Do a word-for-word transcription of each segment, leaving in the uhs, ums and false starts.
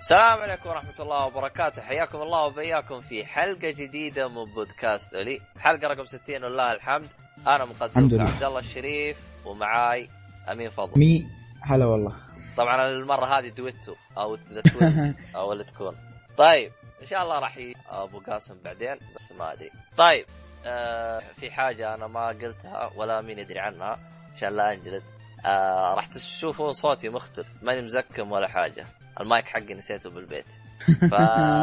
السلام عليكم ورحمة الله وبركاته. حياكم الله وبياكم في حلقة جديدة من بودكاست أولي، حلقة رقم ستين والله الحمد. أنا مقدم عبد الله الشريف ومعاي أمين فضل. مي هلا والله. طبعا المرة هذه دويتو أو ذا توينز أو اللي تكون. طيب إن شاء الله راح أبو قاسم بعدين بس ما أدري. طيب آه في حاجة أنا ما قلتها ولا مين يدري عنها عشان لا أنجلد. آه راح تشوفون صوتي مختلف، ماني مزكم ولا حاجة، المايك حقي نسيته بالبيت. ف...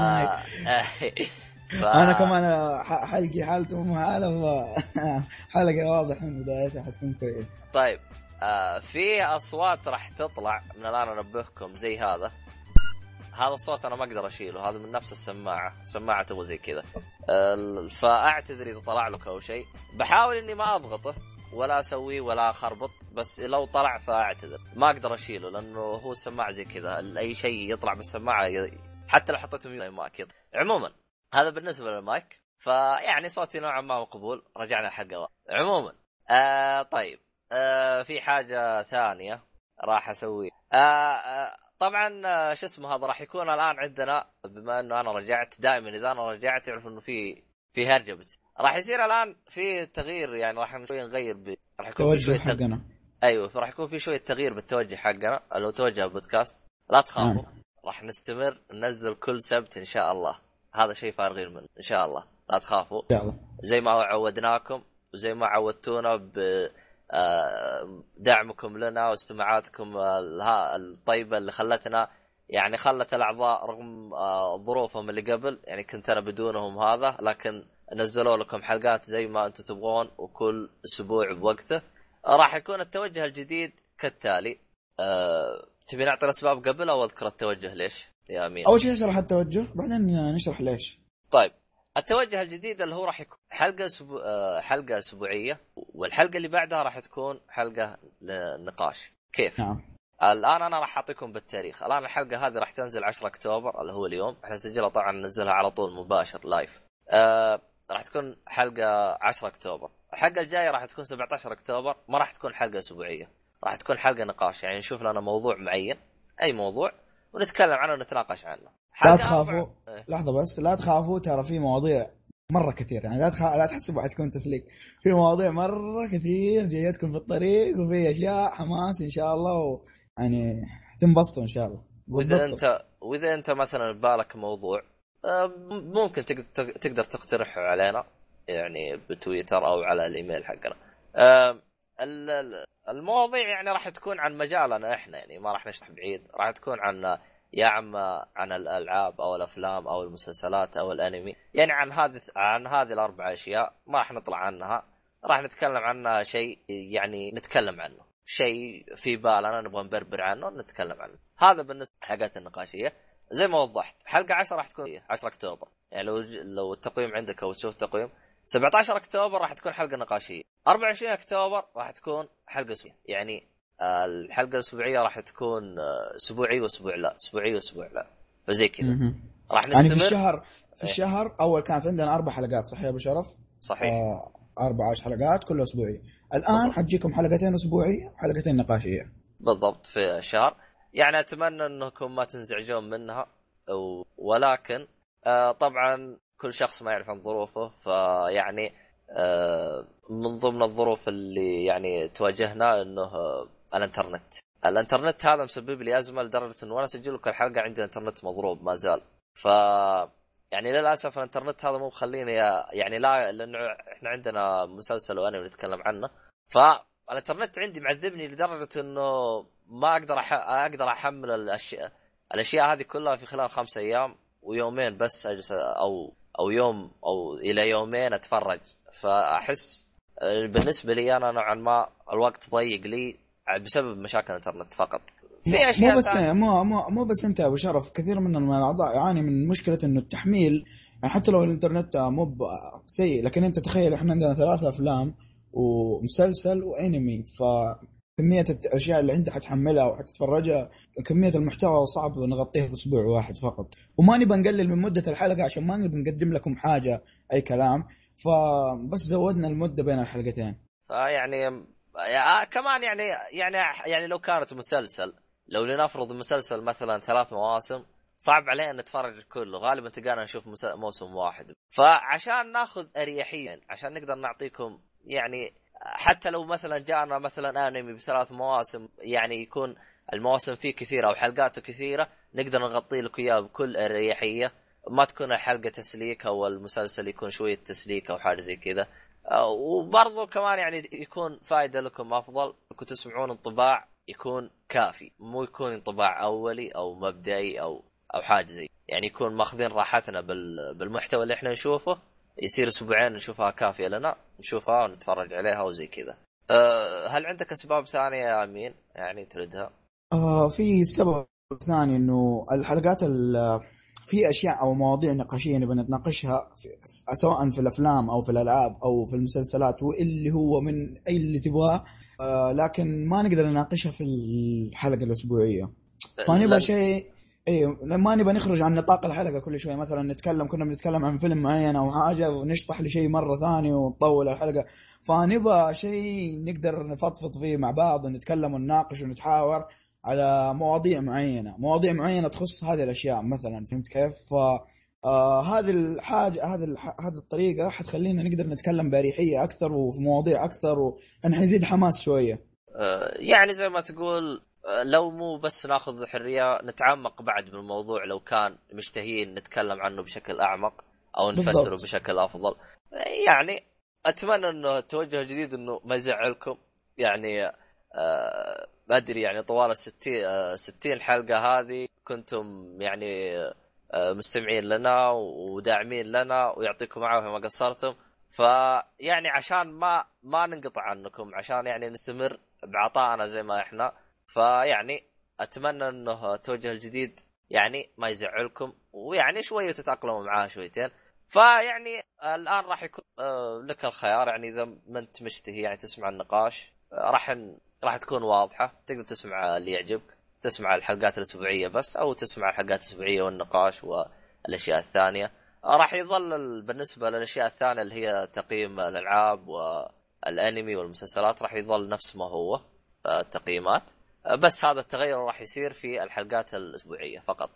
ف... انا كمان حلقي حالته مو حاله حلقه واضح من بدايتها حتكون كويسه. طيب آه في اصوات راح تطلع من الان انبهكم زي هذا. هذا الصوت انا ما اقدر اشيله، هذا من نفس السماعه، سماعه تبغى زي كذا. آه فاعتذر اذا طلع لك او شيء، بحاول اني ما اضغطه ولا اسويه ولا اخربط، بس لو طلع فاعتذر، ما اقدر اشيله لانه هو السماعه زي كذا، اي شيء يطلع بالسماعه حتى لو حطيته ميوت ما اكيد. عموما هذا بالنسبه للمايك، فيعني صوتي نوعا ما مقبول. رجعنا الحلقه عموما. آه طيب آه في حاجه ثانيه راح اسوي. آه آه طبعا آه شو اسمه هذا راح يكون الان عندنا، بما انه انا رجعت، دائما اذا انا رجعت يعرف انه في في هرجه، بس راح يصير الان في تغيير، يعني راح شوي نغير ب... راح يكون في شويه حقنا تغ... ايوه راح يكون في شويه تغيير بالتوجه حقنا. لو توجه بودكاست لا تخافوا، راح نستمر ننزل كل سبت ان شاء الله، هذا شيء فارغين منه ان شاء الله، لا تخافوا زي ما عودناكم وزي ما عودتونا بدعمكم لنا واستماعاتكم الطيبه اللي خلتنا، يعني خلت الاعضاء رغم ظروفهم اللي قبل، يعني كنت انا بدونهم هذا، لكن نزلوا لكم حلقات زي ما انتم تبغون وكل اسبوع بوقته. راح يكون التوجه الجديد كالتالي. أه... تبي نعطي الاسباب قبل او اذكر التوجه ليش يا امين؟ اول شيء نشرح التوجه بعدين نشرح ليش. طيب التوجه الجديد اللي هو راح يكون حلقه سبو... حلقه اسبوعيه، والحلقه اللي بعدها راح تكون حلقه للنقاش. كيف؟ نعم. الان انا راح اعطيكم بالتاريخ. الان الحلقه هذه راح تنزل عشرة أكتوبر اللي هو اليوم، احنا نسجلها طبعا ننزلها على طول مباشر لايف. أه... راح تكون حلقه عشرة أكتوبر. الحلقه الجايه راح تكون سبعة عشر أكتوبر، ما راح تكون حلقه اسبوعيه، راح تكون حلقه نقاش، يعني نشوف لنا موضوع معين، اي موضوع ونتكلم عنه ونتناقش عنه. لا تخافوا أربع... لحظه بس، لا تخافوا، ترى في مواضيع مره كثير، يعني لا تخ... لا تحسبوا حتكون تسليك، في مواضيع مره كثير جايتكم في الطريق، وفي اشياء حماس ان شاء الله، و... يعني تنبسطوا ان شاء الله. واذا انت واذا انت مثلا بالك موضوع ممكن تقدر تقترحه علينا، يعني بتويتر او على الايميل حقنا. المواضيع يعني راح تكون عن مجالنا احنا، يعني ما راح نشرح بعيد، راح تكون عن يا عم عن الالعاب او الافلام او المسلسلات او الانمي، يعني عن هذه عن هذه الاربع اشياء ما راح نطلع عنها، راح نتكلم عنها شيء، يعني نتكلم عنه شيء في بالنا نبغى نبربر عنه نتكلم عنه. هذا بالنسبه لحلقات النقاشيه. زي ما وضحت حلقه عشرة راح تكون عشرة أكتوبر، يعني لو لو التقويم عندك او تشوف التقويم سبعة عشر أكتوبر راح تكون حلقه نقاشيه، أربعة وعشرين أكتوبر راح تكون حلقه اسبوعيه، يعني الحلقه الاسبوعيه راح تكون اسبوعي واسبوع لا، اسبوعي واسبوع لا، فزي كذا راح نستمر. يعني في الشهر في الشهر اول كانت عندنا اربع حلقات صحيح يا ابو شرف؟ صحيح. آه اربع عشر حلقات كل اسبوعي. الان حتجيكم حلقتين اسبوعيه وحلقتين نقاشيه بالضبط في الشهر، يعني اتمنى انكم ما تنزعجون منها، ولكن آه طبعا كل شخص ما يعرف عن ظروفه، فيعني آه من ضمن الظروف اللي يعني تواجهنا انه الانترنت الانترنت هذا مسبب لي ازمه لدرجه انه وانا اسجل لكم الحلقه عندي الانترنت مضروب ما زال. ف يعني للاسف الانترنت هذا مو مخليني يعني لا، لانه احنا عندنا مسلسل وانا بنتكلم عنه، فالانترنت عندي معذبني لدرجه انه ما اقدر أح... اقدر احمل الاشياء الاشياء هذه كلها في خلال خمسة ايام ويومين بس اجلس، او او يوم او الى يومين اتفرج. فاحس بالنسبه لي انا نوعا ما الوقت ضيق لي بسبب مشاكل الانترنت فقط. في اشياء مو بس مو مو مو بس انت ابو شرف، كثير من الاعضاء يعاني من مشكله انه التحميل، يعني حتى لو الانترنت مو سيء، لكن انت تخيل احنا عندنا ثلاثة افلام ومسلسل وانمي، فكميه الاشياء اللي عندك حتحملها وحتتفرجها، كميه المحتوى صعب نغطيها في اسبوع واحد فقط، وما نبي نقلل من مده الحلقه عشان ما نبي نقدم لكم حاجه اي كلام، فبس زودنا المده بين الحلقتين. فيعني كمان يعني يعني يعني لو كانت مسلسل، لو لنفرض مسلسل مثلا ثلاث مواسم صعب علينا نتفرج كله، غالبا تلقانا نشوف موسم واحد. فعشان ناخذ اريحيا، عشان نقدر نعطيكم يعني، حتى لو مثلا جاءنا مثلا انمي بثلاث مواسم، يعني يكون المواسم فيه كثيره او حلقاته كثيره، نقدر نغطي لك اياه بكل اريحيه، ما تكون الحلقه تسليك او المسلسل يكون شويه تسليك او حاجه زي كذا. وبرضو كمان يعني يكون فائده لكم افضل انكم تسمعون انطباع يكون كافي، مو يكون انطباع اولي او مبدئي او او حاجه زي، يعني يكون ماخذين راحتنا بالمحتوى اللي احنا نشوفه، يصير اسبوعين نشوفها كافيه لنا، نشوفها ونتفرج عليها وزي كذا. أه هل عندك اسباب ثانيه يا امين يعني تردها؟ آه في سبب ثاني، انه الحلقات في اشياء او مواضيع نقاشيه نبي نتناقشها سواء في الافلام او في الالعاب او في المسلسلات، واللي هو من اي اللي تبغاه، آه لكن ما نقدر نناقشها في الحلقه الاسبوعيه. فنبغى شيء اي، ما نبغى نخرج عن نطاق الحلقه كل شويه، مثلا نتكلم كنا بنتكلم عن فيلم معين او حاجه ونشطح لشيء مره ثانيه ونطول الحلقه. فنبغى شيء نقدر نفضفض فيه مع بعض ونتكلم ونناقش ونتحاور على مواضيع معينه مواضيع معينه تخص هذه الاشياء مثلا، فهمت كيف؟ ف آه هذه الحاجه هذه هذه الطريقه حتخلينا نقدر نتكلم باريحيه اكثر وفي مواضيع اكثر، وان حيزيد حماس شويه. أه يعني زي ما تقول، لو مو بس ناخذ حرية نتعمق بعد بالموضوع، لو كان مشتهين نتكلم عنه بشكل أعمق أو نفسره بالضبط. بشكل أفضل. يعني أتمنى أنه التوجه الجديد أنه ما يزعلكم، يعني أه ما أدري يعني طوال الستين, أه ستين حلقة هذه كنتم يعني أه مستمعين لنا وداعمين لنا، ويعطيكم عافية ما قصرتم. فيعني عشان ما ما ننقطع عنكم، عشان يعني نستمر بعطائنا زي ما إحنا، فيعني أتمنى أنه التوجه الجديد يعني ما يزعلكم، ويعني شوية تتأقلموا معاه شويتين. فيعني الآن راح يكون لك الخيار، يعني إذا ما أنت مشتهي يعني تسمع النقاش، راح راح تكون واضحة، تقدر تسمع اللي يعجبك، تسمع الحلقات الأسبوعية بس، أو تسمع الحلقات الأسبوعية والنقاش والأشياء الثانية. راح يظل بالنسبة للأشياء الثانية اللي هي تقييم الألعاب والأنمي والمسلسلات راح يظل نفس ما هو التقييمات، بس هذا التغير راح يصير في الحلقات الأسبوعية فقط.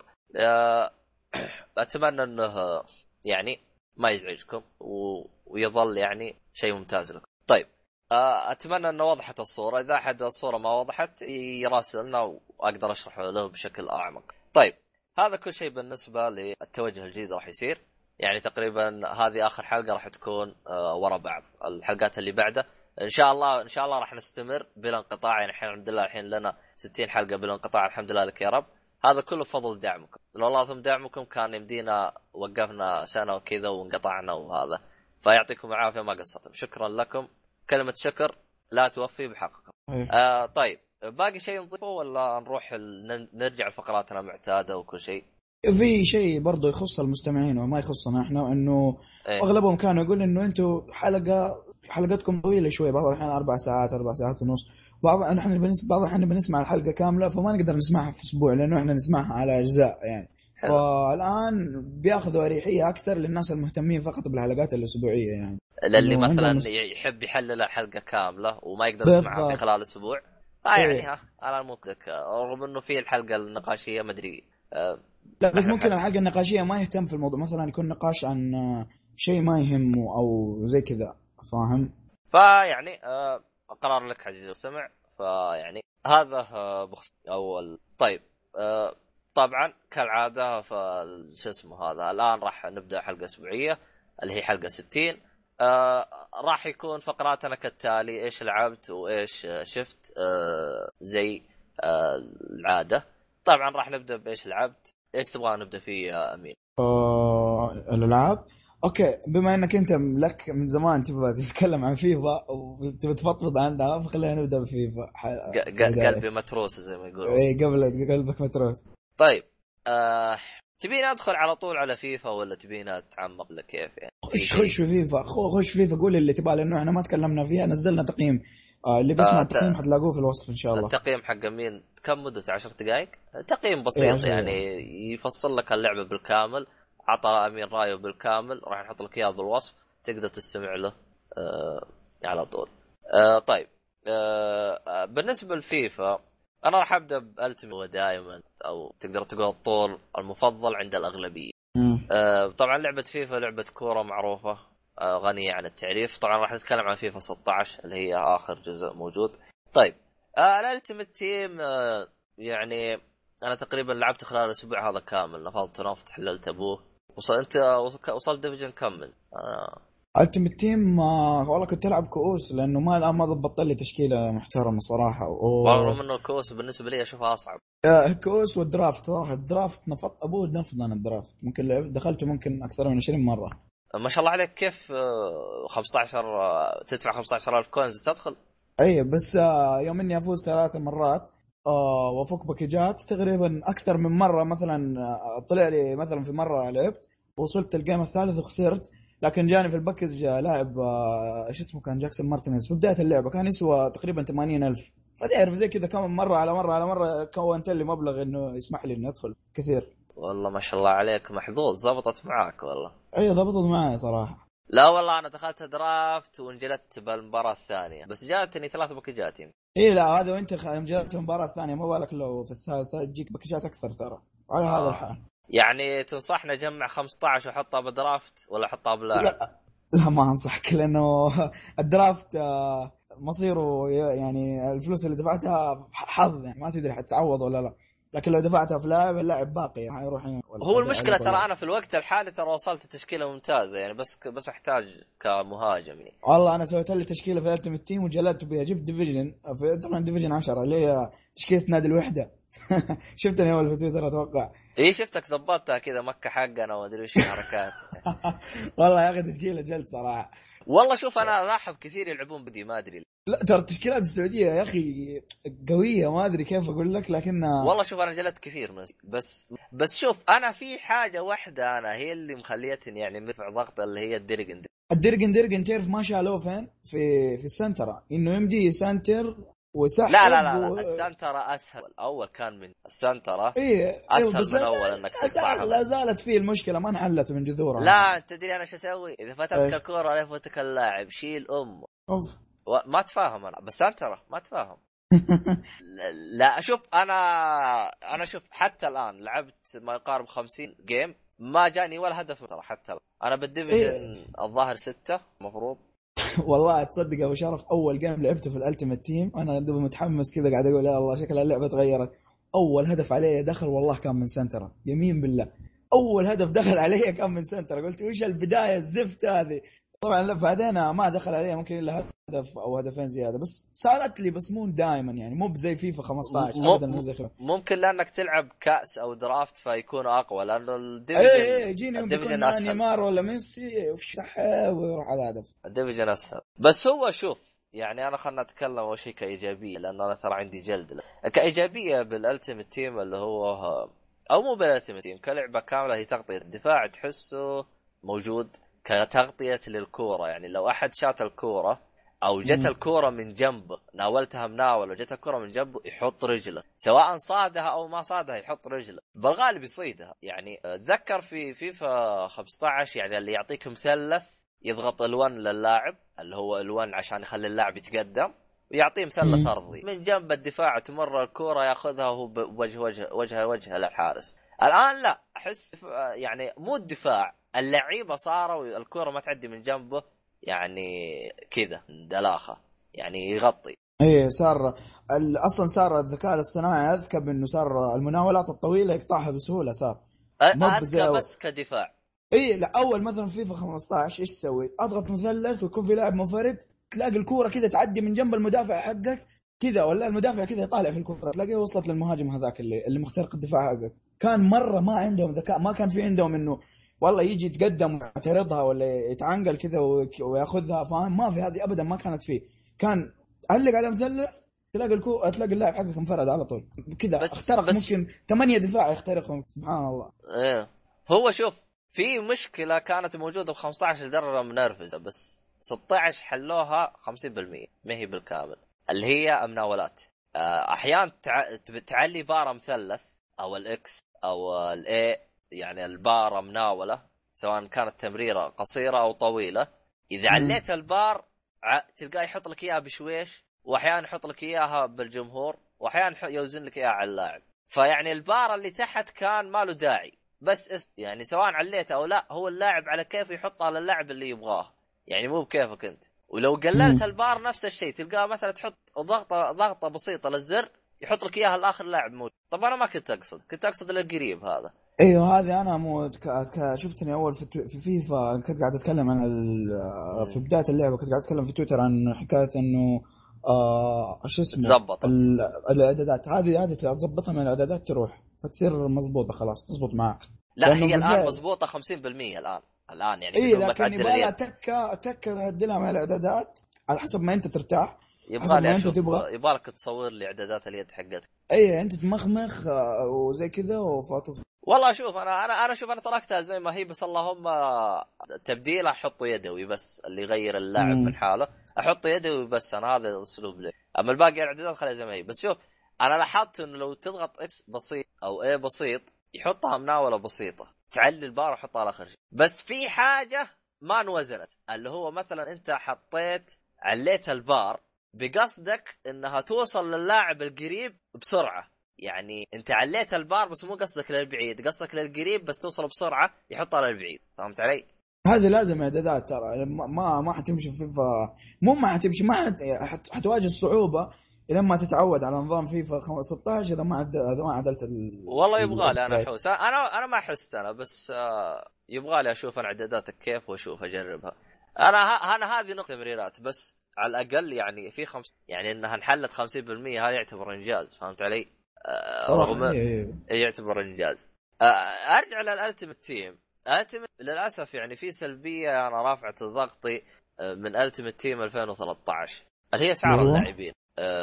أتمنى أنه يعني ما يزعجكم ويظل يعني شيء ممتاز لكم. طيب أتمنى أنه وضحت الصورة، إذا أحد الصورة ما وضحت يراسلنا وأقدر أشرح له بشكل أعمق. طيب هذا كل شيء بالنسبة للتوجه الجديد راح يصير، يعني تقريبا هذه آخر حلقة راح تكون ورا بعض. الحلقات اللي بعده ان شاء الله ان شاء الله راح نستمر بلا انقطاع، يعني الحين الحمد لله الحين لنا ستين حلقه بلا انقطاع، الحمد لله لك يا رب. هذا كله بفضل دعمكم، والله ثم دعمكم كان يمدينا وقفنا سنه وكذا وانقطعنا وهذا، فيعطيكم العافيه ما قصرتم، شكرا لكم، كلمه شكر لا توفي بحقكم. آه طيب باقي شيء نضيفه ولا نروح ال... نرجع لفقراتنا معتاده وكل شيء؟ في شيء برضو يخص المستمعين وما يخصنا احنا، انه إيه؟ اغلبهم كانوا يقول انه انتم حلقه حلقتكم طويله شوي، بعض الاحيان اربع ساعات اربع ساعات ونص، بعض احنا بنسمع بعض احنا بنسمع الحلقه كامله فما نقدر نسمعها في اسبوع لانه احنا نسمعها على اجزاء يعني. حلو. فالان بياخذوا اريحيه اكثر للناس المهتمين فقط بالحلقات الاسبوعيه، يعني للي مثلا مس... يحب يحلل الحلقه كامله وما يقدر يسمعها في خلال اسبوع، اه يعني إيه؟ ها انا مطلق رغم انه في الحلقه النقاشيه ما ادري آه لا بس ممكن الحلقه النقاشيه ما يهتم في الموضوع، مثلا يكون نقاش عن شيء ما يهمه او زي كذا، فاهم؟ فيعني آه قرار لك عزيزي السمع. فيعني هذا آه بخص اول. طيب آه طبعا كالعاده فشو اسمه هذا، الان راح نبدا حلقه اسبوعيه اللي هي حلقه ستين. آه راح يكون فقراتنا كالتالي: ايش لعبت وايش شفت آه زي آه العاده. طبعا راح نبدا بايش لعبت. ايش تبغى نبدا فيه يا امين؟ آه الالعاب. اوكي، بما انك انت لك من زمان تبغى تتكلم عن فيفا وتبغى تفضفض عنها، فخلينا نبدا بفيفا. قلبي متروس زي ما يقولون. اي قبل قلبك متروس. طيب آه... تبيني ادخل على طول على فيفا ولا تبيني اتعمق لك كيف يعني؟ خش خش في فيفا خش فيفا قول اللي تبغى، لانه احنا ما تكلمنا فيها، نزلنا تقييم. آه اللي بيسمع آه التقييم ت... حتلاقوه في الوصف ان شاء الله. التقييم حق مين كم مدته؟ عشر دقائق، تقييم بسيط يعني يفصل لك اللعبه بالكامل، عطى امين رايه بالكامل، راح نحط لك اياه بالوصف تقدر تستمع له آه على طول. آه طيب آه بالنسبه لفيفا انا راح ابدا بالتيمت دائما، او تقدر تقول الطول المفضل عند الاغلبيه. آه طبعا لعبه فيفا لعبه كوره معروفه، آه غنيه عن التعريف. طبعا راح نتكلم عن فيفا ستة عشر اللي هي اخر جزء موجود. طيب آه الالتيمت تيم، آه يعني انا تقريبا لعبت خلال الاسبوع هذا كامل، نفضت نفط حللت ابوه. وصل انت وصلت ديفيجن كمل. آه. التيمت تيم آه والله كنت العب كؤوس لانه ما الان ما ضبطت لي تشكيله محترمه صراحه. رغم انه الكوس بالنسبه لي اشوفها اصعب. كؤوس والدرافت صراحه الدرافت نفط ابوه نفض. انا الدرافت ممكن لعب دخلته ممكن اكثر من عشرين مره. ما شاء الله عليك. كيف خمسة عشر تدفع خمسة عشر ألف كوينز تدخل؟ اي بس يوم اني افوز ثلاث مرات وافك باكجات تقريبا اكثر من مره. مثلا طلع لي مثلا في مره لعبت وصلت الجيم الثالث وخسرت، لكن جاني في الباكج لاعب ايش اسمه كان جاكسون مارتينيز في بدايه اللعبه كان يسوى تقريبا ثمانين ألف. فتعرف زي كذا كم مره على مره على مره كونت لي مبلغ انه يسمح لي اني ادخل كثير. والله ما شاء الله عليك محظوظ، ضبطت معاك والله. اي ضبطت معي صراحه. لا والله انا دخلت درافت وانجلدت بالمباراه الثانيه، بس جاتني ثلاث باكجات. اي لا هذا وانت جات المباراه الثانيه ما بالك لو في الثالثه تجيك باكجات اكثر ترى على آه. هذا الحال. يعني تنصحنا جمع خمسة عشر وحطها بدرافت ولا حطها بلاعب؟ لا لا ما انصحك لانه الدرافت مصيره يعني الفلوس اللي دفعتها حظ، يعني ما تدري حتعوض ولا لا. لكن لو دفعتها في لاعب اللاعب باقي حيروح يعني. هو المشكله ترى انا في الوقت الحالي ترى وصلت تشكيله ممتازه يعني، بس بس احتاج كمهاجم يعني. والله انا سويت لي تشكيله في التيمت تيم وجلدت بها، جبت ديفيجن في طبعا ديفيجن عشرة اللي هي تشكيله نادي الوحده. شفتني اول في تويتر اتوقع. ايه شفتك زبطتها كذا مكه حقنا وما ادري ايش الحركات. والله يا اخي تشكيله جلد صراحه. والله شوف انا لاحظ كثير يلعبون بدي ما ادري. لا ترى التشكيلات السعوديه يا اخي قويه ما ادري كيف اقول لك، لكن والله شوف انا جلدت كثير من بس بس شوف انا في حاجه واحده انا هي اللي مخليتني يعني مرفع ضغط اللي هي الدرجن. الدرجن درجن تعرف ما شالوه فين في في السنترة انه يمدي سنتر وسحب. لا لا لا, لا. و... السنترة اسهل. اول كان من السنترة إيه اسهل بس من اول انك تقطعها. لا زالت فيه المشكله ما انحلت من جذورها. لا تدري انا شو اسوي اذا فتتك الكوره لا يفوتك اللاعب شيل ام اوف و... ما تفاهم انا بس سنترة ما تفاهم. لا شوف انا انا شوف حتى الان لعبت ما يقارب خمسين جيم ما جاني ولا هدف ترى. حتى انا بالديفيجن إيه؟ الظاهر ستة مفروض. والله تصدق يا ابو شرف اول جيم لعبته في الالتيمت تيم انا دوب متحمس كذا قاعد اقول يا الله شكل اللعبه تغيرت. اول هدف عليه دخل والله كان من سنترة يمين بالله. اول هدف دخل عليه كان من سنترة قلت وش البدايه الزفت هذه. طبعا بعدين ما دخل عليه ممكن الا هدف او هدفين زياده بس صارت لي بس مو دائما يعني مو زي فيفا خمسة عشر ابدا مو زي خير. ممكن لانك تلعب كاس او درافت فيكون اقوى لانه الديفيجن ايه يجيني الديفيجن اسهل. نيمار ولا ميسي وفتح ويروح على الهدف. الديفيجن اسهل بس هو شوف يعني انا خلنا نتكلم اول شيء كايجابيه لانه انا ترى عندي جلد كايجابيه بالالتيمت تيم اللي هو او مو بالالتيمت تيم كلعبه كامله هي تغطيه الدفاع تحسه موجود كتغطيه للكوره. يعني لو احد شات الكوره او جت الكوره من جنبه ناولتها مناوله وجت الكوره من جنبه يحط رجله سواء صادها او ما صادها يحط رجله بالغالب يصيدها. يعني اتذكر في فيفا خمسة عشر يعني اللي يعطيك مثلث يضغط الوان للاعب اللي هو الوان عشان يخلي اللاعب يتقدم ويعطيه مثلث ارضي من جنب الدفاع تمر الكوره ياخذها وهو بوجه وجه وجه وجه للحارس. الان لا احس يعني مو الدفاع اللعيبه صاروا الكوره ما تعدي من جنبه يعني كذا دلاخه يعني يغطي. ايه صار اصلا صار الذكاء الاصطناعي اذكى بانه صار المناولات الطويله يقطعها بسهوله صار اذكى بس كدفاع. ايه لا اول مثلا فيفا خمسة عشر ايش تسوي اضغط مثلث ويكون في لاعب منفرد تلاقي الكوره كذا تعدي من جنب المدافع حقك كذا ولا المدافع كذا يطالع في الكوره تلاقيه وصلت للمهاجم هذاك اللي اللي مخترق الدفاع حقك. كان مره ما عندهم ذكاء ما كان في عندهم انه والله يجي يتقدم ويعترضها ولا يتعنقل كذا وياخذها فاهم ما في هذه ابدا ما كانت فيه. كان علق على مثلث تلاقي الكو تلاقي اللاعب حقك انفرد على طول كذا اخترق ممكن ثمانية دفاع يخترقهم سبحان الله. ايه هو شوف في مشكله كانت موجوده ب خمسة عشر درجه منرفزه بس ستة عشر حلوها خمسين بالمية ما هي بالكامل اللي هي مناولات. احيانا تعلي بار مثلث او الاكس او الاي يعني البار مناوله سواء كانت تمريره قصيره او طويله اذا عليت البار تلقاه يحط لك اياها بشويش واحيانا يحط لك اياها بالجمهور واحيانا يوزن لك اياها على اللاعب. فيعني البار اللي تحت كان ما له داعي، بس يعني سواء عليته او لا هو اللاعب على كيف يحطها على اللاعب اللي يبغاه، يعني مو بكيفك انت. ولو قللت البار نفس الشيء، تلقاه مثلا تحط ضغطه ضغطه بسيطه للزر يحط لك اياها لاخر لاعب موجود. طب انا ما كنت اقصد، كنت اقصد للقريب هذا. ايوه هذه انا مو ك... ك... شفتني اول في, في فيفا كنت قاعد اتكلم عن ال... في بدايه اللعبه كنت قاعد اتكلم في تويتر عن حكايه انه آه شو اسمه تزبط ال... الاعدادات هذه هذه تظبطها من الاعدادات تروح فتصير مضبوطه خلاص تزبط معك. لا هي الان مضبوطه خمسين بالمية الان الان يعني إيه لكن يبغى تكه تكه تعدلها مع الاعدادات على حسب ما انت ترتاح. يبغى لي انت تبغى يبغى لك تصور لي اعدادات اليد حقتك. اي انت تمخمخ وزي كذا وفاتص. والله شوف انا انا انا شوف انا تركتها زي ما هي، بس اللهم تبديل احطه يدوي بس اللي يغير اللاعب من حاله احطه يدوي بس، انا هذا اسلوب لي. اما الباقي الاعدادات خليها زي ما هي. بس شوف انا لاحظت انه لو تضغط اكس بسيط او اي بسيط يحطها مناوله بسيطه، تعلي البار وحطها على اخر شيء. بس في حاجه ما انوزنت، اللي هو مثلا انت حطيت عليت البار بقصدك انها توصل للاعب القريب بسرعه، يعني انت عليت البار بس مو قصدك للبعيد، قصدك للقريب بس توصل بسرعه يحطها للبعيد. فهمت علي؟ هذه لازم اعدادات ترى، ما ما حتمشي في فيفا، مو ما حتمشي، ما حت... حتواجه الصعوبه لما تتعود على نظام فيفا ستة عشر اذا ما عد... اذا ما عدلت ال... والله يبغى لي انا احوس، انا انا ما احست انا بس يبغى لي اشوف انا اعداداتك كيف واشوف اجربها. انا ه... انا هذه نقطه تمريرات بس على الاقل يعني في خمس يعني انها انحلت خمسين بالمية، هذا يعتبر انجاز. فهمت علي؟ رغم إيه. يعتبر انجاز. ارجع للالتيميت تيم. التيميت للاسف يعني في سلبيه، انا رافعه الضغطي من التيميت تيم ألفين وثلاثة عشر اللي هي اسعار اللاعبين.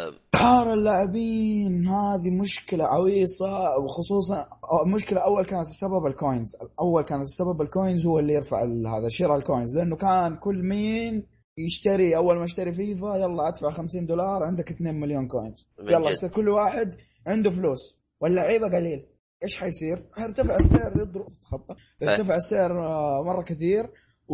اسعار اللاعبين هذه مشكله عويصه، وخصوصا مشكله اول كانت السبب الكوينز. اول كانت السبب الكوينز هو اللي يرفع هذا شراء الكوينز، لانه كان كل مين يشتري اول ما اشتري فيفا يلا ادفع خمسين دولار عندك اثنين مليون كوينز، يلا يصير كل واحد عنده فلوس واللعيبه قليل. ايش حيصير؟ حيرتفع السعر، يضرب خطه يرتفع السعر مره كثير، و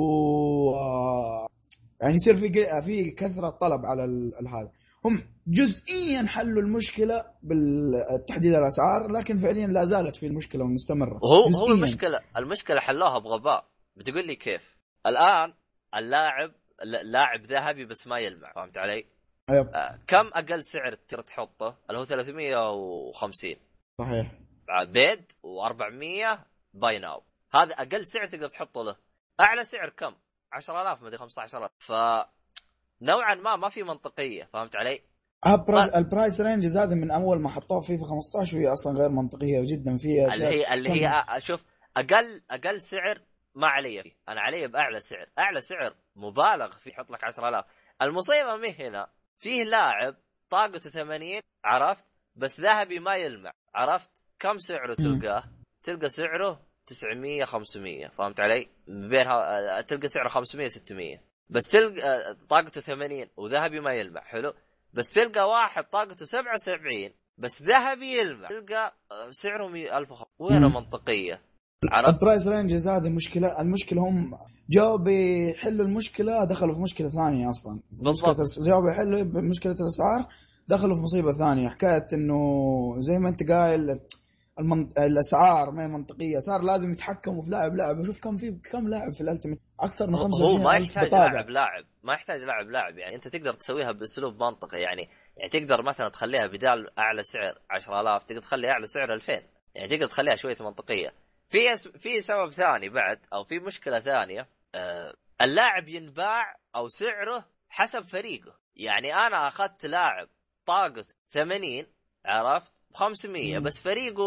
يعني يصير في في كثره طلب على هذا. هم جزئيا حلوا المشكله بالتحديد الاسعار، لكن فعليا لا زالت في المشكله ومستمره. هو هو المشكله المشكله حلوها بغباء. بتقول لي كيف؟ الان اللاعب لاعب ذهبي بس ما يلمع. فهمت علي؟ أيوة. آه كم اقل سعر تقدر تحطه؟ اللي هو ثلاثمية وخمسين صحيح، بيد و400 باي ناو. هذا اقل سعر تقدر تحطه له. اعلى سعر كم؟ عشرة آلاف مدري خمسة عشر آلاف. ف نوعا ما ما في منطقيه. فهمت علي؟ البرايس البرايس رينجز هذا من اول ما حطوه في فيفا خمسة عشر وهي اصلا غير منطقيه جدا. فيها اللي هي اللي هي شوف اقل اقل سعر ما علي فيه، انا علي باعلى سعر. اعلى سعر مبالغ فيه، يحط لك عشرة آلاف. المصيبه مي هنا فيه لاعب طاقته ثمانين عرفت، بس ذهبي ما يلمع. عرفت كم سعره؟ تلقاه تلقى سعره تسعمية خمسمية. فهمت علي؟ بينها تلقى سعره خمسمية ستمية، بس تلقى طاقته ثمانين وذهبي ما يلمع. حلو. بس تلقى واحد طاقته سبعة وسبعين بس ذهبي يلمع، تلقى سعره ألف وخمسمية. وين منطقيه؟ البرايس رينجز هذه مشكله. المشكله هم جاوا بيحلوا المشكله، دخلوا في مشكله ثانيه اصلا. مشكله جاوا بيحلوا مشكله الاسعار، دخلوا في مصيبه ثانيه. حكايه انه زي ما انت قايل المنط... الاسعار ما هي منطقيه، صار لازم يتحكموا في لاعب لاعب. وشوف كم في كم لاعب في الالتيميت، اكثر من خمسة وعشرين هو ما يحتاج لاعب لاعب ما يحتاج لاعب لاعب يعني انت تقدر تسويها باسلوب منطقي. يعني يعني تقدر مثلا تخليها بدال اعلى سعر عشرة آلاف تقدر تخليها اعلى سعر ألفين. يعني تقدر تخليها شويه منطقيه. في أس... في سبب ثاني بعد، او في مشكله ثانيه. آه... اللاعب ينباع او سعره حسب فريقه. يعني انا اخذت لاعب طاقة ثمانين عرفت خمسمية، بس فريقه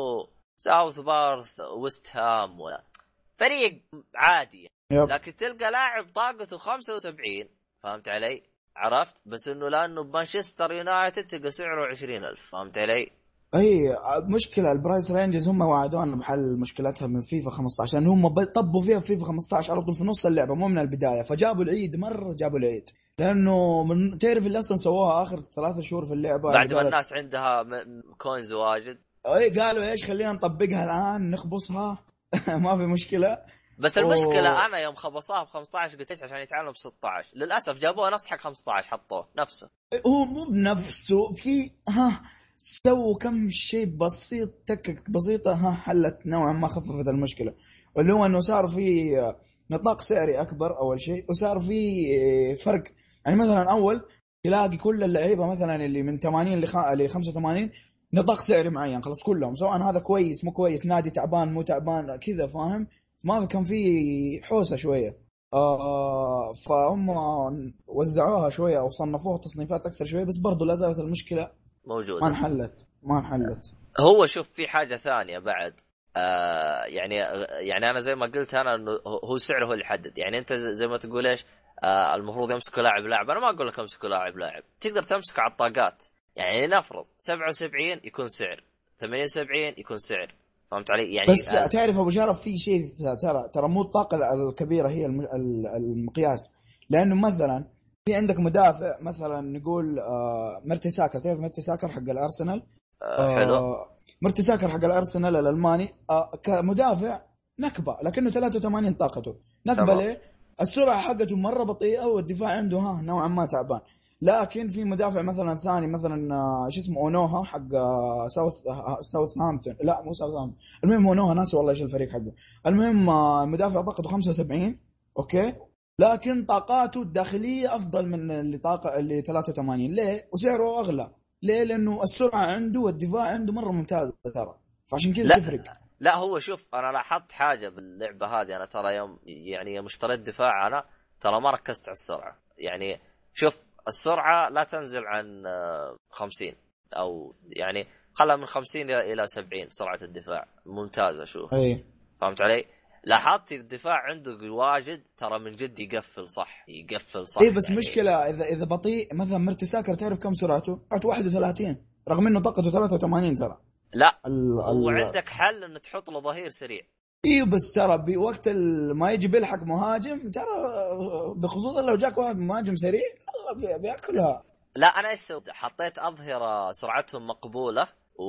ساوث بارث ويست هام ولا فريق عادي. يب. لكن تلقى لاعب طاقته خمسة وسبعين. فهمت علي؟ عرفت؟ بس انه لانه بمانشستر يونايتد تلقى سعره عشرين ألف. فهمت علي؟ اي مشكله البرايس رينجز هم وعدونا بحل مشكلتها من فيفا خمسة عشر، لان هم طبوا فيها في فيفا خمسة عشر على طول في نص اللعبه مو من البدايه. فجابوا العيد مره، جابوا العيد لانه من تعرف اللي اصلا سووها اخر ثلاثة شهور في اللعبه بعد ما الناس عندها كوينز واجد. اي قالوا ايش خلينا نطبقها الان نخبصها ما في مشكله. بس المشكله و... انا يوم خبصوها ب خمسة عشر قلت ايش عشان يتعلموا ب ستة عشر. للاسف جابوها نفس حق خمسة عشر حطوه نفسه. هو مو بنفسه، في ها سووا كم شيء بسيط، تكك بسيطة، ها حلت نوعا ما، خففت المشكلة. واللي هو انه صار في نطاق سعري اكبر اول شيء، وصار في فرق. يعني مثلا اول تلاقي كل اللعيبة مثلا اللي من ثمانين ل خمسة وثمانين نطاق سعري معين، خلاص كلهم سواء هذا كويس مو كويس، نادي تعبان مو تعبان كذا، فاهم؟ ما كان في حوسة شوية. آه فهم وزعوها شوية او صنفوها تصنيفات اكثر شوية، بس برضو لا زالت المشكلة موجودة، ما انحلت ما انحلت. هو شوف في حاجة ثانية بعد، آه يعني يعني أنا زي ما قلت أنا إنه هو سعره هو اللي يحدد. يعني أنت زي ما تقول إيش، آه المفروض يمسك لاعب لاعب. أنا ما أقول لك امسك لاعب لاعب، تقدر تمسك على الطاقات. يعني نفرض سبعة وسبعين يكون سعر، ثمانية وسبعين يكون سعر، فهمت علي؟ يعني بس ال... تعرف ابو شرف في شيء، ترى ترى مو الطاقه الكبيره هي المقياس. لانه مثلا في عندك مدافع مثلا نقول آه مرتساكر، تعرف مرتساكر حق الارسنال؟ آه حلو. آه مرتساكر حق الارسنال الالماني، آه كمدافع نكبه، لكنه ثلاثة وثمانين طاقته نكبه. ليه؟ السرعه حقته مره بطيئه، والدفاع عنده ها نوعا ما تعبان. لكن في مدافع مثلا ثاني مثلا شو اسمه اونوها حق ساوث ساوث هامبتون، لا مو ساوث هامبتون، المهم اونوها ناس والله ايش الفريق حقه. المهم مدافع طاقته خمسة وسبعين اوكي، لكن طاقاته الداخليه افضل من اللي طاقه اللي ثلاثة وثمانين. ليه؟ وسعره اغلى. ليه؟ لانه السرعه عنده والدفاع عنده مره ممتازه ترى، فعشان كذا تفرق. لا هو شوف انا لاحظت حاجه باللعبه هذه، انا ترى يوم يعني يوم اشتريت دفاع انا ترى ما ركزت على السرعه. يعني شوف السرعه لا تنزل عن خمسين، او يعني خلها من خمسين الى سبعين سرعه الدفاع ممتازه. شوف أي. فهمت علي؟ لاحظت الدفاع عنده واجد ترى من جد يقفل صح، يقفل صح. اي بس يعني مشكله اذا اذا بطيء مثلا مرتساكر، تعرف كم سرعته؟ سرعته واحد وثلاثين رغم انه طاقته ثلاثة وثمانين ترى. لا ال هو ال عندك حل انه تحط له ظهير سريع. ايوه بس ترى بوقت ما يجي بيلحق مهاجم، ترى بخصوصا لو جاك واحد مهاجم سريع الله بياكلها. لا انا ايش سويت؟ حطيت اظهره سرعتهم مقبوله،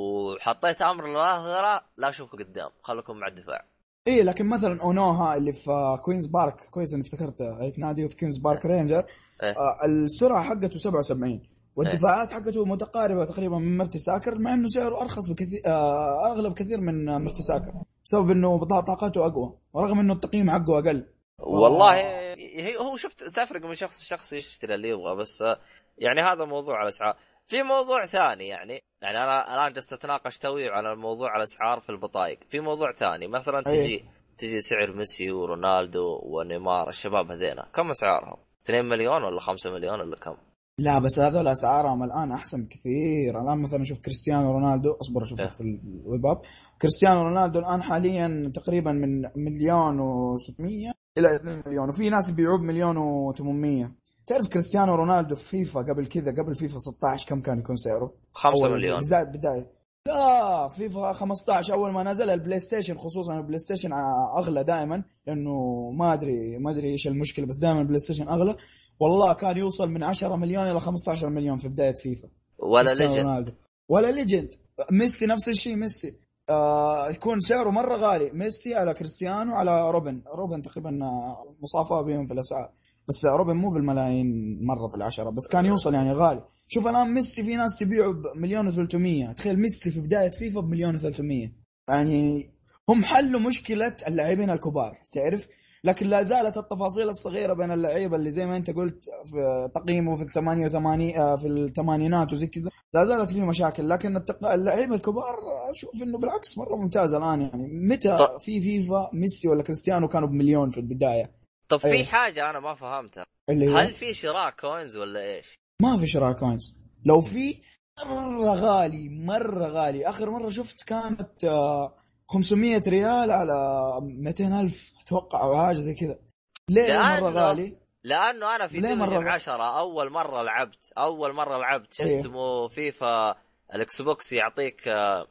وحطيت امر الاظهره لا اشوفه قدام، خلوكم مع الدفاع. ايه لكن مثلا اونوها اللي في كوينز بارك، كويس اني افتكرت اي نادي في كوينز بارك رينجر، إيه؟ آه السرعه حقته سبعة وسبعين والدفاعات حقته متقاربه تقريبا من مرتساكر، مع انه سعره ارخص بكثير، آه اغلى بكثير من مرتساكر، بسبب انه طاقته اقوى ورغم انه التقييم حقه اقل. والله هي هو شفت تفرق من شخص لشخص يشتري اللي يبغى، بس يعني هذا موضوع الاسعار. في موضوع ثاني يعني يعني انا الان جالس اتناقش توي على الموضوع الاسعار في البطايق. في موضوع ثاني مثلا تجي أيه. تجي سعر ميسي ورونالدو ونيمار الشباب هذينا كم اسعارهم؟ اثنين مليون ولا خمسة مليون ولا كم؟ لا بس هذول اسعارهم الان احسن بكثير. الان مثلا شوف كريستيانو رونالدو، اصبر اشوف لك في الويب، كريستيانو رونالدو الان حاليا تقريبا من مليون وستمية الى اثنين مليون، وفي ناس يبيعوه بمليون وثمانمية. تعرف كريستيانو رونالدو في فيفا قبل كذا، قبل فيفا ستة عشر كم كان يكون سعره؟ خمسة مليون زاد بداية. لا فيفا خمسة عشر اول ما نزل البلاي ستيشن، خصوصا البلاي ستيشن اغلى دائما، لانه ما ادري ما ادري ايش المشكله، بس دائما البلاي ستيشن اغلى. والله كان يوصل من عشرة مليون الى خمسة عشر مليون في بدايه فيفا. ولا ليجند ولا ليجند. ميسي نفس الشيء، ميسي آه يكون سعره مره غالي، ميسي على كريستيانو على روبن. روبن تقريبا مصافاه بهم في الاسعار، بس روبن مو بالملايين مره في العشرة، بس كان يوصل يعني غالي. شوف الان ميسي في ناس تبيعه بمليون وثلاثمية، تخيل ميسي في بدايه فيفا بمليون وثلاثمية. يعني هم حلوا مشكله اللاعبين الكبار تعرف، لكن لا زالت التفاصيل الصغيره بين اللعيبه اللي زي ما انت قلت في تقييمه في الثمانية وثمانين في الثمانينات وزي كذا لا زالت فيه مشاكل. لكن التق... اللعيبه الكبار اشوف انه بالعكس مره ممتاز الان. يعني متى ط... في فيفا ميسي ولا كريستيانو كانوا بمليون في البدايه؟ طب في أيه. حاجه انا ما فهمتها، هل في شراء كوينز ولا ايش؟ ما في شراء كوينز. لو في مره غالي مره غالي. اخر مره شفت كانت خمسمية ريال على مئتين ألف اتوقع او حاجه زي كذا. ليه مره غالي؟ لانه انا في ديفيجن عشرة اول مره لعبت اول مره لعبت شفت مو فيفا الاكس بوكس يعطيك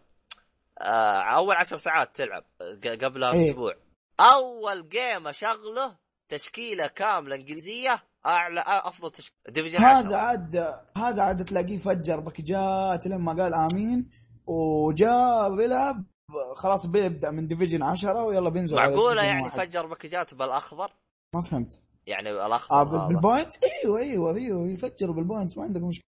اول عشر ساعات تلعب قبلها باسبوع، اول جيم اشغله تشكيله كامله انجليزيه اعلى افضل تشكيله. هذا عاد هذا عاد تلاقيه فجر باكجات لما قال امين وجاء بيلعب خلاص بيبدا من ديفيجن عشرة ويلا بينزل. معقوله يعني واحد. فجر باكجات بالاخضر؟ ما فهمت. يعني الاخضر آه بالبوينت. ايوه ايوه ايوه يفجروا بالبوينتس ما عندك مشكله.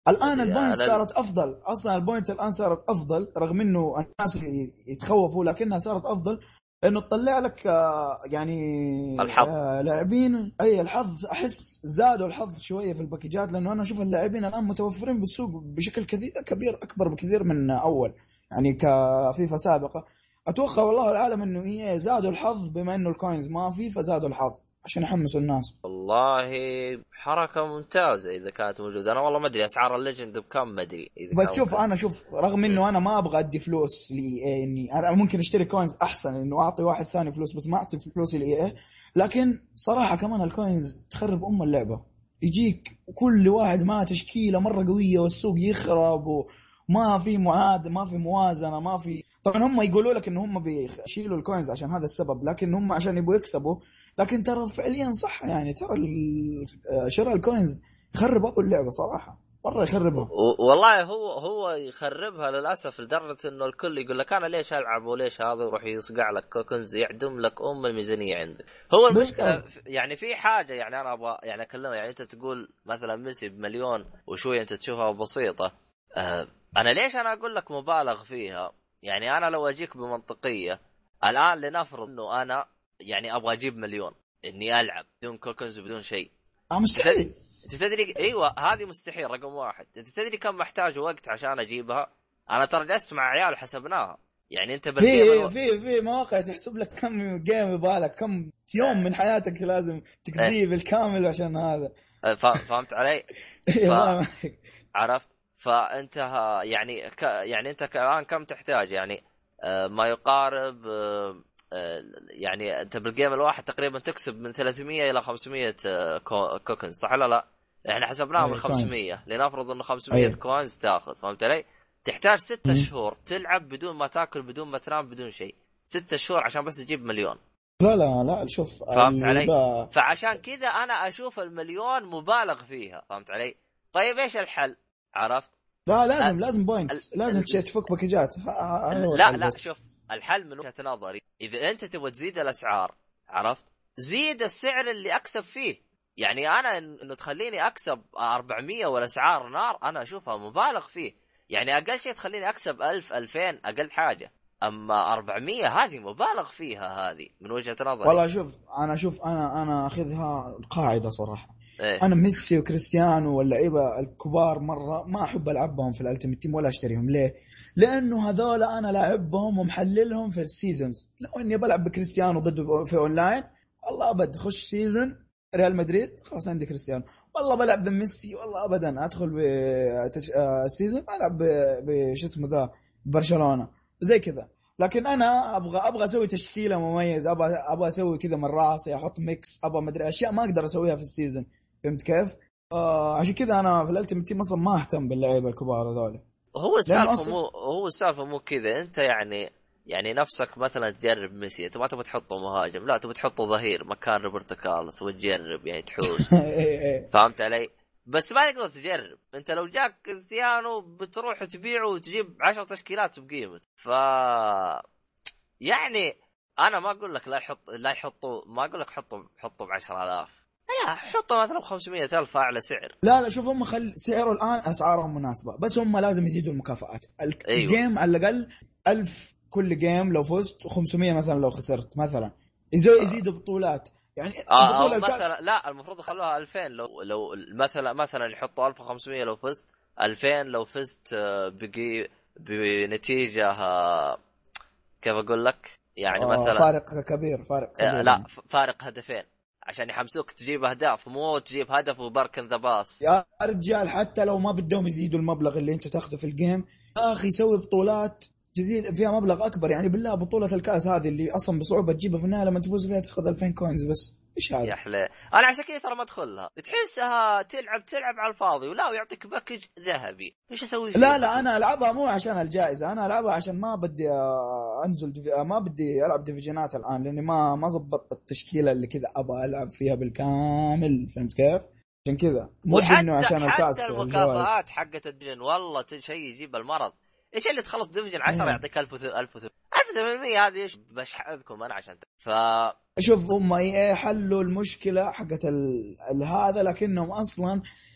الان البوينت صارت افضل، اصلا البوينت الان صارت افضل رغم انه الناس يتخوفوا، لكنها صارت افضل انه تطلع لك يعني الحظ. لاعبين اي الحظ، احس زادوا الحظ شويه في الباكيجات، لانه انا اشوف اللاعبين الان متوفرين بالسوق بشكل كثير كبير اكبر بكثير من اول يعني كفيفا سابقه. اتوقع والله العالم انه هي زادوا الحظ بما انه الكوينز ما في، فزادوا الحظ عشان يحمسوا الناس. والله حركة ممتازة إذا كانت موجودة. أنا والله ما أدري أسعار الليجند بكم، ما أدري. بس شوف أنا شوف رغم إنه أنا ما أبغى أدي فلوس لي إني أنا ممكن أشتري كوينز أحسن إنه أعطي واحد ثاني فلوس، بس ما أعطي فلوس لي إيه. لكن صراحة كمان الكوينز تخرب أم اللعبة، يجيك كل واحد ما تشكيلة مرة قوية والسوق يخرب وما في معاد ما في موازنة ما في. طبعا هم يقولوا لك إنه هم بيشيلوا الكوينز عشان هذا السبب، لكن هم عشان يبغوا يكسبوا. لكن ترى فعليا صح يعني، ترى شراء الكوينز يخرب ابو اللعبه صراحه، مره يخربها. والله هو هو يخربها للاسف، لدرجه انه الكل يقول لك انا ليش العب وليش هذا، يروح يصقع لك كوكنز يعدم لك ام الميزانيه عندك. هو المشكله يعني في حاجه، يعني انا ابغى يعني اكلمه. يعني انت تقول مثلا ميسي بمليون وشويه انت تشوفها بسيطه، أه انا ليش انا اقول لك مبالغ فيها؟ يعني انا لو اجيك بمنطقيه الان، لنفرض انه انا يعني ابغى اجيب مليون اني العب بدون كوكنز بدون شيء، اه مستحيل. انت تدري ايوه هذه مستحيل رقم واحد. انت تدري كم محتاج وقت عشان اجيبها؟ انا ترى جلست مع عيال وحسبناها. يعني انت بالجيم في الو... في في مواقع تحسب لك كم جيم يبالك، كم يوم من حياتك لازم تقضيه بالكامل عشان هذا. فهمت علي؟ ف... عرفت. فانت يعني ك... يعني انت الان كم تحتاج؟ يعني ما يقارب يعني انت بالجيم الواحد تقريبا تكسب من ثلاثمية الى خمسمية كوكنز، صح ولا لا؟ احنا حسبناها من خمسمية، لنفرض انه خمسمية كوينز تاخذ. فهمت علي؟ تحتاج ستة شهور تلعب بدون ما تاكل بدون ما تنام بدون شيء، ستة شهور عشان بس تجيب مليون. لا لا لا شوف، فهمت علي؟ فعشان كذا انا اشوف المليون مبالغ فيها. فهمت علي؟ طيب ايش الحل؟ عرفت؟ لا لازم أ... لازم بوينتس، لازم تفك باكجات. لا لا شوف الحل من وجهة نظري، إذا أنت تبغى تزيد الأسعار، عرفت؟ زيد السعر اللي أكسب فيه. يعني أنا إنه تخليني أكسب أربعمية والأسعار نار، أنا أشوفها مبالغ فيه. يعني أقل شيء تخليني أكسب ألف ألفين أقل حاجة، أما أربعمية هذه مبالغ فيها، هذه من وجهة نظري. والله شوف أنا شوف أنا أنا أخذها القاعدة صراحة. إيه؟ أنا ميسي وكريستيانو واللعيبة الكبار مرة ما أحب ألعبهم في الألتيميت تيم ولا أشتريهم. ليه؟ لأنه هذول أنا لاعبهم ومحللهم في السيزونز. لو إني بلعب بكريستيانو ضد في أونلاين، والله أبد خش سيزون ريال مدريد خلاص عندي كريستيانو. والله بلعب بميسي، والله أبدا أدخل بالسيزون ألعب بش اسمه ذا برشلونة زي كذا. لكن أنا أبغى أبغى أسوي تشكيلة مميزة، أبغى أبغى أسوي كذا من راسي، أحط ميكس، أبغى مدري أشياء ما أقدر أسويها في السيزون. فهمت كيف؟ آه عشان كذا انا في الالتيميت تيم اصلا ما اهتم باللعيبه الكبار هذول. هو السالفه أصل... مو هو السالفه مو كذا. انت يعني يعني نفسك مثلا تجرب ميسي، انت ما تبغى تحطه مهاجم، لا تبغى تحطه ظهير مكان روبرتو كارلوس وتجرب يعني تحوس. فهمت علي؟ بس ما تقدر تجرب. انت لو جاك كريستيانو بتروح تبيعه وتجيب عشر تشكيلات بقيمته. ف يعني انا ما اقول لك لا يحط لا يحطوا، ما اقول لك حطوا حطوا ب عشرة آلاف، لا حطوا مثلا خمسمية ألف أعلى سعر. لا لا شوف هم خل سعره الآن أسعارهم مناسبة، بس هم لازم يزيدوا المكافآت. الجيم على الأقل ألف كل جيم لو فزت، وخمسمية مثلا لو خسرت مثلا. يزيدوا يزيدوا بطولات يعني. آه مثلا لا المفروض يخلوها ألفين. لو لو مثلا مثلا يحطوا ألف وخمسمية لو فزت، ألفين لو فزت بقي بنتيجة كيف أقول لك يعني آه مثلا فارق كبير فارق كبير آه لا يعني. فارق هدفين عشان يحمسوك تجيب أهداف، مو تجيب هدف وبركن ذا باص. يا رجال حتى لو ما بدهم يزيدوا المبلغ اللي انت تاخده في الجيم، يا أخي يسوي بطولات جزيل فيها مبلغ أكبر. يعني بالله بطولة الكأس هذه اللي أصلا بصعوبة تجيبها في النهاية، لما تفوز فيها تاخذ ألفين كوينز بس. إيش هذا؟ يا حلي أنا عشان كذا ترى ما أدخلها، تحسها تلعب تلعب على الفاضي، ولا ويعطيك باكج ذهبي. إيش أسوي؟ لا لا أنا ألعبها مو عشان الجائزة، أنا ألعبها عشان ما بدي أنزل ديفي... ما بدي ألعب ديفيجنات الآن، لأني ما ما زبط التشكيلة اللي كذا أبغى ألعب فيها بالكامل. فهمت كيف؟ عشان كذا مو إنه عشان الكاس. حتى المكافآت حقت الديفيجن والله شيء يجيب المرض. إيش اللي تخلص ديفيجن عشرة يعطيك ألف ألف ألف وثمانمية؟ هذه إيش بشحذكم أنا عشان ف شوف هم ايه حلوا المشكله حقت ال... هذا، لكنهم اصلا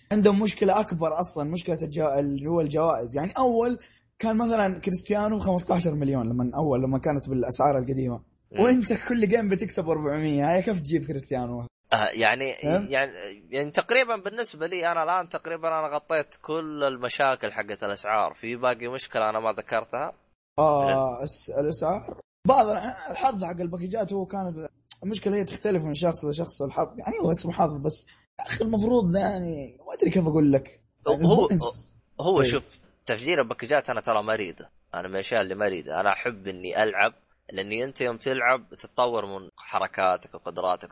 عندهم مشكله اكبر اصلا، مشكله الجا... اللي هو الجوائز. يعني اول كان مثلا كريستيانو خمسة عشر مليون لما اول لما كانت بالاسعار القديمه، وانت كل جيم بتكسب أربعمية، هاي كيف تجيب كريستيانو؟ آه يعني فهم؟ يعني يعني تقريبا بالنسبه لي انا الان تقريبا انا غطيت كل المشاكل حقت الاسعار. في باقي مشكله انا ما ذكرتها. اه الس- الاسعار بعض الحظ حق الباكجات هو كان المشكله، هي تختلف من شخص لشخص الحظ، يعني هو اسمه حظ بس يا اخي المفروض يعني ما ادري كيف اقول لك يعني هو البوينتس. هو ايه شوف، تفجير الباكجات انا ترى مريضه، انا من الاشياء اللي مريضه. انا احب اني العب، لاني انت يوم تلعب تتطور من حركاتك وقدراتك.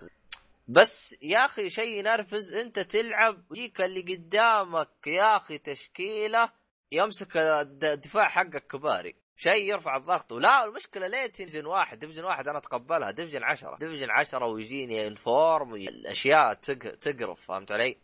بس يا اخي شيء ينرفز، انت تلعب ويجيك اللي قدامك يا اخي تشكيله يمسك الدفاع حقك كباري، شيء يرفع الضغط. ولا المشكله ليه ديفجن واحد ديفجن واحد انا اتقبلها، ديفجن عشرة ديفجن عشرة ويجيني انفورم الاشياء تقرف، فهمت علي؟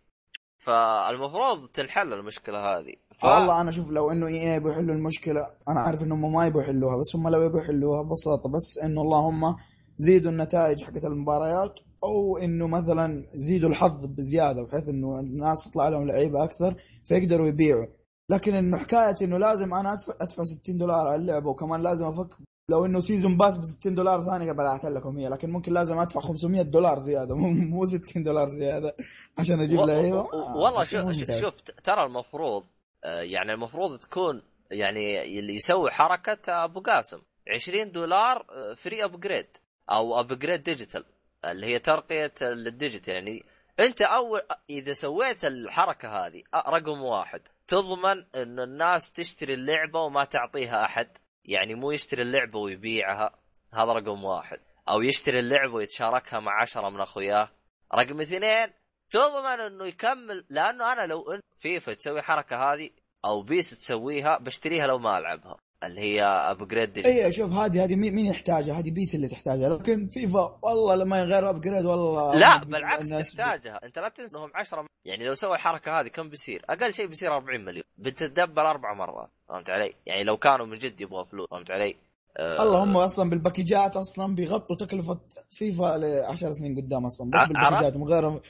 فالمفروض تنحل المشكله هذه. ف والله انا اشوف لو انه ايه يبوا يحلوا المشكله، انا عارف انهم ما يبوا يحلوها، بس هم لو يبوا يحلوها ببساطه بس انه اللهم زيدوا النتائج حقت المباريات، او انه مثلا زيدوا الحظ بزياده بحيث انه الناس تطلع لهم لعيبه اكثر فيقدروا يبيعوا. لكن انه حكايه انه لازم انا ادفع ادفع ستين دولار على اللعبه وكمان لازم افك، لو انه سيزون باس ب ستين دولار ثاني قبل اعتلكم هي، لكن ممكن لازم ادفع خمسمية دولار زياده مو مو ستين دولار زياده عشان اجيب و... لعيبه. و... والله شيء شو... ممتع. شوف ترى المفروض آه، يعني المفروض تكون يعني اللي يسوي حركة أبو قاسم عشرين دولار فري أبجريد أو أبجريد ديجيتال، اللي هي ترقية الديجيتال. يعني أنت أول إذا سويت الحركة هذه رقم واحد تضمن أن الناس تشتري اللعبة وما تعطيها أحد، يعني مو يشتري اللعبة ويبيعها، هذا رقم واحد، أو يشتري اللعبة ويتشاركها مع عشرة من أخوياه. رقم اثنين تضمن انه يكمل، لانه انا لو انت فيفا تسوي حركه هذه او بيس تسويها بشتريها لو ما العبها، اللي هي ابجريد ديجيتال. اي شوف هذه هذه مين يحتاجها؟ هذه بيس اللي تحتاجها، لكن فيفا والله لما يغير ابجريد والله لا هم بالعكس الناس ب... تحتاجها. انت لا تنسى انهم عشرة، يعني لو سوى الحركه هذه كم بيصير؟ اقل شيء بيصير أربعين مليون، بتتدبر اربع مرات، فهمت علي؟ يعني لو كانوا من جد يبغوا فلوس، فهمت علي؟ الله هم أه... اصلا بالباكيجات اصلا بيغطوا تكلفه فيفا لعشر سنين قدام اصلا بس ع- بالباكيجات عرفت، من غير.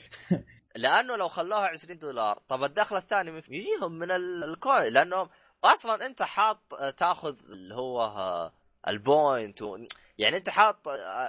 لانه لو خلوها عشرين دولار طب الدخل الثاني من يجيهم من ال- الكوين، لانهم اصلا انت حاط تاخذ اللي هو ها- البوينت و... يعني انت حاط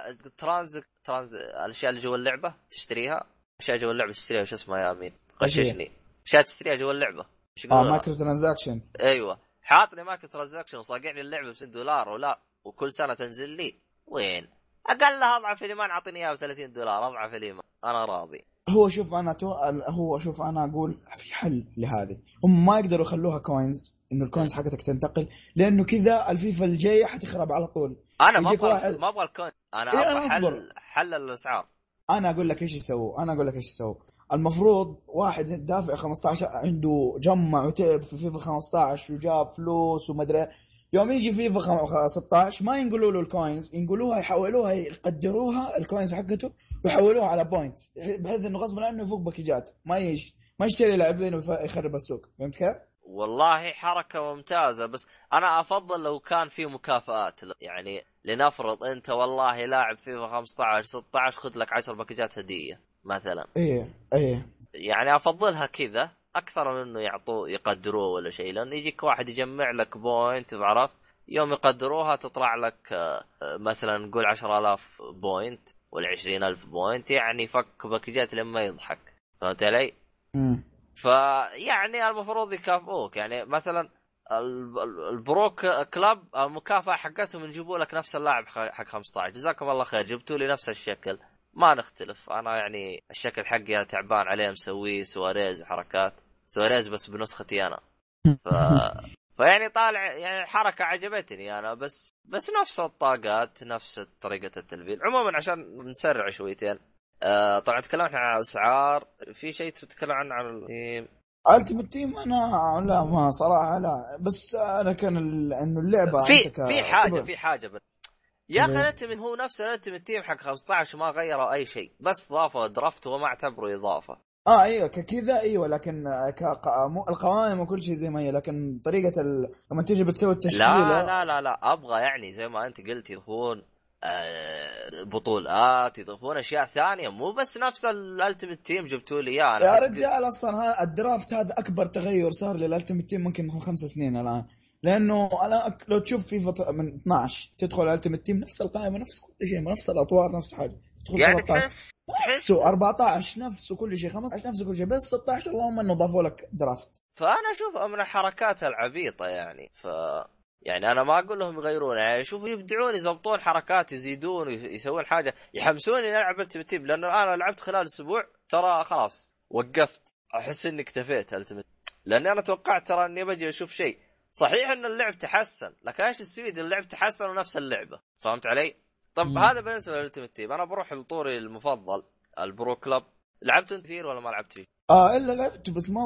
ترانزك ترانز الاشياء اللي جوا اللعبه تشتريها، اشياء جوا اللعبه تشتريها، وش اسمها يا امين ايش هي؟ غششني، اشياء تشتريها جوا اللعبه ايش اه يقولوا لها؟ مايكرو ترانزاكشن. ايوه، حاط لي ماركت ترانزاكشن وصاقعني اللعبه ب ستين دولار ولا، وكل سنه تنزل لي وين؟ اقلها اضعف الايمان، اعطيني اياها ب ثلاثين دولار اضعف الايمان، انا راضي. هو شوف انا تو... هو شوف انا اقول في حل لهذه، هم ما يقدروا يخلوها كوينز انه الكوينز حقتك تنتقل، لانه كذا الفيفا الجايه حتخرب على طول. انا ما يجيك ابغى واحد ما ابغى الكون، انا إيه ابغى انا اصبر، حل حل الاسعار. انا اقول لك ايش يسووا انا اقول لك ايش يسووا المفروض واحد دافع خمسة عشر عنده جمع وتعب في فيفا خمسة عشر وجاب فلوس ومدري، يوم يجي فيفا ستة عشر ما ينقلوا له الكوينز، ينقلوها يحولوها يقدروها الكوينز حقته ويحولوها على بوينتس، بحيث انه غصبا عنه يفوق باكيجات، ما يش ما يشتري لاعبين ويخرب السوق. فهمت كيف؟ والله حركة ممتازة، بس أنا أفضل لو كان في مكافآت. يعني لنفرض أنت والله لاعب فيفا خمسة عشر ستة عشر خذ لك عشر باكجات هدية مثلا، ايه ايه يعني أفضلها كذا أكثر من إنه يعطوه يقدروه ولا شيء، لأن يجيك واحد يجمع لك بوينت، عرفت؟ يوم يقدروها تطلع لك مثلا نقول عشرة آلاف بوينت ولا عشرين ألف بوينت، يعني فك باكجات لما يضحك، فهمت علي؟ امم فيعني المفروض يكافئوك. يعني مثلا البروك كلاب المكافأة حقتهم يجيبوا لك نفس اللاعب حق خمسة عشر، جزاكم الله خير جبتوا لي نفس الشكل، ما نختلف. انا يعني الشكل حقي تعبان عليه مسويه سواريز حركات سواريز بس بنسختي انا. ف فيعني طالع يعني حركة عجبتني انا، بس بس نفس الطاقات نفس طريقة التلفيل. عموما عشان نسرع شويتين، آه طبعا تكلمنا عن الاسعار، في شيء تتكلم عنه عن التيم التيمت تيم انا لا ما صراحه لا، بس انا كان ال... انه اللعبه في انت ك... في حاجه في حاجه بل. يا اخي انت من هو نفس انت من التيم حق خمسة عشر ما غيروا اي شيء، بس ضافوا درافت وما اعتبروا اضافه. اه ايوه كذا ايوه، لكن ك... ق... مو القوائم وكل شيء زي ما هي، لكن طريقه ال... لما تيجي بتسوي التشكيله لا لا لا لا ابغى يعني زي ما انت قلت يكون بطولات، يضيفون اشياء ثانيه، مو بس نفس الالتيميت تيم جبتوا لي اياه. يا رجال اصلا ها الدرافت هذا اكبر تغير صار للالتيميت تيم ممكن من خمس سنين الان، لانه الان لو تشوف فيفا من اثناشر تدخل الالتيميت تيم نفس القائمه نفس كل شيء، نفس الاطوار نفس حاجه، تدخل يعني تحس تحسه أربعة عشر نفس كل شيء، خمسة عشر نفس كل شيء، بس ستة عشر اللهم انه ضافوا لك درافت. فانا اشوف من الحركات العبيطه يعني، ف يعني انا ما اقول لهم يغيرون، يعني شوفوا يبدعون يضبطون حركات، يزيدون يسوون حاجه يحمسوني نلعب التيمت تيم، لانه انا لعبت خلال اسبوع ترى خلاص وقفت، احس اني اكتفيت التيمت، لاني انا توقعت ترى اني بجي اشوف شيء صحيح ان اللعب تحسن، لكن ايش السويد اللعب تحسن ونفس اللعبه، فهمت علي؟ طب مم. هذا بالنسبه للتيمت تيم. انا بروح لطوري المفضل البرو كلاب. لعبت انت فيه ولا ما لعبت فيه؟ اه الا لعبت بس ما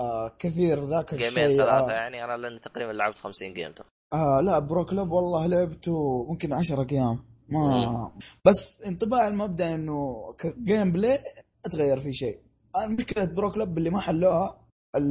بكثير ذاك الشيء، جيمين ثلاثه آه. يعني انا لان تقريبا لعبت خمسين جيم تقريبا. آه لا برو كلاب والله لعبته ممكن عشرة ايام ما مم. بس انطباع المبدأ انه جيم بلاي اتغير فيه شيء. انا مشكلة برو كلاب اللي ما حلوها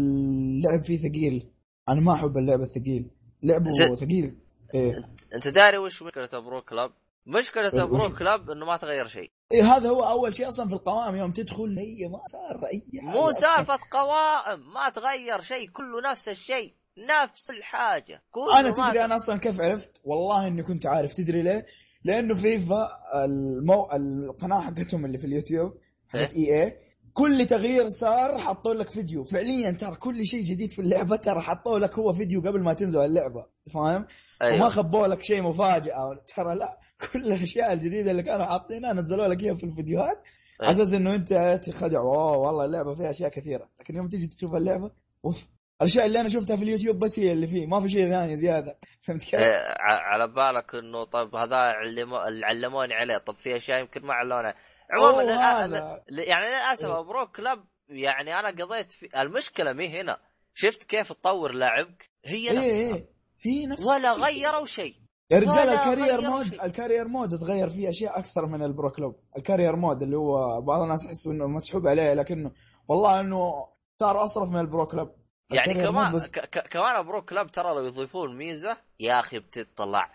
اللعب فيه ثقيل، انا ما احب اللعب الثقيل، لعبه ز... ثقيل. إيه؟ انت داري وش مشكلة برو كلاب؟ مشكلة برو كلاب انه ما تغير شيء. إيه هذا هو اول شيء اصلا في القوائم، يوم تدخل هي ما صار اي حاجة، مو سالفة قوائم، ما تغير شيء، كله نفس الشيء نفس الحاجة. انا تدري انا اصلا كيف عرفت؟ والله اني كنت عارف، تدري ليه؟ لانه فيفا المو... القناه حقتهم اللي في اليوتيوب حقت اي اي كل تغيير صار حطوا لك فيديو فعليا، ترى كل شيء جديد في اللعبه ترى حطوا لك هو فيديو قبل ما تنزل اللعبه، فاهم؟ أيوة. وما خبوا لك شيء مفاجاه ترى، لا كل الاشياء الجديده اللي كانوا حاطينها نزلوا لك اياها في الفيديوهات على اساس انه انت تخدع اوه والله اللعبه فيها اشياء كثيره، لكن يوم تيجي تشوف اللعبه اوف الاشياء اللي انا شفتها في اليوتيوب بس هي اللي فيه، ما في شيء ثاني زياده، فهمت كيف؟ إيه على بالك انه طيب هذا اللي علموني عليه، طب في اشياء يمكن ما علمونا عموما هذا يعني للاسف. إيه؟ برو كلاب يعني انا قضيت في المشكله مي هنا، شفت كيف تطور لاعبك هي نفسها. إيه هي نفس ولا غيروا شيء يا رجال. الكارير مود شي. الكارير مود تغير فيه اشياء اكثر من البرو كلوب. الكارير مود اللي هو بعض الناس يحسوا انه مسحوب عليه، لكنه والله انه صار اصرف من البرو كلوب يعني كمان بس... ك- كمان برو كلوب ترى لو يضيفون ميزه يا اخي بتطلع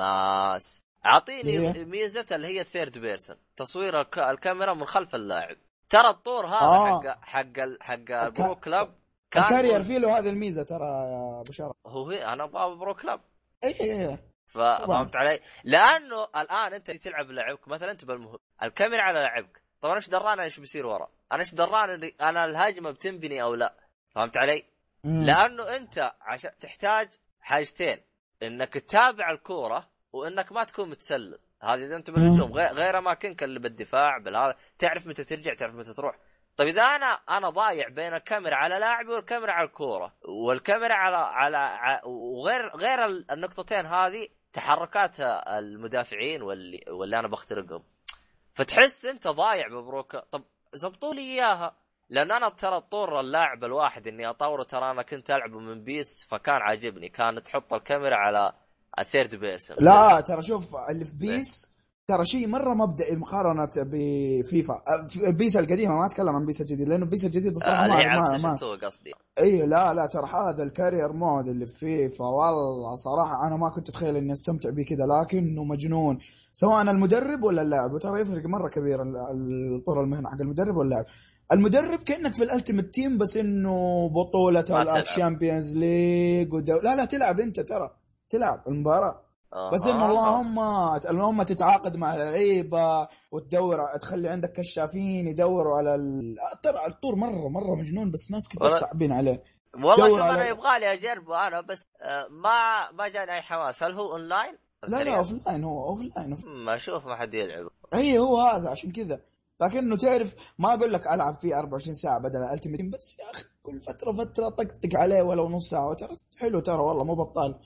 حماس. اعطيني إيه؟ ميزه اللي هي ثيرد بيرسون، تصوير الك... الكاميرا من خلف اللاعب، ترى الطور هذا آه. حق حق حق البرو كلوب كان الكارير فيه له هذه الميزه ترى يا ابو شرف. هو هي انا ابغى برو كلوب اي اي فهمت علي؟ لانه الان انت تلعب لعبك مثلا انت بالمهم الكاميرا على لعبك، طبعا ايش دران ايش بيصير ورا، انا ايش دران انا الهجمه بتنبني او لا، فهمت علي؟ مم. لانه انت عشان تحتاج حاجتين، انك تتابع الكوره وانك ما تكون متسلل، هذه اذا انت بالهجوم، غير اماكنك اللي بالدفاع بالهذا تعرف متى ترجع تعرف متى تروح. طيب اذا انا انا ضايع بين الكاميرا على لاعبي والكاميرا على الكوره والكاميرا على على وغير غير النقطتين هذه تحركات المدافعين واللي واللي انا بخترقهم، فتحس انت ضايع ببروك. طب زبطوا لي اياها، لان انا ترى طور اللاعب الواحد اني اطوره، ترى انا كنت العبه من بيس فكان عاجبني، كان تحط الكاميرا على الثيرد بيرسون. لا ترى شوف اللي في بيس ترى شيء مره مبدئي مقارنه بفيفا. بيس القديمه ما اتكلم عن بيس الجديد، لانه بيس الجديد اصلا ما ما قصدي اي لا لا ترى هذا الكارير مود اللي في فيفا والله صراحه انا ما كنت اتخيل اني استمتع به كذا، لكنه مجنون سواء المدرب ولا اللاعب، وترى يفرق مره كبير الطور المهنه حق المدرب واللاعب. المدرب كأنك في الالتيميت تيم بس انه بطوله الشامبيونز ليج ودو... لا لا تلعب انت ترى تلعب المباراه آه بس انه اللهم اللهم تتعاقد مع اللعيبه وتدور تخلي عندك كشافين يدوروا على ال... ترى الطور مره مره مجنون، بس ناس كثير صعبين عليه. والله شوف على... انا يبغى لي اجربه انا بس ما ما جاني اي حماس. هل هو اونلاين؟ لا لا اوف لاين، هو اوف لاين ما اشوف ما حد يلعب. اي هو هذا عشان كذا، لكنه تعرف ما اقول لك العب فيه أربعة وعشرين ساعه بدل الالتيميت، بس يا اخي كل فتره فتره طقطق عليه ولو نص ساعه، ترى حلو ترى والله مو بطال،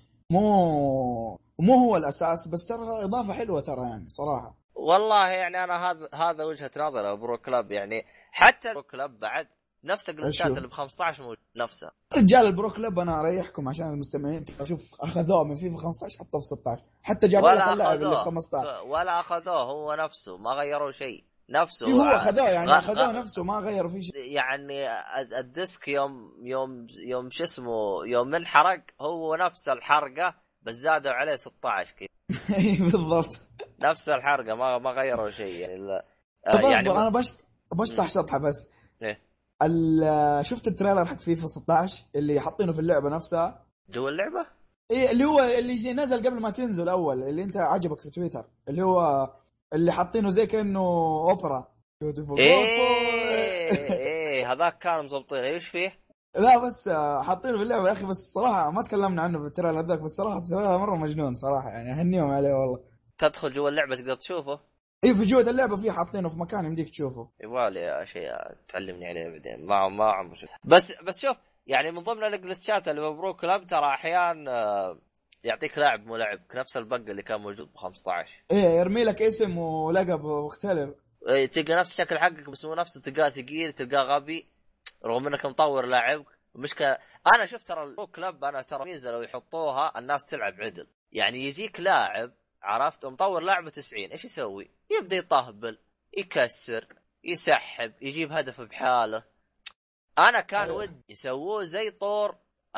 مو مو هو الاساس بس ترى اضافه حلوه ترى يعني صراحه. والله يعني انا هذا هذا وجهه نظر برو كلاب، يعني حتى برو كلاب بعد نفس الجلتشات اللي ب خمسة عشر موجود نفسها. رجال البرو كلاب انا اريحكم عشان المستمعين، شوف اخذوه من فيفا خمسة عشر حطوه في ستة عشر، حتى جابوا لك اللاعب اللي في خمسة عشر ولا اخذوه، هو نفسه ما غيروا شيء نفسه. إيه هو اخذوه يعني غ... اخذوه نفسه ما غيروا فيه شيء. يعني الديسك يوم يوم يوم شو اسمه يوم من حرق هو نفس الحرقه بس زادوا عليه ستة عشر كذا. بالضبط نفس الحرقه ما ما غيروا شيء يعني لا. طب آه يعني يعني انا بش بشطح شطحه بس. إيه؟ شفت التريلر حق فيفا ستة عشر اللي حاطينه في اللعبه نفسها جوا اللعبه؟ ايه اللي هو اللي نزل قبل ما تنزل اول، اللي انت عجبك في تويتر، اللي هو اللي حاطينه زي كانه اوبرا. ايه ايه هذاك كان مزبطين. ايش فيه؟ لا بس حاطينه في اللعبه يا اخي، بس الصراحه ما تكلمنا عنه في التريلر هذاك، بس صراحه التريلر مره مجنون صراحه يعني، اهنيهم عليه والله. تدخل جوا اللعبه تقدر تشوفه؟ اي في جوه اللعبه فيه حاطينه في مكان يمديك تشوفه. يبغالي شيء تعلمني عليه بعدين. ما ما عمري شوف. بس بس شوف يعني من ضمن الجلتشات اللي ببرو كلاب ترى احيان يعطيك لاعب مو لعبك، نفس البق اللي كان موجود ب خمسة عشر. ايه يرمي لك اسم ولقب مختلف. إيه تلقى نفس الشكل حقك بس مو نفسه، تلقاه ثقيل تلقاه غبي رغم انك مطور لاعبك. مشكلة انا شفت ترى البرو كلاب انا ترى ميزه لو يحطوها الناس تلعب عدل. يعني يجيك لاعب عرفت مطور لعبه تسعين، ايش يسوي؟ يبدا يطهبل يكسر يسحب يجيب هدف بحاله. انا كان ودي يسووه زي طور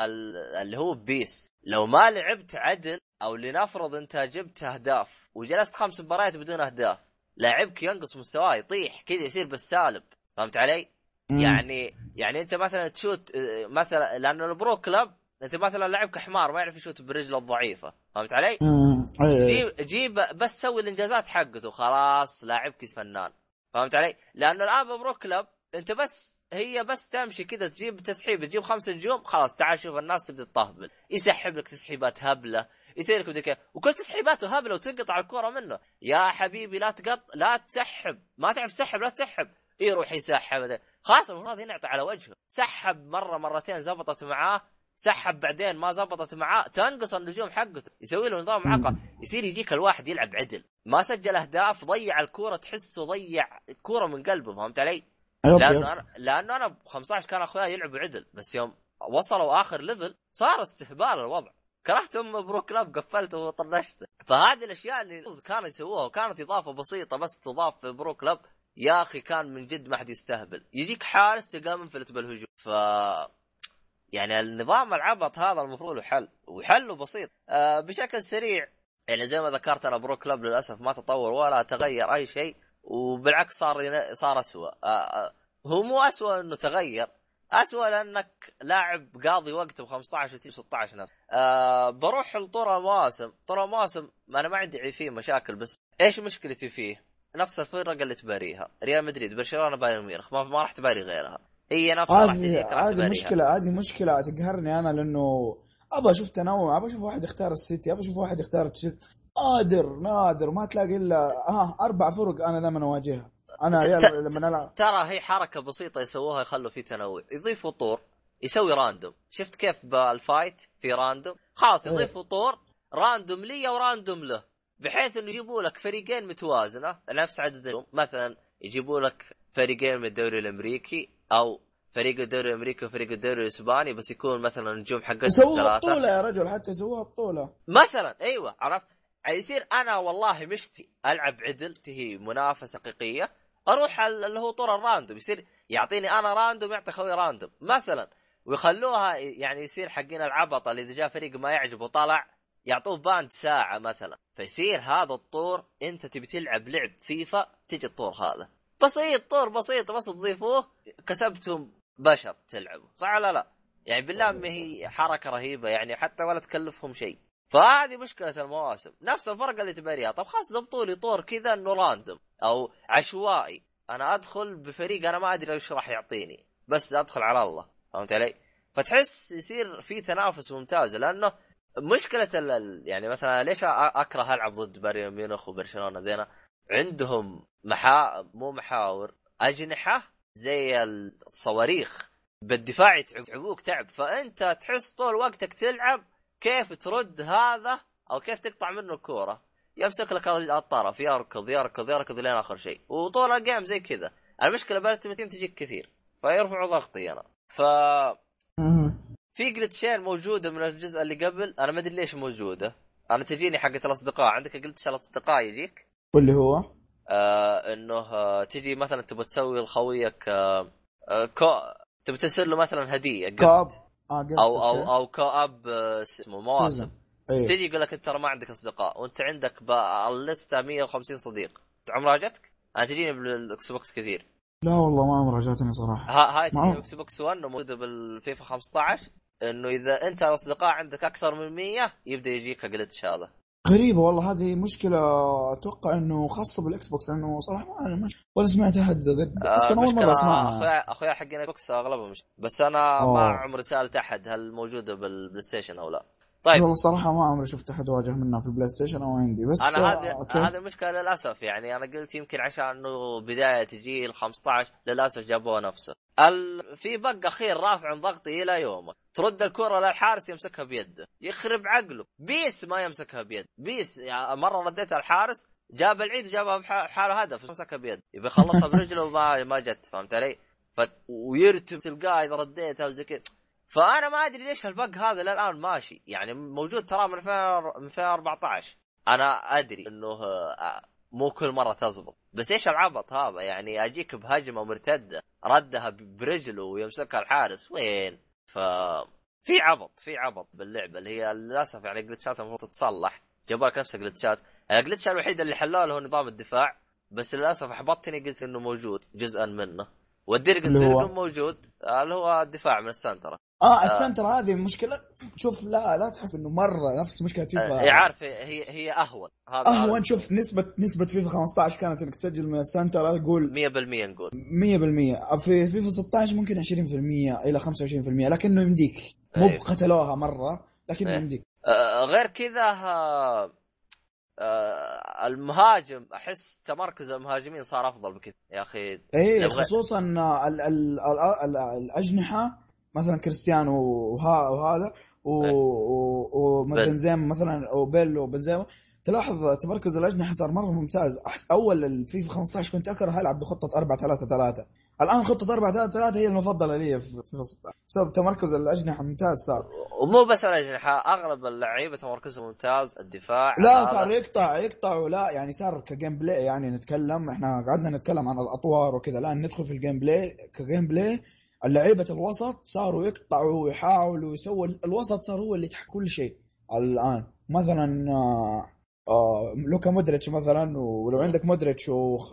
اللي هو بيس. لو ما لعبت عدل او لنفرض انت جبت اهداف وجلست خمس مباريات بدون اهداف، لاعبك ينقص مستواه يطيح كذا يصير بالسالب. فهمت علي؟ مم. يعني يعني انت مثلا تشوت مثلا، لانه البرو كلاب انت مثلا لاعبك حمار ما يعرف يشوت برجله الضعيفه. فهمت علي؟ جيب جيب بس سوي الانجازات حقته خلاص لاعبك فنان. فهمت علي؟ لانه الان ببرو كلاب انت بس هي بس تمشي كذا تجيب تسحيب تجيب خمس نجوم خلاص تعال شوف الناس تبدا تطهبل، يسحب لك تسحيبات هبله يصير لك بدك، وكل تسحيباته هبله وتنقطع الكره منه. يا حبيبي لا تقط لا تسحب، ما تعرف تسحب لا تسحب، يروح يسحب خلاص المفروض ينعطي على وجهه. سحب مره مرتين زبطت معاه، سحب بعدين ما زبطت معاه، تنقص النجوم حقته. يسوي له نظام معقد، يصير يجيك الواحد يلعب عدل ما سجل اهداف ضيع الكوره تحسه ضيع الكوره من قلبه. فهمت علي؟ لانه انا لانه انا ب خمسة عشر كان اخويا يلعبوا عدل، بس يوم وصلوا اخر ليفل صار استهبال الوضع، كرهت ام برو كلاب قفلته وطنشته. فهذه الاشياء اللي كانوا يسووها وكانت اضافه بسيطه بس تضاف في برو كلاب يا اخي كان من جد ما حد يستهبل. يجيك حارس تلقاه منفلت بالهجوم. ف يعني النظام العبط هذا المفروض له حل وحله بسيط أه بشكل سريع. يعني زي ما ذكرت انا برو كلاب للاسف ما تطور ولا تغير اي شيء، وبالعكس صار صار اسوء. أه هو مو اسوء انه تغير، اسوء لانك لاعب قاضي وقت ب خمسة عشر ستة عشر نفس. أه بروح لطور المواسم. طور المواسم انا ما عندي فيه مشاكل، بس ايش مشكلتي فيه؟ نفس الفرقه اللي تباريها ريال مدريد برشلونه بايرن ميونخ، ما, ما راح تباري غيرها، هي نفسها راح تجيك. هذه مشكله هذه مشكله تقهرني انا، لانه ابى اشوف تنوع، ابى اشوف واحد يختار السيتي، ابى اشوف واحد يختار تشيلسي. نادر نادر ما تلاقي الا ها اربع فرق انا دائما اواجهها. انا ريال لما العب ترى هي حركه بسيطه يسووها يخلوا فيه تنوع، يضيفوا طور يسوي راندوم. شفت كيف بالفايت في راندوم؟ خلاص يضيفوا طور راندوم لي وراندوم له، بحيث انه يجيبوا لك فريقين متوازنه نفس عدد النجوم. مثلا يجيبوا لك فريقين من الدوري الامريكي او فريق الدوري الامريكي وفريق الدوري الاسباني، بس يكون مثلا نجوم حقتهم ثلاثه. يسووها بطوله يا رجل، حتى يسووها بطوله مثلا. ايوه عرفت، يصير انا والله مشتي العب عدل تهي منافسه حقيقيه، اروح اللي هو طور الراندوم، يصير يعطيني انا راندوم يعطي خوي راندوم مثلا، ويخلوها يعني يصير حقين العبط اللي اذا جاء فريق ما يعجبه طلع يعطوه باند ساعه مثلا، فيصير هذا الطور انت تبي تلعب لعب فيفا تجي الطور هذا بسيط، طور بسيط بس تضيفوه كسبتم بشر تلعبوا صح ولا لا؟ يعني بالله ما هي حركه رهيبه يعني، حتى ولا تكلفهم شيء. فهذه مشكله المواسم، نفس الفرق اللي تباريها. طب خلاص ضبطوا لي طور كذا انه راندوم او عشوائي، انا ادخل بفريق انا ما ادري ايش راح يعطيني بس ادخل على الله. فهمت علي؟ فتحس يصير في تنافس ممتاز. لانه مشكله يعني مثلا ليش اكره العب ضد بايرن ميونخ وبرشلونه ذينا؟ عندهم محا مو محاور اجنحه زي الصواريخ بالدفاع يتعبوك تعب، فانت تحس طول وقتك تلعب كيف ترد هذا او كيف تقطع منه الكوره، يمسك لك الطرف يركض يركض يركض لين اخر شيء، وطول الجيم زي كذا. المشكله بالتيم تجيك كثير فيرفعوا ضغطي انا. ف في جلتشين موجوده من الجزء اللي قبل انا ما ادري ليش موجوده، انا تجيني حقه الاصدقاء. عندك جلتش الاصدقاء يجيك واللي هو آه انه آه تجي مثلا تبغى تسوي لخويك آه آه كو تبغى ترسل له مثلا هديه كاب آه او او او كاب آه اسمه مواسم أيه. تيجي يقول لك انت ترى ما عندك اصدقاء وانت عندك باللسته مية وخمسين صديق، عمرها جتك؟ انا تجيني بالاكس بوكس كثير. لا والله ما عمرها جاتني صراحه. ها هاي تجيني ما بالاكس بوكس واحد وموجوده بالفيفا خمسة عشر، انه اذا انت الاصدقاء عندك اكثر من مية يبدا يجيك جلتش. هذا غريبة والله، هذه مشكلة أتوقع إنه خاصة بالإكس بوكس، لأنه صراحة ما أنا مش ولا سمعت أحد قد، بس آه أنا أول مرة أسمعها. اخويا اخويا حقين بوكس اغلبهم مش، بس انا ما أوه. عمري سالت احد هل موجوده بالبلاي ستيشن او لا. طيب طيب والله صراحة ما عمري شفت أحد واجه منها في البلاي ستيشن أو عندي، بس انا هذه أوكي. هذه المشكله للاسف. يعني انا قلت يمكن عشان انه بدايه جيل خمسة عشر للاسف جابوه نفسه. ال... في بق اخير رافع عن ضغطي الى يومك، ترد الكره للحارس يمسكها بيده، يخرب عقله. بيس ما يمسكها بيد، بيس يعني مره رديتها الحارس جاب العيد وجابها بحاله هدف يمسكها بيد، يبي يخلصها برجله وما ما جت. فهمت علي؟ ف... ويرتب تلقاه اذا رديتها وزي كذا. فانا ما ادري ليش البق هذا للان ماشي، يعني موجود ترى من ألفين وأربعة عشر. انا ادري انه مو كل مره تزبط، بس ايش العبط هذا؟ يعني اجيك بهجمه مرتده ردها برجله ويمسكها الحارس، وين؟ ف في عبط في عبط باللعبه اللي هي للاسف يعني جلتشات المفروض تتصلح. جابوا لك نفس جلتشات. الجلتش الوحيد اللي حلوه له نظام الدفاع، بس للاسف احبطتني قلت انه موجود جزءا منه، والدرق الدرق موجود اللي هو الدفاع من السنتره. اه السنتر آه. هذه مشكلة. شوف لا لا تحس انه مرة نفس مشكلة فيفا. آه عارف هي هي اهون. هذا اهون. شوف نسبة نسبة فيفا خمسة عشر كانت انك تسجل من السنتر اقول مية بالمية نقول مية بالمية. في فيفا ستة عشر ممكن عشرين بالمية الى خمسة وعشرين بالمية، لكنه يمديك مو أيه. قتلوها مرة لكنه أيه. يمديك. آه غير كذا آه آه المهاجم احس تمركز المهاجمين صار افضل بكثير يا اخي. ايه خصوصا ال ال ال ال الاجنحه مثلا كريستيانو وها وهذا وبنزيما مثلا وبيل وبنزيما، تلاحظ تمركز الاجنحه صار مره ممتاز. اول الفيفا خمسة عشر كنت اكره العب بخطه أربعة ثلاثة ثلاثة، الان خطه أربعة ثلاثة ثلاثة هي المفضله لي في فيفا ستة عشر بسبب تمركز الاجنحه ممتاز صار. ومو بس الاجنحه، اغلب اللعيبه تمركزهم ممتاز. الدفاع لا صار يقطع يقطع ولا يعني صار كجيم بلاي. يعني نتكلم احنا قعدنا نتكلم عن الاطوار وكذا، الان ندخل في الجيم بلاي كجيم بلاي. اللعيبه الوسط صاروا يقطعوا ويحاولوا ويسووا، الوسط صار هو اللي يتحكم كل شيء الان. مثلا آه آه لوكا مودريتش مثلا، ولو عندك مودريتش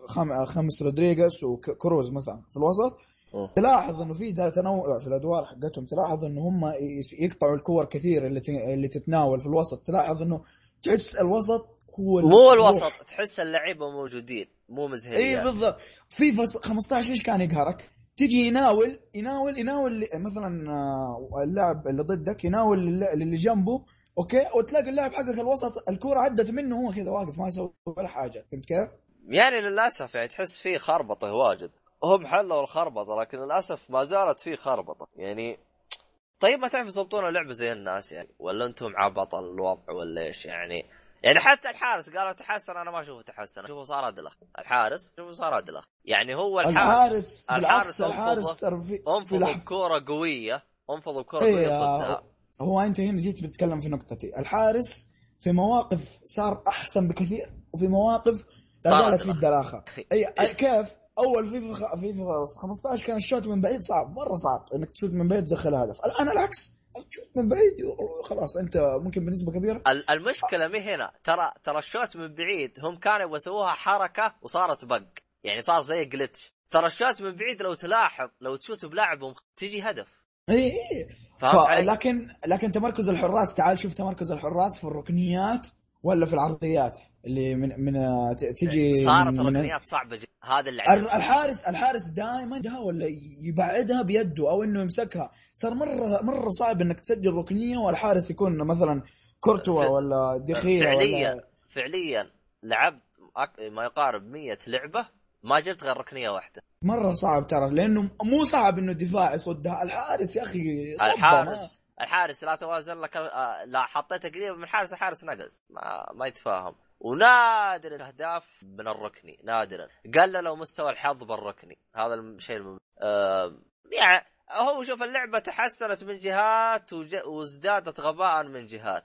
وخمس رودريغيز وكروز مثلا في الوسط، تلاحظ انه في تنوع في الادوار حقتهم. تلاحظ انه هم يقطعوا الكور كثير اللي اللي تتناول في الوسط. تلاحظ انه تحس الوسط هو مو الوسط، تحس اللعيبه موجودين مو مزهريين. اي بالضبط. في خمسة عشر ايش كان يقهرك؟ تجي يناول يناول يناول مثلا اللاعب اللي ضدك يناول اللي جنبه، اوكي، وتلاقي اللاعب حقك الوسط الكرة عدت منه هو كذا واقف ما يسوي ولا حاجه. فهمت كيف؟ يعني للاسف يعني تحس فيه خربطه واجد. هم حلوا الخربطه لكن للاسف ما زالت فيه خربطه يعني. طيب ما تعرف يضبطون اللعبه زي الناس يعني، ولا انتم عبط الوضع ولا ايش يعني؟ يعني حتى الحارس قالوا تحسن، انا ما اشوفه تحسن، اشوفه صار ادلخ. الحارس شوفه صار ادلخ. يعني هو الحارس الحارس الحارس انفض بكوره قويه، انفض بكوره ايه قويه صدها. هو انت هنا جيت بتتكلم في نقطتي. الحارس في مواقف صار احسن بكثير، وفي مواقف لا زالت في الدلاخه. اي كيف اول فيفا فيفا خمسة عشر كان الشوت من بعيد صعب مره، صعب انك تشوت من بعيد تدخل هدف. الان العكس، تشوت من بعيد خلاص انت ممكن بنسبه كبيره. المشكله مي هنا، ترى ترى الشوت من بعيد هم كانوا يسووها حركه وصارت بق، يعني صار زي جلتش. ترى الشوت من بعيد لو تلاحظ لو تشوت بلاعبهم تيجي هدف. اي ف... لكن لكن تمركز الحراس، تعال شوف تمركز الحراس في الركنيات ولا في العرضيات اللي من من تجي صارت ركنيات صعبه جدا. هذا اللي الحارس الحارس دائما ده ولا يبعدها بيده او انه يمسكها. صار مره مره صعب انك تسجل ركنيه والحارس يكون مثلا كورتوا ولا دخية. فعليا ولا فعليا لعبت ما يقارب مية لعبه ما جبت غير ركنيه واحده. مره صعب ترى، لانه مو صعب انه الدفاع يصدها. الحارس يا اخي الحارس ما. الحارس لا توازن لك، لا حطيته قريب من الحارس الحارس نقص ما, ما يتفاهم. ونادر الاهداف من الركني، نادرا. قللوا مستوى الحظ بالركني، هذا الشيء الم... آه... يعني هو شوف اللعبه تحسنت من جهات وج... وازدادت غباء من جهات.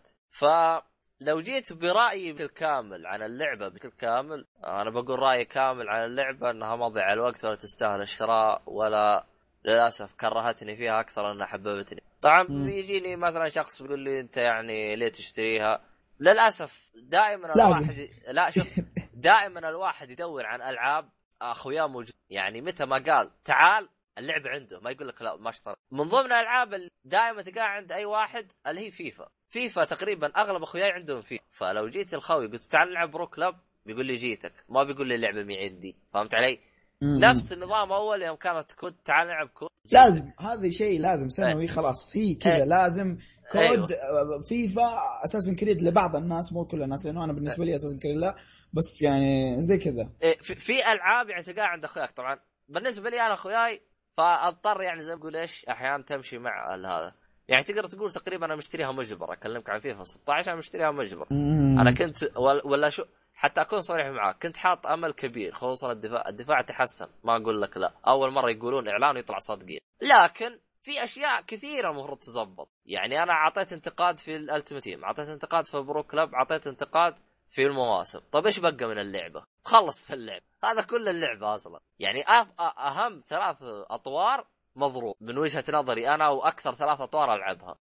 فلو جيت برايي بالكامل عن اللعبه بشكل كامل، انا بقول رايي كامل عن اللعبه انها مضيعه الوقت ولا تستاهل الشراء، ولا للاسف كرهتني فيها اكثر انها حببتني. طبعا مم. بيجيني مثلا شخص بيقول لي انت يعني ليه تشتريها. للاسف دائما لازم. الواحد لا شوف دائما الواحد يدور عن العاب اخويا موجود. يعني متى ما قال تعال اللعبه عنده ما يقول لك لا ما اشتري. من ضمن الالعاب اللي دائما تلقاها عند اي واحد اللي هي فيفا. فيفا تقريبا اغلب اخوياي عندهم فيفا. فلو جيت الخوي قلت تعال نلعب برو كلاب بيقول لي جيتك ما بيقول لي اللعبه مي عندي. فهمت علي؟ مم. نفس النظام اول يوم كانت كود تعال نلعب كود لازم هذا شيء لازم سنوي ايه. خلاص هي كذا ايه. لازم كود. ايوه. فيفا اساسن كريد لبعض الناس مو كل الناس لانه انا بالنسبه لي اساسن كريد لا بس يعني زي كذا. إيه في, في العاب يعني تلقاها عند اخوياك. طبعا بالنسبه لي انا اخوياي فاضطر يعني زي ما اقول ايش احيانا تمشي مع هذا. يعني تقدر تقول تقريبا انا مشتريها مجبر. اكلمك عن فيفا ستة عشر انا مشتريها مجبر. مم. انا كنت ولا شو حتى اكون صريح معك كنت حاط امل كبير خصوصا الدفاع. الدفاع تحسن ما اقول لك لا. اول مره يقولون اعلان يطلع صادقين لكن في اشياء كثيره المفروض تزبط. يعني انا اعطيت انتقاد في الالتيميت تيم اعطيت انتقاد في برو كلاب اعطيت انتقاد في المواسم. طيب ايش بقى من اللعبه؟ خلص في اللعبه هذا كل اللعبه اصلا. يعني اهم ثلاث اطوار مضروب من وجهه نظري انا واكثر ثلاث اطوار العبها.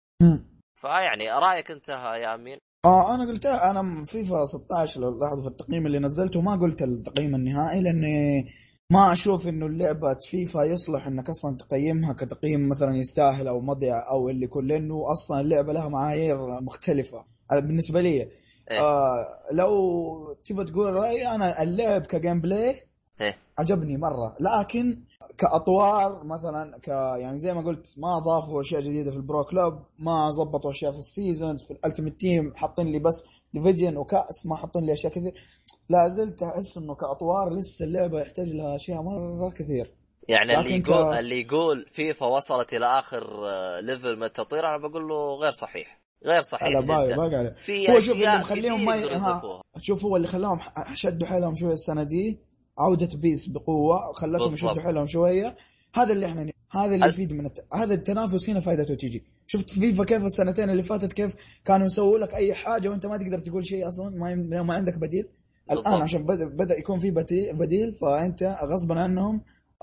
فيعني رايك انت يا امين؟ اه انا قلت انا فيفا ستة عشر لو لاحظوا في التقييم اللي نزلته ما قلت التقييم النهائي لاني ما اشوف انه اللعبه فيفا يصلح انك اصلا تقيمها كتقييم مثلا يستاهل او مضيع او اللي كل لانه اصلا اللعبه لها معايير مختلفه بالنسبه لي. إيه؟ آه لو تبى تقول رايي انا اللعب كجيم بلاي إيه؟ عجبني مره لكن كاطوار مثلا ك يعني زي ما قلت ما اضافوا اشياء جديده في البرو كلوب ما ظبطوا اشياء في السيزونز في الالتيميت تيم حاطين لي بس ديفيجن وكاس ما حاطين لي اشياء كثير. لا زلت احس انه كاطوار لسه اللعبه يحتاج لها اشياء مره كثير. يعني اللي لكن يقول ك... اللي يقول فيفا وصلت الى اخر ليفل من التطوير انا بقول له غير صحيح. غير صحيح لا باقي جدا. باقي عليه. في هو شوف اللي اشياء مخليهم كثير ما يقدروا ها يضيفوها. شوف هو اللي خلاهم شدوا حيلهم شويه السنه دي عوده بيس بقوه خلتهم يشدوا بالضبط. حيلهم شويه. هذا اللي احنا هذا اللي ال... يفيد من الت... هذا التنافس هنا فائدته تيجي. شفت فيفا كيف السنتين اللي فاتت كيف كانوا يسووا لك اي حاجه وانت ما تقدر تقول شيء اصلا ما ي... ما عندك بديل. الان بالضبط. عشان بدا بدا يكون في بديل, بديل فانت غصبا عنهم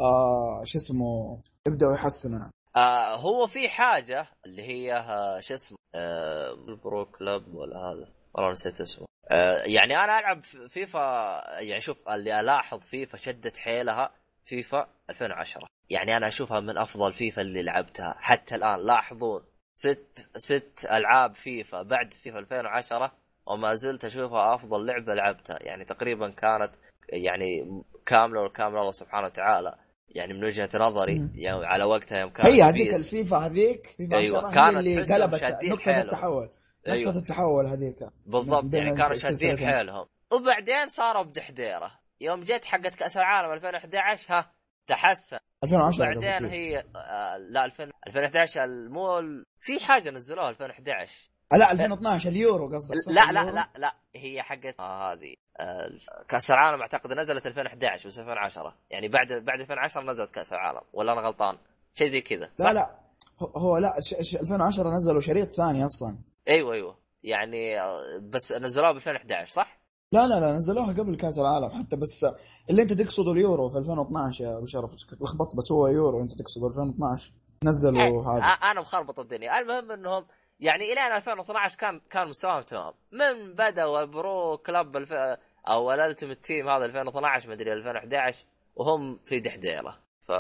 آه شو اسمه يبداوا يحسنوا. آه هو في حاجه اللي هي آه شو اسمه آه البرو كلوب ولا هذا والله نسيت اسمه. آه يعني انا العب فيفا. يعني شوف اللي الاحظ فيفا شدت حيلها فيفا ألفين وعشرة. يعني انا اشوفها من افضل فيفا اللي لعبتها حتى الان. لاحظون ست ست العاب فيفا بعد فيفا ألفين وعشرة وما زلت اشوفها افضل لعبه لعبتها. يعني تقريبا كانت يعني كامله والكامله الله سبحانه وتعالى. يعني من وجهة نظري يعني على وقتها يوم كانت هي هذيك الفيفا هذيك فيفا أيوة عشرة هي كانت اللي قلبت نقطة حيلهم. التحول. أيوة. نقطة التحول هذيك بالضبط. يعني كانوا شادين حيلهم وبعدين صاروا بدحديرة. يوم جت حقت كأس العالم ألفين وأحد عشر ها تحسن. ألفين وعشرة وبعدين هي آه لا ألفين ألفين وأحد عشر المو في حاجة نزلوها ألفين وأحد عشر. لا ألفين واثني عشر اليورو قصدك لا لا لا لا هي حقت آه هذه آه كأس العالم أعتقد نزلت ألفين وأحد عشر بس ألفين وعشرة. يعني بعد بعد ألفين وعشرة نزلت كأس العالم ولا أنا غلطان شيء زي كذا. لا لا هو لا ألفين وعشرة نزلوا شريط ثاني أصلا. أيوة أيوة يعني بس نزلوها ب ألفين وأحد عشر صح؟ لا لا لا نزلوها قبل كأس العالم حتى بس اللي أنت تقصده اليورو في ألفين واثني عشر يا أبو شرف لخبطت بس هو يورو أنت تقصده ألفين واثني عشر نزلوا هذا. أنا مخربط الدنيا. المهم إنهم يعني إلى ألفين واثني عشر كان كان مستواهم تمام. من بدأوا البرو كلاب الف... أو الالتيميت تيم هذا ألفين واثني عشر ما أدري ألفين وأحد عشر وهم في دحديرة. ف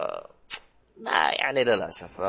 ما يعني للأسف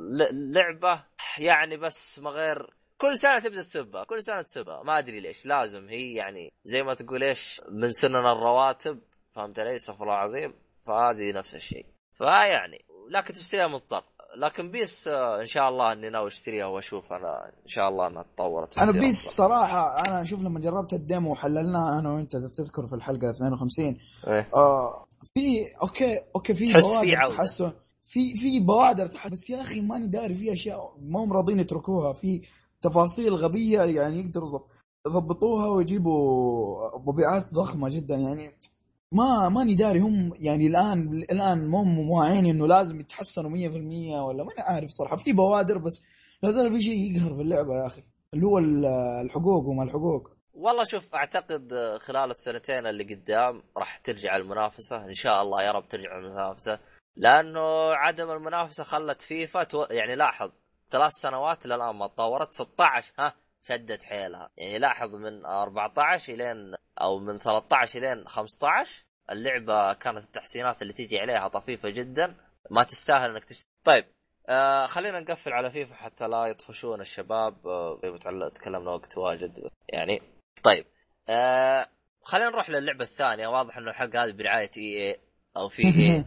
لعبة يعني بس ما غير كل سنة تبدأ تسبها كل سنة تسبها ما أدري ليش لازم هي يعني زي ما تقول إيش من سننا الرواتب. فهمت علي؟ استغفر الله العظيم. فهذه نفس الشيء. فيعني لكن تشتريها مضطر. لكن بيس ان شاء الله اني ناوي اشتريها واشوف انا ان شاء الله انها تطورت. انا بيس صراحه انا اشوف لما جربت الديمو وحللناها انا وانت تذكر في الحلقه اثنين وخمسين إيه؟ آه في اوكي اوكي في بوادر تحسن في في بوادر تحسن بس يا اخي ماني داري في اشياء ما هم راضين يتركوها في تفاصيل غبيه يعني يقدروا يضبطوها ويجيبوا مبيعات ضخمه جدا. يعني ما ماني داري هم يعني الان الان مو مواعين انه لازم يتحسنوا مية في المية ولا ما انا عارف صراحه. في بوادر بس لازم في شيء يقهر في اللعبه يا اخي اللي هو الحقوق وما الحقوق. والله شوف اعتقد خلال السنتين اللي قدام راح ترجع المنافسه ان شاء الله يا رب ترجع المنافسه. لانه عدم المنافسه خلت فيفا تو... يعني لاحظ ثلاث سنوات للآن ما تطورت. ستة عشر ها شدت حيلها يعني. لاحظ من أربعة عشر إلين أو من ثلاثة عشر إلين خمسة عشر اللعبة كانت التحسينات اللي تيجي عليها طفيفة جدا، ما تستاهل انك تشتري. طيب آه خلينا نقفل على فيفا حتى لا يطفشون الشباب. آه تكلمنا وقت واجد يعني. طيب آه خلينا نروح للعبة الثانية. واضح انه الحلقة هذه برعاية اي اي او في اي.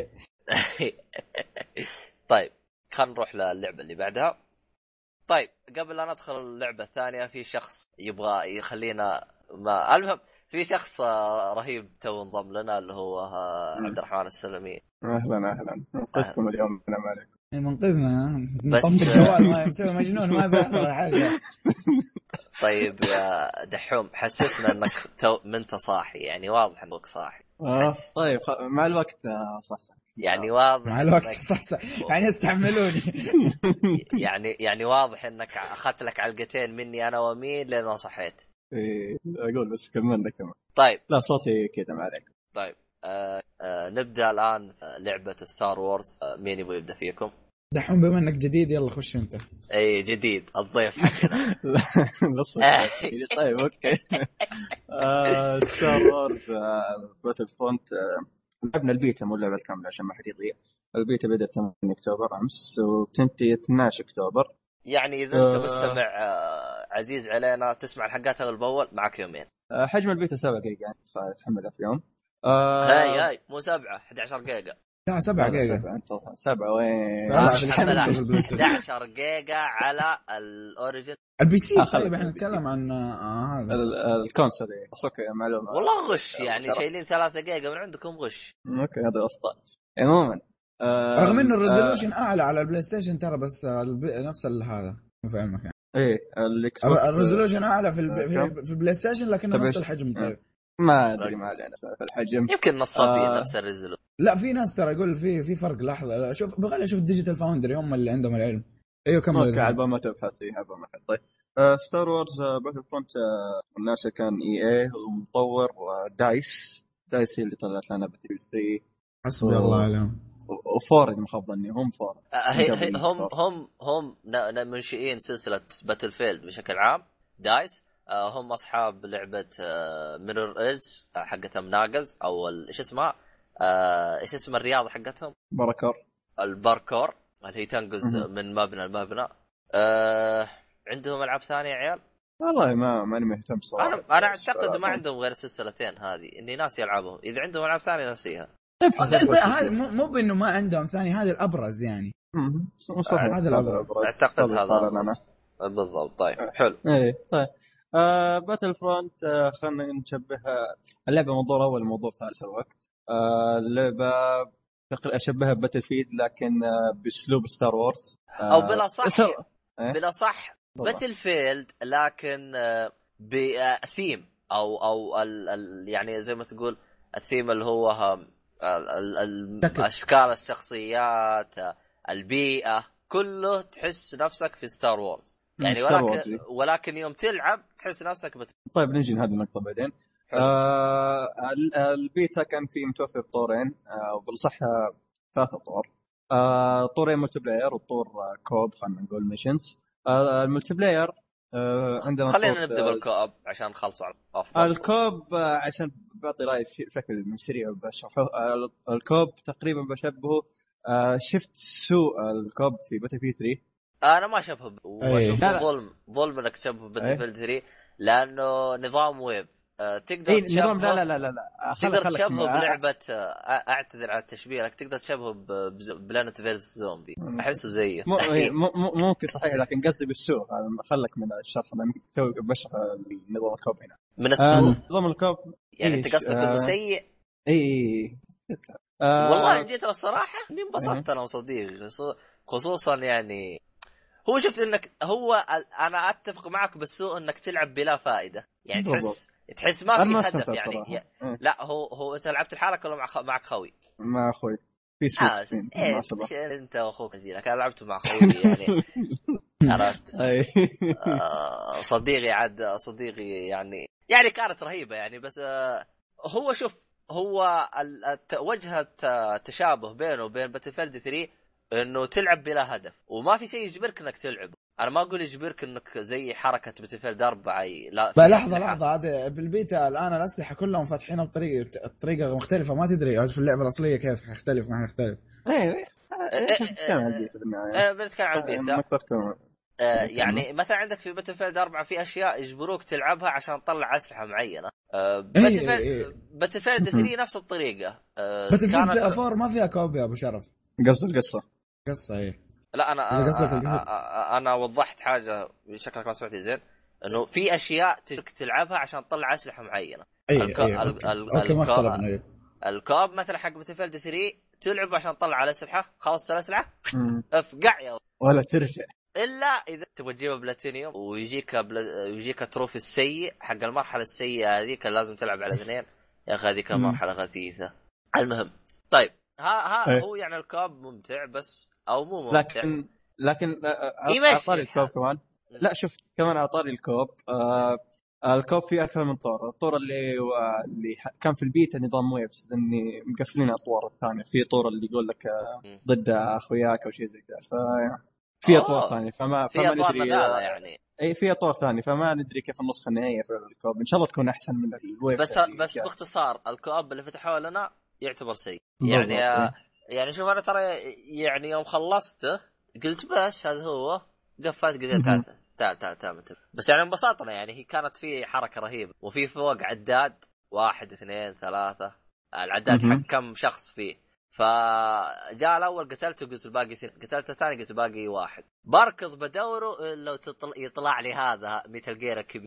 طيب خلينا نروح للعبة اللي بعدها. طيب قبل لا ندخل اللعبة الثانية، في شخص يبغى يخلينا ما المهم في شخص رهيب تو انضم لنا اللي هو عبد الرحمن السلمي. اهلا اهلا منقذكم اليوم. السلام عليكم. منقذنا بس الجوال ما مسوي مجنون ما بيحضر حاجه. طيب يا دحوم حسسنا انك تو منت صاحي يعني. واضح انك صاحي. اه طيب مع الوقت صح صح يعني واضح مع الوقت صح صح يعني استحملوني. يعني يعني واضح انك اخذت لك علقتين مني انا ومين لين ما صحيت. ايه اقول بس كملنا كمان. طيب لا صوتي كذا ما عليك. طيب آه آه نبدا الان لعبه ستار وورز. آه مين يبغى يبدا فيكم؟ دحوم بما انك جديد يلا خش انت. اي جديد الضيف حقنا. بس طيب اوكي. ستار وورز باتل فرونت لعبنا البيتا مو اللعبه الكامله عشان ما حد يضيع. البيتا بدأت ثمانية اكتوبر امس وبتنتهي اثنا عشر اكتوبر. يعني اذا انت آه مستمع آه عزيز علينا تسمع الحلقات اول باول معك يومين. آه حجم البيتا سبعة جيجا يعني تحملها في يوم. آه هاي هاي مو سبعة احد عشر جيجا. لا سبعة جيجا. سبعة سبعة وين احد عشر جيجا على الاوريجن البي سي. طيب احنا نتكلم عن آه هذا الكونسول. اوكي معلومه والله غش يعني شايلين ثلاثة جيجا من عندكم غش. اوكي هذا اسطات عموما. آه رغم انه الريزولوشن آه اعلى على البلاي ستيشن ترى بس نفس هذا مو فاهمك يعني. ايه الاكس بوكس الريزولوشن اعلى في في البلاي ستيشن لكنه نفس الحجم. طيب ما ادري ما علينا في الحجم يمكن نصابين آه نفس الريزولوشن. لا في ناس ترى يقول في في فرق. لحظه شوف بغالي اشوف ديجيتال فاوندري هم اللي عندهم العلم. ايوه كمل. اوكي على ما تبحث فيها ما طيب. آه ستار وورز باتل فرونت آه الناس كان اي اي ومطور دايس دايس اللي طلعت لنا باتل ثلاثة. حسبي الله عليهم. وفور اذا ما خاب ظني هم فور. آه هم هم هم منشئين سلسله باتل فيلد بشكل عام. دايس آه هم اصحاب لعبه آه ميرور ايدج آه حقتهم ناقز او ايش اسمها آه ايش اسم الرياضه حقتهم؟ باركور. الباركور اللي هي تنقز من مبنى لمبنى. آه عندهم العاب ثانيه يا عيال؟ والله ما ماني مهتم صراحه. انا انا اعتقد ما عندهم غير السلسلتين هذه اني ناس يلعبهم. اذا عندهم العاب ثانيه نسيها. هذا مو بانه ما عندهم ثاني هذا الابرز يعني. هذا الابرز اعتقد هذا بالضبط. طيب حلو. ايه طيب آه باتل فرونت آه خلينا نشبهها اللعبه منظور اول موضوع ثالث الوقت. آه اللعبه اشبهها بباتل فيلد لكن آه باسلوب ستار وورز آه او بلا صح إيه؟ بلا صح باتل فيلد لكن آه بثيم او او ال ال يعني زي ما تقول الثيم اللي هو الاشكال الشخصيات البيئه كله تحس نفسك في ستار وورز يعني. ولكن ولكن يوم تلعب تحس نفسك بت... طيب نجي لهذه النقطه بعدين. آه البيتا كان في متوفر طورين آه وبالصح ثلاث طور. آه طورين ملتي بلاير وطور آه كوب خلينا نقول ميشنز. آه الملتي بلاير آه عندنا خلينا نبدا بالكوب عشان نخلصوا على افضل. الكوب آه عشان بعطي رايي بشكل سريع بشرحه. آه الكوب تقريبا بشبهه آه شفت سوء الكوب في باتل فيلد ثلاثة. انا ما اشوفه واشوف ظلم ظلم انك تشبه باتل فيلد ثلاثة لانه نظام ويب. أه تقدر إيه نظام لا لا لا لا لا تقدر تشبهه بلعبه. اعتذر على التشبيه لك تقدر تشبهه ببلانت فيرس زومبي. احسه زيه ممكن صحيح لكن قصدي بالسوء خلك من الشرح انا تو بشرح نظام الكوب هنا من السوء. نظام الكوب يعني انت قصدك انه سيء. اي آه والله جيت الصراحه اني انبسطت انا وصديقي خصوصا يعني هو شفت انك هو انا اتفق معك بالسوء انك تلعب بلا فائده يعني بالضبط. تحس تحس ما في هدف يعني ي... لا هو هو انت لعبت لحالك ولا مع خ... معك خوي؟ مع اخوي في سويس آه إيه انت واخوك زينك. انا لعبت مع خوي يعني عرفت آه صديقي عاد صديقي يعني يعني كانت رهيبه يعني. بس آه هو شوف هو وجهه تشابه بينه وبين باتل فيلد ثلاثة انه تلعب بلا هدف وما في شيء يجبرك انك تلعب. انا ما اقول يجبرك انك زي حركه باتلفيلد أربعة لا لحظه لحظه هذا بالبيتا الان الاسلحه كلهم فاتحينها بطريقه طريقه مختلفه ما تدري في اللعبه الاصليه كيف حيختلف ما حيختلف. ايوه كان عن البيتا في النهايه بنتكلم عن البيتا. آه يعني مثلا عندك في باتلفيلد أربعة في اشياء يجبروك تلعبها عشان تطلع اسلحه معينه. آه باتلفيلد باتلفيلد ثلاثة نفس الطريقه. آه باتلفيلد أربعة ما فيها كوب يا ابو شرف. قصد القصه قصه ايه. لا انا أنا, أنا وضحت حاجه شكلك ما سمعتي زين انه في اشياء تجبرك تلعبها عشان تطلع اسلحه معينه. أيه أيه أوكي. أوكي ما اختلفنا. الكوب مثلا حق باتلفيلد ثلاثة تلعب عشان تطلع الاسلحه خلصت الاسلحه افقع يا ولا ترجع الا اذا تبغى تجيب بلاتينيوم ويجيك بلا... يجيك تروفي السيء حق المرحله السيئه هذه كان لازم تلعب على اثنين. يا اخي هذه كان مرحله غثيثه. المهم طيب ها ها هو يعني الكوب ممتع بس او مو ممتع لكن لكن اعطاري الكوب كمان. لا شفت كمان اعطاري الكوب. آه الكوب فيه اكثر من طور. الطور اللي اللي كان في البيتا نظام ويبس لاني مقفلين اطوار الثانيه في طور اللي يقول لك ضد اخوياك او شيء زي كذا ف في اطوار ثانيه فما فما ندري يعني اي في اطوار ثانيه فما ندري كيف النسخه النهائيه في الكوب. ان شاء الله تكون احسن من الويب بس بس يعني. باختصار الكوب اللي فتحوه لنا يعتبر سيء يعني يا يعني شوف انا ترى يعني يوم خلصته قلت بس هذا هو قفلت قلت تعال تعال تعال تعال بس يعني انبسطنا يعني هي كانت في حركه رهيبه وفي فوق عداد واحد اثنين ثلاثه العداد حق كم شخص فيه. فجاء الاول قتلته قلت الباقي اثنين قتلته الثاني قلت باقي واحد بركض بدوره لو تطلع يطلع لي هذا مثل جير كبير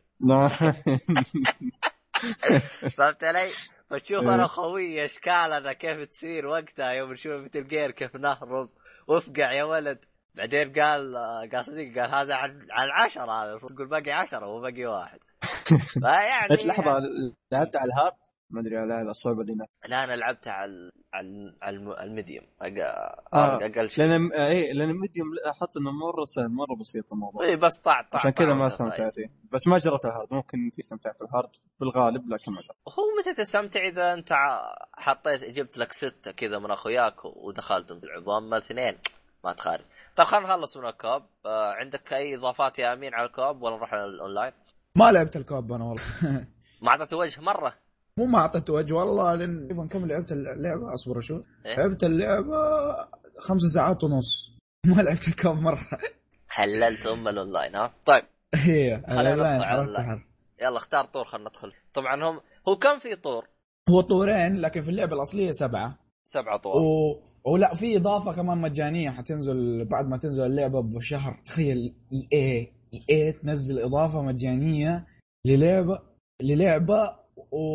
فهمت علي. فتشوف انا خوي اشكالنا كيف تصير وقتها يوم نشوف مثل جير كيف نهرب وافقع يا ولد. بعدين قال قال صديق قال هذا عن عن عشرة هذا تقول باقي عشرة وباقي واحد. فيعني لحظه لعبت على الهارد ما ادري على الصعوبه دي. لا انا لعبتها على على الميديوم اقل آه. شيء لان اي لان الميديوم احط انه مره سهل مره بسيط الموضوع اي بس طاع طاع عشان كذا ما استمتعت فيه. بس ما جربت الهارد ممكن في استمتاع في الهارد بالغالب لكن ما هو متى تستمتع اذا انت حطيت جبت لك ستة كذا من اخوياك ودخلتم تلعبوا اما اثنين ما تخارج. طيب خلينا نخلص من الكوب. آه عندك اي اضافات يا امين على الكوب ولا نروح الاونلاين؟ ما لعبت الكوب انا والله ما اعطيته وجه مره مو ما اعطيته وجه والله لان يبغى كم لعبت اللعبه اصبر اشوف إيه؟ لعبت اللعبه خمس ساعات ونص ما لعبت الكوب مره حللت ام الاونلاين ها. طيب هي الاونلاين يلا اختار طور خلينا ندخل. طبعا هم هو كم في طور؟ هو طورين لكن في اللعبه الاصليه سبعه سبعه طور و... ولا في اضافه كمان مجانيه حتنزل بعد ما تنزل اللعبه بشهر. تخيل اي اي اي تنزل اضافه مجانيه للعبه للعبه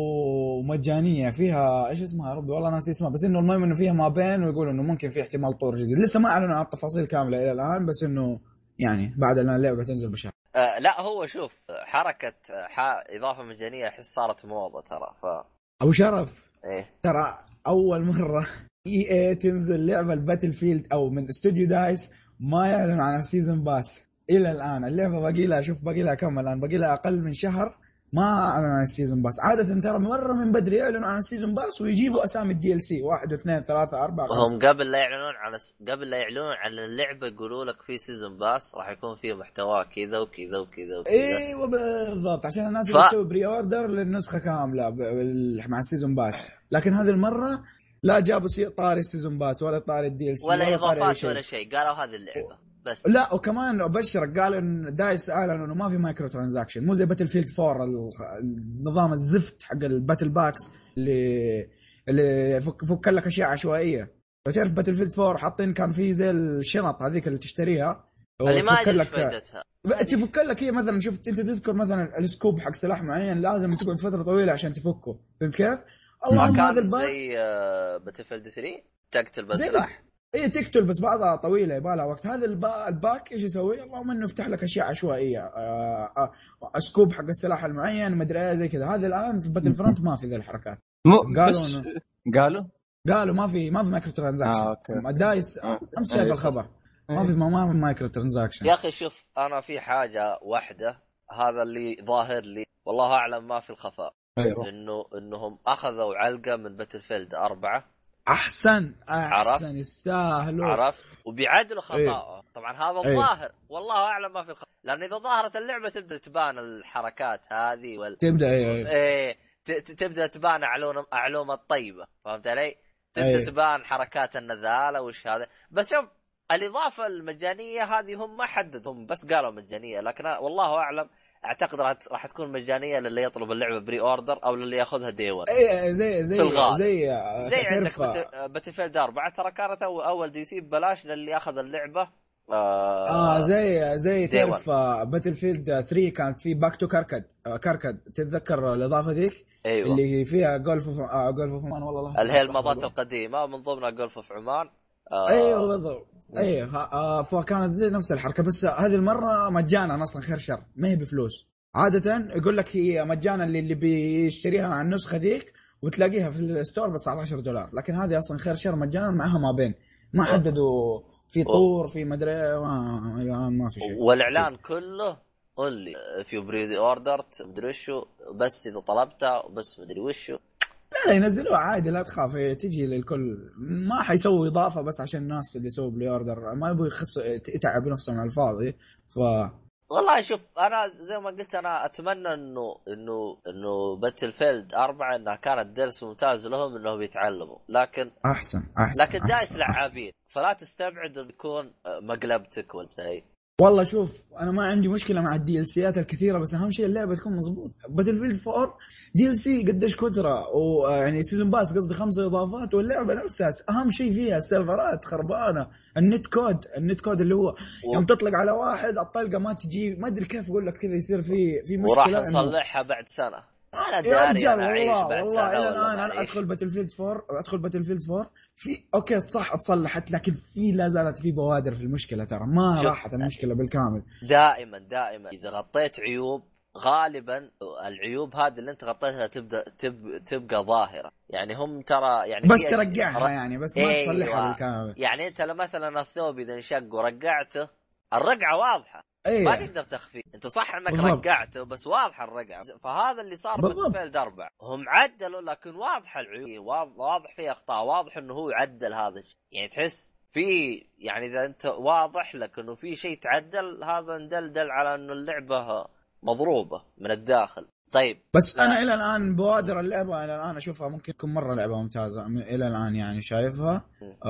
ومجانيه فيها ايش اسمها يا ربي والله ناسي اسمها بس انه المهم انه فيها ما بين ويقولوا انه ممكن في احتمال طور جديد. لسه ما اعلنوا عن التفاصيل كامله الى الان بس انه يعني بعد ان اللعبه تنزل بشهر. أه لا هو شوف حركه ح... اضافه مجانيه احس صارت موضه ترى. ف ابو شرف ايه ترى اول مره اي اي تنزل لعبه الباتل فيلد او من استوديو دايس ما يعلن عن السيزون باس الى الان. اللعبه باقي لها شوف باقي لها كم الان باقي لها اقل من شهر ما اعلن عن السيزون باس. عاده ترى مره من بدري يعلنوا عن السيزون باس ويجيبوا اسامي الدي ال سي واحد واثنين ثلاثه اربعه هم قبل لا يعلنون على قبل لا يعلنون عن اللعبه يقولوا لك في سيزون باس راح يكون فيه محتوى كذا وكذا وكذا وكذا. ايوه بالضبط عشان الناس ف... اللي تسوي بري اوردر للنسخه كامله مع السيزون باس. لكن هذه المره لا جابوا طاري السيزون باس ولا طاري الدي ال سي ولا, ولا اضافات ولا شيء. قالوا هذه اللعبه بس. لا وكمان ابشرك قالوا ان دايس اعلنوا انه ما في مايكرو ترانزاكشن مو زي باتل فيلد فور النظام الزفت حق الباتل باكس اللي اللي فك فك لك اشياء عشوائيه. تعرف باتل فيلد فور حاطين كان في زي الشنط هذيك اللي تشتريها اللي ما ادري فائدتها تفك لك هي مثلا شفت انت تذكر مثلا السكوب حق سلاح معين لازم تقعد فتره طويله عشان تفكه فهمت كيف؟ اللهم هذا الباك زي باتل فيلد ثري تقتل بالسلاح ايه تقتل بس بعضها طويله يبغى لها وقت. هذا الباك ايش يسوي؟ اللهم انه يفتح لك اشياء عشوائيه آه آه سكوب حق السلاح المعين مدري ايه زي كذا. هذا الان في باتل فرونت ما في ذي الحركات. قالوا إنه قالوا قالوا ما في ما في مايكرو ترانزاكشن. آه دايس امس شايف الخبر ما في ما في مايكرو ترانزاكشن. يا اخي شوف انا في حاجه واحده هذا اللي ظاهر لي والله اعلم ما في الخفاء. أيوه. انه انهم اخذوا علقه من باتل فيلد أربعة احسن عرفت؟ احسن يستاهلوا، عرفت؟ وبيعدلوا خطأه. إيه. طبعا هذا إيه. الظاهر، والله اعلم ما في الخ... لان اذا ظهرت اللعبه تبدا تبان الحركات هذه وال... تبدا ايه, إيه ت... ت- تبدا تبان علوم علوم الطيبه، فهمت علي؟ تبدا إيه. تبان حركات النذاله وش هذا. بس شوف الاضافه المجانيه هذه هم ما حددهم، بس قالوا مجانيه، لكن أنا والله اعلم اعتقد راح تكون مجانيه للي يطلب اللعبه بري اوردر او للي ياخذها دي ون. ايه زي زي زي زي عندك بت... باتلفيلد أربعة ترى كانت اول دي سي ببلاش للي ياخذ اللعبه. اه, آه زي زي تعرف باتل فيلد ثلاثة كان في باك تو كاركد كاركد تتذكر الاضافه ذيك؟ أيوة. اللي فيها جولف اوف آه جولف اوف عمان، والله اللي هي الماضات القديمه من ضمنها جولف اوف عمان. آه ايوه بالضبط. ايوه آه فكانت نفس الحركه، بس هذه المره مجانا اصلا، خير شر ما هي بفلوس. عاده يقول لك هي مجانا اللي اللي بيشتريها عن النسخه ذيك وتلاقيها في الستور ب تسعة عشر دولار، لكن هذه اصلا خير شر مجانا معها ما بين، ما حددوا في طور في مدري ما, ما في شيء. والاعلان كله اونلي في بري اوردر مدري وشو، بس اذا طلبتها بس مدري وشو. لا لا ينزلوها عادي، لا تخاف تجي للكل، ما حيسوي اضافه بس عشان الناس اللي يسووا بري اوردر ما يبغوا يخص يتعب نفسهم على الفاضي. ف والله شوف انا زي ما قلت انا اتمنى انه انه انه باتلفيلد أربعة انها كانت درس ممتاز لهم انهم يتعلموا، لكن احسن احسن لكن دايس لعابين، فلا تستبعد انه يكون مقلبتك والبتاعي. والله شوف انا ما عندي مشكله مع الدي ال سيات الكثيره، بس اهم شيء اللعبه تكون مظبوط. باتلفيلد أربعة دي ال سي قديش كثره، ويعني سيزون باس قصدي خمسه اضافات، واللعبه نفسها اهم شيء فيها السيرفرات خربانه، النت كود النت كود اللي هو و... يوم تطلق على واحد الطلقه ما تجي، ما ادري كيف اقول لك كذا، يصير في في مشكله وراح نصلحها إنه... بعد سنه. انا داري انا اعيش بعد والله سنه الى الان انا ادخل باتلفيلد أربعة ادخل باتلفيلد أربعة في اوكي صح اتصلحت، لكن في لا زالت في بوادر في المشكله، ترى ما راحت المشكله بالكامل. دائما دائما اذا غطيت عيوب غالبا العيوب هذه اللي انت غطيتها تبدا تب... تبقى ظاهره، يعني هم ترى يعني بس ترجعها يعني بس ما إيه تصلحها بالكامل. يعني انت لو مثلا الثوب اذا انشق ورجعته الرقعه واضحه أيه. ما تقدر تخفيه، انت صح انك بالضبط. رجعته بس واضحه الرقعه، فهذا اللي صار باتلفيلد أربعة، هم عدلوا لكن واضح العيوب، واضح فيه اخطاء، واضح انه هو عدل هذا الشيء، يعني تحس في يعني اذا انت واضح لك انه في شيء تعدل هذا ندلدل على انه اللعبه مضروبه من الداخل. طيب بس لا. انا الى الان بوادر اللعبه الى الان اشوفها ممكن تكون مره لعبه ممتازه الى الان، يعني شايفها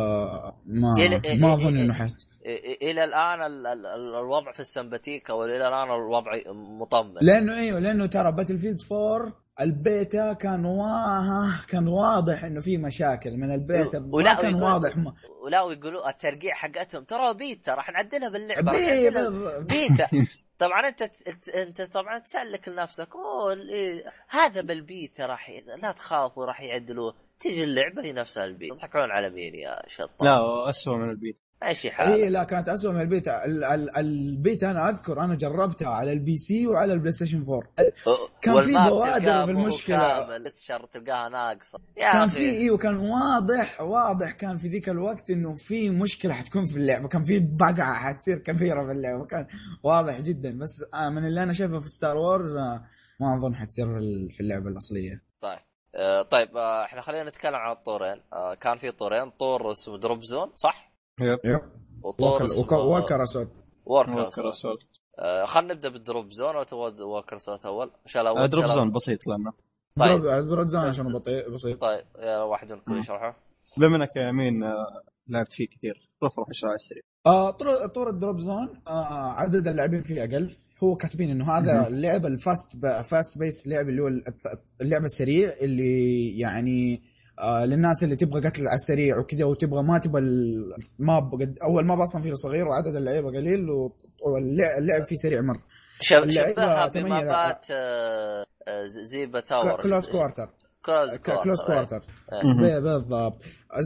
آه ما إلي ما اظن انه حت الى الان ال ال ال الوضع في السمباتيكا، والى الان الوضع مطمئن، لانه ايوه لانه ترى باتلفيلد أربعة البيتا كان واه كان واضح انه في مشاكل من البيتا، ولا كان واضح ما... ولا يقولوا الترقيع حقتهم ترى بيتا راح نعدلها باللعبه بي بيتا طبعا انت انت طبعا تسلك لنفسك اوه هذا بالبيتا راح لا تخافوا راح يعدلوه، تيجي اللعبه هي نفسها البيتا، تضحكون على مين يا شطار؟ لا اسوء من البيتا ايش حال؟ اي لا كانت اسوء من البيتا. ال- ال- البيتا انا اذكر انا جربتها على البي سي وعلى البلاي ستيشن أربعة، كان في بوادر بالمشكله الشر تلقاها ناقصه كان في اي وكان واضح واضح كان في ذيك الوقت انه في مشكله حتكون في اللعبه، كان في بقعه حتصير كبيره في اللعبه، كان واضح جدا، بس من اللي انا شايفه في ستار وورز ما اظن حتصير في اللعبه الاصليه. طيب آه طيب آه احنا خلينا نتكلم عن الطورين. آه كان في طورين، طور اسمه دروب زون صح؟ يب يب وطور اسمه وكرسوت وكرسوت. آه خلينا نبدا بالدروب زون او تو وكرسوت اول عشان اول دروب زون بسيط لنا. طيب دروب زون عشان بطيء بسيط. طيب يا واحد منكم يشرحه بما انك يا امين لعبت فيه كثير روح روح اشرح السريع. اه طور طور الدروب زون آه عدد اللاعبين فيه اقل، هو كاتبين انه هذا اللعبه الفاست فاست بيس لعب اللي هو اللعبه السريع اللي يعني آه للناس اللي تبغى قتل على السريع وكذا وتبغى ما تبغى الماب اول ما اصلا فيه صغير وعدد اللعيبه قليل واللعب فيه سريع مره. شبهها بمابات زيبا تاور كلوس كوارتر كلوس كوارتر بالضبط.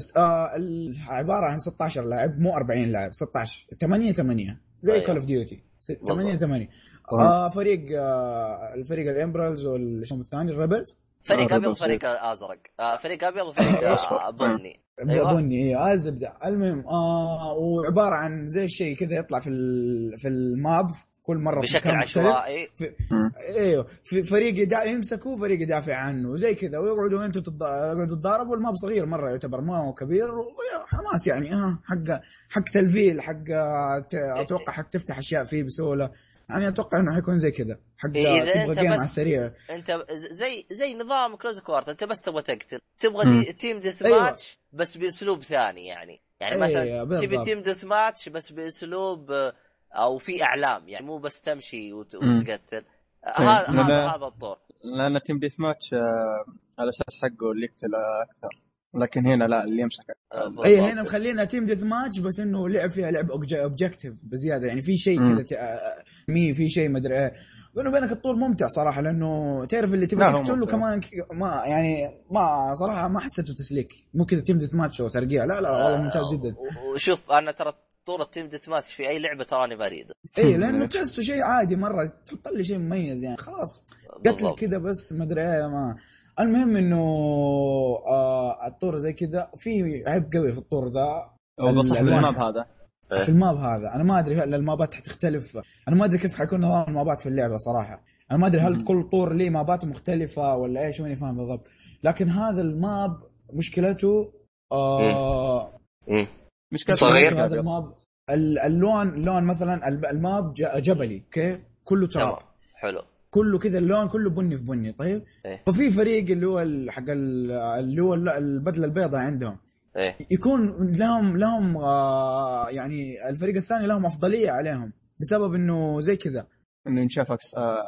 عباره عن ستة عشر لاعب مو أربعين لاعب، ستة عشر ثمانية ثمانية زي كول اوف ديوتي ثمانية ثمانية. آه فريق آه الفريق الامبرالز والشام الثاني الريبلز، فريق ابيض وفريق ازرق، آه فريق ابيض وفريق بني ايوه بني اي ازبده. المهم آه وعباره عن زي الشيء كذا يطلع في في الماب كل مره بشكل عشوائي. في... ايوه في فريق يدع... يمسكوه فريق يدافع عنه زي كذا، ويقعدوا انتوا تض... يقعدوا تضاربوا. الماب صغير مره يعتبر، ما هو كبير، وحماس يعني ها حق حق تلفيل حق ت... اتوقع حق تفتح اشياء فيه بسهوله يعني. اتوقع انه حيكون زي كذا حق تبغى جيم على السريع. انت زي زي نظام كلوز كوارت، انت بس تبغى تقتل، تبغى دي... تيم ديث ماتش أيوة. بس باسلوب ثاني يعني يعني أيوة مثلا تبي تيم ديث ماتش بس باسلوب او في اعلام يعني، مو بس تمشي وت... وتقتل. هذا هذا هذا الطور. لان تيم ديث ماتش على اساس حقه اللي يقتل اكثر، لكن هنا لا، اللي يمسك. اي هنا مخلينا تيم ديث ماتش بس انه لعب فيها لعب اوبجكتيف بزياده يعني، في شيء كذا مي في شيء ما ادري ايه. بينه وبينك الطور ممتع صراحه، لانه تعرف اللي تبغى تقتله كمان ما يعني ما صراحه ما حسيته تسليك، مو كذا تيم ديث ماتش وترقيع. لا لا والله ممتاز جدا. وشوف انا ترى طور التيم ديث ماتش في اي لعبه تراني بريد. اي لانه تحسه شيء عادي مره، تحط لي شيء مميز يعني خلاص قتل كذا بس ما ادري ايه. ما المهم انه آه الطور زي كذا في عيب قوي في الطور ذا. بصح في الماب هذا في الماب هذا انا ما ادري هل المابات حتختلف. انا ما ادري كيف حيكون نظام المابات في اللعبه صراحه. انا ما ادري هل كل طور ليه مابات مختلفه ولا ايش، ماني فاهم بالضبط. لكن هذا الماب مشكلته آه مشكلة صغير. هذا الماب اللون اللون مثلا الماب جبلي اوكي كله تراب حلو، كله كذا اللون كله بني في بني. طيب إيه؟ ففي فريق اللي هو حق اللي هو البدله البيضاء عندهم إيه؟ يكون لهم لهم آه يعني الفريق الثاني لهم افضليه عليهم بسبب انه زي كذا انه ينشافك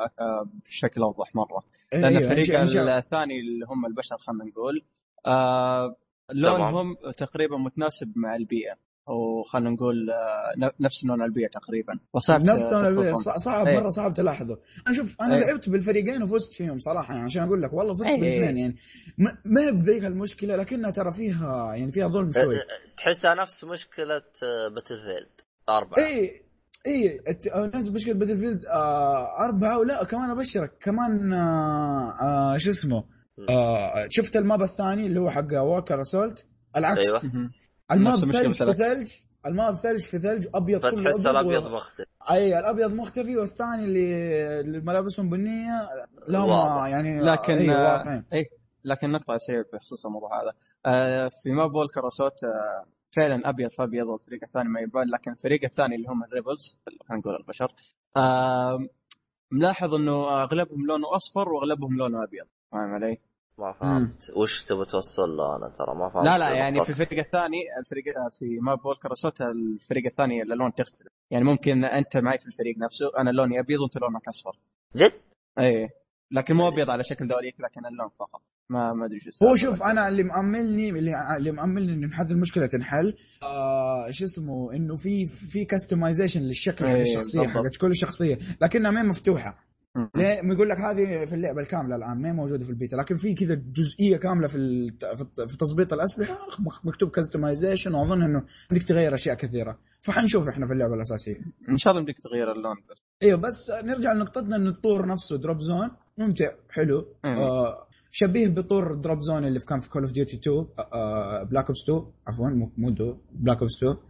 بشكل اوضح مره. إيه لان إيه الفريق الثاني اللي هم البشر خلينا نقول آه لونهم تقريبا متناسب مع البيئه، او خلينا نقول نفس لون البيئه تقريبا. وصعب نفس لون البيئه صعب ايه. مره صعب تلاحظه. انا شوف انا ايه. لعبت بالفريقين وفزت فيهم صراحه يعني، عشان اقول لك والله فزت ايه. بالاثنين يعني ما هي بذيك المشكله، لكنها ترى فيها يعني فيها ظلم شوي. تحسها نفس مشكله باتلفيلد أربعة. اي اي نفس مشكله باتلفيلد آه أربعة. ولا كمان ابشرك كمان آه آه شو اسمه آه شفت الماب الثاني اللي هو حق ووكر اسولت العكس. أيوة. الماب ثلج في ثلج، الماب ثلج في ثلج ابيض كله فتحس الابيض و... مختفي. اي الابيض مختفي، والثاني اللي الملابسهم بنيه لهم يعني لكن اي أيه. لكن نقطه سيئه بخصوص الموضوع هذا آه في ماب وولكر اسولت آه فعلا ابيض في ابيض، والفريق الثاني ما يبان. لكن الفريق الثاني اللي هم الريبلز خلينا نقول البشر آه ملاحظ انه اغلبهم لونه اصفر واغلبهم لونه ابيض. فاهم علي؟ ما فهمت وش تبغى توصل له. انا ترى ما فهمت. لا لا يعني في الفريق الثاني الفريق في ماب وولكر اسولت الفريق الثاني اللون تختلف يعني. ممكن انت معي في الفريق نفسه انا لوني ابيض وانت لونك اصفر جد. ايه لكن مو ابيض على شكل دوريك، لكن اللون فقط. ما ما ادري شو هو. شوف انا اللي مأملني اللي اللي مأملني انه هذه المشكله تنحل آه شو اسمه انه في في كاستمايزيشن للشكل حق الشخصيه حقت كل شخصيه، لكنها ما مفتوحه. ليه يقول لك هذه في اللعبه الكامله الان ما موجوده في البيتا، لكن في كذا جزئيه كامله في في تظبيط الاسلحه مكتوب كاستمايزيشن، واظن انه بدك تغير اشياء كثيره. فحنشوف احنا في اللعبه الاساسيه ان شاء الله بدك تغير اللون بس. ايوه بس نرجع لنقطتنا ان الطور نفسه دروب زون ممتع حلو آه شبيه بطور دروب زون اللي كان في كول اوف ديوتي تو آه بلاك اوبس تو عفوا مو مو بلاك اوبس تو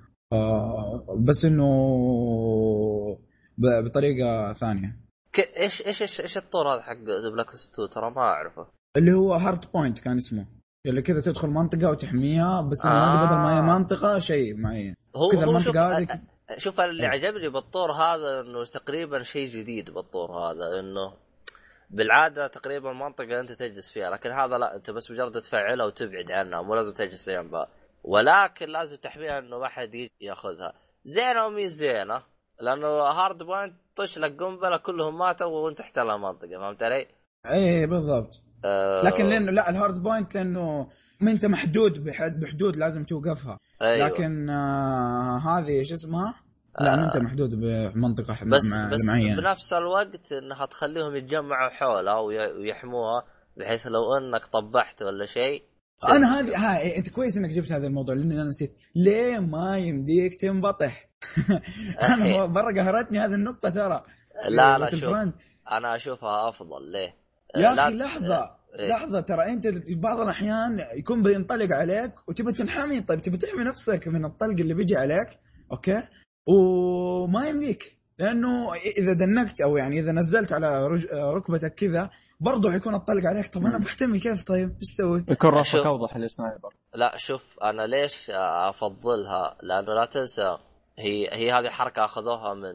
آه بس انه بطريقه ثانيه. ايش ايش ايش ايش الطور هذا حق بلاك اوبس تو؟ ترى ما اعرفه. اللي هو هارد بوينت كان اسمه، اللي كذا تدخل منطقه وتحميها بس آه. هذه بدل ما هي منطقه شيء معين كذا المنطقه هذه. شوف اللي أه. عجبني بالطور هذا انه تقريبا شيء جديد بالطور هذا، انه بالعاده تقريبا منطقه انت تجلس فيها، لكن هذا لا، انت بس مجرد تفعلها وتبعد عنها، مو لازم تجلس جنبها، ولكن لازم تحميها انه ما حد يجي ياخذها. زينه ومي زينه، لانه هارد بوينت طش لك قنبله كلهم ماتوا وانت احتلها منطقه. فهمت علي؟ ايه بالضبط. أه... لكن لانه لا الهارد بوينت لانه ما انت محدود بحد بحدود لازم توقفها. أيوة. لكن آه هذه ايش اسمها لا آه. انت محدود بمنطقه بس مع بس معينه. بنفس الوقت انها تخليهم يتجمعوا حولها ويحموها، بحيث لو انك طبحت ولا شيء. انا هذه هاي انت كويس انك جبت هذا الموضوع، لاني انا نسيت ليه ما يمديك تنبطح. انا مره قهرتني هذه النقطه ترى. لا لا شوف انا اشوفها افضل. ليه يا اخي لحظه إيه؟ لحظه ترى انت بعض الاحيان يكون بينطلق عليك وتبي تنحمي. طيب تبي تحمي نفسك من الطلق اللي بيجي عليك اوكي، وما يمديك لانه اذا دنكت او يعني اذا نزلت على ركبتك كذا برضه حيكون اطلق عليك. طب انا بحتمي كيف؟ طيب ايش اسوي؟ يكون راسك اوضح للسنايبر. لا شوف انا ليش افضلها، لانه لا تنسى هي هي هذه حركه اخذوها من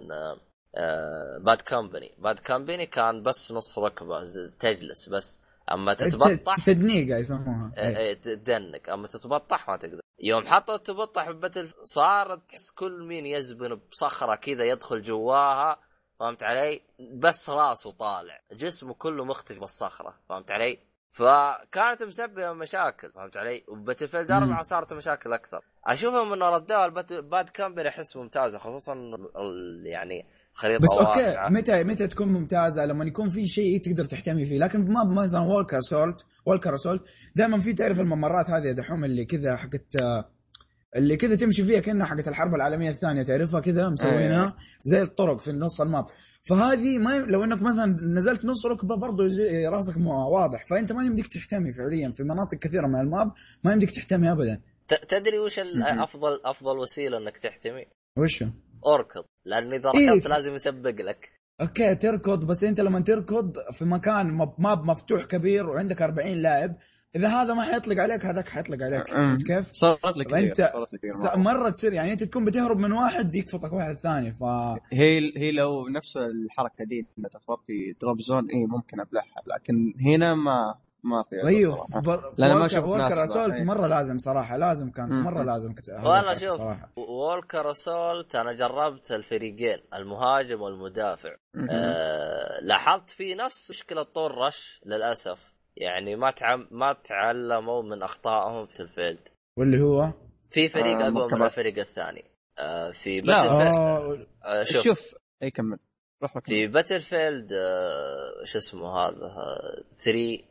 باد كومباني. باد كومباني كان بس نص ركبه تجلس بس، اما تتبطح تدنيقه يسموها تدنك، اما تتبطح ما تقدر. يوم حطوا تبطح ببتل صار تحس كل مين يزبن بصخره كذا يدخل جواها، فهمت علي؟ بس راسه طالع، جسمه كله مختفي بالصخره، فهمت علي؟ فكانت مسببه مشاكل، فهمت علي؟ وباتلفيلد أربعة صارت مشاكل اكثر. اشوفهم انه ردوها الباد كامبر احس ممتازه، خصوصا يعني خريطه بس واسعه. اوكي متى متى تكون ممتازه؟ لما يكون في شيء تقدر تحتمي فيه. لكن ما مثلا وولكر سولت وولكر سولت دائما في تعرف الممرات هذه دحوم اللي كذا حقت اللي كذا تمشي فيها كأنها حقت الحرب العالمية الثانية، تعرفها كذا مسوينها زي الطرق في نص الماب. فهذه ما ي... لو انك مثلا نزلت نص ركبه برضه يزي... راسك واضح، فانت ما يمديك تحتمي فعليا في مناطق كثيره من الماب، ما يمديك تحتمي ابدا. ت... تدري وش الافضل افضل وسيله انك تحتمي؟ وشو؟ اركض، لان اذا ركضت إيه؟ لازم يسبق لك. اوكي تركض، بس انت لما تركض في مكان ماب مفتوح كبير وعندك أربعين لاعب، اذا هذا ما حيطلق عليك هذاك حيطلق عليك. كيف صارت لك انت صارت لك مرة. مرة تصير يعني انت تكون بتهرب من واحد يكفطك واحد ثاني. ف هي هي لو نفس الحركه دي انك تخبط في دروب زون اي ممكن ابلعها، لكن هنا ما ما في. ايوه لأن ما شفت وولكر اسولت مره لازم صراحه، لازم كان مره لازم كت... والله شوف وولكر اسولت انا جربت الفريقين المهاجم والمدافع. أه... لاحظت في نفس مشكله طور رش للاسف، يعني ما تعم... ما تعلموا من اخطائهم في الفيلد، واللي هو في فريق آه اقوى من الفريق الثاني. آه في باتل فيلد آه آه شوف, شوف. اي كمل روح في باتل فيلد آه شو اسمه هذا ثري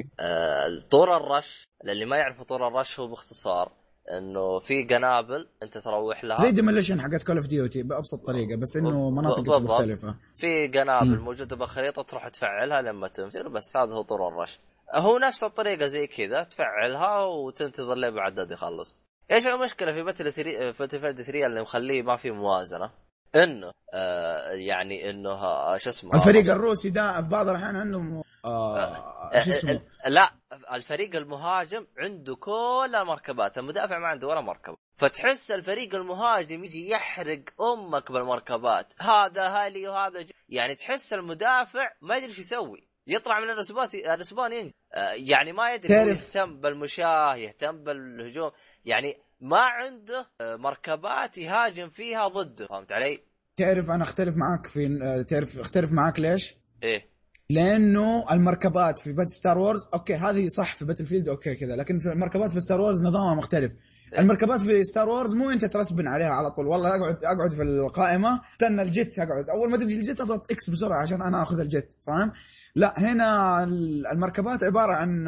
آه طور الرش. اللي ما يعرف طور الرش هو باختصار انه في قنابل انت تروح لها زي ديموليشن حقت كول اوف ديوتي بابسط طريقه، بس انه مناطق مختلفه. في قنابل موجوده بالخريطه تروح تفعلها لما تنفجر، بس هذا هو طور الرش. هو نفس الطريقه زي كذا تفعلها وتنتظر ليه بعدد يخلص. ايش المشكله في باتل ثري في باتل ثري اللي مخليه ما في موازنه؟ انه آه يعني انه شو اسمه الفريق الروسي ده في بعض الاحيان عنده آه شو اسمه لا الفريق المهاجم عنده كل المركبات، المدافع ما عنده ولا مركبه. فتحس الفريق المهاجم يجي يحرق امك بالمركبات، هذا هالي وهذا ج... يعني تحس المدافع ما يدري ايش يسوي، يطلع من الرسبات الرسبان ينجح. آه يعني ما يدري يهتم بالمشاه يهتم بالهجوم، يعني ما عنده مركبات يهاجم فيها ضده، فهمت علي؟ تعرف أنا أختلف معاك في تعرف أختلف معاك ليش؟ إيه؟ لأنه المركبات في بات ستار وورز أوكي هذه صح في باتل فيلد أوكي كذا، لكن في المركبات في ستار وورز نظامها مختلف. إيه؟ المركبات في ستار وورز مو أنت ترسبن عليها على طول، والله أقعد أقعد في القائمة استنى الجيت، أقعد أول ما تجي الجيت أضغط إكس بسرعة عشان أنا أخذ الجيت، فاهم؟ لا هنا المركبات عبارة عن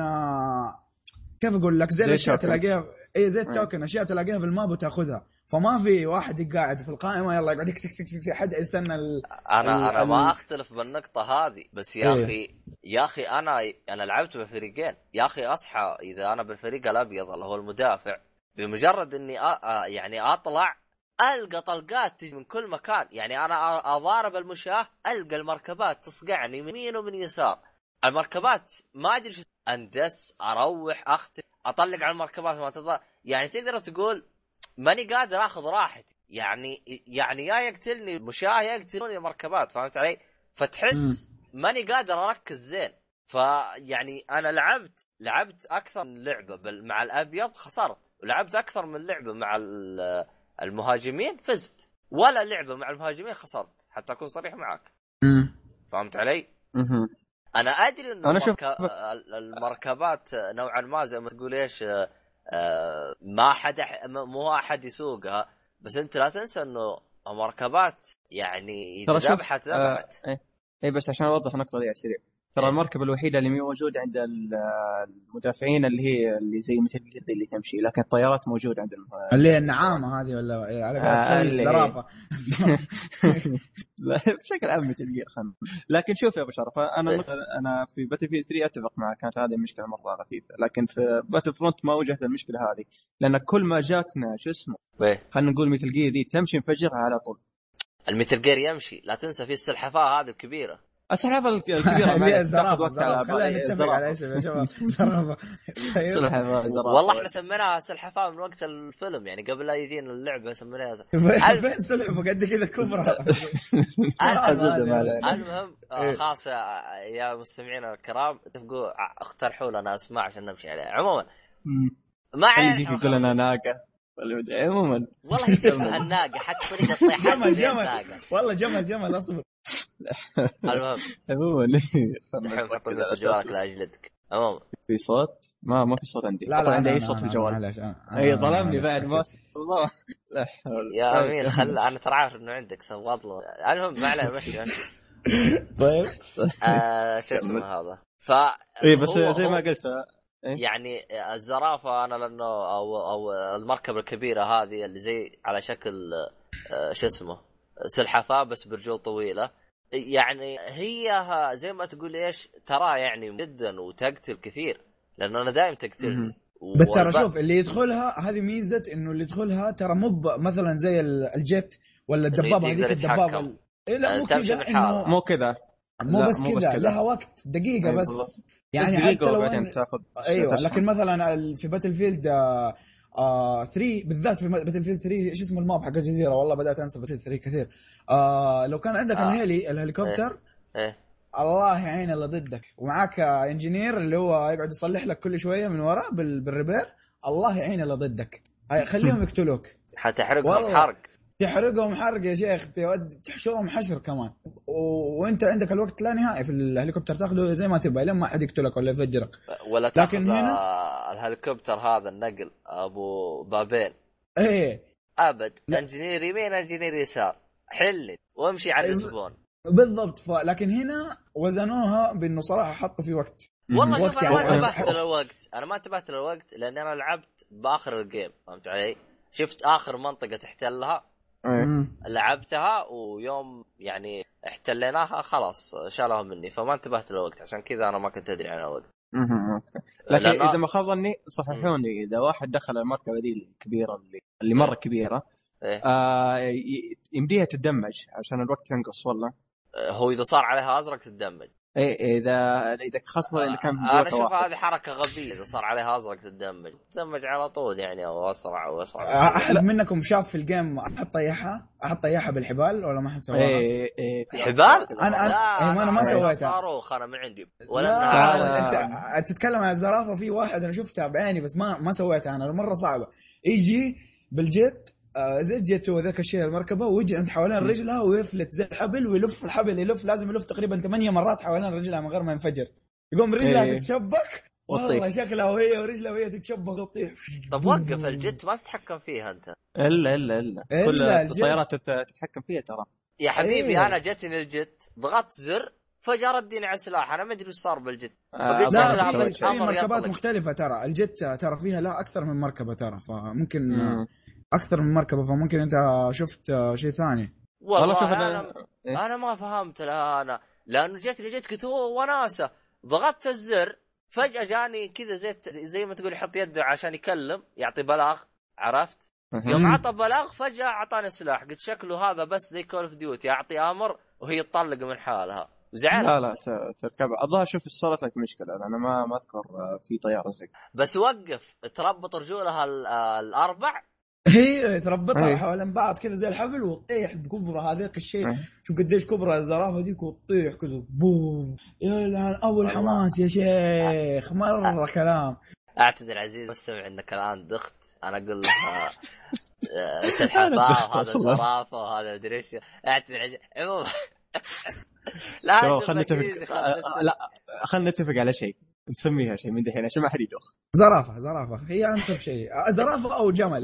كيف اقول لك زي الاشياء تلاقيها اي زي التوكن، اشياء تلاقيها في الماب وتاخذها، فما في واحد قاعد في القائمه يلا يقعد يكسك سك سك حد يستنى ال... انا ال... انا ال... ما اختلف بالنقطه هذه، بس يا إيه؟ اخي يا اخي انا انا لعبت بفريقين يا اخي، اصحى اذا انا بالفريق الابيض اللي هو المدافع بمجرد اني أ... يعني اطلع القى طلقات تجي من كل مكان، يعني انا اضارب المشاه القى المركبات تصقعني من يمين ومن يسار، المركبات ما ادري شو اندس اروح اختم اطلق على المركبات ما تضل، يعني تقدر تقول ماني قادر اخذ راحتي، يعني يعني يا يقتلني مشاه يقتلوني المركبات، فهمت علي؟ فتحس ماني قادر اركز زين. فيعني انا لعبت لعبت اكثر من لعبه مع الابيض خسرت، ولعبت اكثر من لعبه مع المهاجمين فزت، ولا لعبه مع المهاجمين خسرت، حتى اكون صريح معك. فهمت علي؟ انا ادري انه المرك... المركبات نوعا ما زي ما تقول ايش ما حد مو احد يسوقها، بس انت لا تنسى انه المركبات يعني اذا ذبحت ذبحت. اي ايه بس عشان اوضح النقطه دي على السريع، ترى المركبه الوحيده اللي موجوده عند المدافعين اللي هي اللي زي مثل القطه اللي تمشي، لكن الطيارات موجوده عند المه... اللي هي النعامه هذه ولا على قولة الزرافه. لا بشكل عام مثل القطه. لكن شوف يا ابو شرف، انا انا في باتل فيلد ثري اتفق معك، كانت هذه المشكله مره غثيثه، لكن في باتل فرونت ما وجهت المشكله هذه، لان كل ما جاتنا شو اسمه خلينا نقول مثل القطه دي تمشي نفجرها على طول. الميتل جير يمشي، لا تنسى في السلحفاه هذه الكبيره. السلحفاه الكبيره اللي تاخذ وقت على خلينا نتفق على اسم يا شباب. زرافه. سلحفاه زرافه والله احنا سميناها سلحفاه من وقت الفيلم، يعني قبل لا يجينا اللعبه سميناها. فين سلحفاه قد كذا كبرى. المهم خاص يا مستمعينا الكرام، تبقوا اقترحوا لنا اسماء عشان نمشي عليها. عموما ما عليك يقول لنا ناقه ولا مدري. عموما والله يشبه الناقه حتى طريقه طيحتها. جمل جمل والله جمل جمل اصبر. المهم عموما الحين حطيت جوالك لاجلدك. عموما في صوت ما ما في صوت عندي. لا لا عندي اي صوت في الجوال. اي ظلمني بعد ما والله. لا يا امين خل انا ترى عارف انه عندك سواد له. المهم ما عليه مشي مشي. طيب آه شو اسمه هذا. ف اي بس زي ما قلت إيه؟ يعني الزرافه انا لانه او او المركبه الكبيره هذه اللي زي على شكل آه شو اسمه سلحفاه بس برجول طويله، يعني هي زي ما تقول ايش ترى يعني جدا وتقتل كثير، لانه انا دائما تقتل. بس ترى شوف اللي يدخلها هذه ميزه انه اللي يدخلها ترى مو مثلا زي الجيت ولا الدبابه هذيك الدبابه. إيه لا مو كذا إنه مو كذا مو بس كذا لها وقت دقيقه أيوة بس يعني حتى لو بعدين تاخذ. ايوه لكن مثلا في باتل فيلد آه آه ثري بالذات في باتل فيلد ثري ايش اسمه الماب حق الجزيره، والله بدات انسى باتل ثري كثير. آه لو كان عندك آه. الهيلي الهليكوبتر إيه. إيه. الله يعين اللي ضدك، ومعاك انجينير اللي هو يقعد يصلح لك كل شويه من ورا بالريبير، الله يعين اللي ضدك خليهم يقتلوك حتحرقهم حرق تحرقهم حرق يا شيخ، تحشرهم حشر كمان، وانت عندك الوقت لا نهائي في الهليكوبتر تاخذه زي ما تبغى لما حد يقتلك ولا يفجرك ولا تاخذ هنا... الهليكوبتر هذا النقل ابو بابين ايه ابد انجينير يمين انجينير يسار حل وامشي على الزبون بالضبط. ف... لكن هنا وزنوها بانه صراحه حطوا في وقت. والله شوف انا ما انتبهت للوقت انا ما انتبهت للوقت لان انا لعبت باخر الجيم، فهمت علي؟ شفت اخر منطقه تحتلها لعبتها، ويوم يعني احتليناها خلاص شالوها مني، فما انتبهت للوقت، عشان كذا انا ما كنت ادري عن الوقت. لكن لأن... اذا ما خاب ظني صححوني اذا واحد دخل المركبه دي الكبيره اللي اللي مره كبيره إيه؟ آه يمديها تدمج عشان الوقت ينقص. والله هو اذا صار عليها ازرق تدمج. ايه اذا اذا خاصه اللي كان انا اشوف هذه حركه غبيه، اذا صار عليها ازرق تدمج تدمج على طول يعني، او اسرع او اسرع. احد منكم شاف في الجيم احد طيحها احد طيحها بالحبال ولا ما حد سواها؟ ايه ايه حبال انا انا لا انا, أنا ما سويتها صاروخ انا ما عندي ولا لا لا انت تتكلم عن الزرافه. في واحد انا شفتها بعيني بس ما ما سويتها انا، مره صعبه. يجي بالجيت آه زي الجيت وذاك الشيء المركبه ويجي عند حوالين رجلها ويفلت زي الحبل ويلف الحبل يلف لازم يلف تقريبا ثمانية مرات حوالين رجلها من غير ما ينفجر، يقوم رجلها إيه. تتشبك والله شكلها وهي ورجلها وهي تتشبك وتطيح. طب وقف الجيت ما تتحكم فيها انت؟ الا الا الا كل الطيارات تتحكم فيها ترى يا حبيبي. إيه. انا جتني الجيت ضغطت زر فجأة رديني على السلاح، انا ما ادري ايش صار بالجيت. آه لا في, في مركبات مختلفه ترى الجيت ترى فيها لا اكثر من مركبه ترى، فممكن مم. اكثر من مركبه، فممكن انت شفت شيء ثاني. والله شوف انا أنا, إيه؟ انا ما فهمت لا انا لانه جتني جيت كنت هو وناسه ضغطت الزر فجأة جاني كذا زي زي ما تقول يحط يده عشان يكلم يعطي بلاغ، عرفت؟ يوم عطى بلاغ فجأة عطاني سلاح، قلت شكله هذا بس زي كول اوف ديوتي يعطي امر وهي تطلق من حالها وزعل. لا لا تركب الظاهر. شوف الصوت لك مشكله انا ما ما اذكر في طياره زي بس وقف تربط رجولها الاربع هي تربطها حوالين بعض كذا زي الحبل وتطيح بكبرى هذاك الشيء. شوف قديش كبرى الزرافه ديك وتطيح كذا بوم يا لعن اول حماس يا شيخ مره كلام. اعتذر عزيز مستمع انك الان دخت، انا اقول لها سلحفاه وهذا زرافه وهذا ادري ايش. اعتذر عزيز عموما لا خلينا نتفق لا خلينا نتفق على شيء نسميها شيء من دحين عشان ما حد يدوخ. زرافه زرافه هي انسب شيء. زرافه او جمل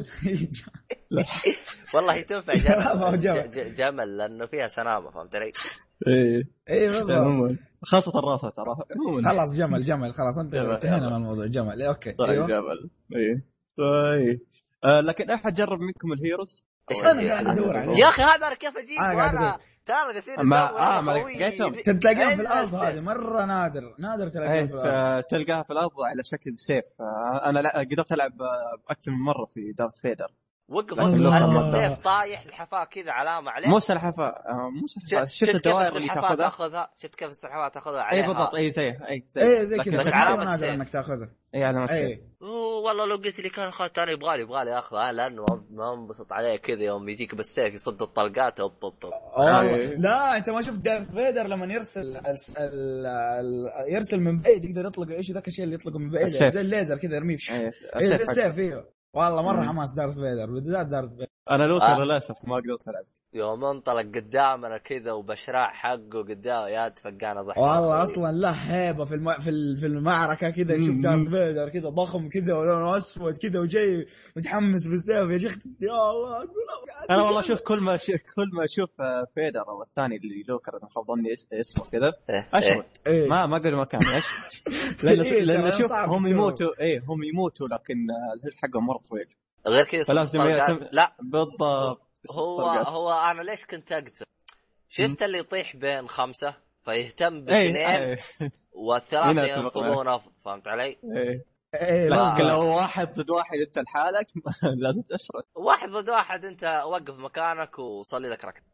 والله تنفع زرافه او جمل جمل لانه فيها سنامه، فهمت علي؟ ايه ايه بالضبط خاصه الراسه ترى. خلاص جمل جمل خلاص انت انتهينا من الموضوع. جمل اوكي طيب ايوه جمل ايه طيب. آه لكن احد جرب منكم الهيروز؟ انا قاعد ادور عليه يا اخي هذا كيف اجيب وانا ترى قصير ما اه ما لقيتهم. تلاقيهم في الارض هذه مره نادر نادر تلاقيها في الارض تلقاها في الارض على شكل سيف. انا لا قدرت العب اكثر من مره في دارت فيدر وقف السيف طايح الحفاه كذا علامه عليه مو سلحفاه مو سلحفاه شفت الدوائر اللي تاخذها تاخذها شفت كيف السلحفاه تاخذها عليها اي بالضبط اي زي اي زي زي كذا بس علامه نادر انك تاخذها اي علامه اي والله لو قلت لي كان اخذت انا يبغالي يبغالي اخذها لانه ما انبسط عليه كذا يوم يجيك بالسيف يصد الطلقات اوب اوب لا انت ما شفت دارث فيدر لما يرسل ال ال يرسل من بعيد يقدر يطلق ايش ذاك الشيء اللي يطلقه من بعيد زي الليزر كذا يرميه اي السيف ايوه والله مره حماس دارث فيدر بالذات دارث فيدر انا لوثر للاسف ما قدرت العب يوم انطلق قدامنا كذا وبشراع حقه قدامه يا تفقعنا ضحك والله اصلا لا هيبه في الم... في في المعركه كذا تشوف دارث فيدر كذا ضخم كذا ولونه اسود كذا وجاي متحمس بالسيف يا شيخ يا الله انا والله شوف كل ما شوف كل ما اشوف فيدر او الثاني اللي لوكر انا خافضني اسمه كذا اشوت إيه. ما ما اقول مكان ايش لان لان شوف هم يموتوا ايه هم يموتوا لكن الهيلث حقهم مره طويل غير كذا لا بالضبط هو هو انا ليش كنت اقتل شفت اللي يطيح بين خمسة فيهتم باثنين ايه والثلاثه ينقضونه فهمت علي ايه ايه لكن لو واحد ضد واحد انت لحالك لازم تشرد واحد ضد واحد انت وقف مكانك وصلي لك ركعه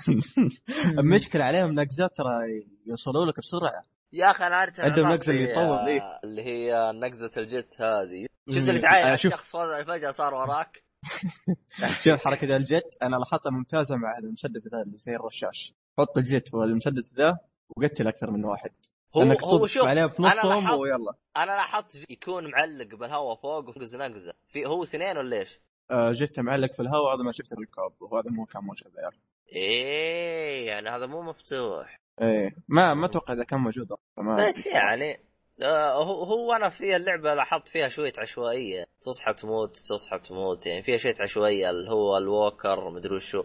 المشكله عليهم نقزات ترى يوصلوا لك بسرعه يا اخي انا عارف عندهم نقزه اللي يطول ذي اللي هي نقزه الجت هذه شفت اللي تعاين الشخص فجاه صار وراك شوف حركة الجت أنا لاحظتها ممتازة مع المسدس ذا اللي زي الرشاش حط الجت والمسدس ذا وقتل أكثر من واحد هو هو شوف عليه في نصهم ويلا أنا لاحظت يكون معلق بالهواء فوق وفوق نقزة في هو اثنين ولا إيش؟ آه جت معلق في الهواء هذا ما شفت الكوب وهذا مو كان موجود يا إيه يعني هذا مو مفتوح إيه ما ما توقع إذا كان موجود بس يعني آه هو هو أنا في اللعبة لاحظت فيها شوية عشوائية تصحى تموت تصحى تموت يعني فيها شوية عشوائية اللي هو الووكر مدري وشو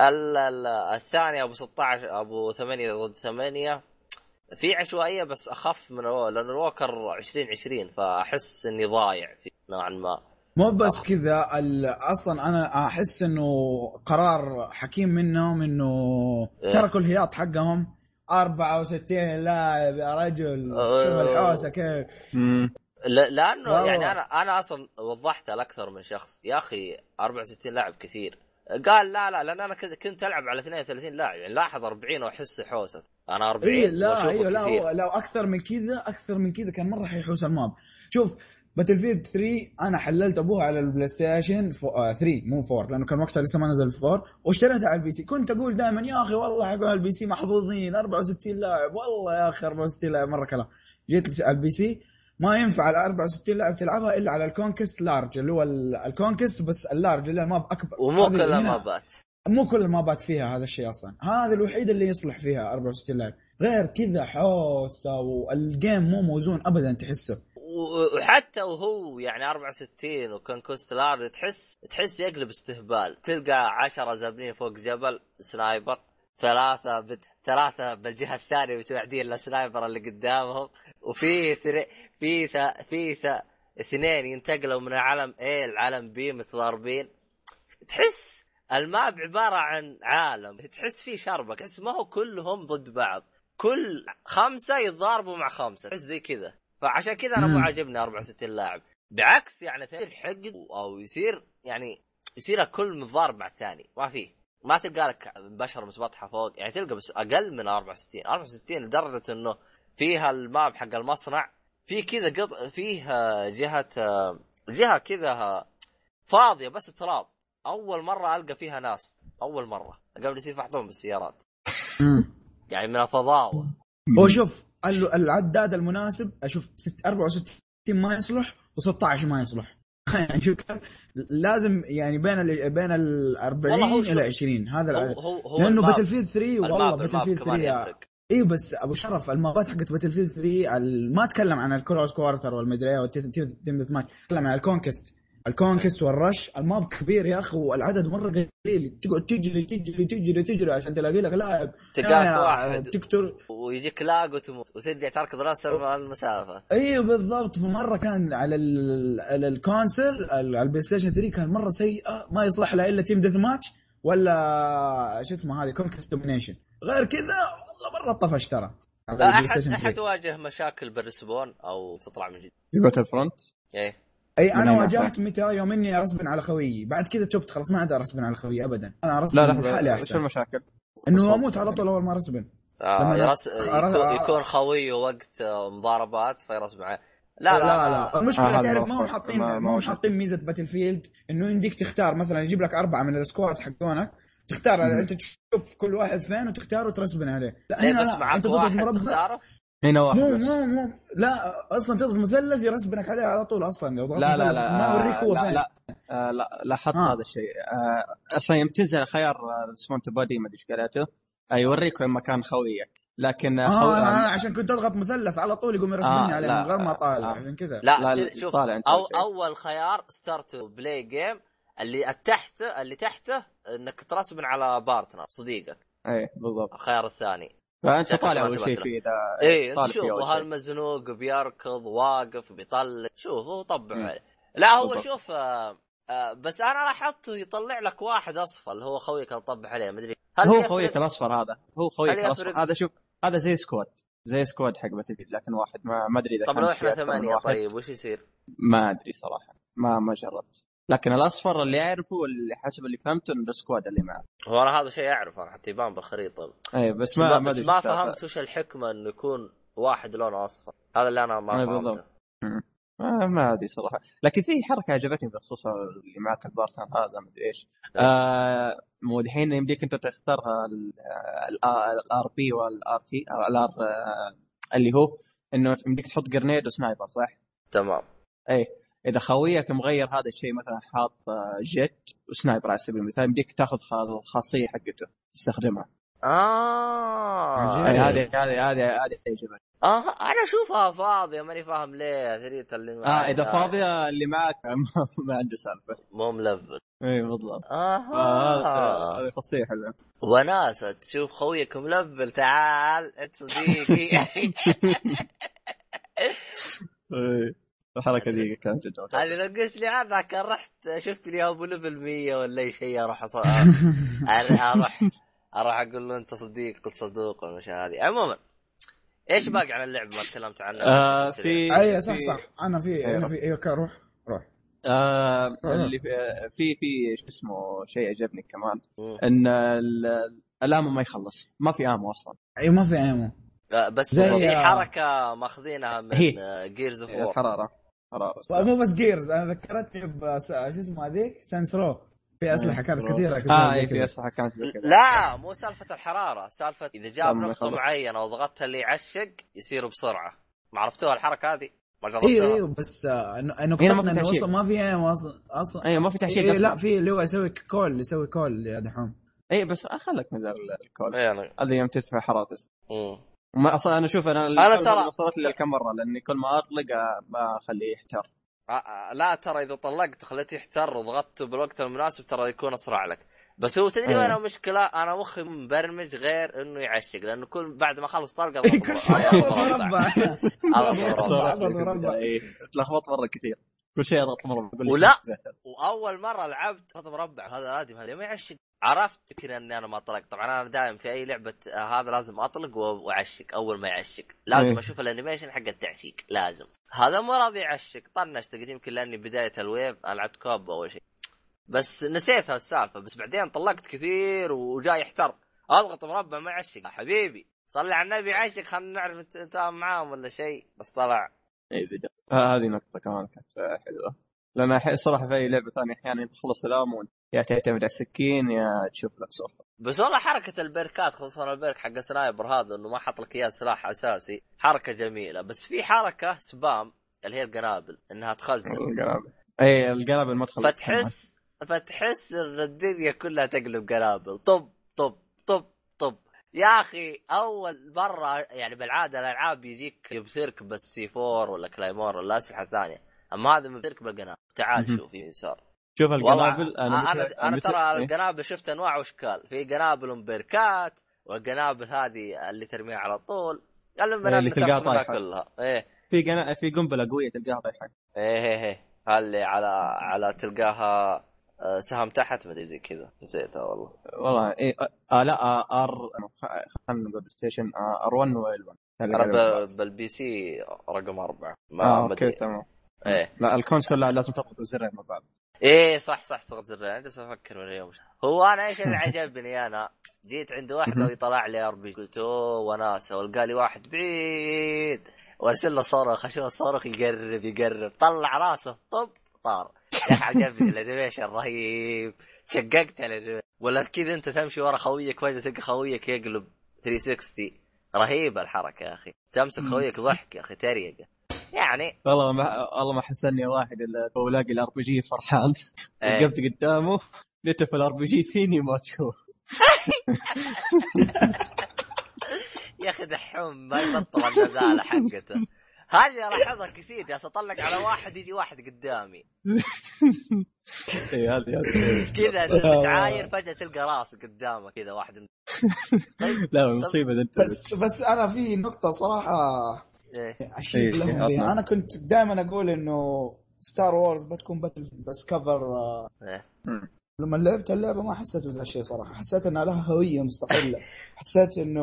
الثاني أبو ستة عشر أبو ثمانية ضد ثمانية في عشوائية بس أخف من الووكر لأن الووكر عشرين عشرين فأحس إني ضايع في نوعا ما مو بس كذا أصلا أنا أحس إنه قرار حكيم منهم إنه إيه؟ تركوا الهياط حقهم أربعة وستين لاعب يا رجل شوف الحوسة كيف لأنه والله. يعني أنا أنا أصلا وضحتها لأكثر من شخص يا أخي أربعة وستين لاعب كثير قال لا لا لأن أنا كنت ألعب على اثنين وثلاثين لاعب يعني لاحظ أربعين وأحس حوسة أنا أربعين إيه لا إيه لا لو أكثر من كذا أكثر من كذا كان مرة حيحوس الماب شوف باتلفيلد ثري أنا حللت أبوها على البلاي ستيشن ثري مو فور لأنه كان وقتها لسه ما نزل فور واشتريتها على البي سي كنت أقول دائما يا أخي والله حقول البي سي محظوظين أربعة وستين لاعب والله يا أخي أربعة وستين لاعب مرة كلام جيت على البي سي ما ينفع على أربعة وستين لاعب تلعبها إلا على الكونكست لارج اللي هو الكونكست بس اللارج اللي الماب أكبر ومو كل المابات مو كل المابات فيها هذا الشيء أصلا هذا الوحيد اللي يصلح فيها أربعة وستين لاعب غير كذا حوسة والجيم مو موزون أبدا تحسه وحتى وهو يعني أربعة وستين وكان كوستلار تحس تحس يقلب استهبال تلقى عشرة زبنين فوق جبل سنايبر ثلاثة بد... ثلاثة بالجهة الثانية متوعدين للسنايبر اللي قدامهم وفي ثر... في ث... في ث... اثنين ينتقلوا من العالم A العالم B متضاربين تحس الماب عبارة عن عالم تحس فيه شربك تحس ما هو كلهم ضد بعض كل خمسة يتضاربوا مع خمسة تحس زي كذا فعشان كذا أنا مو عاجبني أربعة وستين لاعب بعكس يعني يصير حقد أو يصير يعني يصير كل متضارب مع الثاني ما فيه ما تلقى لك بشر متبطحة فوق يعني تلقى بس أقل من أربعة وستين أربعة وستين لدرجة إنه فيها الماب حق المصنع في كذا قط فيها جهة جهة كذا فاضية بس تراب أول مرة ألقى فيها ناس أول مرة قبل يصير فحطهم بالسيارات يعني من الفضاوة هو شوف العداد المناسب اشوف أربعة وستين ما يصلح و16 ما يصلح يعني شوف لازم يعني بين ال بين ال أربعين الى عشرين هذا العدد لانه باتلفيلد ثري والله باتلفيلد ثري اي بس ابو شرف المابات حقت باتلفيلد ثري ما اتكلم عن الكروس كوارتر والمدري والتيم ديث ماتش اتكلم عن الكونكست الكونكست والرش الماب كبير يا اخي والعدد مره قليل تقعد تجري تجري تجري تجري عشان تلاقي لك لاعب تلقى واحد تكتر ويجيك لاج وتموت وترجع تركض راسه المسافه ايوه بالضبط فمره كان على على الكونسل على البلاي ستيشن ثري كان مره سيئه ما يصلح لها الا تيم ديث ماتش ولا شو اسمه هذه كونكست دومينيشن غير كذا والله مره طفش ترى احد احد واجه مشاكل بالرسبون او تطلع من جديد في باتل فرونت ايه اي انا واجهت متى يوم اني ارسبن على خويي، بعد كذا تبت خلاص ما عاد ارسبن على خويي ابدا. انا ارسبن لا لحالي لا احسن. ايش المشاكل؟ انه اموت على طول اول ما ارسبن. آه يرس... أخ... يكون... يكون خوي وقت مضاربات فيرسب معه. لا لا لا, لا. لا. المشكله آه تعرف ما هم حاطين ما هم حاطين ميزه باتل فيلد انه يمديك تختار مثلا يجيب لك اربعه من السكواد حقونك تختار م- انت تشوف كل واحد فين وتختار وترسبن عليه. لا هنا بس لا. انت تضغط مربع هنا واحد مو بس. مو مو لا اصلا تضغط مثلث يرسبنك عليه على طول اصلا. لو ضغطت لا لا لا ما اوريك هو لا فين. لا آه لا لاحظت هذا الشيء. آه اصلا يمتزع خيار ريسبونت بودي ما ادري ايش قالته يوريك وين مكان خويك، لكن آه خو... أنا, انا عشان كنت اضغط مثلث على طول يقوم يرسبني آه عليه من غير ما اطالع عشان آه كذا. لا, لا, لا شوف أو اول خيار ستارت بلاي جيم اللي تحت اللي تحته انك ترسبن على بارتنر صديقك. اي بالضبط الخيار الثاني. فانت طالع اول شيء فيه اذا ايه انت شوف هالمزنوق بيركض واقف بيطلع شوف طبع عليه. لا هو بالضبط. شوف آه آه بس انا لاحظته يطلع لك واحد اصفر اللي هو خويك اللي طبع عليه ما ادري هل هو خويك الاصفر هذا هو خويك الاصفر هذا. شوف هذا زي سكواد زي سكواد حق باتل لكن واحد ما ما ادري اذا طب لو احنا ثمانية طيب وش يصير؟ ما ادري صراحه ما ما جربت، لكن الاصفر اللي اعرفه واللي حسب اللي فهمته انه السكواد اللي معه. هو انا هذا شيء اعرفه انا حتى يبان بالخريطه. اي بس, بس ما بس ما فهمت وش الحكمه انه يكون واحد لونه اصفر. هذا اللي انا ما فهمته. ما ما ادري صراحه، لكن في حركه عجبتني بخصوص اللي معك البارتن هذا ما ادري ايش. آه مو الحين يمديك انت تختار الار بي والار تي الار اللي هو انه يمديك تحط جرنيد وسنايبر صح؟ تمام. اي اذا خويك مغير هذا الشيء مثلا حاط جيت وسنايبر على سبيل المثال يمديك تاخذ الخاصيه حقته تستخدمها. اه هذه هذه هذه هذه عجبتني. اه انا اشوفها فاضيه ماني فاهم ليه ثريت اللي معك. اه اذا فاضيه اللي معك ما عنده سالفه مو ملفل. اي بالضبط. اه هذه خاصيه حلوه وناسه تشوف خويك ملفل تعال انت صديقي. اي الحركه دي كانت جدا هذه لو قلت لي عنها كان رحت شفت لي ابو ليفل مية ولا اي شيء اروح اروح اروح اقول له انت صديق قلت صدوق والمشا هذه. عموما ايش باقي عن اللعبه ما تكلمت عنها؟ آه في اي صح صح انا في انا في ايوه روح روح آه اللي في في ايش اسمه شيء عجبني كمان م. ان الامو ما يخلص ما في امو اصلا. اي ما في امو بس في حركه ماخذينها من جيرز اوف وور حراره حراره مو بس جيرز. انا ذكرتني بس شو اسمه هذيك سانسرو في اسلحه كانت كثيره كثيره اه في اسلحه كانت كثيره. لا مو سالفه الحراره سالفه اذا جاب نقطه معينه وضغطتها اللي يعشق يصير بسرعه. ما عرفتوها الحركه هذه ما جربتها. ايوه ايوه بس انه نقطتنا انه اصلا ما في ايم اصلا اصلا ايوه ما في تعشيق. إيه لا في اللي هو يسوي كول يسوي كول يا دحوم. اي بس خلك مزال الكول يعني. هذا يوم تدفع حرارتس امم ما اصلا انا اشوف انا انا ترى وصلت لي كم مره لاني كل ما اطلق ما اخليه يحتر. لا ترى اذا طلقت وخليته يحتر وضغطته بالوقت المناسب ترى يكون اسرع لك. بس هو تدري وين المشكله؟ انا مخي مبرمج غير انه يعشق لانه كل بعد ما اخلص طلقه كل شيء مربع مربع تلخبط مره كثير كل شيء اضغط مربع. ولا واول مره لعبت اضغط مربع هذا عادي هذا ما يعشق. عرفت كذا اني انا ما اطلق. طبعا انا دائما في اي لعبه هذا لازم اطلق واعشق. اول ما يعشق لازم اشوف الانيميشن حق التعشيق لازم. هذا مو راضي يعشق طنشت قلت يمكن لاني بدايه الويف انا لعبت كوب اول شيء بس نسيت هالسالفه. بس بعدين طلقت كثير وجاي يحتر اضغط مربع ما يعشق. حبيبي صلي على النبي عشق خلينا نعرف انت معاهم ولا شيء. بس طلع اي بدا آه هذه نقطه كمان كانت حلوه لما صراحه في اي لعبه ثانيه احيانا تخلص الامون يا تعتمد على السكين يا تشوف لك صفر. بس والله حركه البركات خصوصا البرك حق سنايبر هذا انه ما حط لك اياه سلاح اساسي حركه جميله. بس في حركه سبام اللي هي القنابل انها تخزن القنابل. اي القنابل ما تخلص فتحس فتحس ان الدنيا كلها تقلب قنابل طب طب طب طب. يا اخي اول مره يعني بالعاده الالعاب يجيك يبثرك بس سي فور ولا كلايمور ولا اسلحه ثانيه اما هذا يبثرك بالقنابل. تعال شوف يسار شوف القنابل. انا انا, أنا ترى القنابل شفت انواع واشكال. في قنابل مبركات والقنابل هذه اللي ترميها على طول اللي تلقاها طايحه كلها. ايه في قنا... في قنبله قويه تلقاها طايحه. ايه ايه ايه اللي على على تلقاها سهم تحت ما ادري زي كذا نسيتها والله. والله ايه آه لا ار خلينا نقول ستيشن ار واحد و ال واحد انا بالبي سي رقم أربعة ما آه اوكي تمام. ايه لا الكونسول لا لازم تضغط الزرين مع بعض. ايه صح صح تضغط زرين بس افكر من اليوم. هو انا ايش اللي عجبني انا جيت عند واحد ويطلع لي اربي قلت اوه وناسه والقالي واحد بعيد وارسل له صاروخ اشوف الصاروخ يقرب يقرب طلع راسه طب طار. يا اخي عجبني الانيميشن رهيب شققت على الانيميشن. ولا كذا انت تمشي ورا خويك فجاه تلقى خويك يقلب ثلاثمية وستين. رهيبه الحركه يا اخي تمسك خويك ضحك يا اخي تريقه يعني. والله ما والله ما حسني واحد الا هو لاقي الار بي جي فرحان ايه. وقفت قدامه لقيته في الار بي جي فيني ما تشوف. يا اخي دحوم ما يبطل النزاله حقته هذه لاحظها كثير يا اطلق على واحد يجي واحد قدامي اي هذه كذا تتعاير فجاه تلقى راس قدامك كذا واحد. لا مصيبه انت. بس بس انا في نقطه صراحه اشيد إيه. لهم بها. انا كنت دائما اقول انه ستار وورز بتكون باتل بس كفر. إيه. لما لعبت اللعبه ما حسيت بهذا الشيء صراحه. حسيت انها لها هويه مستقله. حسيت انه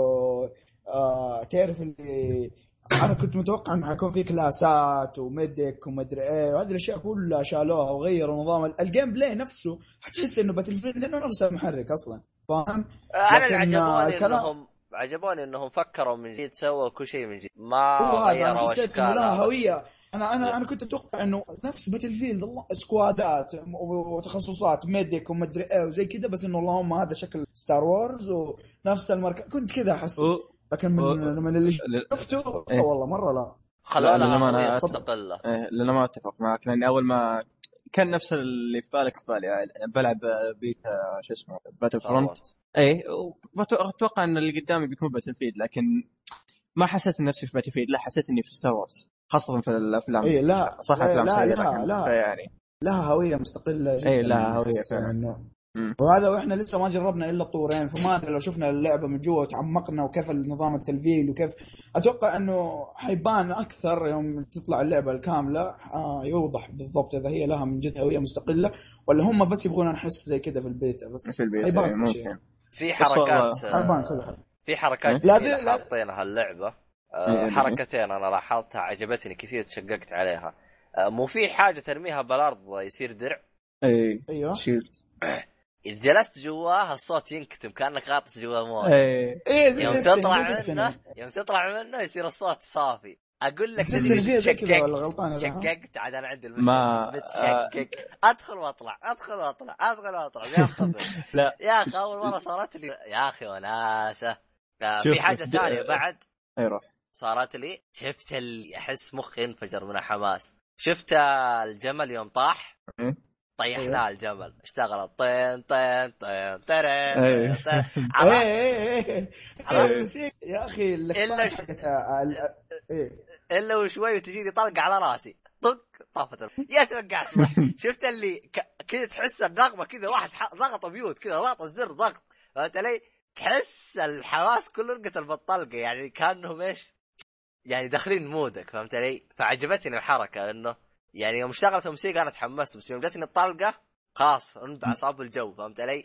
آه تعرف اللي انا كنت متوقع انه حيكون في كلاسات وميديك ومدري ايه وهذه الاشياء كلها شالوها وغيروا نظام الجيم بلاي نفسه. حتحس انه باتل فيلد لانه نفس المحرك اصلا فاهم. انا اللي عجبوني انهم عجبوني انهم فكروا من جديد سووا كل شيء من جديد ما غيروا حسيت انه لها هويه. انا انا انا كنت اتوقع انه نفس باتل فيلد الله سكوادات وتخصصات ميديك ومدري ايه وزي كذا بس انه اللهم هذا شكل ستار وورز ونفس المركز كنت كذا احس. لكن من من اللي شفته إيه؟ والله مره لا خلونا انا مستقله إيه لأنه ما اتفق معك لان اول ما كان نفس اللي في بالك في بالي بلعب بيتا شو اسمه باتل فرونت. اي اتوقع ان اللي قدامي بيكون باتل فيلد لكن ما حسيت نفسي في باتل فيلد. لا حسيت اني في ستار وورز خاصه في الافلام. اي لا صح لا افلام لا, لا, لا يعني لها هويه مستقله جدا. اي لها هويه فعلا. وهذا واحنا لسه ما جربنا الا طورين فما ادري لو شفنا اللعبه من جوا وتعمقنا وكيف النظام التلفيل وكيف اتوقع انه حيبان اكثر يوم تطلع اللعبه الكامله. آه يوضح بالضبط اذا هي لها من جد هويه مستقله ولا هم بس يبغون نحس زي كذا في البيت بس في البيت ممكن في حركات حيبان كل حاجه في حركات لا حاطينها اللعبه. آه حركتين انا لاحظتها عجبتني كثير تشققت عليها. آه مو في حاجه ترميها بالارض يصير درع. اي ايوه شيلد إذا جلست جواها الصوت ينكتم كأنك غاطس جوا مويه. ايه إيه يوم تطلع منه يوم تطلع منه يصير الصوت صافي. أقول لك شققت شققت عاد أنا عندي ما متشقق أدخل وأطلع أدخل وأطلع أدخل وأطلع يا أخي لا يا أخي أول مرة صارت لي يا أخي وناسة. في حاجة ثانية بعد أيوة صارت لي شفت اللي أحس مخي انفجر من الحماس. شفت الجمل يوم طاح طيحنا الجمل اشتغل طين طين طين ترين ايه يا اخي الا الا وشوي وتجيني طلق على راسي طق طافت يا توقعت. شفت اللي كذا تحس النغمه كذا واحد ضغط بيوت كذا ضغط الزر ضغط فهمت علي تحس الحواس كله انقتل بالطلقه يعني كانهم ايش يعني داخلين مودك فهمت علي. فعجبتني الحركه انه يعني يوم اشتغلت الموسيقى انا تحمست بس يوم جاتني الطلقه خلاص انبع صاب الجو فهمت علي.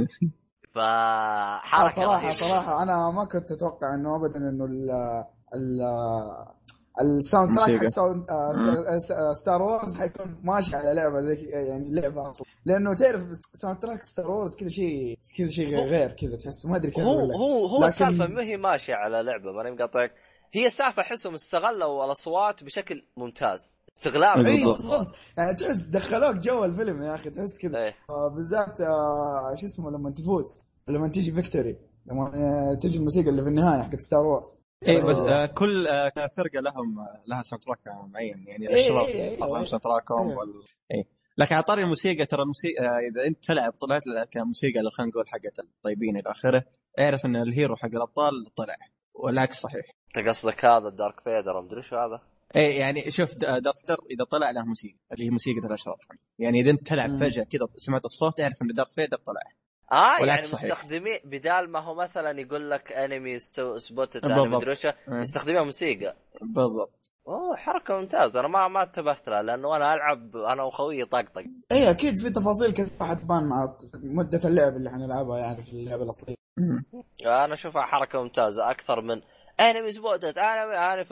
فحركه صراحه صراحه انا ما كنت اتوقع انه ابدا انه ال ال الساوند تراك حق ستار وورز حيكون ماشي على لعبه زي يعني لعبه اصلا لانه تعرف ساوند تراك ستار وورز كذا شيء كذا شيء غير كذا تحس ما ادري كيف هو هو هو السالفه ما هي ماشيه على لعبه ما مقاطعك. هي السالفه احسهم استغلوا الاصوات بشكل ممتاز استغلال. اي بالضبط يعني تحس دخلوك جو الفيلم يا اخي تحس كذا. ايه. آه بالذات آه شو اسمه لما تفوز لما تيجي فيكتوري لما آه تيجي الموسيقى اللي في النهايه حق ستار وورز. اي بس آه كل آه فرقه لهم آه لها ساوند تراك معين يعني الاشراف طبعا ساوند تراكهم وال اي لكن على طاري الموسيقى ترى الموسيقى آه اذا انت تلعب طلعت لك موسيقى اللي خلينا نقول حقت الطيبين الى اخره اعرف ان الهيرو حق الابطال طلع والعكس صحيح. انت قصدك هذا الدارك فيدر مدري شو هذا. ايه يعني شوف دارك فيدر اذا طلع له موسيقى اللي هي موسيقى الاشراف يعني اذا انت تلعب فجاه كذا سمعت الصوت اعرف ان دارك فيدر طلع. اه يعني مستخدمين بدال ما هو مثلا يقول لك انمي سبوت مدري شو يستخدمها موسيقى بالضبط. اوه حركه ممتازه انا ما ما انتبهت لها لانه انا العب انا وخويي طقطق. اي اكيد في تفاصيل كثير راح تبان مع مده اللعب اللي حنلعبها يعني في اللعبه الاصليه. انا اشوفها حركه ممتازه اكثر من انمي سبوتت انمي عارف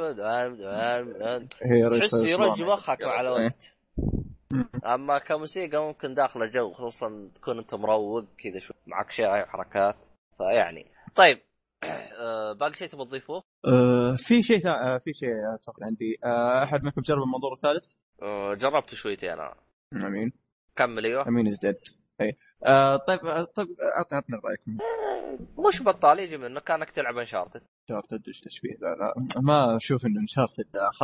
تحس يرج مخك على وقت. اما كموسيقى ممكن داخله جو، خصوصا تكون انت مروق كذا شوي معك شاي وحركات فيعني. طيب باقي شيء تبغى تضيفه؟ أه في شيء ثا... في شيء اعتقد عندي. أه احد منكم جرب المنظور الثالث؟ أه جربت شويتين انا. امين كمل. ايوه امين ازدد. اي أه طيب طيب اعطنا رايك. مش بطال يجي منه كانك تلعب انشارتد. انشارتد ايش تشبيه؟ لا لا ما اشوف انه انشارتد خ...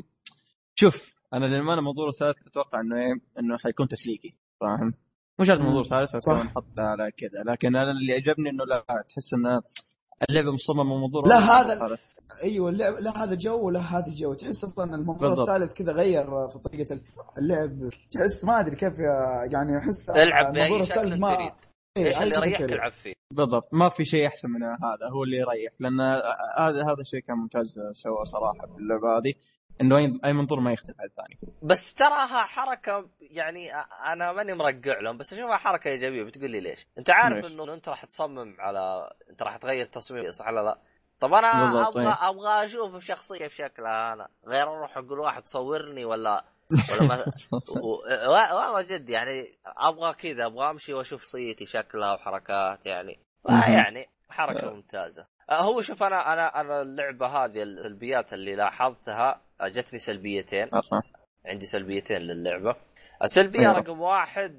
شوف انا لما انا المنظور الثالث كنت اتوقع انه ايه انه حيكون تسليكي فاهم، مش هذا المنظور الثالث فكان نحط على كذا. لكن انا اللي عجبني انه لا تحس انه اللعبه مصممه منظور لا هذا ايوه اللعب لا هذا جو ولا هذا جو. تحس اصلا المنظور الثالث كذا غير في طريقه اللعب. تحس ما ادري كيف يعني احس المنظور الثالث ما ايش اللي يريحك العب فيه بالضبط. ما في شيء احسن من هذا، هو اللي يريح. لان هذا هذا الشيء كان ممتاز سوى صراحه في اللعبه هذه، انه اي منظور ما يختلف عن الثاني. بس تراها حركه يعني انا ماني مرقع لهم، بس اشوفها حركه ايجابيه. بتقول لي ليش؟ انت عارف انه انت راح تصمم على انت راح تغير تصميم صح ولا لا؟ طب انا ابغى ايه. ابغى اشوف الشخصيه في شكلها انا غير اروح اقول واحد صورني ولا ولا ما والله جد يعني ابغى كذا، ابغى امشي واشوف شخصيتي شكلها وحركات يعني يعني حركه ممتازه. هو شوف انا انا انا اللعبه هذه السلبيات اللي لاحظتها جتني سلبيتين. عندي سلبيتين للعبه. السلبيه رقم واحد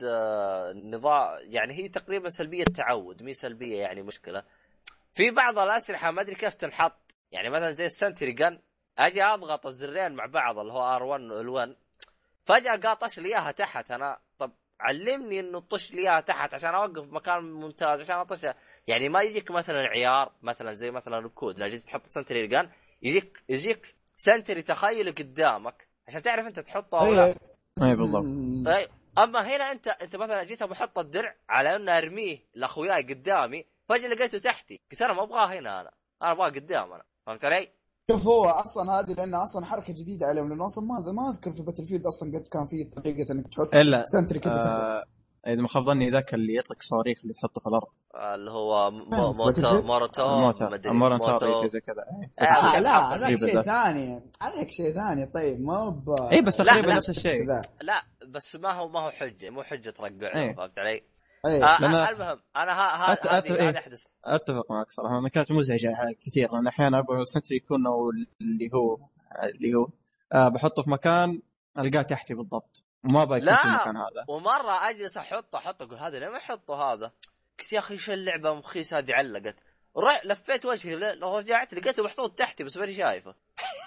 نظام يعني هي تقريبا سلبيه تعود، مي سلبيه يعني مشكله. في بعض الاسلحه ما ادري كيف تنحط، يعني مثلا زي السنتري جن اجي اضغط الزرين مع بعض اللي هو ار واحد وال واحد فجاه قاطش لي اياها تحت. انا طب علمني انه طش لي اياها تحت عشان اوقف مكان ممتاز عشان اطشها. يعني ما يجيك مثلا عيار مثلا زي مثلا الكود لا جيت تحط سنتري جن يجيك يجيك سنتري تخيل قدامك عشان تعرف انت تحطه او لا. اي بالضبط. اي اما هنا انت انت مثلا جيت بحط الدرع على انه ارميه لاخوياي قدامي فجاه لقيته تحتي قلت انا ما ابغاه هنا، انا انا ابغاه قدام انا. فهمت علي؟ شوف هو اصلا هذه لانه اصلا حركه جديده عليهم، لانه اصلا ما ما اذكر في باتل فيلد اصلا قد كان في طريقه انك تحط سنتري كذا آه اذا ما خاب ظني ذاك اللي يطلق صواريخ اللي تحطه في الارض اللي هو موتور مورتو مدري موتور زي كذا. آه لا هذاك شيء ثاني عليك شيء ثاني. طيب ما ب اي بس تقريبا نفس الشيء. لا بس ما هو ما هو حجه مو حجه ترقع. ايه. فهمت علي؟ ايه. آه أنا المهم انا هذا هذا احدث اتفق معك صراحه. انا كانت مزعجه كثير. انا احيانا ابغى السنتري يكون او اللي هو اللي هو أه بحطه في مكان القاه تحتي بالضبط وما بيكون في المكان هذا. ومره اجلس احطه احطه اقول هذا ليه ما احطه هذا قلت يا اخي شو اللعبه مخيس هذه علقت. لفيت وجهي رجعت لقيته محطوط تحتي بس ماني شايفه.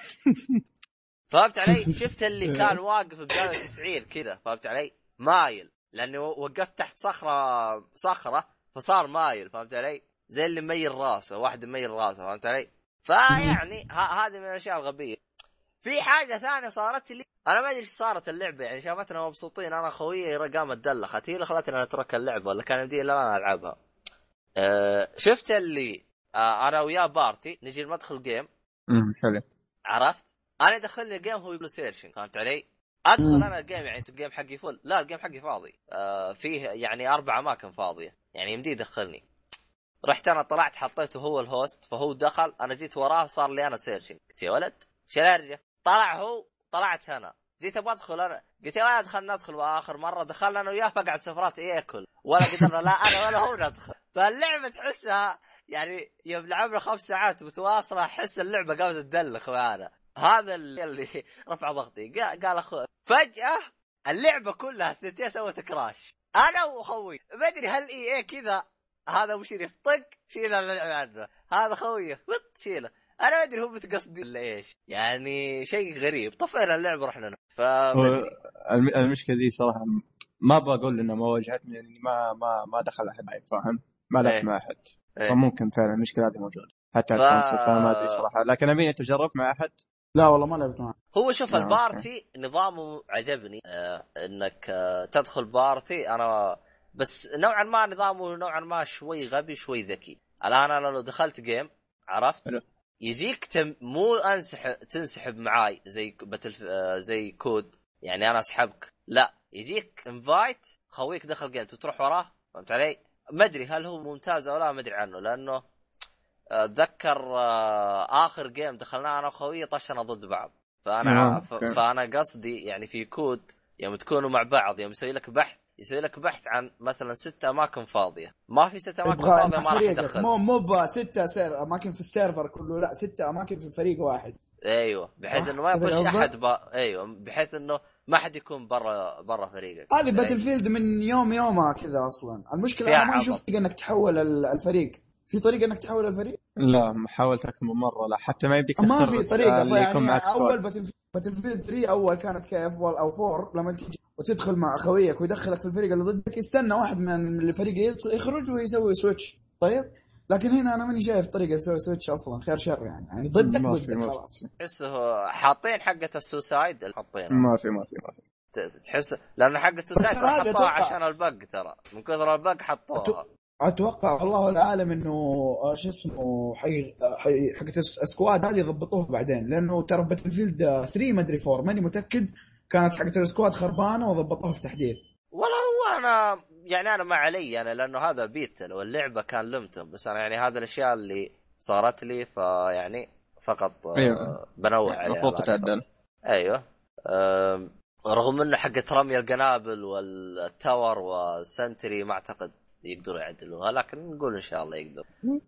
فهمت علي؟ شفت اللي كان واقف بزاويه تسعين كذا فهمت علي؟ مايل لانه وقفت تحت صخره صخره فصار مايل. فهمت علي؟ زي اللي ميل راسه واحد ميل راسه. فهمت علي؟ فيعني هذه من الاشياء الغبيه. في حاجه ثانيه صارت لي انا ما ادري ايش صارت اللعبه يعني شافتنا مبسوطين انا خويي قامت دلخت هي اللي خلتني اترك اللعبه ولا كان يمدي لا انا العبها. أه شفت اللي أه انا وياه بارتي نجي ندخل جيم امم حلو عرفت انا دخلني الجيم هو يقول سيرشنج. فهمت علي؟ ادخل انا الجيم يعني انت الجيم حقي فل لا الجيم حقي فاضي. أه فيه يعني اربع اماكن فاضيه يعني يمدي يدخلني. رحت انا طلعت حطيته هو الهوست فهو دخل انا جيت وراه صار لي انا سيرشنج. قلت يا ولد شلارجه طلع هو طلعت هنا جيت ابغى ادخل انا قلت يا ولد خلنا ندخل. واخر مره دخلنا انا وياه فقعد سفرات ياكل ولا قدرنا لا انا ولا هو ندخل. فاللعبه تحسها يعني يوم لعبنا خمس ساعات متواصله احس اللعبه قامت تدلخ معانا. هذا اللي رفع ضغطي. قال اخوي فجاه اللعبه كلها اثنتين سوت كراش انا واخوي ما ادري هل اي ايه كذا هذا مشرف طق شيله اللعبه عنده هذا خويه فط شيله انا ما ادري هم متقصدين ولا ايش يعني شيء غريب. طفينا اللعبه رحنا ف المشكله دي صراحه ما بقول انه ما واجهتني يعني ما ما ما دخل احد معي فاهم ما لعبت مع احد ايه. فممكن فعلا المشكله هذه موجوده حتى ف... الكونسول فما ادري صراحه. لكن ابي انت تجرب مع احد؟ لا والله ما لعبت معه. هو شوف آه البارتي نظامه عجبني آه انك آه تدخل بارتي انا بس نوعا ما نظامه نوعا ما شوي غبي شوي ذكي. الان انا لو دخلت جيم عرفت حلو. يجيك تم مو انسحب تنسحب معاي زي بتل آه زي كود يعني انا اسحبك لا يجيك انفايت خويك دخل جيم تروح وراه. فهمت علي؟ ما ادري هل هو ممتاز او لا ما ادري عنه لانه اتذكر اخر جيم دخلناه انا واخوي طشنا ضد بعض. فانا فانا قصدي يعني في كود يوم تكونوا مع بعض يوم يسوي لك بحث يسوي لك بحث عن مثلا ستة اماكن فاضيه، ما في ستة اماكن فاضيه ما راح يدخل. مو مو بستة سير اماكن في السيرفر كله، لا ستة اماكن في فريق واحد. ايوه بحيث انه ما يخش احد ب... ايوه بحيث انه ما حد يكون برا برا فريقك. هذه باتل فيلد من يوم يومها كذا اصلا. المشكله انا ما اشوف انك تحول الفريق. في طريقه انك تحول الفريق؟ لا ما حاولت اكثر من مره، لا حتى ما يمديك تختار. ما في طريقه. يعني اول باتل باتل فيلد ثلاثة اول كانت كيف او أربعة لما تيجي وتدخل مع خويك ويدخلك في الفريق اللي ضدك يستنى واحد من الفريق يخرج ويسوي سويتش. طيب لكن هنا انا ماني شايف طريقه تسوي سويتش اصلا. خير شر يعني يعني ضدك ضدك خلاص. تحسه حاطين حقه السوسايد اللي حاطينها. ما في ما في ما في تحس لانه حقه السوسايد حطوها عشان البق، ترى من كثر البق حطوها. اتوقع والله العالم انه شو اسمه حي حقه السكواد هذه يضبطوها بعدين، لانه ترى باتل فيلد ثلاثة ما ادري أربعة ماني متاكد كانت حقه السكواد خربانه وضبطوها في تحديث. والله هو انا يعني انا ما علي انا لانه هذا بيت لو اللعبه كان لمتم، بس انا يعني هذا الاشياء اللي صارت لي فيعني فقط أيوة. بنوع عليها. المفروض تتعدل. ايوه أه رغم انه حقه رمي القنابل والتاور والسنتري ما اعتقد يقدروا يعدلوها، لكن نقول ان شاء الله يقدر.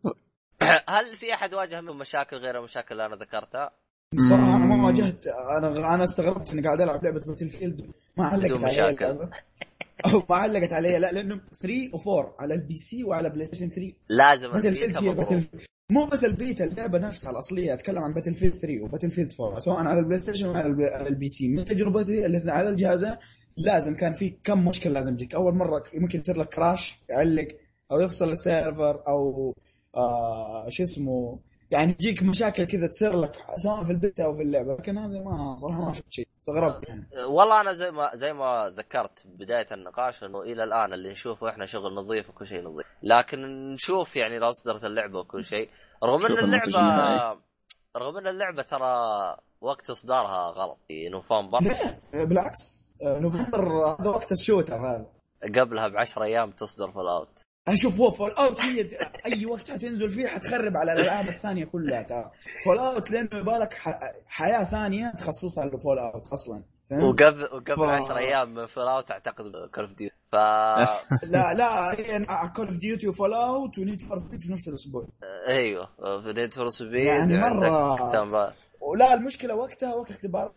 هل في احد واجه من مشاكل غير المشاكل اللي انا ذكرتها؟ صراحه انا ما واجهت. انا انا استغربت اني قاعد العب لعبه باتل فيلد ما علقت علي اللعبه او ما علقت علي. لا لانه ثلاثة و4 على البي سي وعلى بلاي ستيشن ثلاثة لازم باتل فيلد. مو بس البيتا اللعبه نفسها الاصليه. اتكلم عن باتل فيلد ثلاثة وباتل فيلد أربعة سواء على البلاي ستيشن وعلى البي سي. من تجربتي اللي على الجهازين لازم كان في كم مشكله لازم تجيك. اول مره ممكن يصير لك كراش يعلق او يفصل السيرفر او آه شو اسمه يعني تجيك مشاكل كذا تصير لك سواء في البيتا او في اللعبه. لكن هذا ما صراحه ما شفت شيء استغربت يعني. والله انا زي ما زي ما ذكرت بدايه النقاش انه الى الان اللي نشوفه احنا شغل نظيف وكل شيء نظيف، لكن نشوف يعني لو اصدرت اللعبه وكل شيء رغم ان اللعبه رغم ان اللعبه ترى وقت اصدارها غلط في نوفمبر. بالعكس نوفمبر هذا وقت الشوتر، هذا قبلها بعشر ايام تصدر فول اوت. اشوف هو فول اوت هي اي وقت حتنزل فيه حتخرب على الالعاب الثانيه كلها. ترى فول اوت لانه يبالك حياه ثانيه تخصصها لفول اوت اصلا. وقبل وقبل ف... عشر ايام من فول اوت اعتقد كول اوف ديوتي. ف لا لا هي كول اوف ديوتي وفول اوت ونيد فور سبيد في نفس الاسبوع. ايوه في نيد فور سبيد يعني مره. ولا المشكله وقتها وقت اختبارات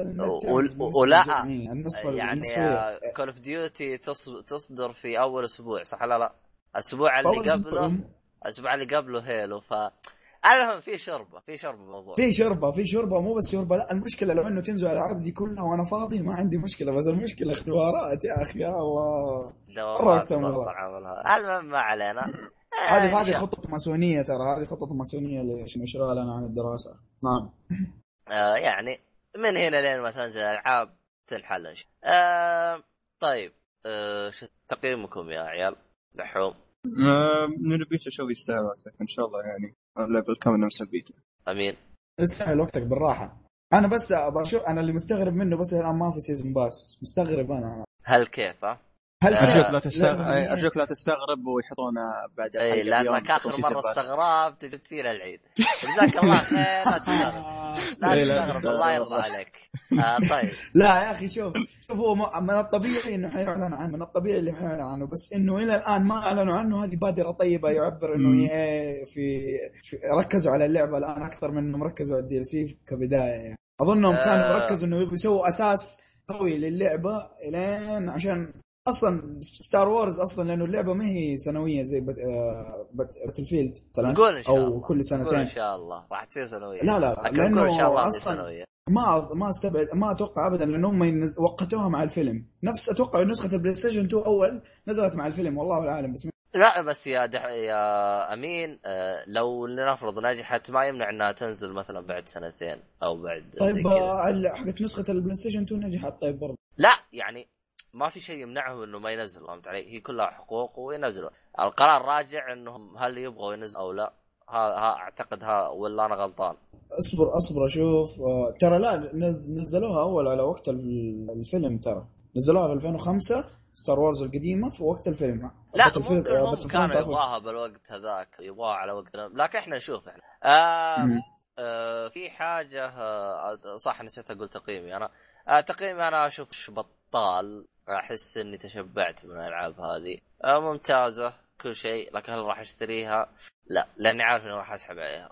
ولا يعني كول اوف ديوتي تصدر في اول اسبوع صح لا لا الاسبوع اللي قبله الاسبوع اللي قبله هيلو. ف المهم في شربه في شربه موضوع في شربه في شربه مو بس شربه. لا المشكله لو انه تنزل على العرب دي كلها وانا فاضي ما عندي مشكله، بس المشكله اختبارات يا اخي يا الله. المهم ما علينا. هذه هذه خطه ماسونيه ترى. هذه خطه ماسونيه اللي شغاله عن الدراسه. نعم آه يعني من هنا لين ما تنزل العاب تنحل ان شاء الله. آه طيب آه شو تقييمكم يا عيال دحوم؟ آه من البيتا شو يستاهل ان شاء الله يعني اللعبه الكامل نفس البيتا. امين استاهل وقتك بالراحه. انا بس بشوف انا اللي مستغرب منه بس الان ما في سيزون باس. مستغرب انا هل كيف ها هل ارجوك لا تستغرب ارجوك لا تستغرب ويحطونا بعد الحلقه. اي لانك اخر مره استغربت جبت فينا العيد. جزاك الله خير. لا تستغرب لا تستغرب الله يرضى عليك. آه طيب لا يا اخي شوف شوف هو من الطبيعي انه حيعلن عنه. من الطبيعي اللي حيعلن عنه بس انه الى الان ما اعلنوا عنه. هذه بادره طيبه يعبر انه في, في ركزوا على اللعبه الان اكثر من انهم ركزوا على الدي ال سي كبدايه. يعني اظنهم كانوا آه. ركزوا انه يسووا اساس قوي للعبه الين عشان اصلا ستار وورز اصلا لانه اللعبه ما هي سنويه زي بت... باتل فيلد طبعا او كل سنتين. ان شاء الله راح تصير سنويه. لا لا لا لانه إن شاء الله اصلا سنوية. ما ما استبعد ما اتوقع ابدا لانهم ينز... وقتوها مع الفيلم. نفس اتوقع نسخه البلاي ستيشن تو اول نزلت مع الفيلم والله العالم. بس لا بس يا دح... يا امين آه لو لنفرض نجحت ما يمنع انها تنزل مثلا بعد سنتين او بعد. طيب حقت نسخه البلاي ستيشن تو نجحت طيب برضه. لا يعني ما في شيء يمنعهم انه ما ينزلوا. فهمت علي؟ هي كلها حقوق وينزلوا. القرار راجع انهم هل يبغوا ينزلوا او لا. ها ها اعتقد ها ولا انا غلطان. اصبر اصبر اشوف. ترى لا نزلوها اول على وقت الفيلم. ترى نزلوها في ألفين وخمسة ستار وورز القديمه في وقت الفيلم. لا ممكن هم كانوا يبغاها بالوقت هذاك يبغاها على وقت، لكن احنا نشوف احنا آه آه في حاجه آه صح نسيت اقول تقييمي انا. آه تقييمي انا اشوف بطال، احس اني تشبعت من الالعاب هذه. آه ممتازه كل شيء، لكن هل راح اشتريها؟ لا، لاني عارف اني راح اسحب عليها.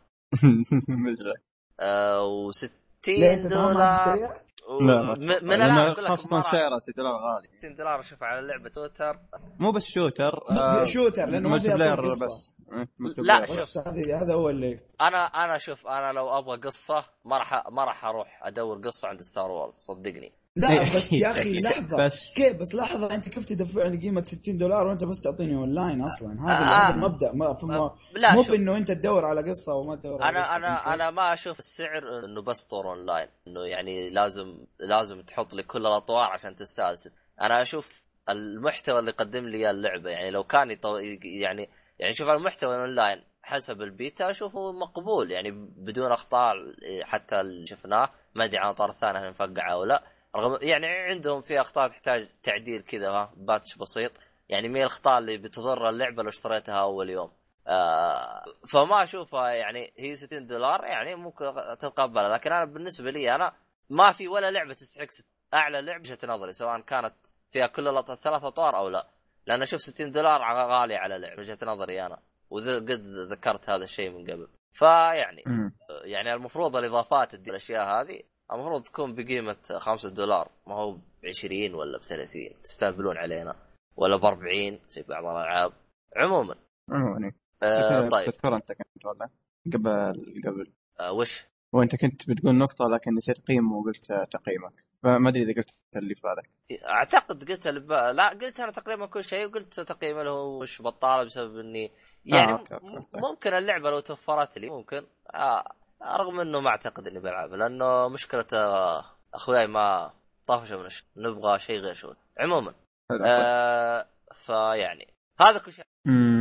آه وستين دولار لا من الان خاصه سعرها ستين دولار غالي. ستين دولار اشوف على لعبه تويتر، مو بس شوتر آه شوتر لانه ما فيها قصه بس. لا شوف هذا هذا هو اللي انا انا شوف انا لو ابغى قصه ما راح ما راح اروح ادور قصه عند ستار وورز صدقني. لا بس يا اخي لحظه بس كيف بس لحظه انت كيف تدفعني قيمه ستين دولار وانت بس تعطيني اونلاين اصلا؟ هذا آه هذا المبدا ما فما مو بانه انت تدور على قصه وما تدور انا على انا انا ما اشوف السعر انه بس طور اونلاين، انه يعني لازم لازم تحط لي كل الاطوار عشان تستانس. انا اشوف المحتوى اللي قدم لي اللعبه، يعني لو كان يطو... يعني يعني شوف المحتوى اونلاين حسب البيتا اشوفه مقبول يعني بدون اخطاء حتى اللي شفناه. ما ادري عن اطار ثانيه هل نفقع او لا، رغم يعني عندهم في اخطاء تحتاج تعديل كذا ها باتش بسيط، يعني مي الاخطاء اللي بتضر اللعبه لو اشتريتها اول يوم. آه فما اشوفها يعني هي ستين دولار يعني ممكن تتقبلها، لكن انا بالنسبه لي انا ما في ولا لعبه تستحق اعلى لعبه وجهه نظري سواء كانت فيها كل الثلاث اطوار او لا، لان اشوف ستين دولار غالي على لعبه وجهه نظري انا، وقد ذكرت هذا الشيء من قبل. فيعني يعني المفروض الاضافات الاشياء هذه المفروض تكون بقيمة خمسة دولار، ما هو بعشرين ولا بثلاثين تستهبلون علينا، ولا بأربعين زي بعض الألعاب. عموما عموما آه طيب تذكر أنت كنت ولا قبل قبل آه وش وأنت كنت بتقول نقطة لكن نسيت قيمة وقلت تقييمك، فما أدري إذا قلت اللي في بالك. أعتقد قلت الب... لا قلت أنا تقريبا كل شيء، وقلت تقييم له وش بطالة بسبب إني يعني آه أوكي أوكي. ممكن اللعبة لو توفرت لي ممكن آه رغم انه ما اعتقد اني بلعبها، لانه مشكله اخوياي ما طافشوا من الشغل، نبغى شيء غير شغل. عموما آه فيعني هذا كل شيء.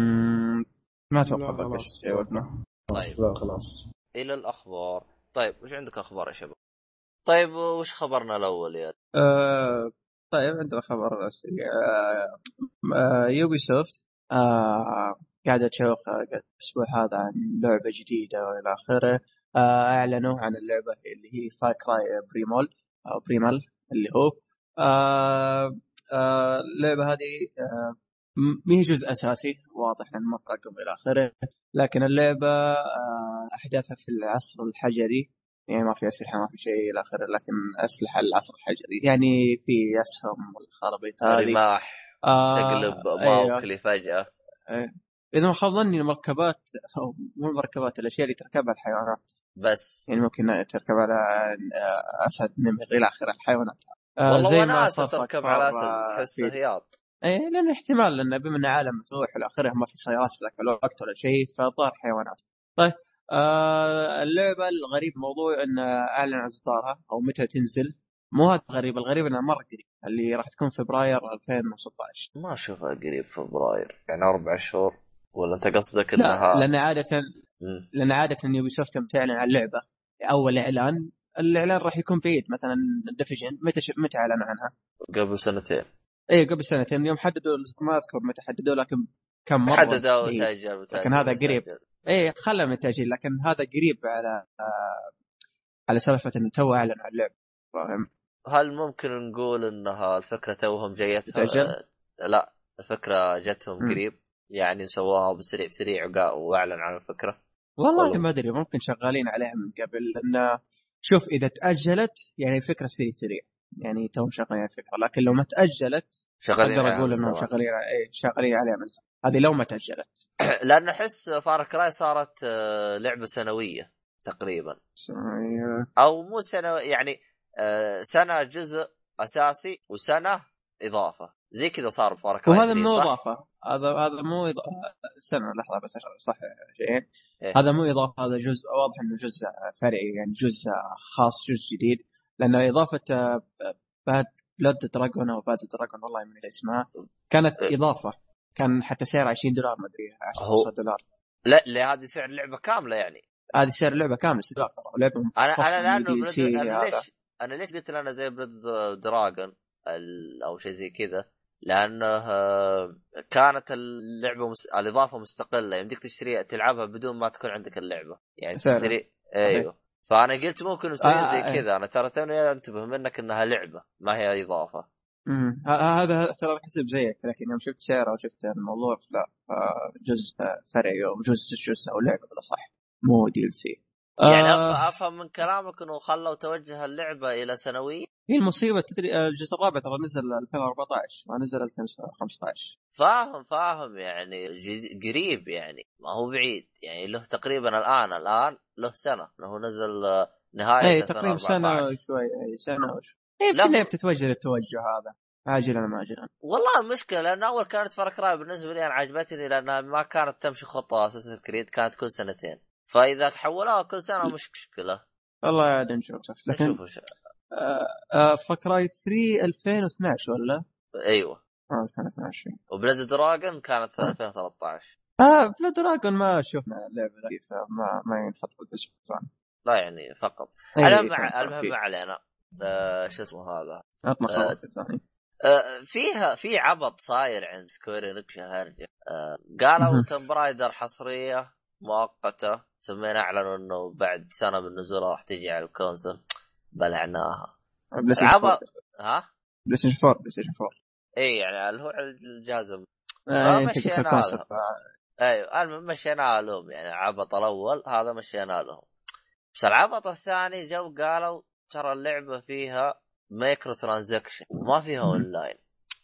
ما اتوقع بقى شيء ودنا. طيب خلاص الى الاخبار. طيب وش عندك اخبار يا شباب؟ طيب وش خبرنا الاول يا آه طيب عندنا خبر آه آه يوبي سوفت آه قاعدة تشوف الأسبوع هذا عن لعبة جديدة وإلى آخره. آه أعلنوا عن اللعبة اللي هي فار كراي بريمول أو بريمال اللي هو آه آه اللعبة هذه آه ما هي جزء أساسي واضح لأن ما فرقهم إلى آخره، لكن اللعبة آه أحداثها في العصر الحجري، يعني ما في أسلحة ما في شيء إلى آخره، لكن أسلحة العصر الحجري يعني في أسهم والخرابيط هذه رماح آه تقلب موكلي أيوه. فجأة أيوه. إذا ما خاب ظني المركبات أو مو المركبات الأشياء اللي تركبها الحيوانات بس يعني ممكن تركب على أسد نمر إلى آخره الحيوانات آه والله زي ما تركب على أسد تحس هياط إيه لأن احتمال لأن بما أن عالم مفتوح إلى آخره ما في سيارات في ذاك الوقت ولا شيء فظهر حيوانات. طيب آه اللعبة الغريب موضوع أن أعلن عن إصدارها أو متى تنزل، مو هذا غريب، الغريب أنها مرة قريب اللي راح تكون فبراير ألفين وستة عشر. ما أشوفها قريب فبراير يعني أربع شهور ولا أنت قصدك إنها لأن عادة م. لأن عادة يوبي سوفت يوم تعلن عن اللعبة أول إعلان الإعلان راح يكون بعيد، مثلا ديفيجن متى ش... متى أعلنوا عنها؟ قبل سنتين. إيه قبل سنتين يوم حددوا ما أذكر متى حددوا لكن كم مرة حددوا تأجل لكن هذا قريب. إيه خلى من التأجيل لكن هذا قريب على آه على سالفة إنه تو أعلن عن اللعبة. فاهم؟ هل ممكن نقول إنها الفكرة توهم جيتها؟ تأجل؟ لا الفكرة جتهم م. قريب يعني سواها بسريع سريع وأعلن عن الفكرة. والله ما أدري ممكن شغالين عليها من قبل، لأن شوف إذا تأجلت يعني فكرة سريع سريع يعني توم شغالين الفكرة، لكن لو ما تأجلت أقدر أقول إنهم شغالين إيه شغالين عليها من زمان. هذه لو ما تأجلت لأن أحس فار كراي صارت لعبة سنوية تقريبا أو مو سنة يعني سنة جزء أساسي وسنة إضافة زي كذا صار فار كراي. وهذا مو إضافة، هذا هذا مو إضافة. سنة لحظة بس صح شيء إيه؟ هذا مو إضافة، هذا جزء واضح إنه جزء فرعي يعني جزء خاص جزء جديد، لأنه إضافة باد بلاد دراجون أو باد دراجون والله من اسمها كانت إضافة كان حتى سعر عشرين دولار ما أدري عشرة دولار. لا لا هذه سعر لعبة كاملة يعني هذه سعر لعبة كاملة ستة دولار ترى لعبة أنا أنا لأنه أنا ليش أنا ليش قلت لنا زي بلاد دراجون أو شيء زي كذا لانه كانت اللعبه مس... الاضافه مستقله، يمديك تشتري تلعبها بدون ما تكون عندك اللعبه يعني تشتري. ايوه فانا قلت ممكن مسوي آه زي آه كذا. انا ترى توني انتبه منك انها لعبه ما هي اضافه. امم هذا ترى حسب زيك، لكن يوم شفت سعره وشفت الموضوع لا جزء فرعي او جزء جزء او لعبه بلا صح مو دي ال سي. يعني آه افهم من كلامك انه خلوا توجه اللعبه الى سنويه. هي المصيبه تدري الجزء الرابع ترى نزل ألفين وأربعطعش ما نزل ألفين وخمسطعش. فاهم فاهم يعني قريب يعني ما هو بعيد يعني له تقريبا الان الان له سنه انه نزل نهايه اي تقريبا سنه وشوي اي سنه وشوي. هي في اللعبه تتوجه للتوجه هذا عاجلا ما عاجلا. والله المشكله لان اول كانت فار كراي بالنسبه لي انا عجبتني لانها ما كانت تمشي خطه اساس كريد كانت كل سنتين، فاذا حولوها كل سنه مش مشكله. والله عاد نشوف لكن نشوف آه آه فكراي ثلاثة ألفين واثناشر ولا ايوه اه ألفين واثناشر. وبلاد دراجون كانت ألفين وثلاثطعش. اه بلاد دراجون ما شفنا اللعبه فما ما ينحط في الحسبان. لا يعني فقط أيه المهم مع المهم ما علينا. آه شو اسمه هذا عطنا خبر آه الثاني. آه فيها في عبط صاير عند سكويرينك هرجه. آه قالوا توم برايدر حصريه مؤقته ثم اعلنوا انه بعد سنه من نزولها راح تجي على الكونسول. بلعناها العبط. ها بلاي ستيشن فور بلاي ستيشن فور اي يعني اللي هو الجهاز آه مشينا لهم. ايوه المهم مشينا لهم يعني عبط الاول هذا مشينا لهم. بس العبط الثاني جو قالوا ترى اللعبه فيها مايكرو ترانزاكشن وما فيها اونلاين.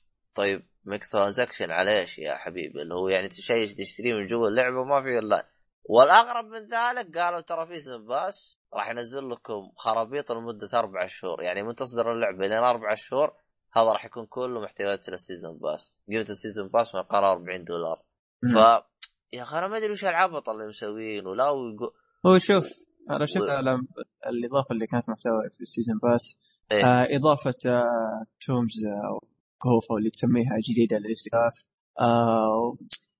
طيب مايكرو ترانزاكشن على ايش يا حبيبي؟ اللي هو يعني تشيش تشتري من جوا اللعبه ما فيه اونلاين. والاغرب من ذلك قالوا ترى في سنباس راح ينزل لكم خرابيط لمده اربع شهور، يعني من تصدر اللعبه لين اربع شهور هذا راح يكون كله محتويات للسيزون باس. قيمه السيزون باس ما يقارب أربعين دولار. ف يا اخي انا ما ادري وش العبط اللي مسوين ولا ويقو... هو شوف انا شفت و... على الاضافه اللي كانت محتوى في السيزون باس. إيه؟ آه اضافه آه تومز او كوفا اللي تسميها جديده للاستكشاف. آه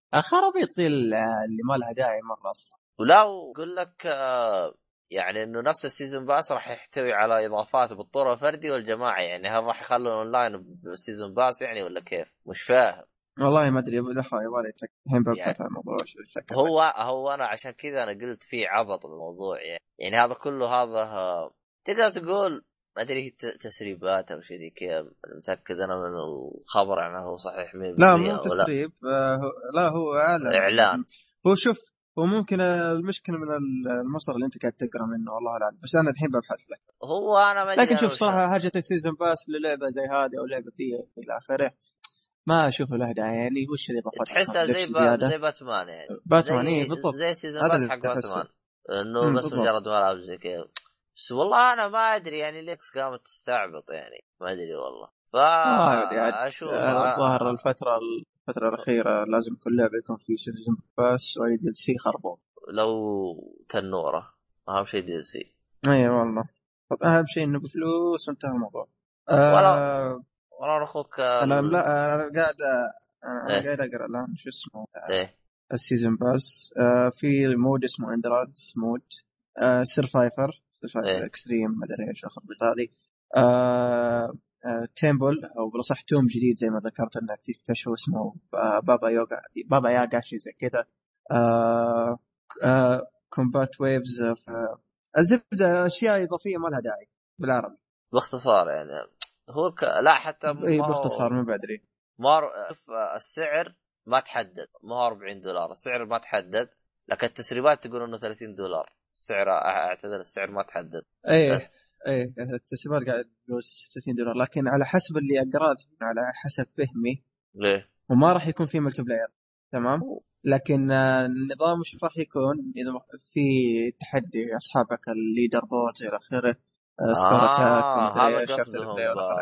خرابيط اللي ما لها داعي مره اصلا. ولا اقول لك آه يعني انه نفس السيزون باس راح يحتوي على اضافات بالطور الفردي والجماعي، يعني هل راح يخلون اونلاين بالسيزون باس يعني ولا كيف؟ مش فاهم والله ما ادري لحظه يبغى الحين ببحث عن الموضوع. هو هو انا عشان كذا انا قلت فيه عبط بالموضوع يعني. يعني هذا كله هذا تقدر تقول ما ادري تسريبات او شيء زي كذا. متاكد انا من الخبر عنه هو صحيح مين؟ لا مو تسريب آه لا هو اعلان اعلان. هو شوف هو ممكن المشكله من المصدر اللي انت قاعد تقرا منه والله الا بس انا الحين ببحث لك. هو انا ما ادري لكن شوف صراحه حاجه السيزون باس للعبه زي هذه او لعبه ذي الى اخره ما اشوف له داعي. يعني وش اللي اضافات تحسها زي با... زي باتمان يعني باتمان زي... ايه بالضبط زي سيزون باس حق باتمان انه بس مجرد ملابس زي كذا. بس والله انا ما ادري يعني ليكس قامت تستعبط يعني ما ادري والله. فا اشوف الظاهر الفتره الفتره الاخيره لازم كل لعبه يكون في سيزون باس واي دي سي خربوط. لو تنوره اهم شيء دي سي. اي والله طب اهم شيء انه بفلوس وانتهى الموضوع. ولا والله اخوك انا لا انا قاعد انا إيه؟ قاعد اقرا الان شو اسمه إيه؟ السيزون باس آه في مود اسمه اندرادز مود آه سيرفايفر إيه؟ اكستريم ما ادري ايش الخربطه هذه. آه آه تيمبل او بالاصح توم جديد زي ما ذكرت انك تكتشف اسمه بابا يوغا بابا ياغا شيء زي كذا. آه آه كومبات ويفز الزبده اشياء اضافيه ما لها داعي بالعربي باختصار يعني هو ك... لا حتى اي باختصار ما بدري ما السعر ما تحدد ما هو أربعين دولار السعر ما تحدد لكن التسريبات تقول انه ثلاثين دولار السعر اعتذر السعر ما تحدد. ايه ايه التسريبات قاعد تقول ستين دولار لكن على حسب اللي اقراه على حسب فهمي ليه وما راح يكون في ملتي بلاير تمام. لكن النظام مش راح يكون اذا في تحدي اصحابك الليدر بورد الى اخره سكور اتاك هذا قصدهم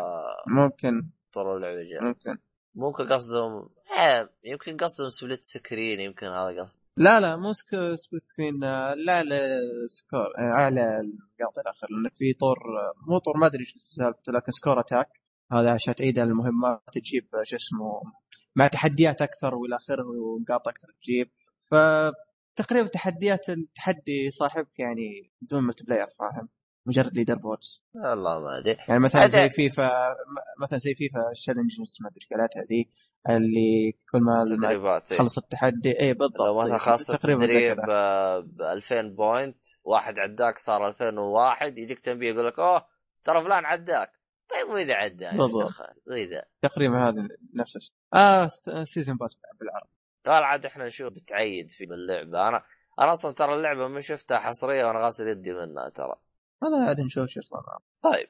ممكن طول اللعبه ممكن ممكن قصدهم ايه يمكن قصدهم سبليت سكرين يمكن هذا قصد. لا لا مو سبليت سكرين لا لا سكور اعلى القاط الاخر لان في طور مو طور ما ادري ايش سالفته لكن سكور اتاك هذا عشان تعيد المهمات تجيب شو اسمه مع تحديات اكثر والى اخره ونقاط اكثر تجيب. فتقريبا تحديات التحدي صاحبك يعني بدون ملتي بلاير فاهم مجرد ليدر بوردز. والله ما ادري يعني مثلا زي فيفا مثلا زي فيفا الشالنجز ما ادري قالت هذه اللي كل ما خلص التحدي اي بالضبط لو مثلا خلص تقريبا زي كذا ب ألفين بوينت واحد عداك صار ألفين وواحد يجيك تنبيه يقول لك اوه ترى فلان عداك. طيب واذا عدى واذا تقريبا هذا نفس الشيء. اه سيزون باس بالعربي قال عاد احنا نشوف بتعيد في اللعبه. انا انا اصلا ترى اللعبه ما شفتها حصريه وانا غاسل يدي منها ترى. هذا قاعد نشوف شو صار. طيب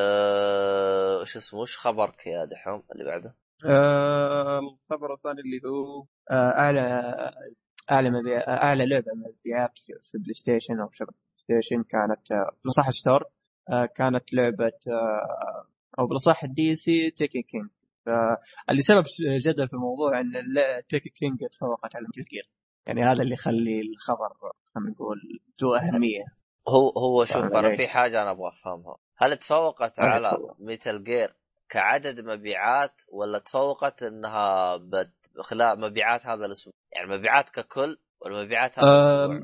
أه... شو اسمه وش خبرك يا دحوم اللي بعده؟ أه... الخبر الثاني اللي هو أه... اعلى اعلى مبيع... اعلى لعبه مبيعات في... في بلاي ستيشن او شبكه بلاي ستيشن كانت أه... بصح ستور أه... كانت لعبه أه... او بصح الدي سي تيكي كينج. فاللي سبب جدل في الموضوع ان تيكي كينج تفوقت على ميتل جير. يعني هذا اللي يخلي الخبر خلينا نقول ذو اهميه. هو هو شوف انا في حاجه انا ابغى افهمها. هل تفوقت على ميتل جير كعدد مبيعات ولا تفوقت انها بخلاف مبيعات هذا الاسبوع؟ يعني مبيعات ككل ولا مبيعات هذا الاسبوع؟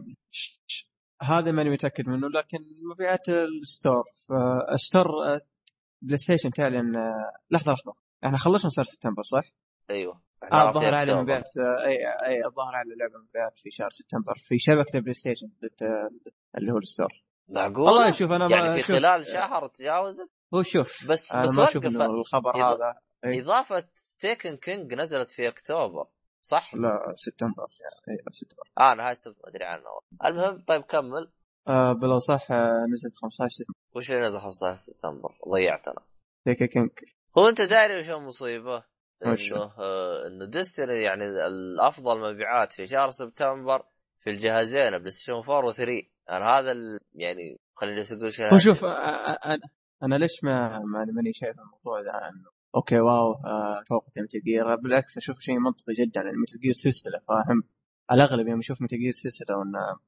هذا ماني متاكد منه لكن مبيعات الستور ستور بلاي ستيشن تعلن لحظه لحظه احنا خلصنا شهر سبتمبر صح؟ ايوه اه الظاهر على مبيعات اي اي الظاهر على لعبه مبيعات في شهر سبتمبر في شبكه بلاي ستيشن اللي هو الستور. معقول والله شوف انا يعني في خلال شهر تجاوزت. هو شوف بس انا بس ما اشوف انه الخبر إض... هذا أي. اضافه تيكن كينج نزلت في اكتوبر صح؟ لا سبتمبر يعني اي سبتمبر اه نهايه سبتمبر ما ادري عنه. المهم طيب كمل. آه بلا صح آه نزلت خمسة عشر سبتمبر. وش اللي نزل خمسة عشر سبتمبر؟ ضيعتنا. تيكن كينج. هو انت داري وش المصيبه؟ انه آه انه ديستني يعني الافضل مبيعات في شهر سبتمبر في الجهازين بلاي ستيشن أربعة و3. انا هذا يعني خليني اقول شيء. هو شوف انا انا ليش ما ماني شايف الموضوع ذا انه اوكي واو آه فوق ميتل جير. بالعكس اشوف شيء منطقي جدا لان ميتل جير سلسله فاهم. الاغلب يوم يشوف ميتل جير سلسله وانه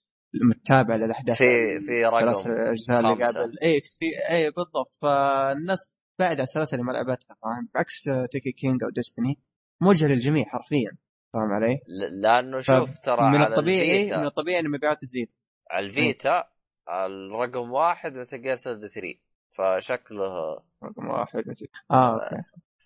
متابع للاحداث في في رقم الاجزاء اللي قبل اي في اي بالضبط. فالناس بعد على السلاسل اللي ما لعبتها فاهم. بعكس تيكي كينج او ديستني موجه للجميع حرفيا فاهم علي. لانه شوف ترى من الطبيعي من الطبيعي ان المبيعات تزيد على الفيتا. الرقم واحد ميتل جير سوليد ثلاثة فشكله رقم واحد متل... اه اوكي ف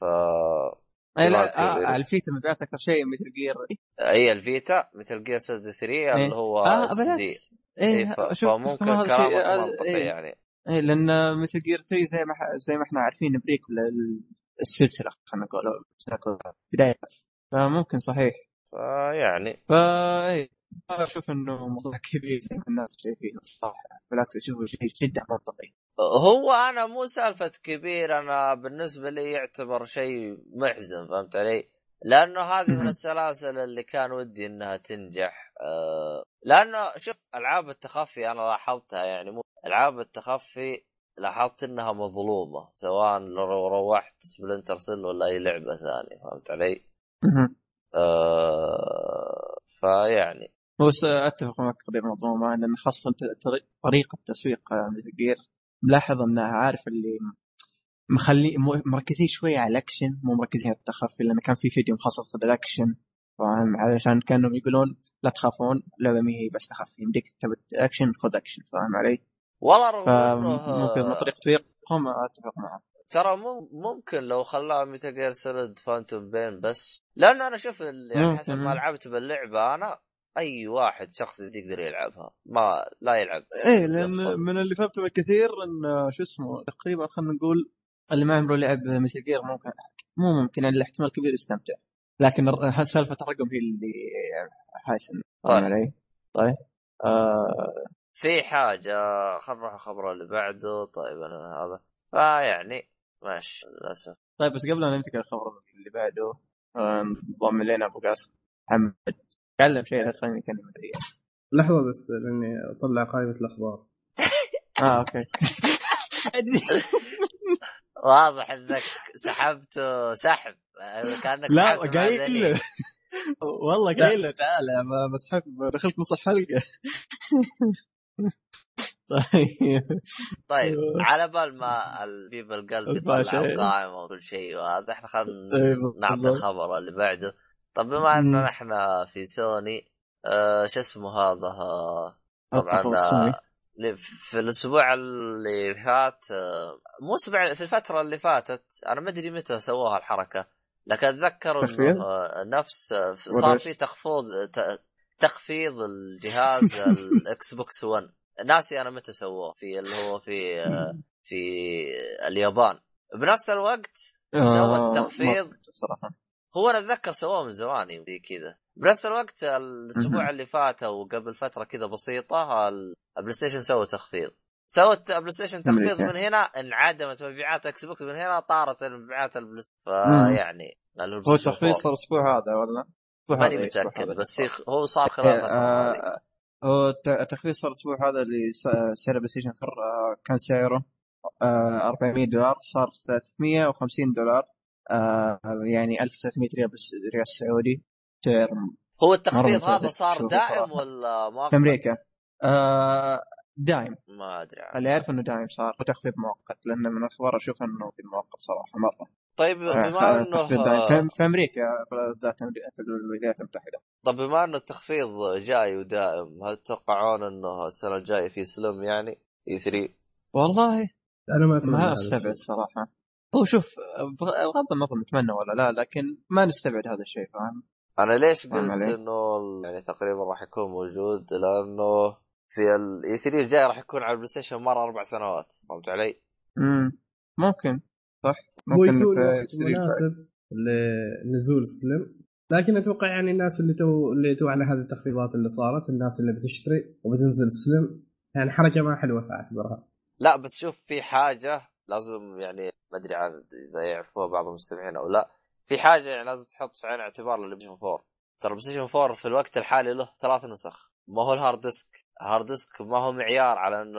اي لا آه الفيتا مبيعات اكثر شيء ميتل جير. اي الفيتا ميتل جير سوليد ثلاثة إيه؟ اللي هو اه بالعكس اي ف... فممكن كلامك منطقي إيه؟ يعني اي لان ميتل جير ثلاثة زي ما ح... زي ما احنا عارفين بريك للسلسله خلينا نقول بدايه فممكن صحيح فيعني فاي اشوف انه موضوع كبير زي ما الناس شايفينه الصراحه. بالعكس اشوفه شيء جدا منطقي. هو انا مو سالفه كبير انا بالنسبه لي يعتبر شيء محزن فهمت علي. لانه هذه من السلاسل اللي كان ودي انها تنجح أه لانه شوف العاب التخفي انا لاحظتها يعني مو العاب التخفي لاحظت انها مظلومه سواء لو روحت سبلنتر سيل ولا اي لعبه ثانيه فهمت علي. أه فيعني بس اتفق معك تقريبا مظلومه لان خاصه طريقه تسويق ميتل جير ملاحظ انها عارف اللي مخلي مركزين شويه على الاكشن مو مركزين على التخفي لان كان في فيديو مخصص للاكشن فاهم علشان كانوا يقولون لا تخافون لعبه ما هي بس تخفي يمديك تبي اكشن خذ اكشن فاهم علي. والله رغم انه ممكن من طريقه تسويقهم اتفق معك. ترى ممكن لو خلاها ميتل جير سوليد فانتوم بين بس لان انا شوف يعني حسب ما لعبت باللعبه انا اي واحد شخص يقدر يلعبها ما لا يلعب. ايه لان من اللي فهمته بالكثير ان شو اسمه تقريبا خلينا نقول اللي ما عمره لعب ميتل جير ممكن مو ممكن الاحتمال كبير يستمتع لكن سالفه الرقم هي اللي حاسن طيب. علي. طيب آه في حاجه خلينا نروح الخبر اللي بعده. طيب انا هذا فيعني ماشي للاسف. طيب بس قبل ان ننتقل الخبر اللي بعده انضم لنا ابو قاسم محمد تكلم شيء لا تخليني كلمه ايه لحظه بس لاني اطلع قائمه الاخبار. اه اوكي واضح انك سحبت سحب كانك لا قايل له والله قايل له تعال ما بسحب دخلت نص الحلقه. طيب طيب على بال ما البيب القلب يطلع القائمه وكل شيء وهذا احنا خلينا نعطي الخبر اللي بعده. طب بما اننا نحن في سوني آه شو اسمه هذا طبعا في الاسبوع اللي فات، مو اسبوع، في الفتره اللي فاتت، انا ما ادري متى سووها الحركه، لكن اتذكر انه نفس صار في تخفيض تخفيض الجهاز الاكس بوكس ون. ناسي انا متى سووه، في اللي هو في في اليابان بنفس الوقت سوى التخفيض صراحه. هو انا اتذكر سووه من زمان يمدي كذا بنفس الوقت. الاسبوع اللي فات او قبل فتره كذا بسيطه البلاي ستيشن سوى تخفيض، سوت بلاي ستيشن تخفيض من هنا، انعدمت مبيعات اكس بوكس من هنا، طارت مبيعات البلاي ستيشن. فيعني هو التخفيض صار الاسبوع هذا ولا ماني متاكد، بس هو صار خلال الفتره هذه. هو التخفيض صار الاسبوع هذا اللي سعر بلاي ستيشن فر كان سعره أربعمية دولار، صار ثلاثمية وخمسين دولار، يعني ألف وثلاثمية ريال ريال سعودي. هو التخفيض هذا صار دائم ولا مؤقت في امريكا؟ آه دائم، ما ادري عنه. اللي يعرف انه دايم صار تخفيض مؤقت، لانه من اخبار اشوف انه في المؤقت صراحه مره. طيب بما انه في امريكا بالذات في الولايات المتحده. طب بما انه التخفيض جاي ودائم، هل تتوقعون انه السنه الجايه في سلم يعني اي ثري؟ والله انا ما ما استبعد صراحه. هو شوف بغض النظر نتمنى ولا لا، لكن ما نستبعد هذا الشيء، فاهم؟ انا ليش قلت انه يعني تقريبا راح يكون موجود؟ لانه في الاي ثري الجاي راح يكون على البلاي ستيشن مره اربع سنوات، فهمت علي؟ امم ممكن صح، ممكن يكون مناسب لنزول السلم، لكن اتوقع يعني الناس اللي تو اللي تو على هذه التخفيضات اللي صارت، الناس اللي بتشتري وبتنزل السلم، يعني حركه ما حلوه اعتبرها. لا بس شوف، في حاجه لازم يعني ما ادري عن اذا يعرفوها بعض المستمعين او لا، في حاجه يعني لازم تحط في عين اعتبار للبلاي ستيشن فور. ترى البلاي ستيشن فور في الوقت الحالي له ثلاث نسخ، ما هو الهارد ديسك. هارد ديسك ما هو معيار على انه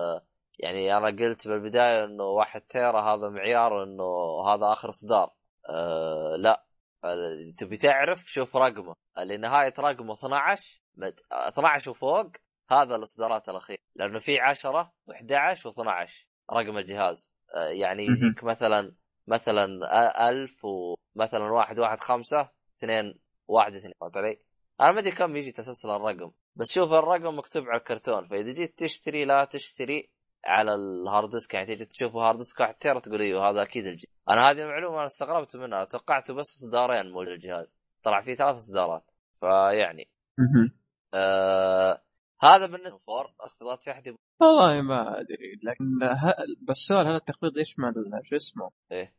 يعني انا قلت بالبدايه انه واحد تيرا هذا معيار انه هذا اخر اصدار. أه لا، تبي تعرف شوف رقمه اللي نهايه رقمه اثناشر اثناشر وفوق، هذا الاصدارات الاخيره، لانه في عشرة وإحدى عشر واثناشر رقم الجهاز. أه يعني يجيك مثلا مثلا ألف ومثلا واحد واحد خمسة اثنين واحد اثنين، فهمت علي؟ انا ما ادري كم يجي تسلسل الرقم، بس شوف الرقم مكتوب على الكرتون، فاذا جيت تشتري لا تشتري على الهارد ديسك، يعني تيجي تشوفه هارد ديسك واحد تيرا تقول ايوه هذا اكيد الجهاز. انا هذه المعلومه انا استغربت منها، توقعته بس اصدارين موجود الجهاز، طلع فيه ثلاث اصدارات. فيعني آه هذا بالنسبه لفور. اخفاضات في احد والله ما ادري، لكن ه... بس سؤال، هذا التخفيض يشمل شو اسمه ايه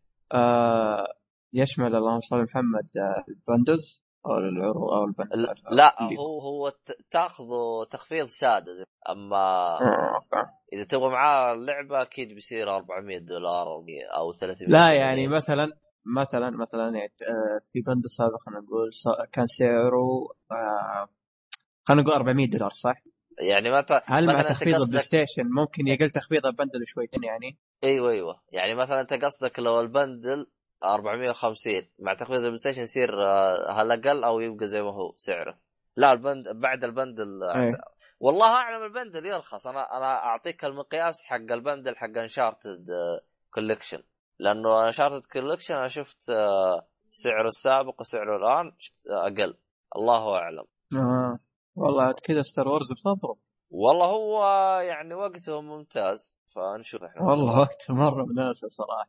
آه يشمل اللهم صل على محمد البندز او العروض او البند؟ لا هو هو تاخذه تخفيض سادس، اما آه. اذا تبغى معاه اللعبه اكيد بيصير أربعمية دولار او ثلاثمية. لا يعني مثلا مثلا مثلا يعني في بند السابق خلينا نقول كان سعره آه خلينا نقول أربعمية دولار صح؟ يعني مثلا هل مع تخفيض البلاي ستيشن ممكن يقل تخفيض البندل شويتين يعني؟ ايوه ايوه يعني مثلا انت قصدك لو البندل أربعمية وخمسين مع تخفيض البلاي ستيشن يصير هل اقل او يبقى زي ما هو سعره؟ لا البند بعد البندل أيه. والله اعلم البندل يرخص. انا انا اعطيك المقياس حق البندل حق انشارتد كولكشن، لانه انشارتد كولكشن انا شفت سعره السابق وسعره الان اقل، الله اعلم. آه. والله كذا ستار وورز بتضرب والله، هو يعني وقته ممتاز، فنشوف احنا. والله وقته مره مناسب صراحه.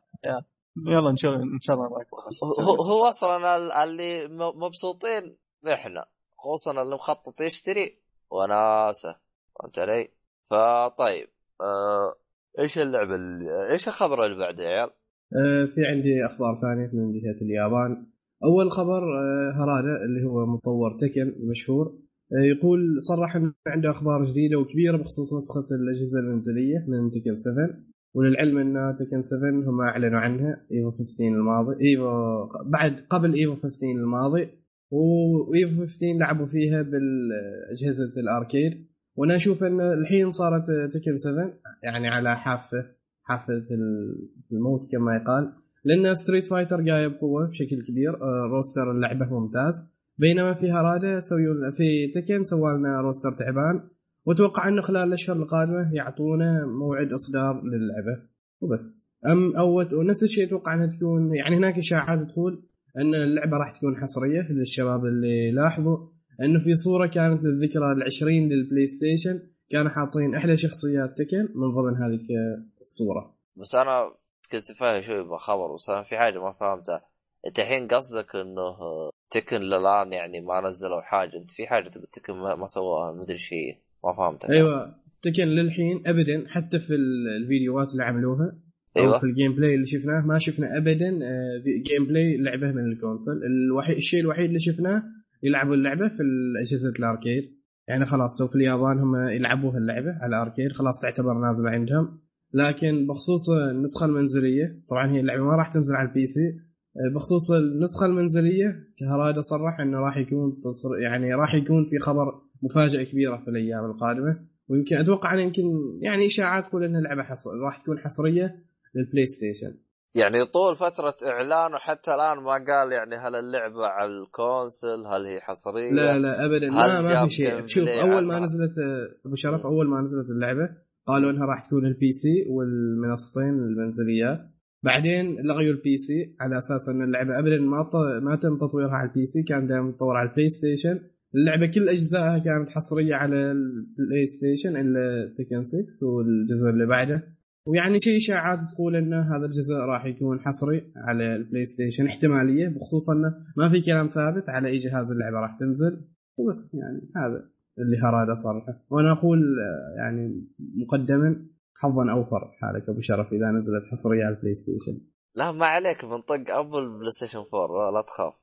يلا نشوف ان شاء الله معك. هو, هو اصلا اللي مبسوطين احنا، خصوصا اللي مخطط يشتري وناسه، فهمت علي؟ فطيب آه، ايش اللعبه اللي... ايش الخبر اللي بعده يا عيال؟ آه، في عندي اخبار ثانيه من جهه اليابان. اول خبر آه، هرادا اللي هو مطور تكن المشهور، آه، يقول صرح انه عنده اخبار جديده وكبيره بخصوص نسخه الاجهزه المنزليه من تكن سبعة. وللعلم ان تكن سبعة هم اعلنوا عنها ايفو خمستاشر الماضي، ايفو بعد قبل ايفو خمستاشر الماضي، وايفو خمستاشر لعبوا فيها بالاجهزه الاركيد. وانا اشوف ان الحين صارت تكن سبعة يعني على حافه حافه الموت كما يقال، لان ستريت فايتر جايه بقوه بشكل كبير، روستر اللعبه ممتاز، بينما في هرادا سووا في تكن سووا لنا روستر تعبان، وتوقع انه خلال الاشهر القادمه يعطونا موعد اصدار للعبه وبس. ام او ونفس الشيء اتوقع انها تكون يعني هناك اشاعات تقول ان اللعبه راح تكون حصريه للشباب اللي لاحظوا انه في صوره كانت للذكرى العشرين للبلاي ستيشن كانوا حاطين احدى شخصيات تكن من ضمن هذه الصوره. بس انا كنت فاهم شوي بخبر، بس انا في حاجه ما فهمتها. انت الحين قصدك انه تكن للان يعني ما نزلوا حاجه؟ انت في حاجه تبي تكن ما, ما سووها ما ادري شيء ما فهمتها. ايوه تكن للحين ابدا حتى في الفيديوهات اللي عملوها او أيوة. في الجيم بلاي اللي شفناه ما شفنا ابدا جيم بلاي لعبه من الكونسول. الوحيد الشيء الوحيد اللي شفناه يلعبوا اللعبه في اجهزه الاركيد. يعني خلاص لو في اليابان هم يلعبوها اللعبه على الاركيد خلاص تعتبر نازله عندهم. لكن بخصوص النسخه المنزليه طبعا هي اللعبه ما راح تنزل على البي سي. بخصوص النسخه المنزليه كهراده صرح انه راح يكون يعني راح يكون في خبر مفاجاه كبيره في الايام القادمه. ويمكن اتوقع ان يمكن يعني اشاعات تقول ان اللعبه حصر راح تكون حصريه للبلاي ستيشن. يعني طول فترة إعلان وحتى الآن ما قال يعني هل اللعبة على الكونسل هل هي حصرية؟ لا لا أبدا ما ما في شيء. شوف أول ما نزلت أبو شرف م. أول ما نزلت اللعبة قالوا إنها راح تكون البي سي والمنصتين المنزليات. بعدين لغيوا البي سي على أساس أن اللعبة أبدا ما ما تم تطويرها على البي سي، كان دائما متطور على البلاي ستيشن. اللعبة كل أجزائها كانت حصرية على البلاي ستيشن إلا تكن ستة والجزء اللي بعده. ويعني شيء إشاعات تقول إن هذا الجزء راح يكون حصري على البلاي ستيشن احتمالية، بخصوص إنه ما في كلام ثابت على أي جهاز اللعبة راح تنزل. وبس يعني هذا اللي هراده صراحة. وأنا أقول يعني مقدما حظا أوفر حالك أبو شرف إذا نزلت حصرية على البلاي ستيشن. لا ما عليك بنطق أبل بلاي ستيشن فور لا تخاف.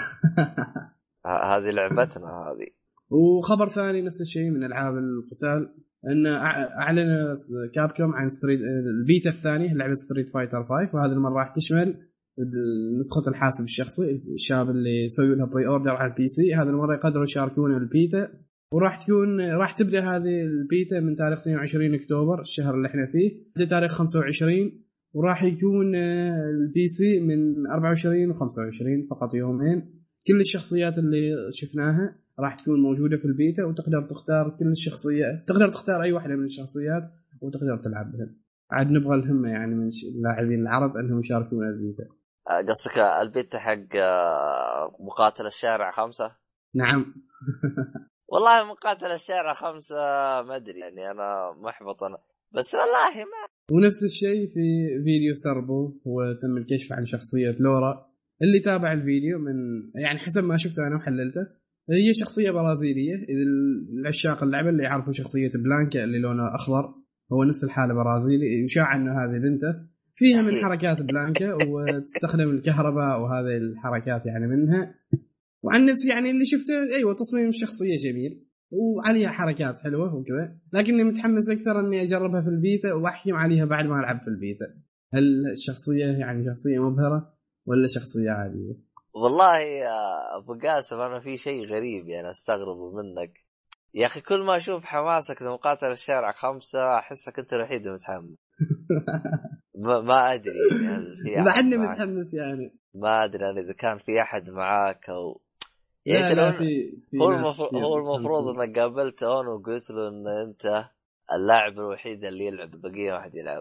هذه لعبتنا هذه. وخبر ثاني نفس الشيء من ألعاب القتال، ان اعلن كابكوم عن ستريت البيتا الثاني لعبه ستريت فايتر خمسة، وهذه المره راح تشمل نسخه الحاسب الشخصي. الشباب اللي يسوي لها بري اوردر على البي سي هذه المره يقدروا يشاركون البيتا. وراح تكون راح تبدا هذه البيتا من تاريخ اثنين وعشرين أكتوبر الشهر اللي احنا فيه لحد تاريخ خمسة وعشرين، وراح يكون البي سي من أربعة وعشرين وخمسة وعشرين فقط يومين. كل الشخصيات اللي شفناها راح تكون موجودة في البيتا، وتقدر تختار كل الشخصيات، تقدر تختار أي واحدة من الشخصيات وتقدر تلعب بها. عاد نبغى الهمة يعني من اللاعبين العرب أنهم يشاركون البيتا. قصدك البيتا حق مقاتل الشارع خمسة؟ نعم. والله مقاتل الشارع خمسة ما أدري يعني أنا محبط أنا، بس والله ما. ونفس الشيء في فيديو سربو وتم الكشف عن شخصية لورا. اللي تابع الفيديو من يعني حسب ما شفته أنا وحللته هي شخصية برازيلية. إذا العشاق اللعبة اللي يعرفوا شخصية بلانكا اللي لونها أخضر هو نفس الحالة برازيلي، يشاع أنه هذه بنته. فيها من حركات بلانكا وتستخدم الكهرباء وهذه الحركات يعني منها. وعن نفسي يعني اللي شفته أيوة تصميم الشخصية جميل وعليها حركات حلوة وكذا، لكني متحمس أكثر أني أجربها في البيتا وأحكم عليها بعد ما ألعب في البيتا. هل الشخصية يعني شخصية مبهرة ولا شخصية عادية؟ والله يا أبو قاسم أنا في شيء غريب يعني أستغرب منك يا أخي. كل ما أشوف حماسك لمقاتل الشارع خمسة أحسك أنت الوحيد المتحمس. ما, ما أدري يعني بعدني متحمس يعني ما أدري أنا إذا كان في أحد معاك أو يعني لا لا في, في هو المفروض هو المفروض إنك قابلت هون وقلت له إن أنت اللاعب الوحيد اللي يلعب بقية واحد يلعب.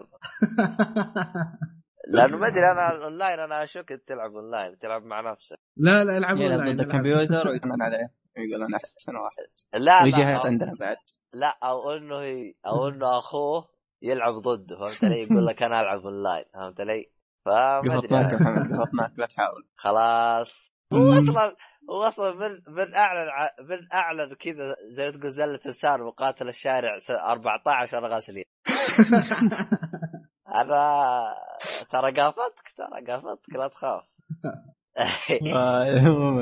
لأنه ما أدري أنا أونلاين أنا أشوك تلعب أونلاين تلعب مع نفسك. لا لا العب أونلاين ضد الكمبيوتر ويطمن عليه يقول أنا أحسن واحد. لا ويجي هيت عندنا بعد. لا أو إنه هي أو إنه أخوه يلعب ضده فهمت علي يقول لك أنا ألعب أونلاين فهمت علي. فما أدري قفطناك محمد قفطناك لا تحاول. خلاص هو أصلا هو أصلا من من أعلن من أعلن كذا زي تقول زلة لسان مقاتل الشارع أربعة عشر أنا غاسلين. أنا ترى قافتك ترى قافتك لا تخاف. عموما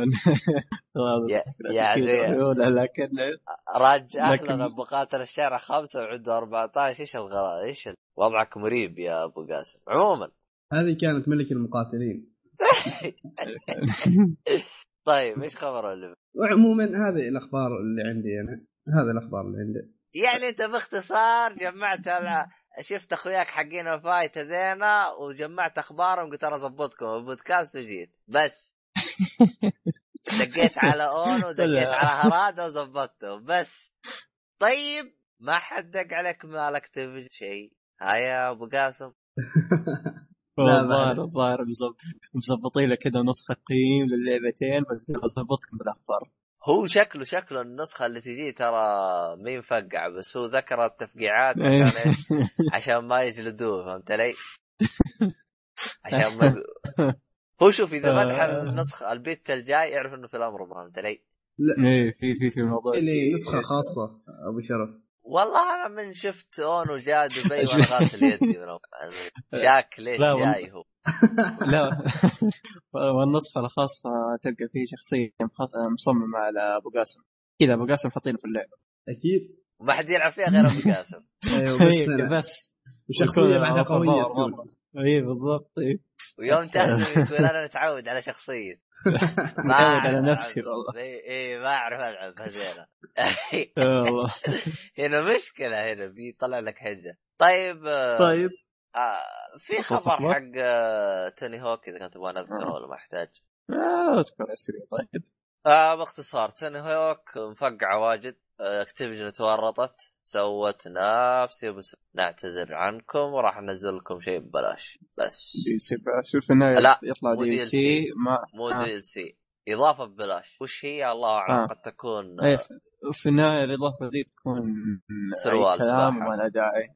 يعني لكن راجع أخلنا بقاتل الشارع خمسة وعنده أربعة عشر. إيش الغلط إيش وضعك مريب يا أبو قاسم. عموما هذه كانت ملك المقاتلين. طيب إيش خبر اللي عموما هذه الأخبار اللي عندي أنا هذا الأخبار اللي عندي يعني أنت باختصار جمعت على شفت أخوياك حقين الفايت هذينا وجمعت أخبارهم قلت أنا ضبطكم البودكاست وجيت بس دقيت على أون ودقيت على هرادة وضبطته بس. طيب ما حد دق عليك مالك تبي شيء هاي يا أبو قاسم. الظاهر الظاهر مزبطين لك كذا نسخة قيم للعبتين بس ضبطكم بالأخبار. هو شكله شكله النسخة اللي تجي ترى مين فقع، بس هو ذكر التفقيعات إيه. عشان إيش؟ عشان ما يجلدوه، فهمت علي؟ عشان ما هو شوف إذا مدح النسخة البيت الجاي يعرف إنه في الأمر، فهمت علي؟ لا إيه في في في الموضوع اللي نسخة خاصة أبو شرف. والله أنا من شفت أون وجاء دبي وأنا غاسل يدي من جاك ليش جاي هو. لا والنسخة الخاصة تلقى فيه شخصية مصممة على أبو قاسم كذا، أبو قاسم حاطينه في اللعبة أكيد وما حد يلعب فيها غير أبو قاسم. أيوة بس, بس وشخصية بعدها قوية تكون. اي بالضبط. اي ويوم تهزم يقول انا متعود على شخصيه، متعود على نفسي والله. اي اي ما اعرف العب هذيلا. والله هنا مشكله، هنا بيطلع لك حجه. طيب طيب آه في خبر حق آه توني هوك اذا كنت تبغى نذكره ولا ما احتاج؟ اه اذكر اسري. طيب آه باختصار توني هوك مفقعه واجد، اكتيفيجن تورطت سوت نفسي بس نعتذر عنكم وراح ننزل لكم شيء ببلاش. بس شوف في النهايه لا يطلع دي سي ما مو آه. دي سي اضافه ببلاش، وش هي الله اعلم. آه. قد تكون آه. في النهايه الاضافه دي تكون سروال كلام ولا داعي،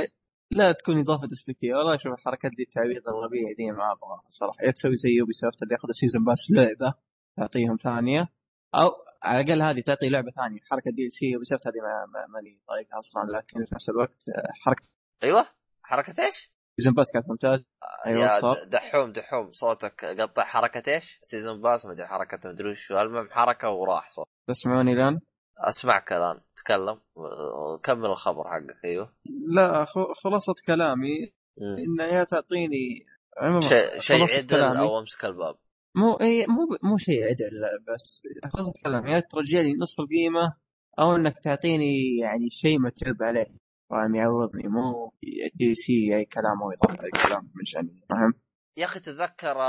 لا تكون اضافه تسليكيه. والله شوف الحركات دي التعويض الغبيه دي ما ابغى صراحه. يا تسوي زي يوبي سوفت اللي ياخذ السيزون باس لعبه تعطيهم ثانيه، او على الأقل هذه تعطي لعبة ثانية. حركة دي سي وبسفت هذه ما مالي طريقة أصلا، لكن في نفس الوقت حركة أيوة حركة إيش؟ سيزون باس كانت ممتاز. أيوة يا صار. دحوم دحوم صوتك قطع. حركة إيش؟ سيزون باس ما أدري حركة مدري شو، المهم حركة وراح صوت. تسمعوني الآن؟ أسمعك الآن، تكلم وكمل الخبر حقك. أيوه لا خلاصة كلامي م. إن هي تعطيني شيء شي عدل أو أمسك الباب. مو اي مو مو شيء عدل، بس خلاص كلام يا ترجعني نص القيمه او انك تعطيني يعني شيء مكتوب عليه فاهم، يعوضني. مو دي سي اي كلام او يطلع اي كلام من شأني فاهم. يا اخي تذكر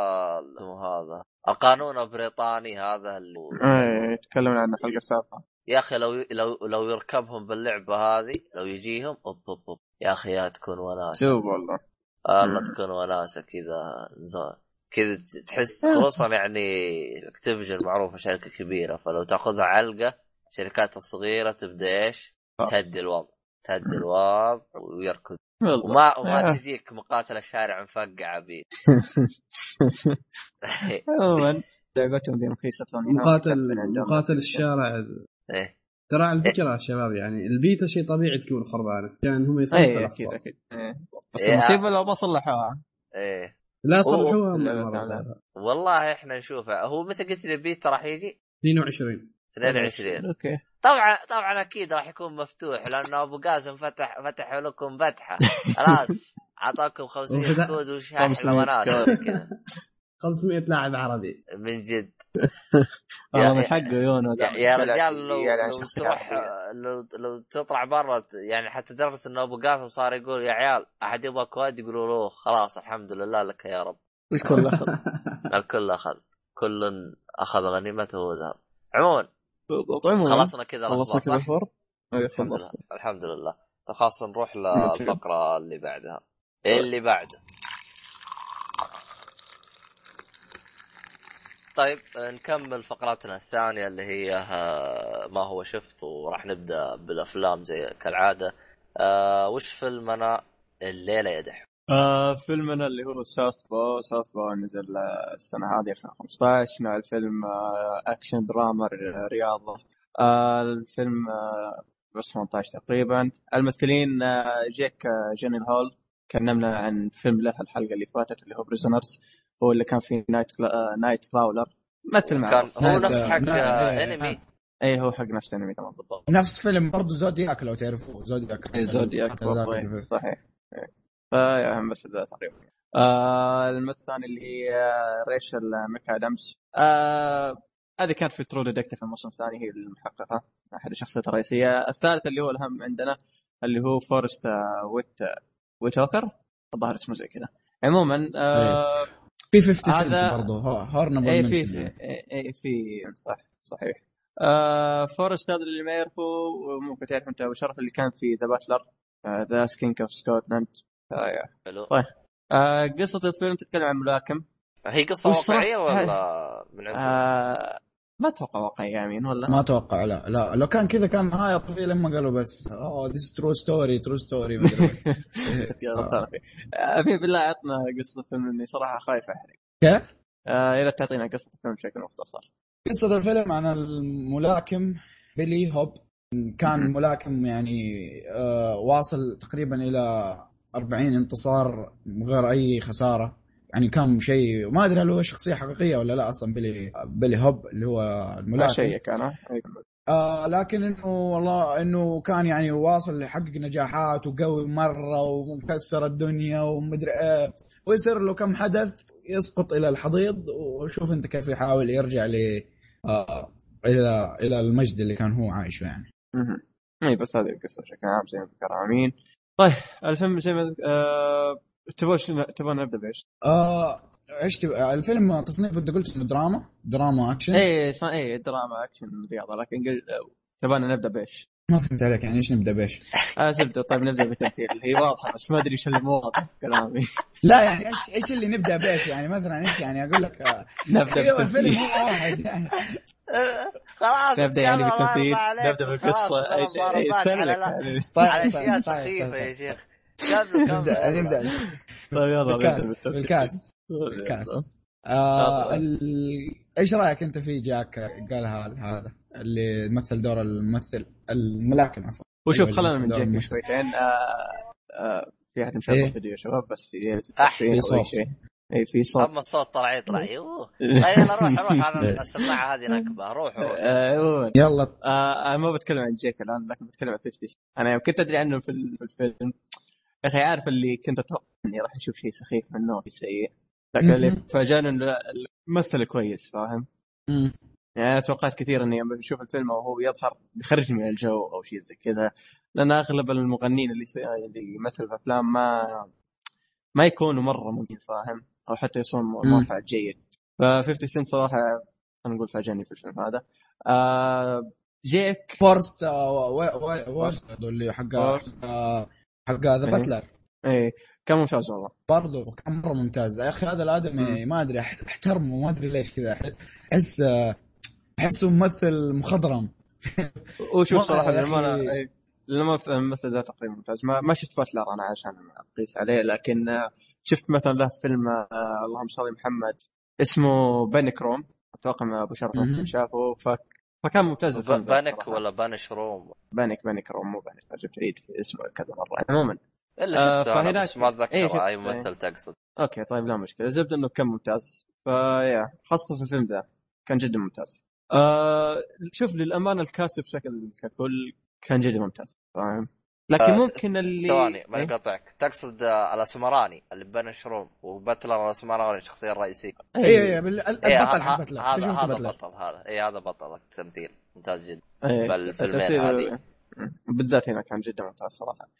هذا القانون البريطاني هذا اللي ايه تكلمنا عنه حلقه سابقه. يا اخي لو لو لو يركبهم باللعبه هذه، لو يجيهم اوب اوب اوب يا اخي يا تكون وناسه. شوف والله والله تكون وناسه كذا نزال كذا تحس. خصوصا يعني اكتيفيجن معروفه شركه كبيره، فلو تاخذها علقه الشركات الصغيره تبدا ايش تهدي الوضع تهدي الوضع ويركض وما وما تجيك مقاتل الشارع مفقعه بيه. عموما لعبتهم دي رخيصه. مقاتل مقاتل الشارع ايه ترى على الفكره شباب، يعني البيتا شيء طبيعي تكون خربانه كان هم يصلحوا. ايه اكيد اكيد بس المصيبه لو ما صلحوها. ايه لا صلحوها مرة. والله احنا نشوف. هو متى قلت لي البيتا راح يجي؟ اثنين وعشرين اثنين وعشرين اوكي. طبعا طبعا اكيد راح يكون مفتوح لانه ابو قاسم فتح فتح لكم فتحه خلاص عطاكم خمسمية كود وشاحن وناس كذا خمسمية لاعب عربي من جد. يا حقه يونو يا, يا رجال لو, لو تروح لو, لو تطلع برا يعني حتى درجة انه ابو قاسم صار يقول يا عيال احد يبغى كود يقولوا له خلاص الحمد لله لك يا رب. الكل اخذ الكل اخذ كل اخذ غنيمته وذهب. عموما عموما خلصنا كذا خلصنا كذا فور. الحمد لله الحمد لله. خلاص نروح للفقرة اللي بعدها. اللي بعده طيب نكمل فقراتنا الثانية اللي هي ما هو شفت، وراح نبدأ بالأفلام زي كالعادة. أه وش فيلمنا الليلة يا دحو؟ آه فيلمنا اللي هو ساسبو. ساسبو نزل السنة هذه ألفين وخمسة عشر. نوع الفيلم آه أكشن دراما رياضة. آه الفيلم آه بس ثمانية عشر تقريبا. الممثلين آه جيك آه جينيل هول كلمنا عن فيلم له الحلقة اللي فاتت اللي هو بريزنرز، هو اللي كان في نايت كلا... نايت كراولر مثل معه. هو نفس حق انمي. اي هو حق نفس الانمي تمام بالضبط. نفس فيلم برضه زودياك لو تعرفوا زودياك. اي زودياك صحيح. فيا بس ذا تقريبا. آه المثل الثاني اللي هي ريشل ماكادامز. آه هذه كانت في ترو ديتكتيف الموسم الثاني، هي المحققة احد الشخصيات الرئيسية. الثالث اللي هو الأهم عندنا اللي هو فورست ويت ويتوكر الظاهر اسمه زي كده. عموما آه في خمسين سنت برضه هارن اي في في اي في صح صحيح. آه فورست هذا اللي ما يعرفه ممكن تعرف انت ابو شرف اللي كان في ذا باتلر ذا سكينك اوف سكوتلاند. حلو. طيب آه قصة الفيلم تتكلم عن ملاكم. هي قصة واقعية ولا من عندك؟ آه ما اتوقع واقعي يمين ولا ما اتوقع. لا لا لو كان كذا كان نهايه طفيله لما قالوا بس اوه ذيس ترو ستوري ترو ستوري ما ادري. ابي بالله عطنا قصه الفيلم اني صراحه خايف احرق. كيف آه يا ريت تعطينا قصه الفيلم بشكل مختصر. قصه الفيلم عن الملاكم بيلي هوب. كان ملاكم يعني آه واصل تقريبا الى أربعين انتصار من غير اي خساره. يعني كان شيء ما ادري هل هو شخصيه حقيقيه ولا لا اصلا بيلي بيلي هوب اللي هو الملاكم شيء كان آه لكن انه والله انه كان يعني واصل لحقق نجاحات وقوي مره ومكسر الدنيا ومدري آه ويصير له كم حدث يسقط الى الحضيض. وشوف انت كيف يحاول يرجع ل آه الى الى المجد اللي كان هو عايشه يعني. اها اي بس هذه القصه بشكل عام زي ما ذكر امين. طيب الفيلم زي ما آه... تبغى تبغى نبدا بايش؟ اه ايش تبغى الفيلم تصنيفه؟ انت قلت انه دراما دراما اكشن. اي ص... اي دراما اكشن رياضه لكن قل... تبغى نبدا بايش؟ ما فهمت عليك يعني ايش نبدا بايش؟ اه نبدا طيب نبدا بالتمثيل هي واضحه بس ما ادري ايش اللي مو واضح كلامي. لا يعني ايش ايش اللي نبدا بايش يعني مثلا ايش يعني اقول لك آه... نبدا بالفيلم هو واحد يعني خلاص نبدا يعني بالتمثيل نبدا بالقصه ايش يسلك على اشياء سخيفه يا شيخ. نبدا نبدا طيب يلا بالكاست بالكاست بالكاست آه ال... ايش رايك انت في جاك قال هذا اللي يمثل دور الممثل الملاكم عفوا. وشوف خلينا من جاك شويتين آه آه في احد مشاهد إيه؟ فيديو شباب بس في صوت اي في صوت اما الصوت طلع يطلع ايوه. طيب يلا روح روح على السماعه هذه نكبه روح روح آه يلا. آه انا ما بتكلم عن جاك الان لكن بتكلم عن خمسين. انا كنت ادري عنه في الفيلم يا اخي عارف اللي كنت اتوقع اني راح اشوف شيء سخيف منه في سيء لكن اللي فاجأني انه الممثل كويس فاهم. امم يعني انا توقعت كثير اني لما بشوف الفيلم وهو يظهر بيخرجني من الجو او شيء زي كذا لان اغلب المغنيين اللي اللي يمثلوا في افلام ما ما يكونوا مره ممكن فاهم او حتى يصون مرفع جيد. ف50 سنت صراحه انا نقول فاجأني في الفيلم هذا. آه جيك فورست وورست اللي حق حق ذا باتلر ايه كان ممتاز والله برضو كان مره ممتاز يا اخي. هذا الادمي ما ادري احترمه ما ادري ليش كذا احس احسه ممثل مخضرم. وشوف صراحه لما انا ايه لما مثل ذا تقريبا ممتاز ما ما شفت باتلر انا عشان اقيس عليه لكن شفت مثلا له فيلم آه اللهم صل على محمد اسمه بانكروم اتوقع ابو شرف شافه ف... فكان ممتاز الفيلم. بانك ولا بانشروم؟ بانك بانكروم مو بانك جبت عيد اسمه كذا مره عموما الا شفته آه بس ما اتذكر ايه اي ممثل تقصد. اوكي طيب لا مشكله زبد انه كان ممتاز فيا خاصه في الفيلم ذا كان جدا ممتاز. آه شوف للامانه الكاست بشكل ككل كان جدا ممتاز فاهم لكن آه ممكن اللي ثواني ما يقطعك تقصد الاسمراني اللي بنشروم وباتلر الاسمراني الشخصيه الرئيسيه. اي اي البطل حق باتلر هذا هذا بطل هذا اي هذا بطل التمثيل ممتاز جدا بالفيلمين هذه بالذات هنا كان جدا ممتاز صراحه.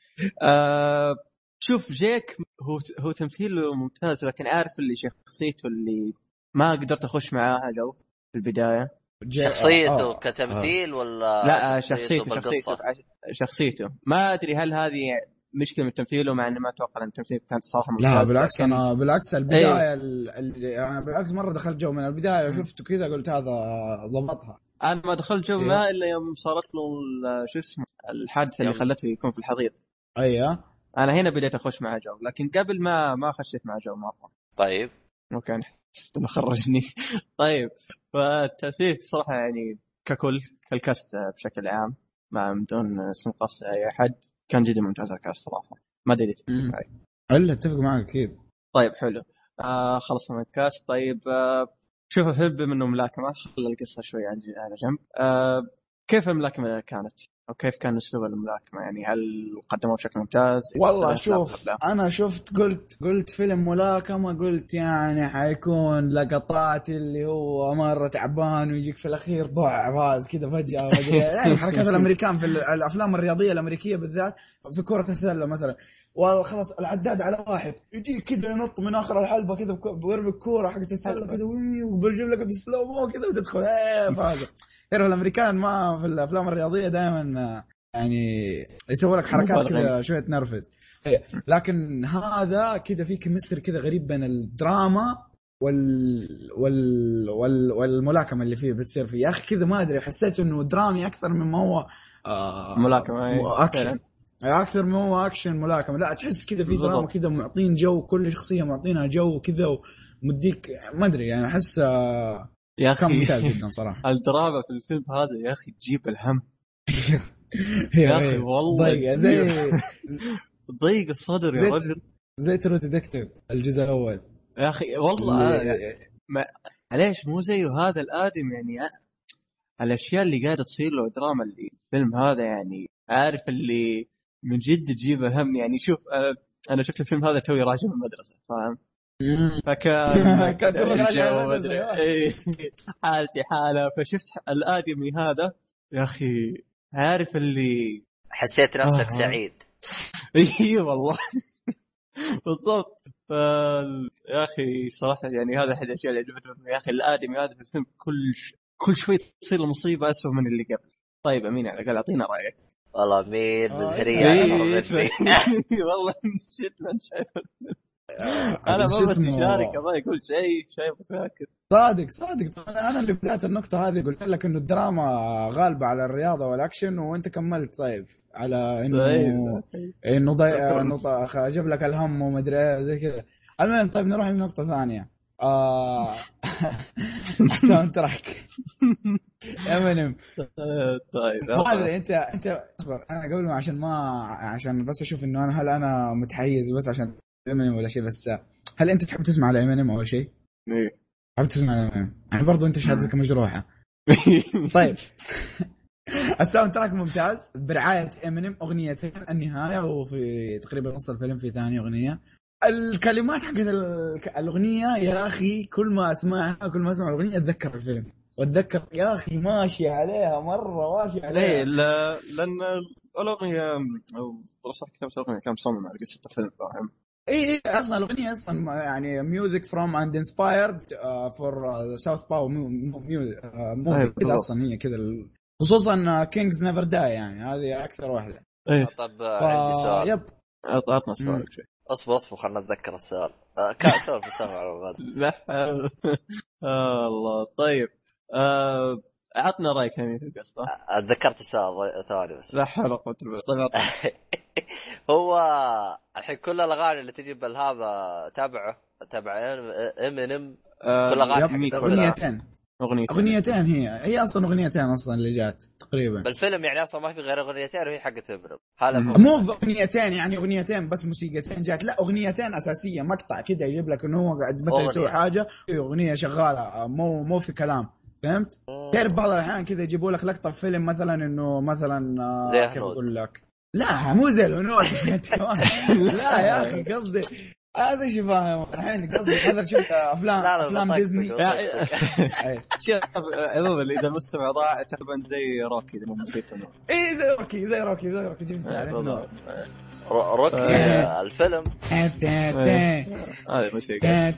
آه شوف جيك هو هو تمثيله ممتاز لكن عارف اللي شخصيته اللي ما قدرت اخش معاها جو في البدايه. شخصيته آه. كتمثيل ولا لا شخصيته شخصيته شخصيته ما ادري هل هذه مشكله من تمثيله مع اني ما اتوقع ان التمثيل كان صراحه ممتاز. لا بالعكس لكن... انا بالعكس البدايه ال... انا بالعكس مره دخلت جو من البدايه وشفته كذا قلت هذا ضبطها. انا ما دخلت جو ما الا يوم صارت له شو اسمه الحادثه اللي خلته يكون في الحضيض. ايوه انا هنا بديت اخش مع جو لكن قبل ما ما خشيت مع جو مره. طيب وكان انه خرجني. طيب فالتمثيل صراحه يعني ككل كالكاست بشكل عام مع بدون استنقاص اي احد كان جدا ممتاز الكاست صراحه ما ادري تتفق معي. الا اتفق معك اكيد. طيب حلو آه خلصنا من الكاست. طيب آه شوف الفيلم منه ملاكمه خلى القصه شوي على جنب. آه كيف الملاكمه كانت او كيف كان اسلوب الملاكمه يعني هل قدموه بشكل ممتاز؟ والله شوف انا شفت قلت قلت فيلم ملاكمه قلت يعني حيكون لقطات اللي هو مره تعبان ويجيك في الاخير ضع فاز كذا فجاه يعني حركات الامريكان في الافلام الرياضيه الامريكيه بالذات في كره السله مثلا والله خلاص العداد على واحد يجي كذا ينط من اخر الحلبه كذا بيرمي الكوره حقت السله كذا وبيجيب لك بالسلو كذا وتدخل ايه فاز. يرى الامريكان ما في الافلام الرياضيه دائما يعني يسوي لك حركات كذا شويه تنرفز. لكن هذا كذا في كيمستري كذا غريب بين الدراما وال وال وال والملاكمه اللي فيه بتصير فيه يا اخي كذا ما ادري حسيت انه درامي اكثر مما هو آه ملاكمه اكشن اكثر ما هو اكشن ملاكمه. لا تحس كذا في دراما كذا معطين جو كل شخصيه معطينها جو كذا ومديك ما ادري يعني احس آه يا اخي كان ممتاز جدا صراحه. الدراما في الفيلم هذا يا اخي تجيب الهم يا اخي والله ضيق زي ضيق الصدر يا رجل زي ترو ديتكتيف الجزء الاول يا اخي والله ما ليش مو زيه هذا الادم يعني الاشياء اللي قاعده تصير له دراما اللي الفيلم هذا يعني عارف اللي من جد تجيب الهم يعني. شوف انا شفت الفيلم هذا توي راجع من المدرسه فاهم فكان كان حالتي حاله فشفت الادمي هذا يا اخي عارف اللي حسيت نفسك آه. سعيد اي والله بالضبط. ف... يا اخي صراحه يعني هذا احد الاشياء اللي عجبتني يا اخي الادمي هذا في الفيلم كل ش... كل شوي تصير المصيبه اسوء من اللي قبل. طيب امين على الاقل اعطينا رايك. والله امير مزهريه والله جد من شايف انا ما بس اشارك ابغى اقول شيء شيء مساكن صادق صادق. انا اللي بدايه النقطه هذه قلت لك انه الدراما غالبه على الرياضه والاكشن وانت كملت طيب على انه طيب. انه ضيع نقطه اجيب لك الهم وما ادري زي كذا. المهم طيب نروح لنقطه ثانيه. آه ساوند تراك امينيم. طيب ما ادري انت انت اصبر انا قبل ما عشان ما عشان بس اشوف انه انا هل انا متحيز بس عشان امينيم ولا شيء. بس هل انت تحب تسمع لامينيم او شيء؟ ايه تحب تسمع لامينيم يعني برضو انت شهادتك مجروحه. طيب الساوند تراك ممتاز برعايه امينيم اغنيتين النهايه وفي تقريبا نص الفيلم في ثاني اغنيه. الكلمات حقت الاغنيه يا اخي كل ما اسمعها كل ما اسمع الاغنيه اتذكر الفيلم واتذكر يا اخي ماشي عليها مره ماشي عليها. لا لان الاغنيه او صح كتاب الاغنيه كان مصمم على قصه الفيلم فاهم. اي اي اصلا الاغنيه اصلا يعني ميوزك فروم اند انسبايرد فور ساوث باو موفي كذا اصلا هي كذا خصوصا كينجز نيفر داي يعني هذه اكثر واحده. ايه طب عندي سؤال. يب اعطنا سؤال شوي. اصبر اصبر خلنا نتذكر السؤال. كان سؤال في السؤال لا الله. طيب اعطنا رايك همين في القصه. اتذكرت السؤال ثواني بس. لا حول ولا قوه الا بالله. طيب هو الحين كل الاغاني اللي تجي بالهذا تابعه تابع امينيم كل اغاني اغنيتين اغنيتين هي هي اصلا اغنيتين اصلا اللي جات تقريبا بالفيلم يعني اصلا ما في غير اغنيتين وهي حقت امينيم. هذا مو اغنيتين يعني اغنيتين بس موسيقتين جات لا اغنيتين اساسيه مقطع كذا يجيب لك انه هو قاعد مثلا يسوي حاجه اغنيه شغاله مو مو في كلام فهمت. تعرف بعض الاحيان كذا يجيبوا لك لقطه في فيلم مثلا انه مثلا كيف اقول لك لا مو زي الهنود لا يا اخي قصدي هذا شيء فاهم الحين قصدي هذا شفت افلام افلام ديزني شوف عموما اذا مستمع ضاع تقريبا زي روكي اذا ما نسيت انه اي زي روكي زي روكي زي روكي جبت عليه روكي الفيلم هذا موسيقى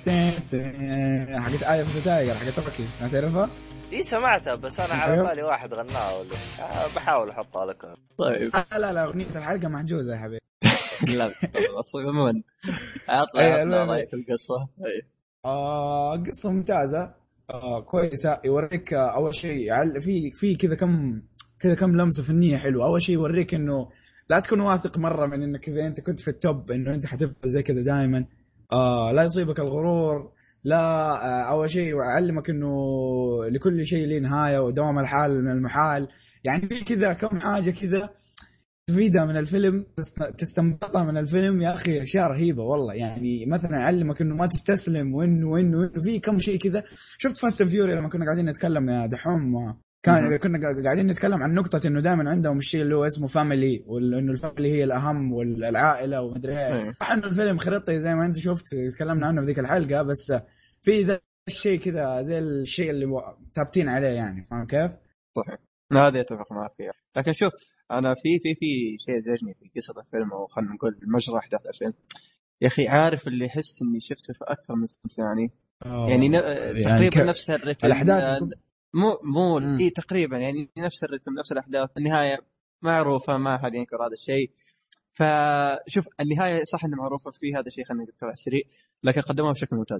حقت آية فتاير حقت روكي ما تعرفها؟ اي سمعتها بس انا على بالي واحد غناها ولا بحاول احطها لكم. طيب لا لا اغنيه الحلقه محجوزه يا حبيبي. لا اصلا عموما عطنا رايك في القصه. اه قصه ممتازه آه كويسه يوريك آه اول شيء في في كذا كم كذا كم لمسه فنيه حلوه. اول شيء يوريك انه لا تكون واثق مره من انك اذا انت كنت في التوب انه انت حتفضل زي كذا دائما. آه لا يصيبك الغرور. لا آه اول شيء يعلمك انه لكل شيء له نهايه ودوام الحال من المحال. يعني في كذا كم حاجه كذا تفيدها من الفيلم تستنبطها من الفيلم يا أخي أشياء رهيبة والله. يعني مثلا يعلمك إنه ما تستسلم وإنه وإنه وإنه في كم شيء كذا. شفت فاست فيوري لما كنا قاعدين نتكلم يا دحوم كان كنا قاعدين نتكلم عن نقطة إنه دائما عندهم الشيء اللي هو اسمه فاميلي وإنه الفاميلي هي الأهم والعائلة ومدري إيه. إنه الفيلم خريطي زي ما أنت شفت تكلمنا عنه في ذيك الحلقة بس في ذا الشيء كذا زي الشيء اللي ثابتين عليه يعني فاهم كيف؟ صحيح هذا يتفق معك فيه. لكن شوف أنا في في في شيء زعجني في قصة الفيلم أو خلنا نقول المجرى أحداث الفيلم يا أخي. عارف اللي يحس إني شفته في أكثر من فيلم ثاني يعني ن... يعني تقريبا ك... نفس الرتم الأحداث مو مو إيه تقريبا يعني نفس الرتم نفس الأحداث. النهاية معروفة ما حد ينكر هذا الشيء. فشوف النهاية صح إنها معروفة في هذا الشيء خلنا نقول على السريع لكن قدموها بشكل ممتاز.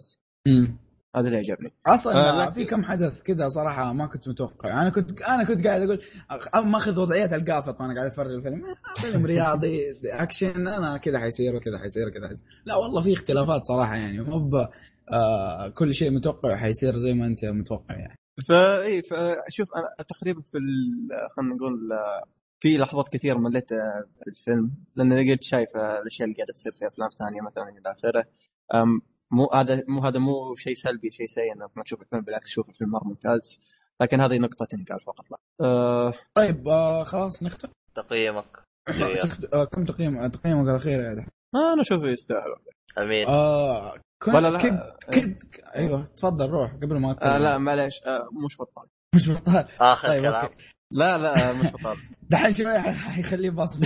امم هذا اللي عجبني اصلا آه في كم حدث كذا صراحه ما كنت متوقع. انا كنت انا كنت قاعد اقول ماخذ وضعيه القافط وانا قاعد اتفرج الفيلم، فيلم رياضي اكشن، انا كذا حيصير وكذا حيصير وكذا حيصير. لا والله في اختلافات صراحه يعني، مو آه كل شيء متوقع حيصير زي ما انت متوقع يعني. فاي فشوف انا تقريبا في خلينا نقول في لحظات كثير مليت الفيلم لان لقيت شايف الاشياء اللي قاعده تصير في افلام ثانيه مثلا الى اخره. مو هذا مو هذا مو شيء سلبي شيء سيء انك ما تشوف الفيلم، بالعكس شوف الفيلم مره ممتاز، لكن هذه نقطه تنقال فقط لا. أه طيب آه خلاص نختم. تقييمك تخد... آه كم تقييم تقييمك الاخير يا ده؟ آه انا اشوفه يستاهل. امين. اه كنت ولا لا كد... كد... ايوه تفضل روح قبل ما آه لا معليش آه مش بطال مش بطال اخر طيب كلام أوكي. لا لا مش بطال دحين شوي حيخليه بصمه.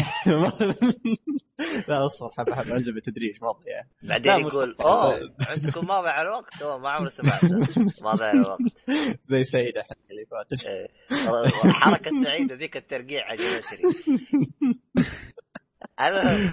لا اصبر حبه حبه انزل بالتدريج ماضي يعني. بعدين يقول اوه عندكم ماضي على الوقت، هو ما عمره سمعته ماضي على الوقت زي سيدة حتى اللي فاتت. إيه. حركة سعيدة ذيك الترقيع عجبتني. المهم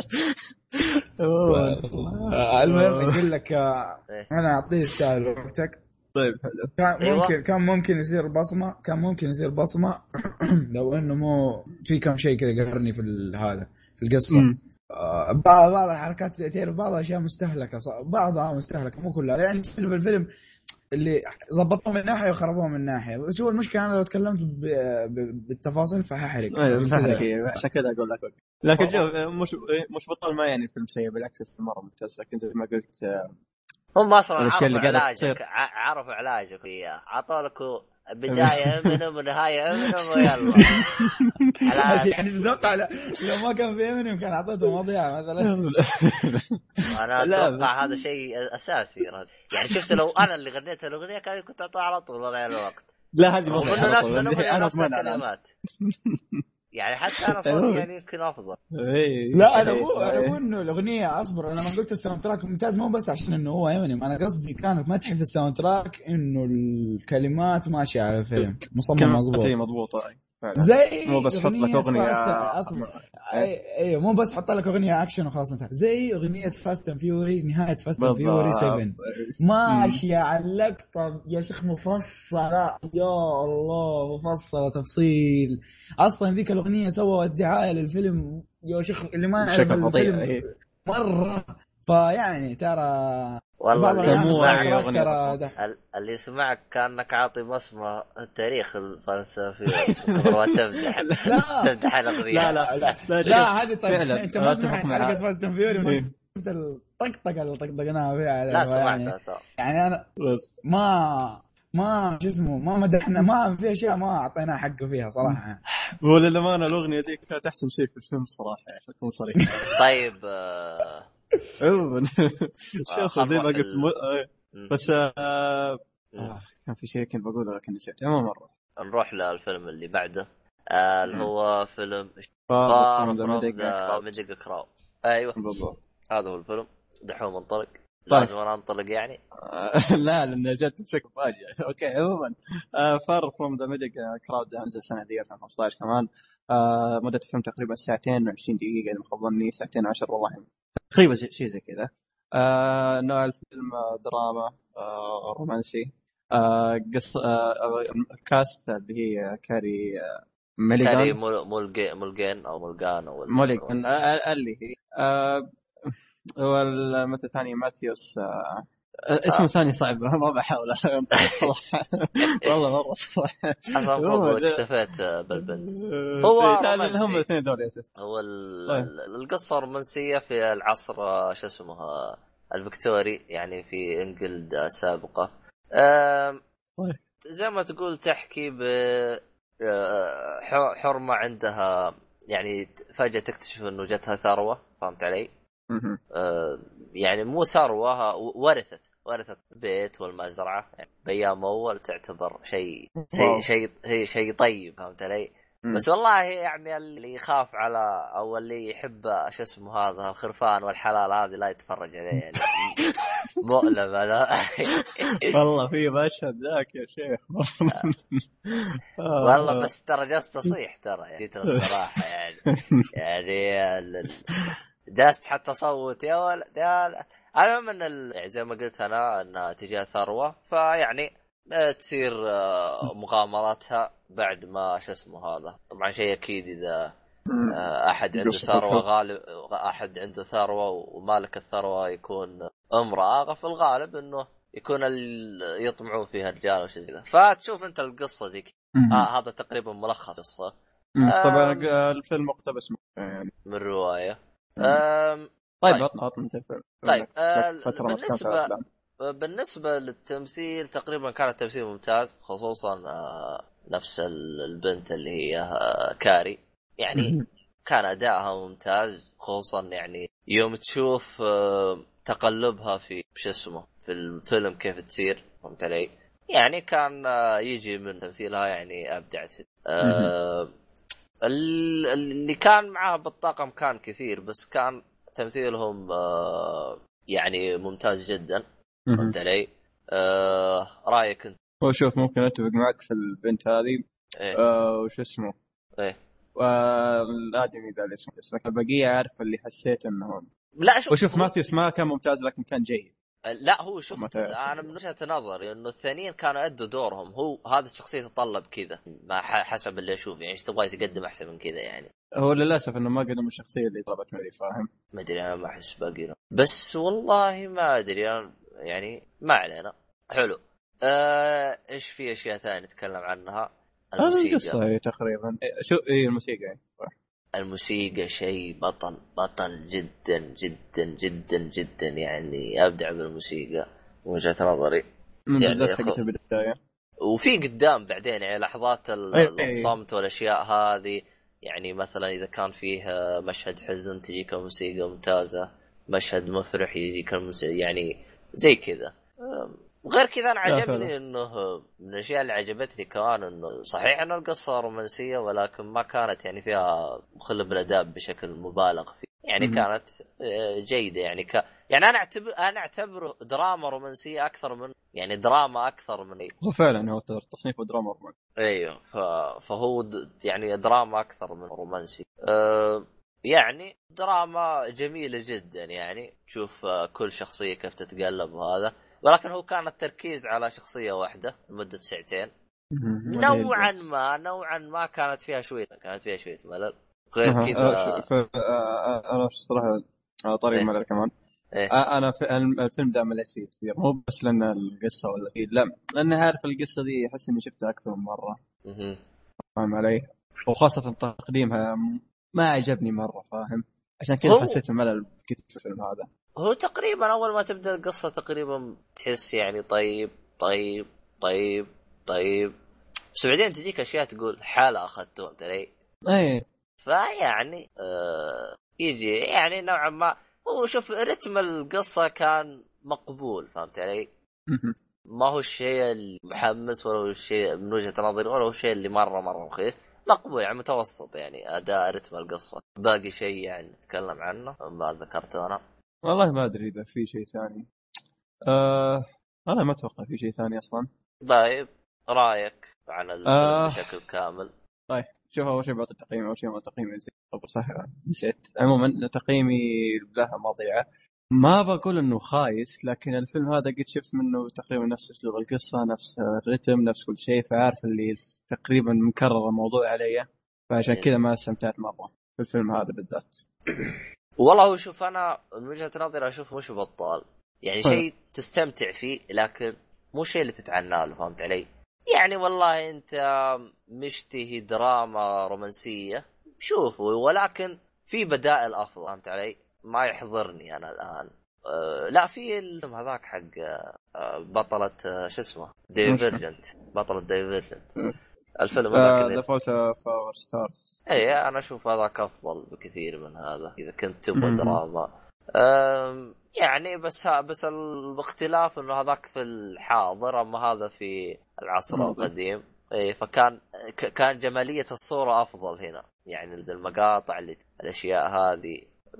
المهم يقول لك انا اعطيه السؤال وقتك. طيب حلو. كان ممكن كان ممكن يصير بصمه كان ممكن يصير بصمه لو انه مو في كم شيء كذا قهرني في هذا في القصه. آه بعض بعض الحركات تعرف بعض الاشياء مستهلكه، بعضها مستهلكه مو كلها يعني. في الفيلم اللي ضبطوه من ناحيه وخربوه من ناحيه، بس هو المشكله انا لو تكلمت ب... ب... بالتفاصيل فححرق. ايوه فاهمك عشان كذا اقول لك. لكن شوف مش مش بطل ما يعني الفيلم سيء، بالعكس الفيلم مره ممتاز، لكن زي ما قلت هم اصلا عرفوا علاجك عرفوا علاجك وياه، عطوا لك بدايه منهم ونهايه منهم ويلا. يعني تتوقع لو ما كان في منهم كان اعطيته مواضيع مثلا. انا اتوقع هذا شيء اساسي يعني. شفت لو انا اللي غنيت الاغنيه كان كنت اعطيها على طول وضع الوقت. لا هذه مو نفس الكلمات يعني، حتى انا صوتي يعني يمكن افضل. لا انا مو انا مو انه الاغنيه اصبر، انا ما قلت الساوند تراك ممتاز مو بس عشان انه هو امينيم، انا قصدي كانت مدحي في الساوند تراك انه الكلمات ماشيه على الفيلم مصمم مظبوط مضبوطه زي مو بس حط لك اغنيه اصبر ايوه مو بس حط لك اغنيه اكشن وخلاص انتهى، زي اغنيه فاست اند فيوري نهايه فاست اند فيوري سبعة ماشيه على اللقطه يا شيخ مفصله يا الله مفصله تفصيل. اصلا ذيك الاغنيه سووا الدعايه للفيلم يا شيخ اللي ما يعرف الفيلم مره، فيعني ترى والله اللي يسمعك ترى اللي يسمعك كانك عاطي بصمه التاريخ الفلسفي وتمدح تمدح الاغنيه. لا لا لا لا, لا هذه طيب انت ما سمعت حلقه فاست اند فيوري شفت الطقطقه اللي طقطقناها فيها لا سمعتها يعني انا ما ما شو اسمه ما مدحنا ما في اشياء ما اعطيناها حقه فيها صراحه. ولا لما انا الاغنيه ذيك كانت احسن شيء في الفيلم صراحه عشان اكون صريح. طيب شوف زي ما قلت بس كان في شيء كنت بقوله لكن نسيت. عموما نروح نروح للفيلم اللي بعده اللي هو فيلم فار ميديك كراو. ايوه بالضبط هذا هو الفيلم. دحوم منطلق لازم انا انطلق يعني. لا لان جت بشكل فاجئ. اوكي عموما فار فروم ذا ميديك كراود نزل السنه دي ألفين وخمسة عشر كمان. مده الفيلم تقريبا ساعتين وعشرين دقيقه اذا ما خاب ظني، ساعتين وعشر والله تقريبا شيء زي كذا. نوع الفيلم دراما رومانسي. قصه الكاست اللي هي كاري ميليغان كاري مولجين مولجين او مولجان او مولجان اللي هي والمثل الثاني ماثيوس. اسمه ثاني صعب ما بحاول صراحه والله مره صراحه اصلا والله اكتفيت بالبنت. هو هم الاثنين دول اساس. هو القصه رومانسيه في العصر شو اسمه الفيكتوري يعني في انجلترا السابقه. زي ما تقول تحكي ب حرمه عندها يعني فجاه تكتشف انه جتها ثروه، فهمت علي؟ آه يعني مو ثروة، ورثت ورثت بيت والمزرعة يعني بأيام أول تعتبر شيء شيء شيء هي شيء طيب، فهمت علي؟ بس والله يعني اللي يخاف على أو اللي يحب شو اسمه هذا الخرفان والحلال هذه لا يتفرج عليه يعني مؤلم هذا. والله في مشهد ذاك يا شيخ والله بس ترى جلست تصيح ترى يعني الصراحة يعني يعني داست حتى صوت يا ولد يا انا من ال... زي ما قلت انا انها تجاه ثروه، فيعني تصير مغامراتها بعد ما شو اسمه هذا. طبعا شيء اكيد اذا احد عنده ثروه غالب احد عنده ثروه ومالك الثروه يكون امراه، في الغالب انه يكون يطمعون فيها رجال وشيء زي كذا. فتشوف انت القصه زي آه هذا تقريبا ملخص قصه. طبعا الفيلم مقتبس يعني من روايه. طيب اطلع من الفيلم. طيب آه بالنسبه بالنسبه للتمثيل تقريبا كان التمثيل ممتاز، خصوصا آه نفس البنت اللي هي آه كاري، يعني كان اداءها ممتاز، خصوصا يعني يوم تشوف آه تقلبها في شو اسمه في الفيلم كيف تصير، فهمت علي؟ يعني كان آه يجي من تمثيلها، يعني ابدعت فيه. آه اللي كان معاه بالطاقم كان كثير، بس كان تمثيلهم آه يعني ممتاز جدا، فهمت علي؟ آه رايك انت؟ هو شوف ممكن اتفق معك في البنت هذه. إيه؟ آه وش اسمه ايه والادمي ذا اسمه، لكن البقيه عارف اللي حسيت انهم لا شوف وشوف ماثيوس ما كان ممتاز لكن كان جيد. لا هو شوف انا من وجهة نظري انه الثانيين كانوا ادوا دورهم، هو هذا الشخصيه تطلب كذا ما حسب اللي اشوف، يعني ايش تبغى يقدم احسن من كذا يعني. هو للاسف انه ما قدم الشخصيه اللي طلبت مني، فاهم؟ ما ادري انا ما احس باقي له، بس والله ما ادري يعني ما علينا. حلو. آه، ايش في اشياء ثانيه نتكلم عنها؟ الموسيقى القصه تقريبا شو ايه الموسيقى يعني. الموسيقى شيء بطل بطل جدا جدا جدا جدا، يعني ابدع بالموسيقى من وجهة نظري يعني خ... بالبداية. وفي قدام بعدين يعني لحظات الصمت والاشياء هذه، يعني مثلا اذا كان فيه مشهد حزن تجيك الموسيقى ممتازة، مشهد مفرح يجيك الموسيقى يعني زي كذا. وغير كذا انا عجبني انه من الاشياء اللي عجبتني كمان انه صحيح ان القصه رومانسيه ولكن ما كانت يعني فيها مخل بالاداب بشكل مبالغ فيه، يعني م-م. كانت جيده يعني ك... يعني انا اعتبر انا اعتبره دراما رومانسيه اكثر من يعني دراما اكثر من إيه؟ هو فعلا هو تصنيفه دراما رومانسي. ايوه ف... فهو د... يعني دراما اكثر من رومانسي. أه... يعني دراما جميله جدا، يعني تشوف كل شخصيه كيف تتقلب وهذا، ولكن هو كان التركيز على شخصية واحدة لمدة ساعتين. نوعا ما نوعا ما كانت فيها شوية كانت فيها شوية ملل. غير كذا أنا الصراحة طريق إيه؟ ملل كمان. إيه؟ أنا في الفيلم ده مليت فيه كثير، مو بس لأن القصة ولا فيه، لا لأن عارف القصة دي أحس إني شفتها أكثر من مرة. فاهم علي؟ وخاصة تقديمها ما عجبني مرة، فاهم؟ عشان كذا حسيت الملل كثير في الفيلم هذا. هو تقريبا أول ما تبدأ القصة تقريبا تحس يعني طيب طيب طيب طيب، بس بعدين تجيك أشياء تقول حالة أخذتهم ترى. أيه. فيعني آه يجي يعني نوعا ما هو شوف رتم القصة كان مقبول، فهمت علي؟ ما هو الشيء المحمس ولا هو الشيء من وجهة نظري ولا هو الشيء اللي مرة مرة رخيص، مقبول يعني متوسط، يعني أداء رتم القصة. باقي شيء يعني نتكلم عنه ما ذكرته أنا والله ما أدري إذا في شيء ثاني. أه... أنا ما أتوقع في شيء ثاني أصلا. طيب رأيك عن الفيلم آه... بشكل كامل؟ طيب شوف أول شيء بعطي تقييمي. أول شيء ما تقييمي زي قبل صح نسيت. عموما تقييمي لها مضيعة، ما بقول إنه خايس، لكن الفيلم هذا قد شفت منه تقريبا نفس أسلوب القصة نفس الرتم نفس كل شيء، فعارف اللي تقريبا مكرر الموضوع علي، فعشان كذا ما استمتعت مرة في الفيلم هذا بالذات. والله شوف أنا من وجهة نظري أشوف مش بطال، يعني شيء تستمتع فيه لكن مو شيء اللي تتعنى له، فهمت علي؟ يعني والله أنت مشتهي دراما رومانسية شوفه، ولكن في بدائل أفضل، فهمت علي؟ ما يحضرني أنا الآن أه لا في الفيلم هذاك حق أه بطلة أه شو اسمه دايفرجنت، بطلة دايفرجنت الفيلم هذاك ذا فولت اوف اور ستارز. اي انا اشوف هذاك افضل بكثير من هذا اذا كنت تبغى دراما. أم يعني بس بس الاختلاف انه هذاك في الحاضر اما هذا في العصر القديم، اي فكان كان جمالية الصورة افضل هنا، يعني المقاطع اللي الاشياء هذه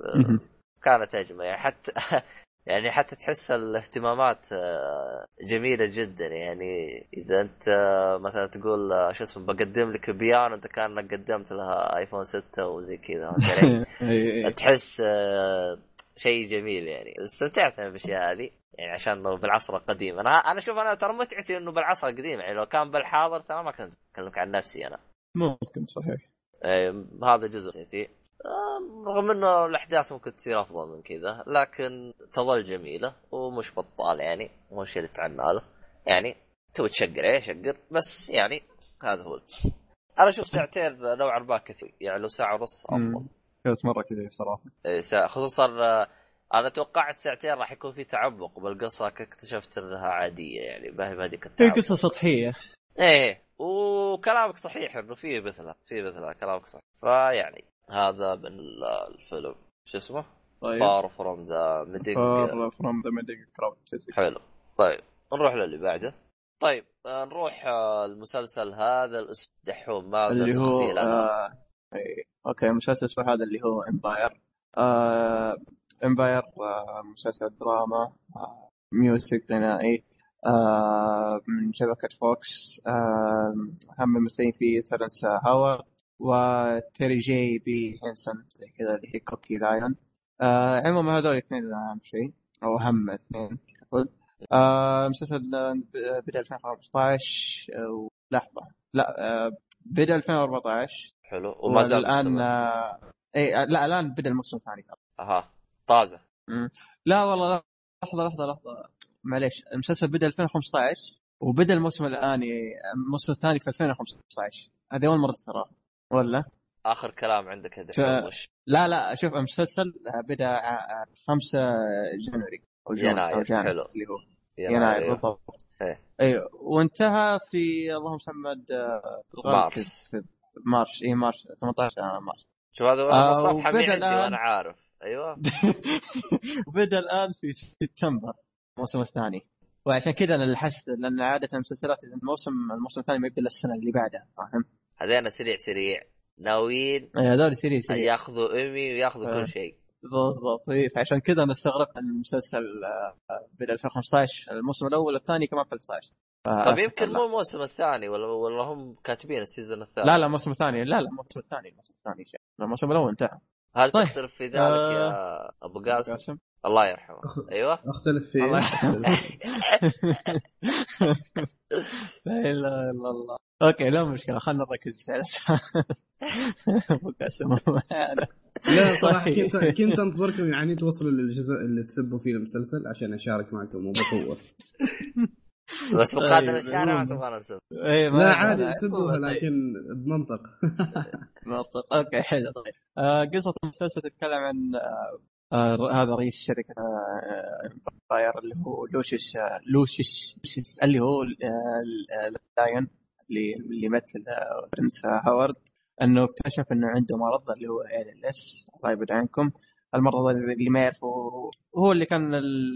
كانت اجمل، يعني حتى يعني حتى تحس الاهتمامات جميلة جدا، يعني إذا أنت مثلا تقول شو اسمه بقدم لك بيانو أنت كأنك قدمت لها آيفون ستة وزي كذا تحس شيء جميل يعني استمتعت انا بالاشياء هذه يعني عشان انه بالعصر القديم. انا انا اشوف انا ترى متعتي انه بالعصر القديم يعني لو كان بالحاضر ترى ما كنت اكلمك عن نفسي انا. ممكن صحيح. ايه هذا جزء نسيتي رغم انه الاحداث ممكن تصير افضل من كذا لكن تظل جميله ومش بطال يعني مو شيء اللي تعنى له يعني تو تشقر ايه شقر بس يعني هذا هو. انا اشوف ساعتين نوعا ما كثير يعني لو ساعه ونص افضل. كانت مره كذا صراحه. إيه ساعة خصوصا انا توقعت ساعتين راح يكون في تعمق بالقصه اكتشفت انها عاديه يعني ما هي هذيك هي قصه سطحيه. ايه وكلامك صحيح انه فيه مثله فيه مثله كلامك صح. فيعني هذا من الفيلم شو اسمه طيب. فار فروم ذا ميدينج فار فروم ذا ميدينج كراود. حلو. طيب نروح للي بعده. طيب نروح المسلسل هذا الاسم دحوم ماذا اللي هو تخفي لنا؟ آه... اوكي مسلسل اسمه هذا اللي هو امباير. آه... امباير آه... مسلسل دراما آه... ميوزك غنائي آه... من شبكة فوكس. آه... هم ممثلين فيه تيرنس هاورد وتيري جي بي هينسون زي كذا اللي هي كوكي لايون. آه... عموما هذول الاثنين اهم شيء او اهم اثنين اقول. آه... مسلسل بدأ ألفين وخمسطعش ولحظة لا آه... بدأ ألفين وأربعطعش. حلو وما زال الآن آه... اي لا الآن بدأ الموسم الثاني ترى. اها طازة. مم. لا والله لا. لحظة لحظة لحظة معليش المسلسل بدأ ألفين وخمسطعش وبدأ الموسم الآن الموسم الثاني في ألفين وخمسطعش. هذه أول مرة ترى ولا آخر كلام عندك هذا ف... لا لا شوف المسلسل بدأ خمسة جانوري أو يناير. جانوري حلو اللي هو يناير, يناير بالضبط. ايه ايوه وانتهى في اللهم محمد مارس في مارس اي مارس ثمانية عشر مارس. شو هذا آه الصفحة مي عندي الآن... وانا عارف. ايوه وبدأ الآن في سبتمبر الموسم الثاني. وعشان كذا انا حس لان عادة المسلسلات الموسم الموسم الثاني ما يبدأ السنة اللي بعدها فاهم. هذين سريع سريع ناويين هذول سريع سريع ياخذوا ايمي وياخذوا آه. كل شيء بالضبط. فعشان كذا انا استغربت ان المسلسل بدأ ألفين وخمسطعش الموسم الاول والثاني كمان في خمسطعش. طيب يمكن مو الموسم الثاني ولا ولا هم كاتبين السيزون الثاني. لا لا الموسم الثاني لا لا الموسم الثاني الموسم الثاني شيء الموسم الاول انتهى. هل طيب. تختلف في ذلك آه... يا ابو قاسم؟ قاسم الله يرحمه. ايوه اختلف فيه. الله لا اله الا الله. اوكي لا مشكله خلينا نركز على ابو قاسم. لا صراحه كنت كنت انتظركم يعني توصلوا للجزء اللي تسبوا فيه المسلسل عشان اشارك معكم وبقوه. بس مقادم الشارع ما تبغى نسب. لا عادي تسبوها لكن بمنطق. منطق. اوكي حلو. طيب آه قصه المسلسل تتكلم عن آه آه هذا رئيس شركه باير آه اللي هو لوشيش آه لوشيش اللي هو لاين اللي اللي مثل برنس هاورد انه اكتشف انه عنده مرض اللي هو إيه إل إس الله يبعد عنكم. المرض اللي ما يعرفه هو اللي كان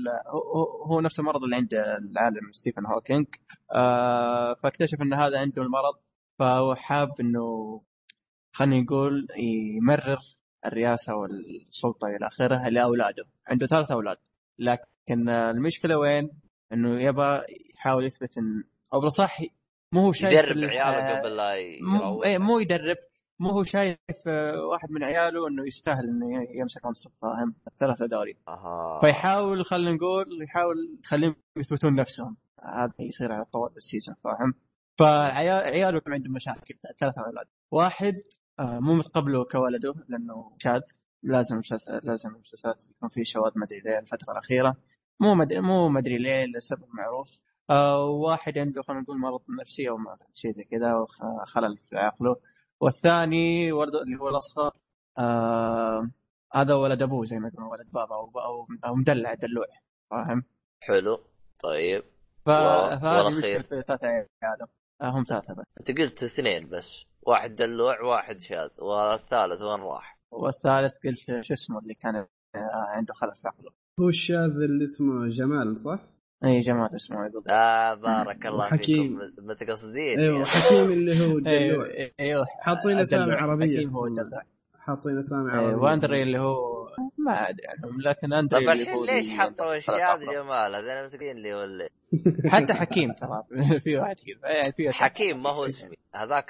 هو نفس المرض اللي عند العالم ستيفن هوكينج. آه فاكتشف ان هذا عنده المرض فهو حاب انه خلينا نقول يمرر الرئاسة والسلطة الى اخره لاولاده. عنده ثلاث اولاد لكن المشكلة وين انه يبغى يحاول يثبت ان او بصح مو هو شايف يدرب عياله قبل لا يروح. مو, مو يدرب مو هو شايف واحد من عياله انه يستاهل انه يمسك منصب فاهم الثلاثه دوري. أه. فيحاول خلينا نقول يحاول يخليهم يثبتون نفسهم. هذا يصير على طول السيزون فاهم. فعياله كان عندهم مشاكل ثلاثه اولاد. واحد مو متقبله كولده لانه شاذ لازم مسلسل لازم المسلسلات يكون فيه شواذ ما ادري ليه الفتره الاخيره مو مدري مو ما ادري ليه لسبب معروف. آه واحد عنده خلينا نقول مرض نفسي او شيء زي كذا وخلل في عقله. والثاني ولد اللي هو الاصغر آه هذا ولد ابوه زي ما يقولون ولد بابا او او, أو مدلع دلوع فاهم. حلو طيب فهذه مشكله في ثلاثه عياله. آه هم ثلاثه بس. انت قلت اثنين بس واحد دلوع واحد شاذ والثالث وين راح؟ والثالث قلت شو اسمه اللي كان عنده خلل في عقله. هو الشاذ اللي اسمه جمال صح؟ اي جمال اسمه يقول. آه بارك الله فيكم ما تقصدين. ايوه حكيم اللي هو الدلوع. ايوه حاطين اسامي عربيه. حكيم هو الدلوع. حاطين اسامي عربيه. واندري اللي هو ما ادري عنهم لكن اندري طب اللي هو ليش حطوا اشياء جمال هذول متقين لي ولا حتى حكيم ترى في واحد يعني في حكيم ما هو اسمي هذاك اسمي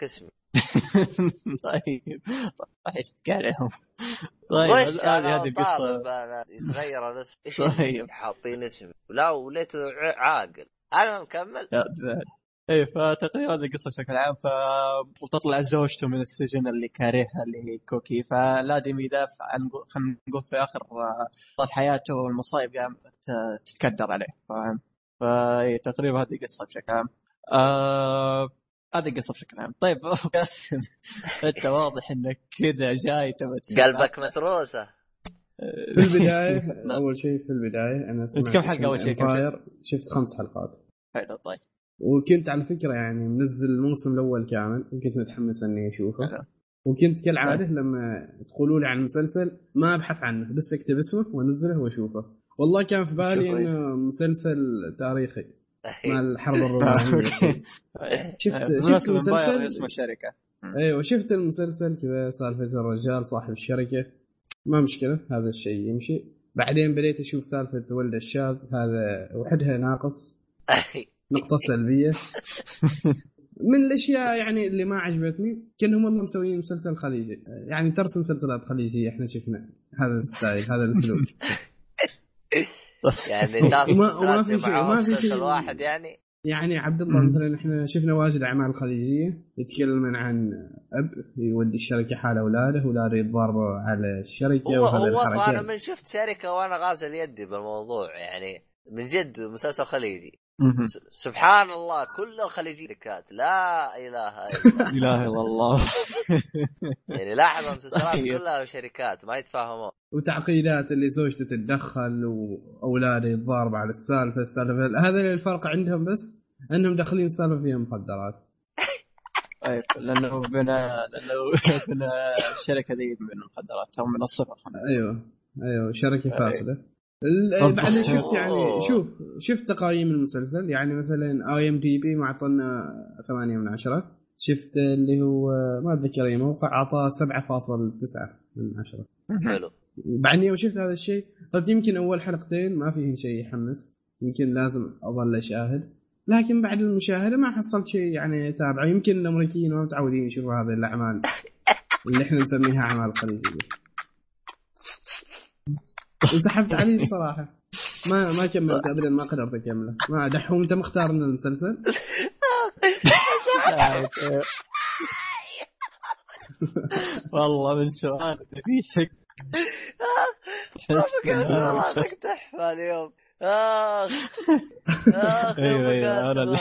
طيب راح يشتكي عليهم. طيب هذه هذه قصة يتغير الاسم. ايش طيب حاطين اسم لا وليته عاقل انا مكمل. ايه فتقريبا هذه القصة بشكل عام. فتطلع زوجته من السجن اللي كارهها اللي هي كوكي، فلازم يدافع عن خلينا نقول في اخر طال حياته والمصايب قام تتكدر عليه فاهم. فتقريبا هذه قصة بشكل عام. آه... هذه قصة بشكل عام. طيب قاسم انت واضح انك كذا جاي تبى قلبك متروسة. في البداية أول شيء في البداية أنا سمعت كم حلقة أول شيء كم شفت خمس حلقات. حلو طيب. وكنت على فكرة يعني منزل الموسم الأول كامل وكنت متحمس إني أشوفه. حلو. وكنت كالعادة طيب. لما تقولوا لي عن المسلسل ما أبحث عنه بس أكتب اسمه وأنزله وأشوفه. والله كان في بالي إنه مسلسل تاريخي مع الحرب الرومانية. شفت شفت المسلسل اسمه الشركة. أيوة شفت المسلسل كذا سالفة الرجال صاحب الشركة ما مشكلة هذا الشيء يمشي. بعدين بديت أشوف سالفة ولد الشاب هذا وحدها ناقص نقطة سلبية من الأشياء يعني اللي ما عجبتني. كأنهم والله مسويين مسلسل خليجي يعني ترسم مسلسلات خليجية إحنا شفنا هذا الستايل هذا الأسلوب يعني وما في شيء ما في شيء واحد يعني يعني عبد الله مثلا احنا شفنا واجد اعمال خليجيه يتكلمون عن اب يودي الشركه حال اولاده اولاده يتضاربوا على الشركه وهذا الحركات. انا من شفت شركه وانا غازل يدي بالموضوع يعني من جد مسلسل خليجي سبحان الله كل الخليجي شركات لا اله الا اله الا الله. يعني لاحظ المسلسلات كلها شركات ما يتفاهمون وتعقيدات اللي زوجته تتدخل واولاده يتضاربوا على السالفه السالفه هذا الفرق عندهم بس انهم داخلين السالفه فيها مخدرات. ايوه لانه بنا لانه بنا الشركه ذي من المخدرات هم من الصفر. ايوه ايوه شركه فاسده. بعدين شفت يعني شوف شفت تقييم المسلسل يعني مثلا اي ام دي بي معطنا ثمانية من عشرة. شفت اللي هو ما اتذكر اي موقع عطاه سبعة فاصلة تسعة من عشرة. حلو. بعدين وشفت هذا الشيء قلت يمكن اول حلقتين ما فيهم شيء يحمس يمكن لازم اظل اشاهد لكن بعد المشاهده ما حصلت شيء يعني تابعه. يمكن الامريكيين ما متعودين يشوفوا هذه الاعمال اللي احنا نسميها اعمال خليجيه. وسحبت عليه بصراحه ما ما كملت ابدا ما قدرت اكمله. ما دحوم انت مختار من المسلسل والله من سؤال ذبيحك حس تحفه اليوم اخ اخ ايوه انا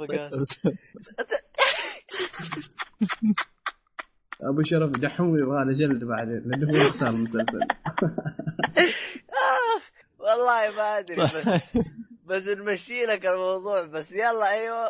ابو شرف دحوم يبغى له جلد بعدين لانه هو اختار المسلسل. والله ما ادري بس بس نمشي لك الموضوع بس يلا ايوه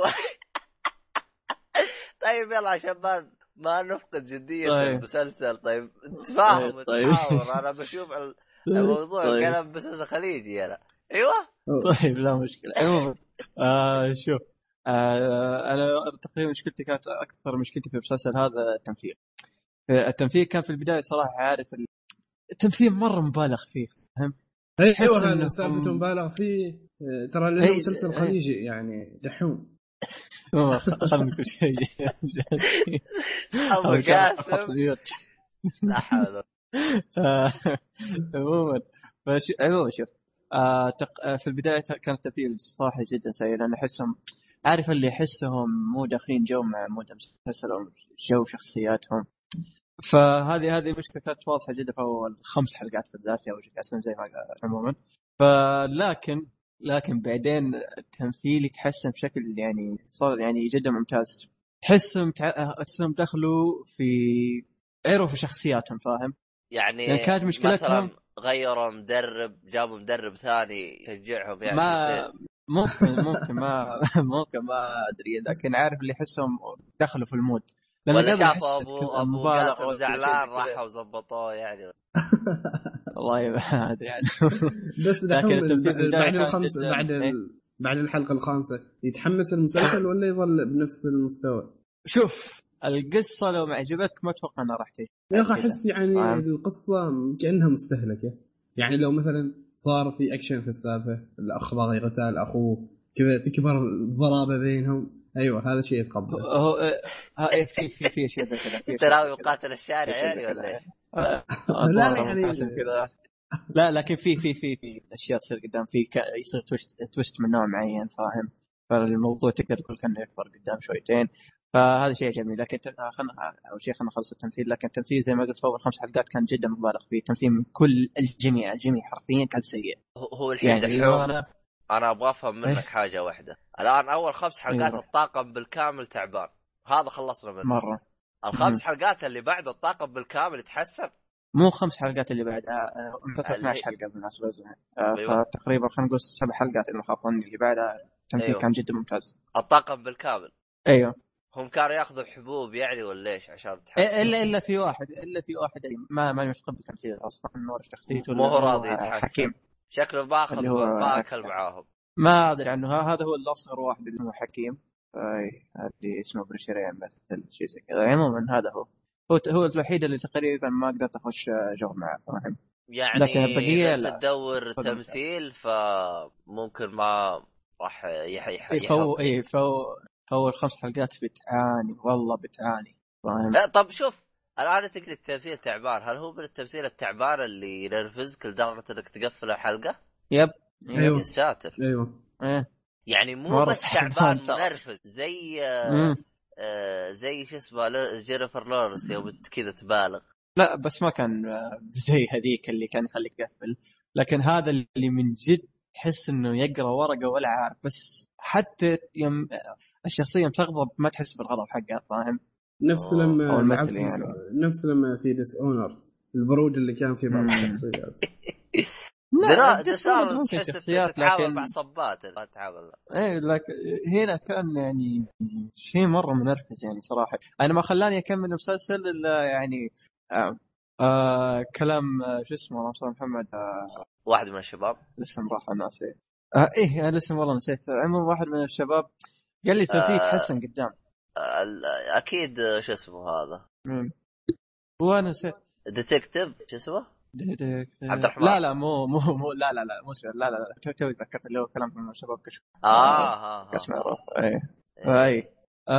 طيب يلا عشان ما ما نفقد جديه طيب. المسلسل طيب تفاهم وتحاور. انا بشوف الموضوع طيب. كلام مسلسل خليجي انا ايوه طيب لا مشكله. عموما آه شوف آه انا تقريبا مشكلتي كانت اكثر مشكلتي في المسلسل هذا التمثيل. التمثيل كان في البدايه صراحه عارف التمثيل مره مبالغ فيه فهم. ايوه هذا سالفته مبالغ فيه ترى لانه مسلسل خليجي يعني دحوم خلنا كل شيء ابو قاسم لا حول. عموما عموما شوف في البدايه كانت التمثيل صراحه جدا سيء لان احسهم عارف اللي يحسهم مو داخلين جو مع مود المسلسل او جو شخصياتهم. فهذه هذه مشكله كانت واضحه جدا في اول خمس حلقات في الذات او قاسم زي ما قال عموما. فلكن لكن بعدين التمثيل يتحسن بشكل يعني صار يعني جدا ممتاز. تحسهم تحسهم دخلوا في عرفوا في شخصياتهم فاهم يعني, يعني كانت مشكلتهم غيروا مدرب جابوا مدرب ثاني يشجعهم يعني ما ممكن ممكن ما ممكن ما ادري لكن عارف اللي يحسهم دخلوا في المود ولا شافوا ابو ابو قاسم زعلان راحوا وظبطوه يعني والله ما ادري يعني. بس دحين بعد الخمسه بعد ال... بعد الحلقه الخامسه يتحمس المسلسل ولا يظل بنفس المستوى؟ شوف القصه لو ما عجبتك ما اتوقع انها راح تجي يا اخي احس يعني آه. القصه كانها مستهلكه. يعني لو مثلا صار في اكشن في السالفه الاخ باغي يقتل اخوه كذا تكبر الضرابه بينهم ايوه هذا شيء يتقبل. هو ها في في في شيء زي كذا. تراوي وقاتل الشارع يعني ولا ايش؟ لا يعني كذا. لا لكن في في في في اشياء تصير قدام، في يصير تويست تويست من نوع معين فاهم، فالموضوع تقدر تقول كانه يكبر قدام شويتين، فهذا شيء جميل. لكن خلنا اول شيء خلنا نخلص التمثيل. لكن التمثيل زي ما قلت فوق الخمس حلقات كان جدا مبالغ فيه، تمثيل من كل الجميع الجميع حرفيا كان سيء. هو الحين يعني أنا... انا ابغى افهم منك إيه؟ حاجه واحده الان، اول خمس حلقات إيه؟ الطاقم بالكامل تعبان، هذا خلصنا منه مره. الخمس م- حلقات اللي بعد الطاقم بالكامل يتحسن. مو خمس حلقات اللي بعدها آه اثناشر حلقه بالمناسبه آه أيوة. فتقريبا خلينا نقول سبع حلقات اللي خاطرني اللي بعدها التمثيل أيوة. كان جدا ممتاز. الطاقم بالكامل ايوه هم كانوا ياخذوا حبوب يعني ولا ايش عشان تحسن؟ الا الا في واحد الا في واحد ما ما يتقبل التمثيل اصلا، انه شخصيته مو هو راضي يتحسن، حكيم شكله باخذ باكل معاهم ما ادري عنه. هذا هو الاصغر واحد اللي هو حكيم، اي اللي اسمه برشيرين مثل شيء زي كذا. عموما هذا هو هو هو الوحيد اللي تقريبا ما قدرت اخش جو معه فاهم يعني. لكن البقيه لا تدور تمثيل فممكن ما راح يح يح فهو اي فهو فهو الخمس حلقات بتعاني والله بتعاني فاهم. لا طب شوف الان تقول التمثيل تعبان، هل هو من التمثيل التعبان اللي ينرفزك لدرجه انك تقفل الحلقه؟ يب ايوه يا ساتر ايوه ايه. يعني مو بس تعبان منرفز زي آه آه زي شو اسمه جينيفر لورنس يوم كذا تبالغ. لا بس ما كان زي هذيك اللي كان يخليك تقفل، لكن هذا اللي من جد تحس انه يقرا ورقه ولا عارف، بس حتى يوم الشخصيه تغضب ما تحس بالغضب حقها فاهم. نفس لما يعني. نفس لما في ديس اونر البرود اللي كان في بعض الشخصيات. لا ديس اونر ممكن شخصيات لكن مع صبات لا تعامل. ايه لكن هنا كان يعني شيء مره منرفز يعني صراحه. انا ما خلاني اكمل المسلسل الا يعني آه آه كلام شو اسمه ناصر محمد آه واحد من الشباب لسه راح ناسي آه ايه انا لسه والله نسيت. عموما واحد من الشباب قال لي تمثيل يتحسن آه قدام. آه اكيد شو اسمه هذا مم. وانا نسيت ديتكتيف شو اسمه عبد الرحمن. لا لا مو مو مو لا لا لا مو لا لا لا توي تذكرت اللي هو كلام من الشباب كشف اه ها ها اسمه اي اي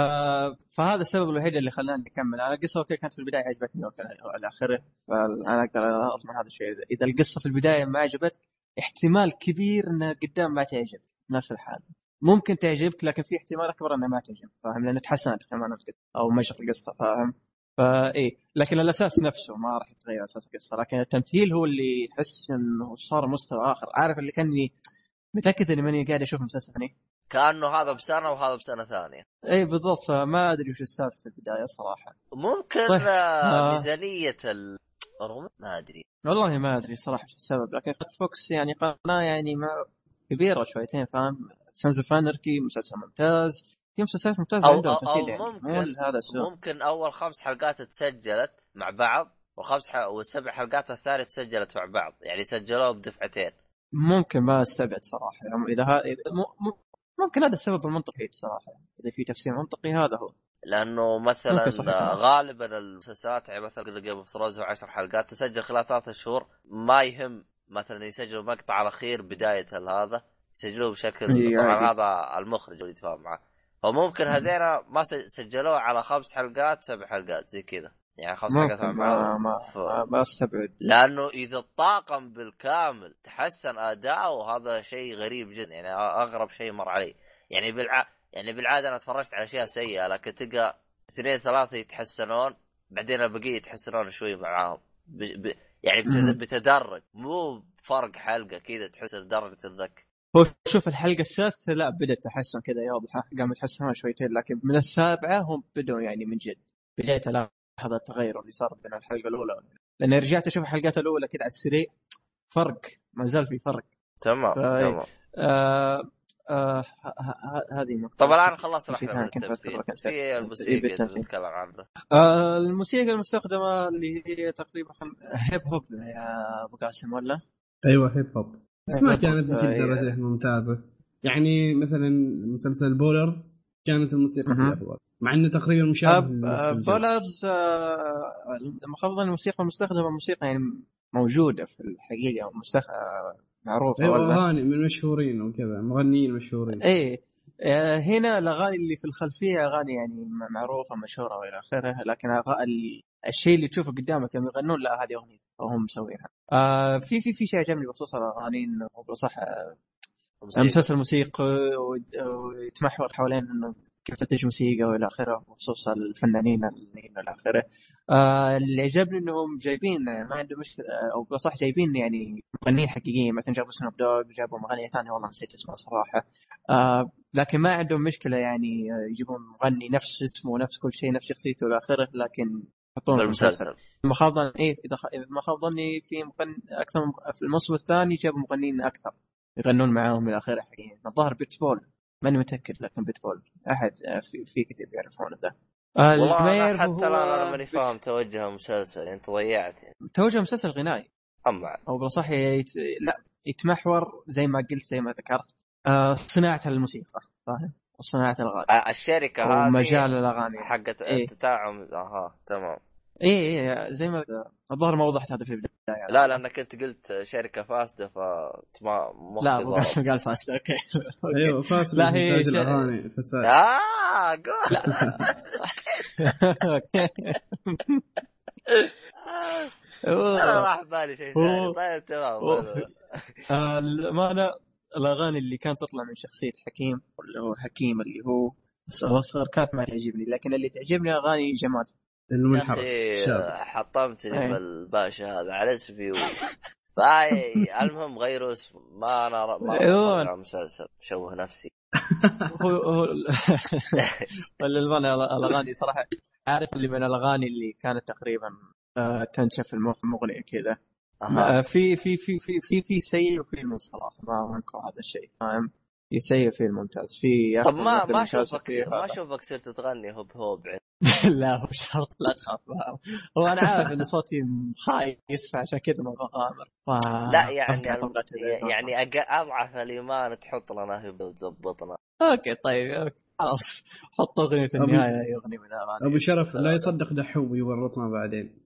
آه فهذا السبب الوحيد اللي خلاني اكمل. انا القصه اوكي كانت في البدايه عجبتني والى اخره، فانا اقدر اضمن هذا الشيء. اذا القصه في البدايه ما عجبتك احتمال كبير انها قدام ما تعجب نفس الحال. ممكن تعجبك لكن في احتمال اكبر انها ما تعجب فاهم، لان تحسنت كمان او مجرى القصه فاهم. فايه لكن الاساس نفسه ما راح يتغير اساس القصه، لكن التمثيل هو اللي يحس انه صار مستوى اخر. عارف اللي كاني متاكد اني ماني قاعد اشوف مسلسل ثاني، كانه هذا بسنه وهذا بسنه ثانيه. اي بالضبط. ما ادري وش السالفه في البدايه صراحه. ممكن طيب. آه. ميزانيه الرغم ما ادري والله ما ادري صراحه ايش السبب، لكن قد فوكس يعني قناه يعني ما كبيره شويتين فاهم. سانز اوف اناركي مسلسل ممتاز، في مسلسلات ممتازه عنده تمثيل يعني. ممكن هذا ممكن اول خمس حلقات تسجلت مع بعض وخمس ح... والسبع حلقات الثانيه تسجلت مع بعض يعني سجلوه بدفعتين. ممكن ما استبعد صراحه اذا ها... م... ممكن هذا السبب المنطقي صراحه. اذا في تفسير منطقي هذا هو، لانه مثلا غالبا المسلسلات يعني مثلا جيم اوف ثرونز عشر حلقات تسجل خلال ثلاثة شهور، ما يهم مثلا يسجلوا مقطع الاخير بدايه هذا يسجلوه بشكل طبعا هذا المخرج اللي يتفاهم معه، فممكن هذينا ما سجلوه على خمس حلقات سبع حلقات زي كذا يعني خمس حلقات مع بعض. ما ف... ما استبعد، لانه اذا الطاقم بالكامل تحسن اداؤه هذا شيء غريب جدا يعني اغرب شيء مر علي. يعني بالع... يعني بالعاده انا اتفرجت على اشياء سيئه لكن تلقى اثنين ثلاثه يتحسنون بعدين البقيه يتحسنون شوي معاهم ب... ب... يعني بتدرج مو فرق حلقه كذا تحس درجه الذك. هو شوف الحلقة السادسة لا بدأت تحسن كذا يوضح، قاموا يتحسنون شويتين، لكن من السابعة هم بدوا يعني من جد بدأت ألاحظ التغير اللي صار بين الحلقة الأولى، لأن رجعت أشوف الحلقات الأولى كذا على السريع فرق، ما زال في فرق. تمام تمام. آه آه هذه طبعا الآن خلصنا احنا في الموسيقى اللي نتكلم عنها. آه الموسيقى المستخدمة اللي هي تقريبا هيب هوب يا أبو قاسم ولا؟ أيوة هيب هوب، بس ما كانت بكل درجة ممتازة. يعني مثلا مسلسل بولرز كانت الموسيقى فيه أفضل مع أنه تقريبا مشابه بولرز. المفروض أن الموسيقى المستخدمة موسيقى يعني موجودة في الحقيقة ومستخ... معروفة. أيوة أغاني من مشهورين وكذا مغنيين مشهورين. إيه آه، هنا الاغاني اللي في الخلفيه اغاني يعني معروفه مشهوره والى اخره، لكن أغاني الشيء اللي تشوفه قدامك لما يغنون لا هذه اغنيه وهم مسوينها. آه في في في شيء عجبني بخصوص الاغاني انه بصح مسلسل موسيقى ويتمحور حوالين انه كيف تنتج موسيقى والى اخره، وخصوصا الفنانين الى اخره. آه اللي عجبني انهم جايبين ما عنده مشكله، او بصح جايبين يعني مغنيين حقيقيين، مثلا جابوا سنوب دوغ، جابوا مغني ثاني والله نسيت اسمه صراحه. آه لكن ما عندهم مشكله يعني يجيبون مغني نفس اسمه ونفس كل شيء نفس شخصيته والى اخره، لكن يحطونه في المسلسل. ما خاب ظني ايه اذا خ... ما خاب ظني في مغني اكثر في الموسم الثاني جابوا مغنيين اكثر يغنون معاهم الى اخره حقيقيين. الظاهر بيتبول ماني متاكد، لكن بيتبول احد في في كثير يعرفونه ذا. والله أنا حتى الآن أنا ماني فاهم توجه المسلسل، أنت ضيعت يعني. توجه مسلسل غنائي أما أو بالصح يت... لا يتمحور زي ما قلت زي ما ذكرت آه صناعة الموسيقى فاهم، وصناعة الأغاني. الشركة هذه ومجال الأغاني حقت إيه؟ التداعم. أها تمام. إيه إيه زي ما الظاهر ما وضحت هذا في البداية يعني. لا لأنك كنت قلت شركة فاسدة فتما مخي لا مو قاسم قال فاسدة أوكي. أيوة فاسدة. لا هي الأغاني فساد. آه قول. أنا راح بالي شيء ثاني. طيب تمام. ما أنا الأغاني اللي كانت تطلع من شخصية حكيم اللي هو حكيم اللي هو صغير كانت ما تعجبني، لكن اللي تعجبني أغاني جمال المنحرف. حطمتني بالباشا هذا على اسمي و... باي المهم غيروا اسم ما أنا ما أنا مسلسل شوه نفسي. ولا الأغاني الأغاني صراحة عارف اللي من الأغاني اللي كانت تقريبا تنشف في المخ مغنية كذا. في في في في في في سيء وفي صراحة ما أنكر هذا الشيء فاهم. يسيء في الممتاز في. طب ما ما شوفك ما شوفك صرت تغني هوب هوب. لا هو شرط لا تخاف. هو أنا عارف إن صوتي خايس فعشان كذا ما بغامر. لا يعني يعني أضعف الإيمان تحط لنا هبة وتزبطنا. أوكي طيب خلاص حط أغنية النهاية يغني من أغاني. أبو شرف لا يصدق دحوم ويورطنا بعدين.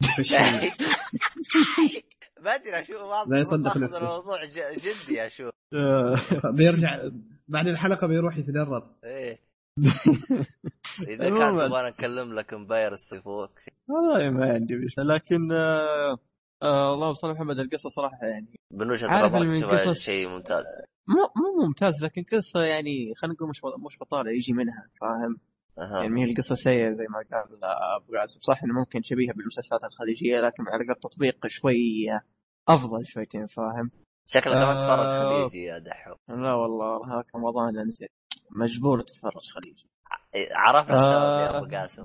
ما أدري أشوف لا يصدق نفسه. الموضوع جدي أشوف. بيرجع بعد الحلقة بيروح يتدرب. إيه. إذا كان تبغى نكلم لك مباير استيفوك. والله ما عندي مشكلة، لكن آه آه اللهم صل على محمد القصة صراحة يعني من وجهة نظرك شيء ممتاز. مو مو ممتاز لكن قصة يعني خلينا نقول مش مش بطالة يجي منها فاهم. أه. يعني هي القصة سيئة زي ما قال أبو قاسم، صح إنه ممكن شبيهة بالمسلسلات الخليجية لكن على الأقل تطبيق شوي أفضل شويتين فاهم. شكلك ما تتفرج خليجي يا دحو. لا والله هذا رمضان ننزل مجبور تتفرج خليجي. عرفنا السبب يا أبو قاسم.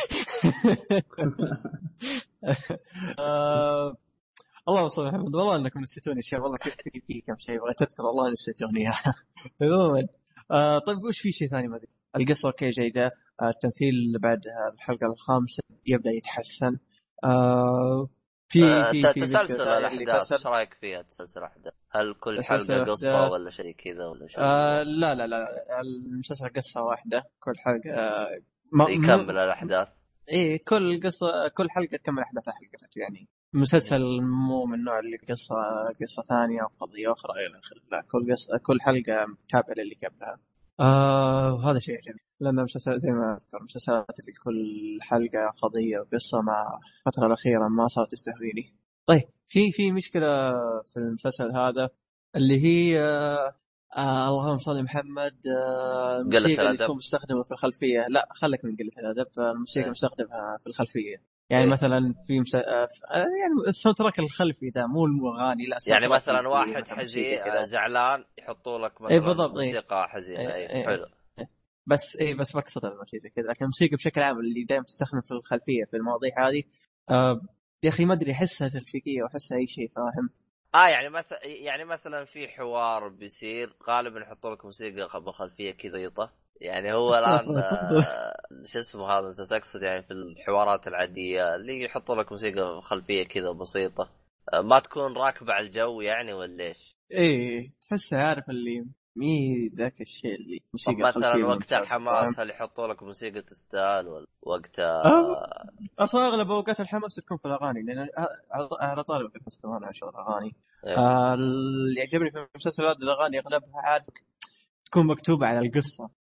الله صل محمد والله انكم نسيتوني شيء والله كيف في في كم شيء بغيت اذكر والله نسيتوني عموما. آه طيب وش في شيء ثاني ما ادري. القصه اوكي جيده، آه التمثيل بعد الحلقه الخامسه يبدا يتحسن. آه في آه في في تسلسل الاحداث ايش رايك فيها تسلسل الاحداث؟ هل كل حلقه قصه ولا شيء كذا ولا شيء؟ آه لا لا لا المسلسل قصه واحده كل حلقه آه ما يكمل الاحداث. ايه كل قصه كل حلقه تكمل احداث حلقه يعني. مسلسل مو من النوع اللي قصة قصة ثانية أو قضية أخرى إلى آخره، لا كل قصة كل حلقة متابعة للي قبلها. آه هذا شيء جميل لأن مسلسل زي ما أذكر مسلسلات اللي كل حلقة قضية وقصة مع الفترة الأخيرة ما صارت تستهويني. طيب في في مشكلة في المسلسل هذا اللي هي آه آه اللهم صل محمد آه الموسيقى اللي تكون مستخدمة في الخلفية. لا خلك من قلة الأدب. الموسيقى مستخدمة في الخلفية يعني إيه؟ مثلا في مس... يعني الساوند تراك الخلفي ده مو المغاني لا يعني مثلا واحد حزين زعلان يحطوا لك مثلا إيه موسيقى إيه؟ حزينه إيه؟ إيه؟ حلو إيه؟ بس اي بس مقصد الموسيقى زي كذا. لكن الموسيقى بشكل عام اللي دائما تستخدم في الخلفيه في المواضيع هذه آه يا اخي ما ادري احسها تلفيقيه واحسها اي شيء فاهم. اه يعني مثلا يعني مثلا في حوار بيصير غالبا يحطوا لك موسيقى بالخلفيه كذا يطه يعني هو الآن شو اسمه هذا أنت تقصد يعني في الحوارات العادية اللي يحطوا لك موسيقى خلفية كذا بسيطة ما تكون راكبة على الجو يعني ولا إيش؟ إيه تحسه عارف اللي مي ذاك الشيء اللي موسيقى خلفية مثلا وقت الحماس هل يحطوا لك موسيقى تستاهل ولا وقت أه أصلا أغلب أوقات الحماس تكون في الأغاني لأن على طالب بس كمان عشان الأغاني إيه؟ آه اللي يعجبني في المسلسلات الأغاني أغلبها عاد تكون مكتوبة على القصة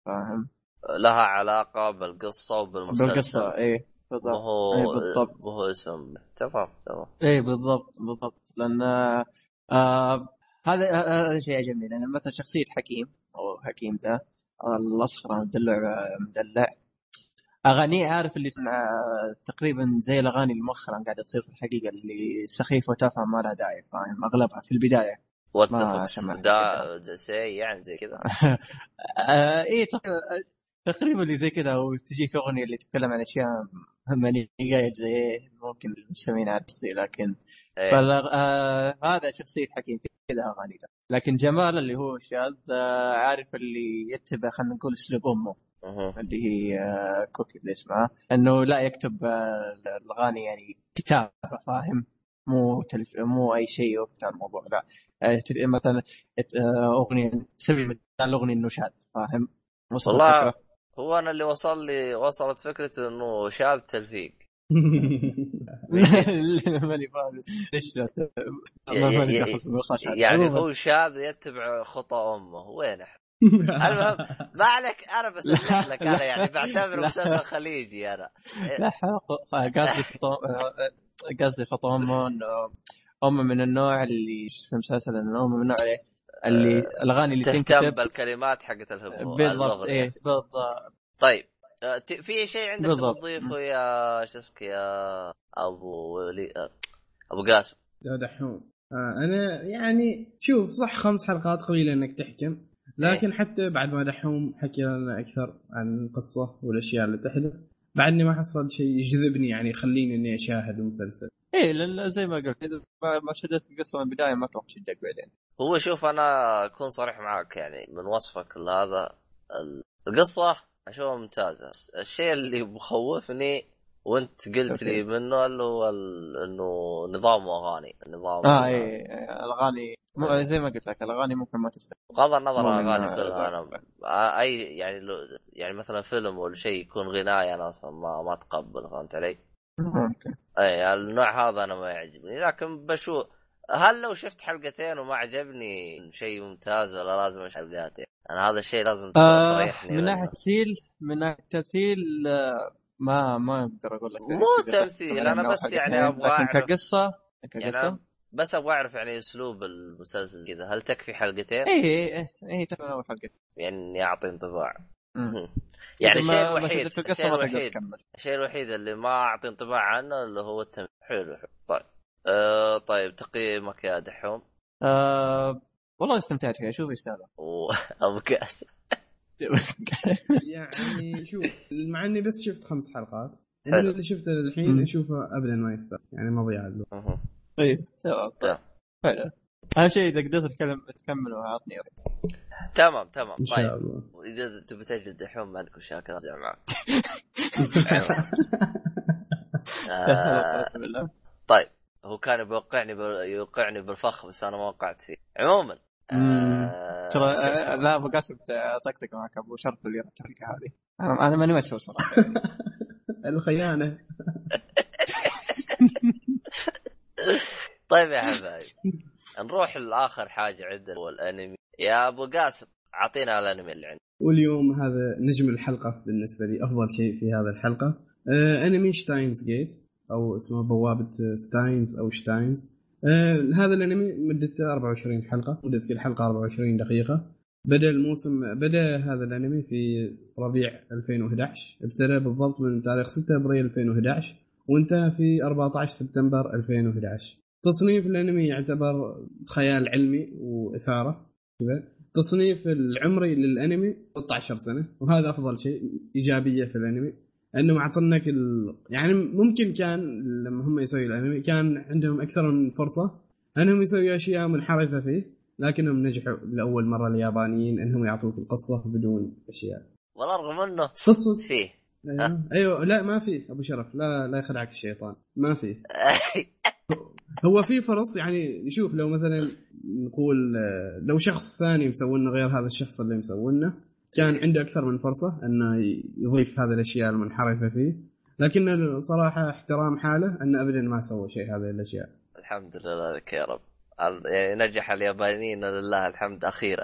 فاهم؟ لها علاقه بالقصه وبالمسلسل. بالقصه ايه بالضبط. وهو ايه بالضبط. وهو اسم تمام تمام. ايه بالضبط بالضبط. لان آه هذا هذا شيء عجبني، لان مثلا شخصيه حكيم او حكيم ذا الاصفر مدلع مدلع اغانيه، عارف اللي تقريبا زي الاغاني المؤخرا قاعده تصير في الحقيقه، اللي سخيفه وتافهه ما لها داعي، فاهم؟ اغلبها في البدايه ما سمعت دا سي يعني زي كذا. ايه تقريبا اللي زي كذا، وتجيك اغنيه اللي تتكلم عن اشياء همنيه زي ممكن المستمعين عارفين، لكن إيه. فهذا آه شخصيه حكيم كذا اغاني. لكن جمال اللي هو شاذ آه عارف اللي يتبع خلينا نقول اسلوب امه أه. اللي هي آه كوكي اللي اسمها، انه لا يكتب آه الاغاني يعني كتابه، فاهم؟ مو تلف... مو اي شيء وقت الموضوع، لا آه مثلا آه اغنيه سبيل مثال الاغنيه انه شاذ، فاهم؟ وصلت والله الفكره؟ هو انا اللي وصل لي وصلت فكرة انه شاذ تلفيق. ماني فاهم ليش ما ماني داخل في النقاش هذا. يعني هو شاذ يتبع خطى امه، وينه؟ المهم ما عليك، انا بسلك لك انا يعني بعتبره مسلسل خليجي انا. لا قصدي خطى قصدي خطى امه، انه ام من النوع اللي في مسلسل انه ام من النوع اللي الاغاني اللي تنكتب بالكلمات حقت الهبوط بالضبط. ايه بالضبط. طيب في شيء عندك تضيفه يا شو اسمك يا ابو ولي ابو قاسم؟ لا دحوم آه انا يعني شوف صح خمس حلقات قليله انك تحكم، لكن إيه؟ حتى بعد ما دحوم حكي لنا اكثر عن القصه والاشياء اللي تحدث، بعدني ما حصل شيء يجذبني يعني يخليني اني اشاهد المسلسل. ايه لان زي ما قلت اذا ما شدت القصه من البدايه ما تروح تشدك بعدين. هو شوف انا اكون صريح معك يعني من وصفك لهذا القصه اشوفها ممتازه. الشيء اللي مخوفني وانت قلت لي منه اللي هو انه نظام اغاني النظام اه ايه الاغاني زي ما قلت لك الاغاني ممكن ما تستخدم بغض النظر عن الاغاني كلها. انا اي يعني لو يعني مثلا فيلم ولا شيء يكون غنايه انا اصلا ما ما اتقبل، فهمت علي؟ ممكن اي النوع هذا انا ما يعجبني، لكن بشو هل لو شفت حلقتين وما عجبني شيء ممتاز ولا لازم اشوف حلقتين؟ انا هذا الشيء لازم تريحني آه من ناحيه تمثيل من ناحيه تمثيل ما ما اقدر اقول لك مو تمثيل انا بس يعني ابغى لكن كقصه كقصه يعني بس ابغى اعرف يعني اسلوب المسلسل كذا، هل تكفي حلقتين؟ اي اي اي تكفي اول حلقه يعني يعطي انطباع. يعني الشيء الوحيد الشيء الوحيد الشيء الوحيد اللي ما اعطي انطباع عنه اللي هو التمثيل. حلو حلو. طيب أه طيب تقييمك يا دحوم؟ أه والله استمتعت فيها. شوف يستاهل ابو كاس. يعني شوف مع اني بس شفت خمس حلقات اللي شفته الحين اشوفه ابدا ما يستاهل يعني مضيعه له. طيب تمام حلو. اهم شيء اذا قدرت تتكلم تكمل وعطني تمام تمام. طيب الله. واذا تبي تجلد دحوم ما عندك مشاكل ارجع معك. آه... طيب هو كان بيوقعني بيوقعني بالفخ بس انا ما وقعت فيه. عموما آه... ترى آه... لا ابو قاسم طقطق معك ابو شرف اللي التفرقه هذه. انا انا ماني مسؤول صراحه. الخيانه. طيب يا حبايب نروح لاخر حاجه عندنا هو الانمي. يا ابو قاسم اعطينا الانمي اللي عندك. واليوم هذا نجم الحلقه بالنسبه لي، افضل شيء في هذا الحلقه آه انمي شتاينز جيت او اسمه بوابه ستاينز او شتاينز. آه هذا الانمي مدته أربعة وعشرين حلقه، مدة كل حلقه أربعة وعشرين دقيقه. بدا الموسم بدا هذا الانمي في ربيع ألفين وأحد عشر، ابتدى بالضبط من تاريخ ستة ابريل ألفين وأحد عشر وانتهى في أربعة عشر سبتمبر ألفين وأحد عشر. تصنيف الانمي يعتبر خيال علمي واثاره كذا. تصنيف العمري للانمي ثلاثة عشر سنه، وهذا افضل شيء ايجابيه في الانمي انه معطنك ال... يعني ممكن كان لما هم يسوي الانمي كان عندهم اكثر من فرصه انهم يسوي اشياء منحرفه فيه، لكنهم نجحوا لاول مره اليابانيين انهم يعطوك القصه بدون اشياء. والله رغم انه قصه فيه ايوه, أيوة. لا ما فيه ابو شرف، لا لا يخدعك الشيطان، ما فيه. هو في فرص يعني. شوف لو مثلا نقول لو شخص ثاني مسوينه غير هذا الشخص اللي مسوينه كان عنده أكثر من فرصة أنه يضيف هذه الأشياء المنحرفة فيه، لكن صراحة احترام حاله أنه أبدا ما سوى شيء هذه الأشياء. الحمد لله لك يا رب. يعني نجح اليابانيين لله الحمد أخيرا يعني.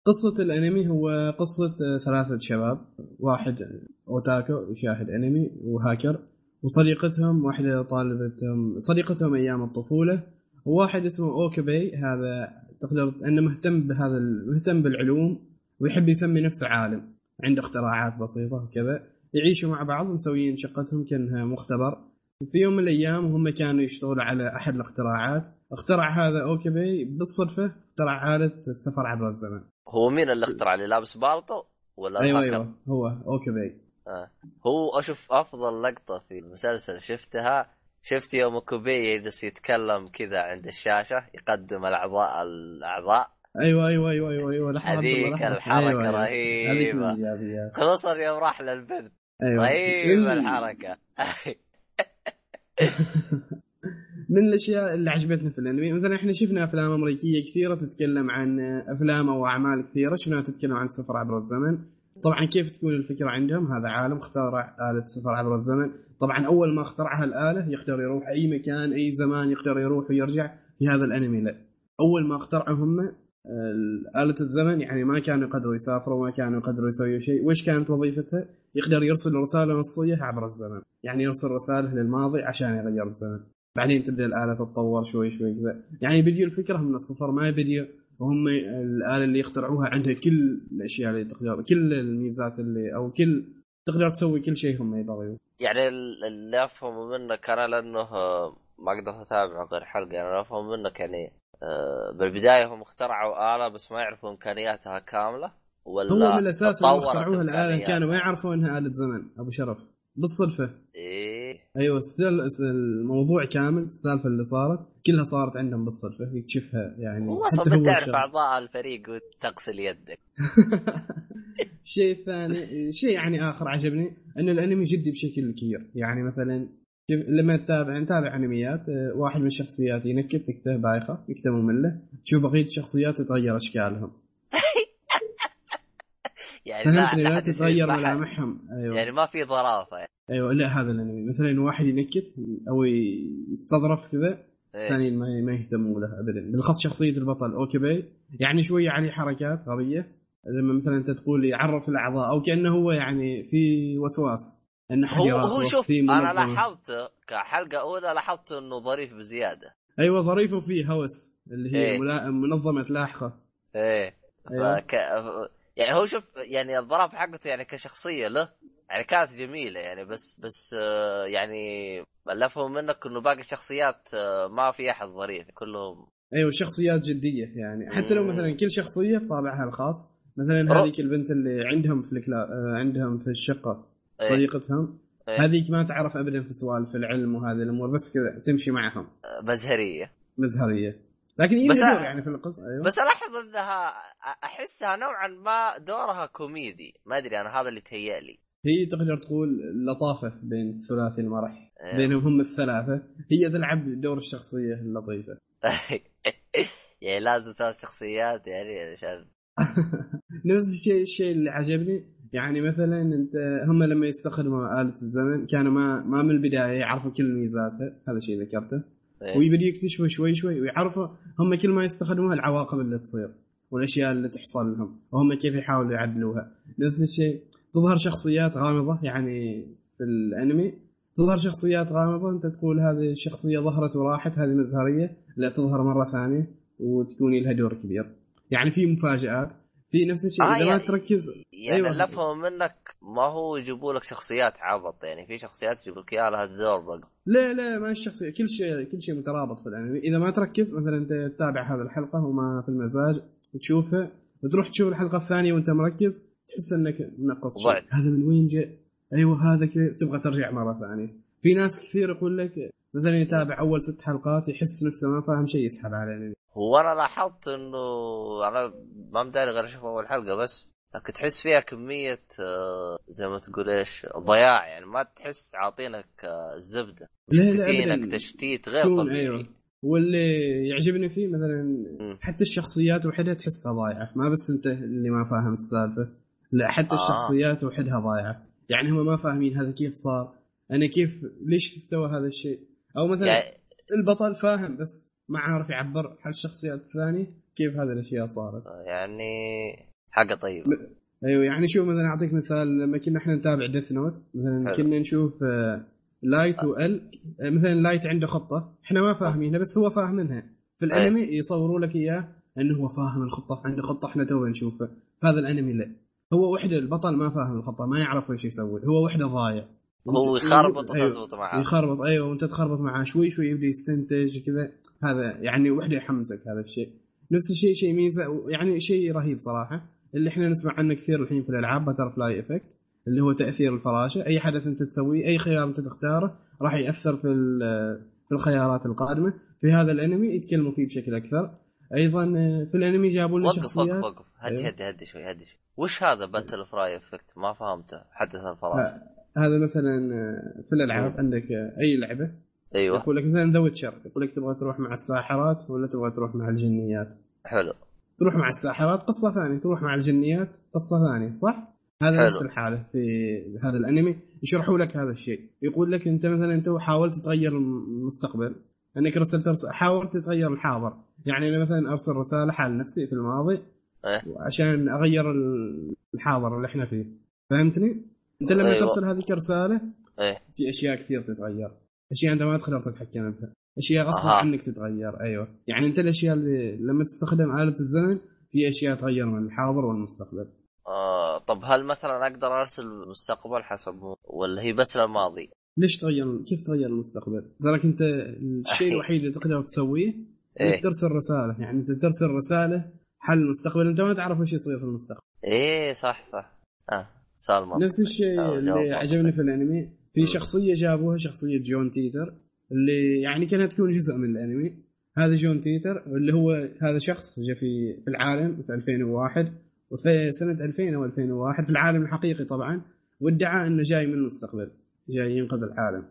قصة الأنمي هو قصة ثلاثة شباب، واحد أوتاكو يشاهد أنمي وهاكر، وصديقتهم واحدة طالبتهم صديقتهم أيام الطفولة، وواحد اسمه أوكابي هذا تقدر أنه مهتم بهذا مهتم بالعلوم ويحب يسمي نفسه عالم، عنده اختراعات بسيطة وكذا. يعيشوا مع بعض مسويين شقتهم كأنها مختبر. في يوم من الأيام هم كانوا يشتغلوا على أحد الاختراعات، اخترع هذا أوكابي بالصدفة اخترع آلة السفر عبر الزمن. هو مين اللي اخترع اللي لابس بالطو ولا أيوة الهاكر؟ أيوة هو أوكابي. آه. هو أشوف أفضل لقطة في المسلسل شفتها، شفت يوم كوبي يجلس يتكلم كذا عند الشاشة يقدم الأعضاء الأعضاء أيوة أيوة أيوة أيوة أيوة هذيك الحركة أيوة رهيبة أيوة. خصوصا يوم راح للبنت أيوة. رهيبة الحركة. من الأشياء اللي عجبتنا في الأنمي مثلا إحنا شفنا أفلام أمريكية كثيرة تتكلم عن أفلام أو أعمال كثيرة شنو تتكلم عن السفر عبر الزمن. طبعا كيف تكون الفكرة عندهم؟ هذا عالم اخترع آلة السفر عبر الزمن. طبعا أول ما اخترعها الآلة يقدر يروح أي مكان أي زمان يقدر يروح ويرجع. في هذا الأنمي لا، أول ما اخترعوا هم آلة الزمن يعني ما كانوا يقدروا يسافروا، ما كانوا يقدروا يسويوا شيء. وإيش كانت وظيفتها؟ يقدر يرسل رسالة نصية عبر الزمن، يعني يرسل رسالة للماضي عشان يغير الزمن. بعدين تبدأ الآلة تتطور شوي شوي كذا، يعني بديو الفكرة من الصفر ما بديو، وهم الآلة اللي يخترعوها عندها كل الأشياء اللي تقدر، كل الميزات اللي أو كل تقدر تسوي كل شيء هم يبغوا. يعني اللي أفهم منك أنا لأنه ما أقدر أتابع غير حلقة، يعني أنا أفهم منك يعني بالبداية هم اخترعوا آلة بس ما يعرفوا إمكانياتها كاملة، ولا هو من الأساس اللي اخترعوها الآلة كانوا ما يعرفوا إنها آلة زمن أبو شرف بالصدفة. إيه أيوة الموضوع كامل السالفة اللي صارت كلها صارت عندهم بالصدفة يكتشفها يعني. هو أصلا بتعرف أعضاء الفريق وتغسل يدك. شيء ثاني شيء يعني آخر عجبني إنه الأنمي جدي بشكل كبير. يعني مثلا لما تتابع نتابع أنميات واحد من الشخصيات ينكت تكتب بايخة يكتب مملة، شوف بقية الشخصيات تتغير أشكالهم. يعني لا, لا تتغير ملامحهم. أيوة. يعني ما في ظرافة يعني. أيوة لا هذا الأنمي مثلا واحد ينكت أو يستظرف كذا ثاني ما ما يهتموا له أبدا. بالخص شخصية البطل أوكابي يعني شوية عليه حركات غبية، لما مثلا أنت تقول يعرف الأعضاء أو كأنه هو يعني في وسواس إنه حد هو, هو شوف أنا لاحظت كحلقة أولى لاحظت إنه ظريف بزيادة. أيوة ظريف وفيه هوس اللي هي إيه. منظمة لاحقة. إيه أيوة. فك... يعني هو شوف يعني الظرافة حقته يعني كشخصية له يعني كانت جميلة يعني، بس بس يعني اللي أفهم منك إنه باقي الشخصيات ما في أحد ظريف كلهم. أيوة شخصيات جدية يعني حتى لو مثلا كل شخصية بطابعها الخاص. مثلا هذيك البنت اللي عندهم في الكلا... عندهم في الشقة صديقتهم أيه. هذيك ما تعرف أبدا في سوالف العلم وهذه الأمور بس كذا تمشي معهم مزهرية مزهرية لكن هي دور يعني في القصة. أيوة. بس ألاحظ أنها أحسها نوعا ما دورها كوميدي، ما أدري أنا هذا اللي تهيألي. هي تقدر تقول لطافة بين ثلاثي المرح أيوة. بينهم هم الثلاثة هي تلعب دور الشخصية اللطيفة. يعني لازم ثلاث شخصيات يعني عشان نفس الشيء. الشيء اللي عجبني يعني مثلا انت هم لما يستخدموا آلة الزمن كانوا ما ما من البداية يعرفوا كل ميزاتها، هذا شيء ذكرته أيه. ويبدأ يكتشفوا شوي شوي ويعرفوا هم كل ما يستخدموها العواقب اللي تصير والأشياء اللي تحصل لهم وهم كيف يحاولوا يعدلوها. نفس الشيء تظهر شخصيات غامضة يعني في الأنمي تظهر شخصيات غامضة انت تقول هذه الشخصية ظهرت وراحت هذه مزهرية، لا تظهر مرة ثانية وتكون لها دور كبير. يعني في مفاجآت في نفس الشيء آه إذا يعني ما تركز. يعني أيوة. اللي أفهم منك ما هو يجيبوا لك شخصيات عبط، يعني في شخصيات يجيبوا لك إياها لها الدور بقى. لا لا ما الشخصية كل شيء كل شيء مترابط في الأنمي. إذا ما تركز مثلا أنت تتابع هذه الحلقة وما في المزاج وتشوفها وتروح تشوف الحلقة الثانية وأنت مركز تحس إنك نقص شيء. هذا من وين جاء؟ أيوة هذا كذا تبغى ترجع مرة ثانية. في ناس كثير يقول لك مثلا يتابع أول ست حلقات يحس نفسه ما فاهم شيء يسحب على الأنمي. هو أنا لاحظت إنه أنا ما مداري غير أشوف أول حلقة بس لكن تحس فيها كمية زي ما تقول إيش ضياع، يعني ما تحس عاطينك الزبدة تشتيتينك تشتيت غير طبيعي. أيوة. واللي يعجبني فيه مثلا م. حتى الشخصيات وحدها تحسها ضايعة، ما بس أنت اللي ما فاهم السالفة، لا حتى آه. الشخصيات وحدها ضايعة. يعني هم ما فاهمين هذا كيف صار، أنا كيف ليش استوى هذا الشيء، أو مثلا يعني البطل فاهم بس ما عارف يعبر عن الشخصيات الثانية كيف هذه الأشياء صارت. يعني حاجه طيبه. ايوه يعني شوف مثلا اعطيك مثال، لما كنا احنا نتابع ديث نوت مثلا حلو. كنا نشوف لايت وال مثلا لايت عنده خطه احنا ما فاهمينها بس هو فاهمينها في الانمي أيه. يصوروا لك اياه انه هو فاهم الخطه، عنده خطه احنا تو نشوفه. هذا الانمي لا، هو وحده البطل ما فاهم الخطه، ما يعرف ايش يسوي، هو وحده ضايع، هو يخربط وتزبط أيوه. معاه يخربط ايوه وانت تخربط معاه شوي شوي يبدا يستنتج كذا. هذا يعني وحده يحمسك هذا الشيء. نفس الشيء شيء ميزه يعني شيء رهيب صراحه اللي احنا نسمع عنه كثير الحين في الالعاب، باترفلاي افكت اللي هو تاثير الفراشه. اي حدث انت تسويه، اي خيار انت تختاره راح ياثر في في الخيارات القادمه. في هذا الانمي يتكلموا فيه بشكل اكثر. ايضا في الانمي جابوا لنا شخصيات. وقف وقف هدي أيوه. هدي هدي شوي هدي شوي. وش هذا باتل فراي افكت؟ ما فهمته. حدث الفراشه. هذا مثلا في الالعاب م. عندك اي لعبه ايوه يقول لك مثلا ذا ويتشر، يقول لك تبغى تروح مع الساحرات ولا تبغى تروح مع الجنيات. حلو. تروح مع الساحرات قصة ثانية، تروح مع الجنيات قصة ثانية، صح؟ هذا حلو. نفس الحالة في هذا الأنمي يشرحوا لك هذا الشيء. يقول لك أنت مثلا أنت حاولت تغير المستقبل، أنك رسلت رس... حاولت تغير الحاضر. يعني أنا مثلا أرسل رسالة حال نفسي في الماضي أه؟ عشان أغير الحاضر اللي إحنا فيه، فهمتني؟ أنت لما أيوة. ترسل هذه الرسالة أه؟ في أشياء كثير تتغير، أشياء أنت ما تقدر تتحكم فيها، أشياء غصبا عنك تتغير. أيوة يعني أنت الأشياء اللي لما تستخدم آلة الزمن في أشياء تغير من الحاضر والمستقبل. آه طب هل مثلا أقدر أرسل المستقبل حسب ولا هي بس للماضي؟ ليش تغير؟ كيف تغير المستقبل؟ تراك أنت الشيء الوحيد اللي تقدر تسويه إيه؟ ترسل رسالة. يعني أنت ترسل رسالة حل المستقبل، أنت ما تعرف وش يصير في المستقبل. إيه صح صح. آه سالم. نفس الشيء آه اللي عجبني في الأنمي في م. شخصية جابوها، شخصية جون تيتر اللي يعني كانت تكون جزء من الأنمي. هذا جون تيتر اللي هو هذا شخص جاء في في العالم في ألفين وواحد وفي سنة ألفين أو ألفين وواحد في العالم الحقيقي طبعا، وادعى أنه جاي من المستقبل، جاي ينقذ العالم.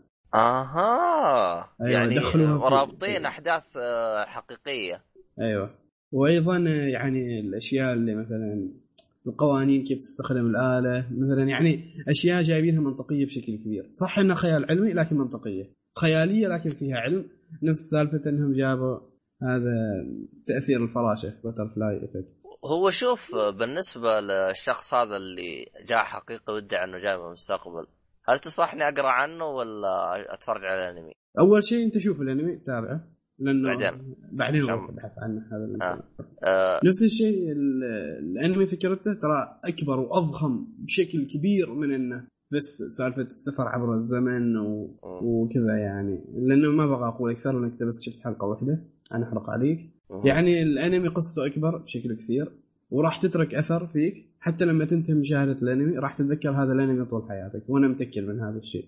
اها أيوة يعني رابطين أحداث حقيقية. أيوة. وأيضا يعني الأشياء اللي مثلا القوانين كيف تستخدم الآلة مثلا، يعني أشياء جايبينها منطقية بشكل كبير. صح إنها خيال علمي لكن منطقية، خيالية لكن فيها علم. نفس سالفة أنهم جابوا هذا تأثير الفراشة باترفلاي إفكت. هو شوف بالنسبة للشخص هذا اللي جاء حقيقي وادعى أنه جاي من المستقبل، هل تصحني أقرأ عنه ولا أتفرج على الأنمي؟ أول شيء أنت شوف الأنمي تابعه لأنه بعدين بعدين نروح نبحث عنه هذا الإنسان. آه. آه. نفس الشيء الأنمي فكرته ترى أكبر وأضخم بشكل كبير من إنه بس سالفة السفر عبر الزمن و... وكذا يعني، لأنه ما بغى أقول أكثر لأنك بس شفت حلقة واحدة أنا أحرق عليك. يعني الأنمي قصته أكبر بشكل كثير وراح تترك أثر فيك، حتى لما تنتهي مشاهدة الأنمي راح تتذكر هذا الأنمي طول حياتك، وأنا متأكد من هذا الشيء.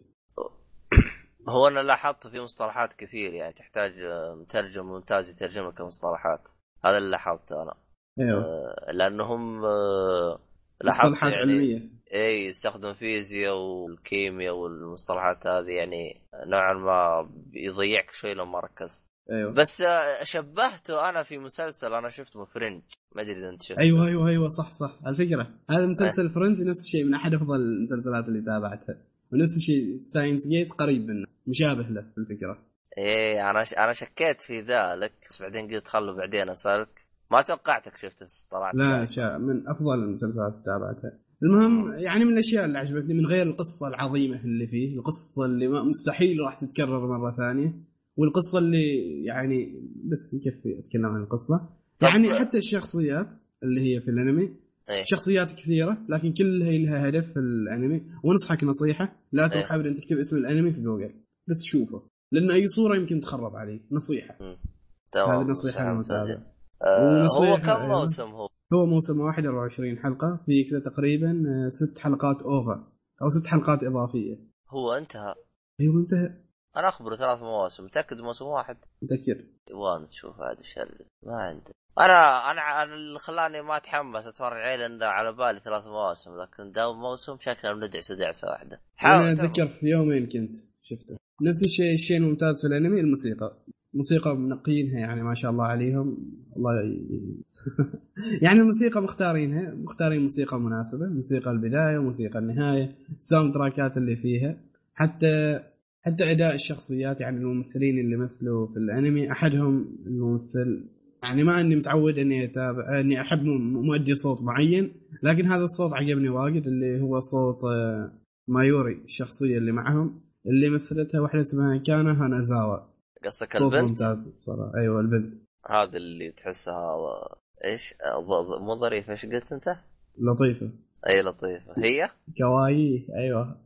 هو أنا لاحظت في مصطلحات كثير يعني تحتاج مترجم ممتاز يترجم لك مصطلحات، هذا اللي لاحظته أنا. أيوه. آه لأنهم آه مصطلحات يعني علمية. اي يستخدم فيزياء والكيمياء والمصطلحات هذه يعني نوعا ما يضيعك شوي لما ركزت. أيوه. بس شبهته انا في مسلسل انا شفته فرنج، ما ادري اذا انت شفته. ايوه ايوه ايوه صح صح الفكره هذا مسلسل أه. فرنج نفس الشيء، من احد افضل المسلسلات اللي تابعتها، ونفس الشيء ستاينز جيت قريب منه، مشابه له في الفكره. ايه انا ش... انا شكيت في ذلك بس بعدين قلت خلوا بعدين اسالك، ما توقعتك شفته طلعت. لا شا من افضل المسلسلات اللي تابعتها. المهم يعني من الاشياء اللي عجبتني من غير القصه العظيمه اللي فيه، القصه اللي مستحيل راح تتكرر مره ثانيه، والقصه اللي يعني بس يكفي اتكلم عن القصه. يعني حتى الشخصيات اللي هي في الانمي ايه؟ شخصيات كثيره لكن كلها لها هدف في الانمي. ونصحك نصيحه لا تروح ابدا إيه؟ تكتب اسم الانمي في جوجل بس شوفه، لان اي صوره يمكن تخرب عليك. نصيحه هذه نصيحه ممتازه. أه هو كم موسم؟ هو هو موسم واحد أربعة وعشرين حلقه، في كذا تقريبا ست حلقات اوفر او ست حلقات اضافيه. هو انتهى؟ ايوه انتهى. انا اخبره ثلاث مواسم. متاكد موسم واحد؟ متاكد. وان تشوف هذا الشيء ما عندي. انا انا اللي خلاني ما اتحمس اتفرج عليه لان على بالي ثلاث مواسم، لكن داوم موسم شكله بندعس دعسه واحده. انا اتذكر في يومين كنت شفته. نفس الشيء الشيء الممتاز في الانمي الموسيقى، موسيقى منقينها يعني ما شاء الله عليهم الله ي... يعني الموسيقى مختارينها، مختارين موسيقى مناسبه، موسيقى البدايه وموسيقى النهايه، الساوند تراكات اللي فيها، حتى حتى اداء الشخصيات. يعني الممثلين اللي مثلوا في الانمي احدهم الممثل يعني ما اني متعود اني اتابع اني احب مؤدي صوت معين، لكن هذا الصوت عجبني واجد، اللي هو صوت مايوري الشخصيه اللي معهم اللي مثلتها واحده اسمها كانا هانازاوا. قصدك البنت؟ ممتاز صراحه. ايوه البنت هذا اللي تحسها ايش مو ظريفه، ايش قلت انت؟ لطيفه. اي لطيفه هي كواي. ايوه.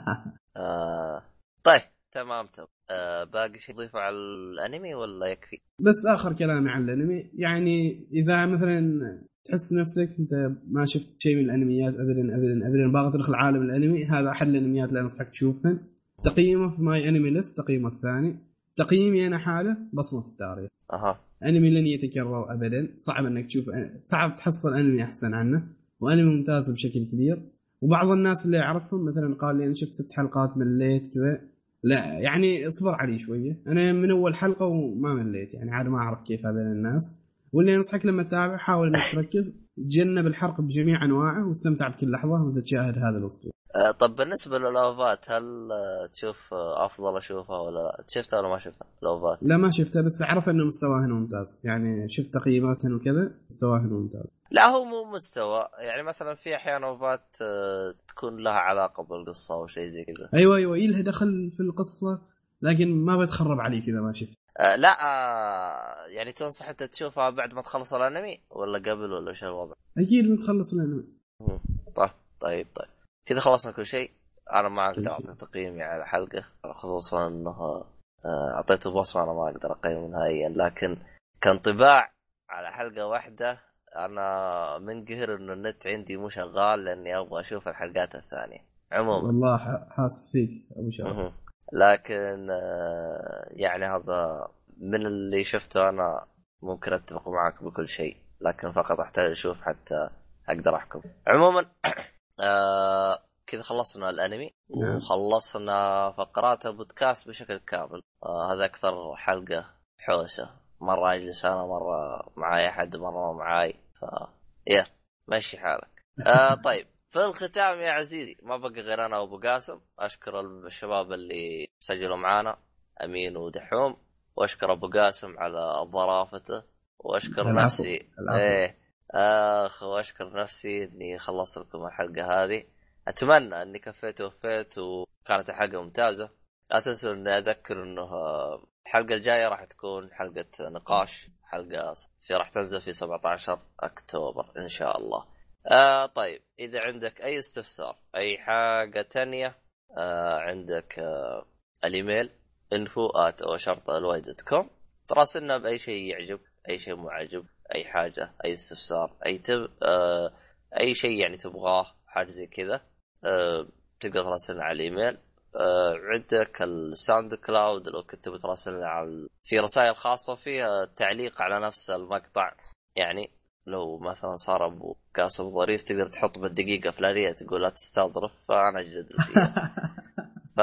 آه. طيب تمام تمام. آه باقي شيء تضيفه على الانمي ولا يكفي؟ بس اخر كلامي عن الانمي، يعني اذا مثلا تحس نفسك انت ما شفت شيء من الانميات ابدا ابدا ابدا باغي تدخل عالم الانمي، هذا احد الانميات اللي انصحك تشوفهن. تقييمه في ماي انمي ليست تقييمه الثاني، تقييمي انا حاله بصمه في التاريخ. اها انمي لن يتكرر ابدا، صعب انك تشوف، صعب تحصل انمي احسن عنه، وانمي ممتاز بشكل كبير. وبعض الناس اللي اعرفهم مثلا قال لي انا شفت ست حلقات مليت كذا، لا يعني اصبر علي شويه، انا من اول حلقه وما مليت، يعني عاد ما اعرف كيف هذول الناس. واللي انصحك لما تتابع حاول انك تركز، تجنب الحرق بجميع انواعه واستمتع بكل لحظه وتشاهد هذا الاسلوب. أه طب بالنسبه للأوفات هل تشوف افضل اشوفها ولا لا؟ شفتها ولا ما شفتها الأوفات؟ لا ما شفتها، بس اعرف انه مستواهن ممتاز، يعني شفت تقييماتهن وكذا مستواهن ممتاز. لا هو مو مستوى، يعني مثلا في احيانا أوفات تكون لها علاقه بالقصه او شيء زي كذا. ايوه ايوه يلها دخل في القصه، لكن ما بتخرب عليك اذا ما شفت. أه لا أه يعني تنصح انت تشوفها بعد ما تخلص الانمي ولا قبل ولا شو الوضع؟ اكيد متخلص الانمي. طيب طيب طيب كذا خلصنا كل شيء. انا ما اقدر اعطي تقييمي على حلقه، خصوصا انه اعطيته بصمه انا ما اقدر اقيم نهائيا، لكن كانطباع على حلقه واحده انا منقهر انه النت عندي مو شغال لاني ابغى اشوف الحلقات الثانيه عموما. والله حاس فيك ابو شرف. لكن يعني هذا من اللي شفته انا، ممكن اتفق معك بكل شيء، لكن فقط احتاج اشوف حتى اقدر احكم. عموما آه كذا خلصنا الانمي وخلصنا فقرات البودكاست بشكل كامل. آه هذا اكثر حلقه حوسه، مره اجلس انا مره معاي احد مره معاي، ف يا ماشي حالك. آه طيب في الختام يا عزيزي ما بقى غير انا وابو قاسم. اشكر الشباب اللي سجلوا معانا امين ودحوم، واشكر ابو قاسم على ظرافته، واشكر العفو. نفسي العفو. ايه اخ واشكر نفسي اني خلصت لكم الحلقه هذه. اتمنى اني كفيت ووفيت وكانت حلقه ممتازه. لا تنسوا اني اذكر انه الحلقه الجايه راح تكون حلقه نقاش، حلقه في راح تنزل في سبعة عشر اكتوبر ان شاء الله. آه طيب اذا عندك اي استفسار اي حاجه تانية آه عندك آه الايميل info at او شرطه الواي دوت كوم. تراسلنا باي شيء يعجب، اي شيء مو عاجب، اي حاجه، اي استفسار، اي تب آه اي شيء يعني تبغاه حاجه زي كذا آه تقدر تراسلنا على الايميل. آه عندك الساوند كلاود لو كنت بتراسلنا على في رسائل خاصه فيها تعليق على نفس المقطع، يعني لو مثلا صار ابو قاسم ظريف تقدر تحط بالدقيقه فلانيه تقول لا تستظرف فانا اجلد فيها. ف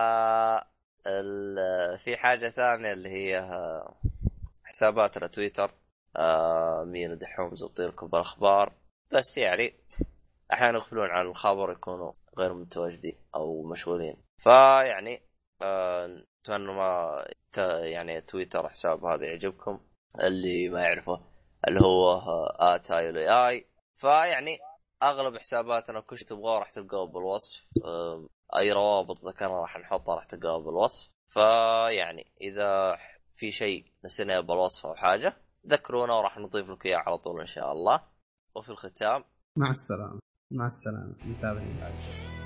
في حاجه ثانيه اللي هي حساباتنا تويتر آه مين ودحوم زبطين لكم بالاخبار، بس يعني احيانا يغفلون عن الخبر يكونوا غير متواجدين او مشغولين، فيعني آه اتمنى ما يعني تويتر حساب هذا يعجبكم. اللي ما يعرفه اللي هو آت اي اي، فيعني اغلب حساباتنا كل شيء تبغاه راح تلقاه بالوصف. اي روابط ذكرنا راح نحطها راح تلقاها بالوصف. فيعني اذا في شيء نسينا بالوصف او حاجه ذكرونا وراح نضيف لك اياه على طول ان شاء الله. وفي الختام مع السلامه. مع السلامه متابعين.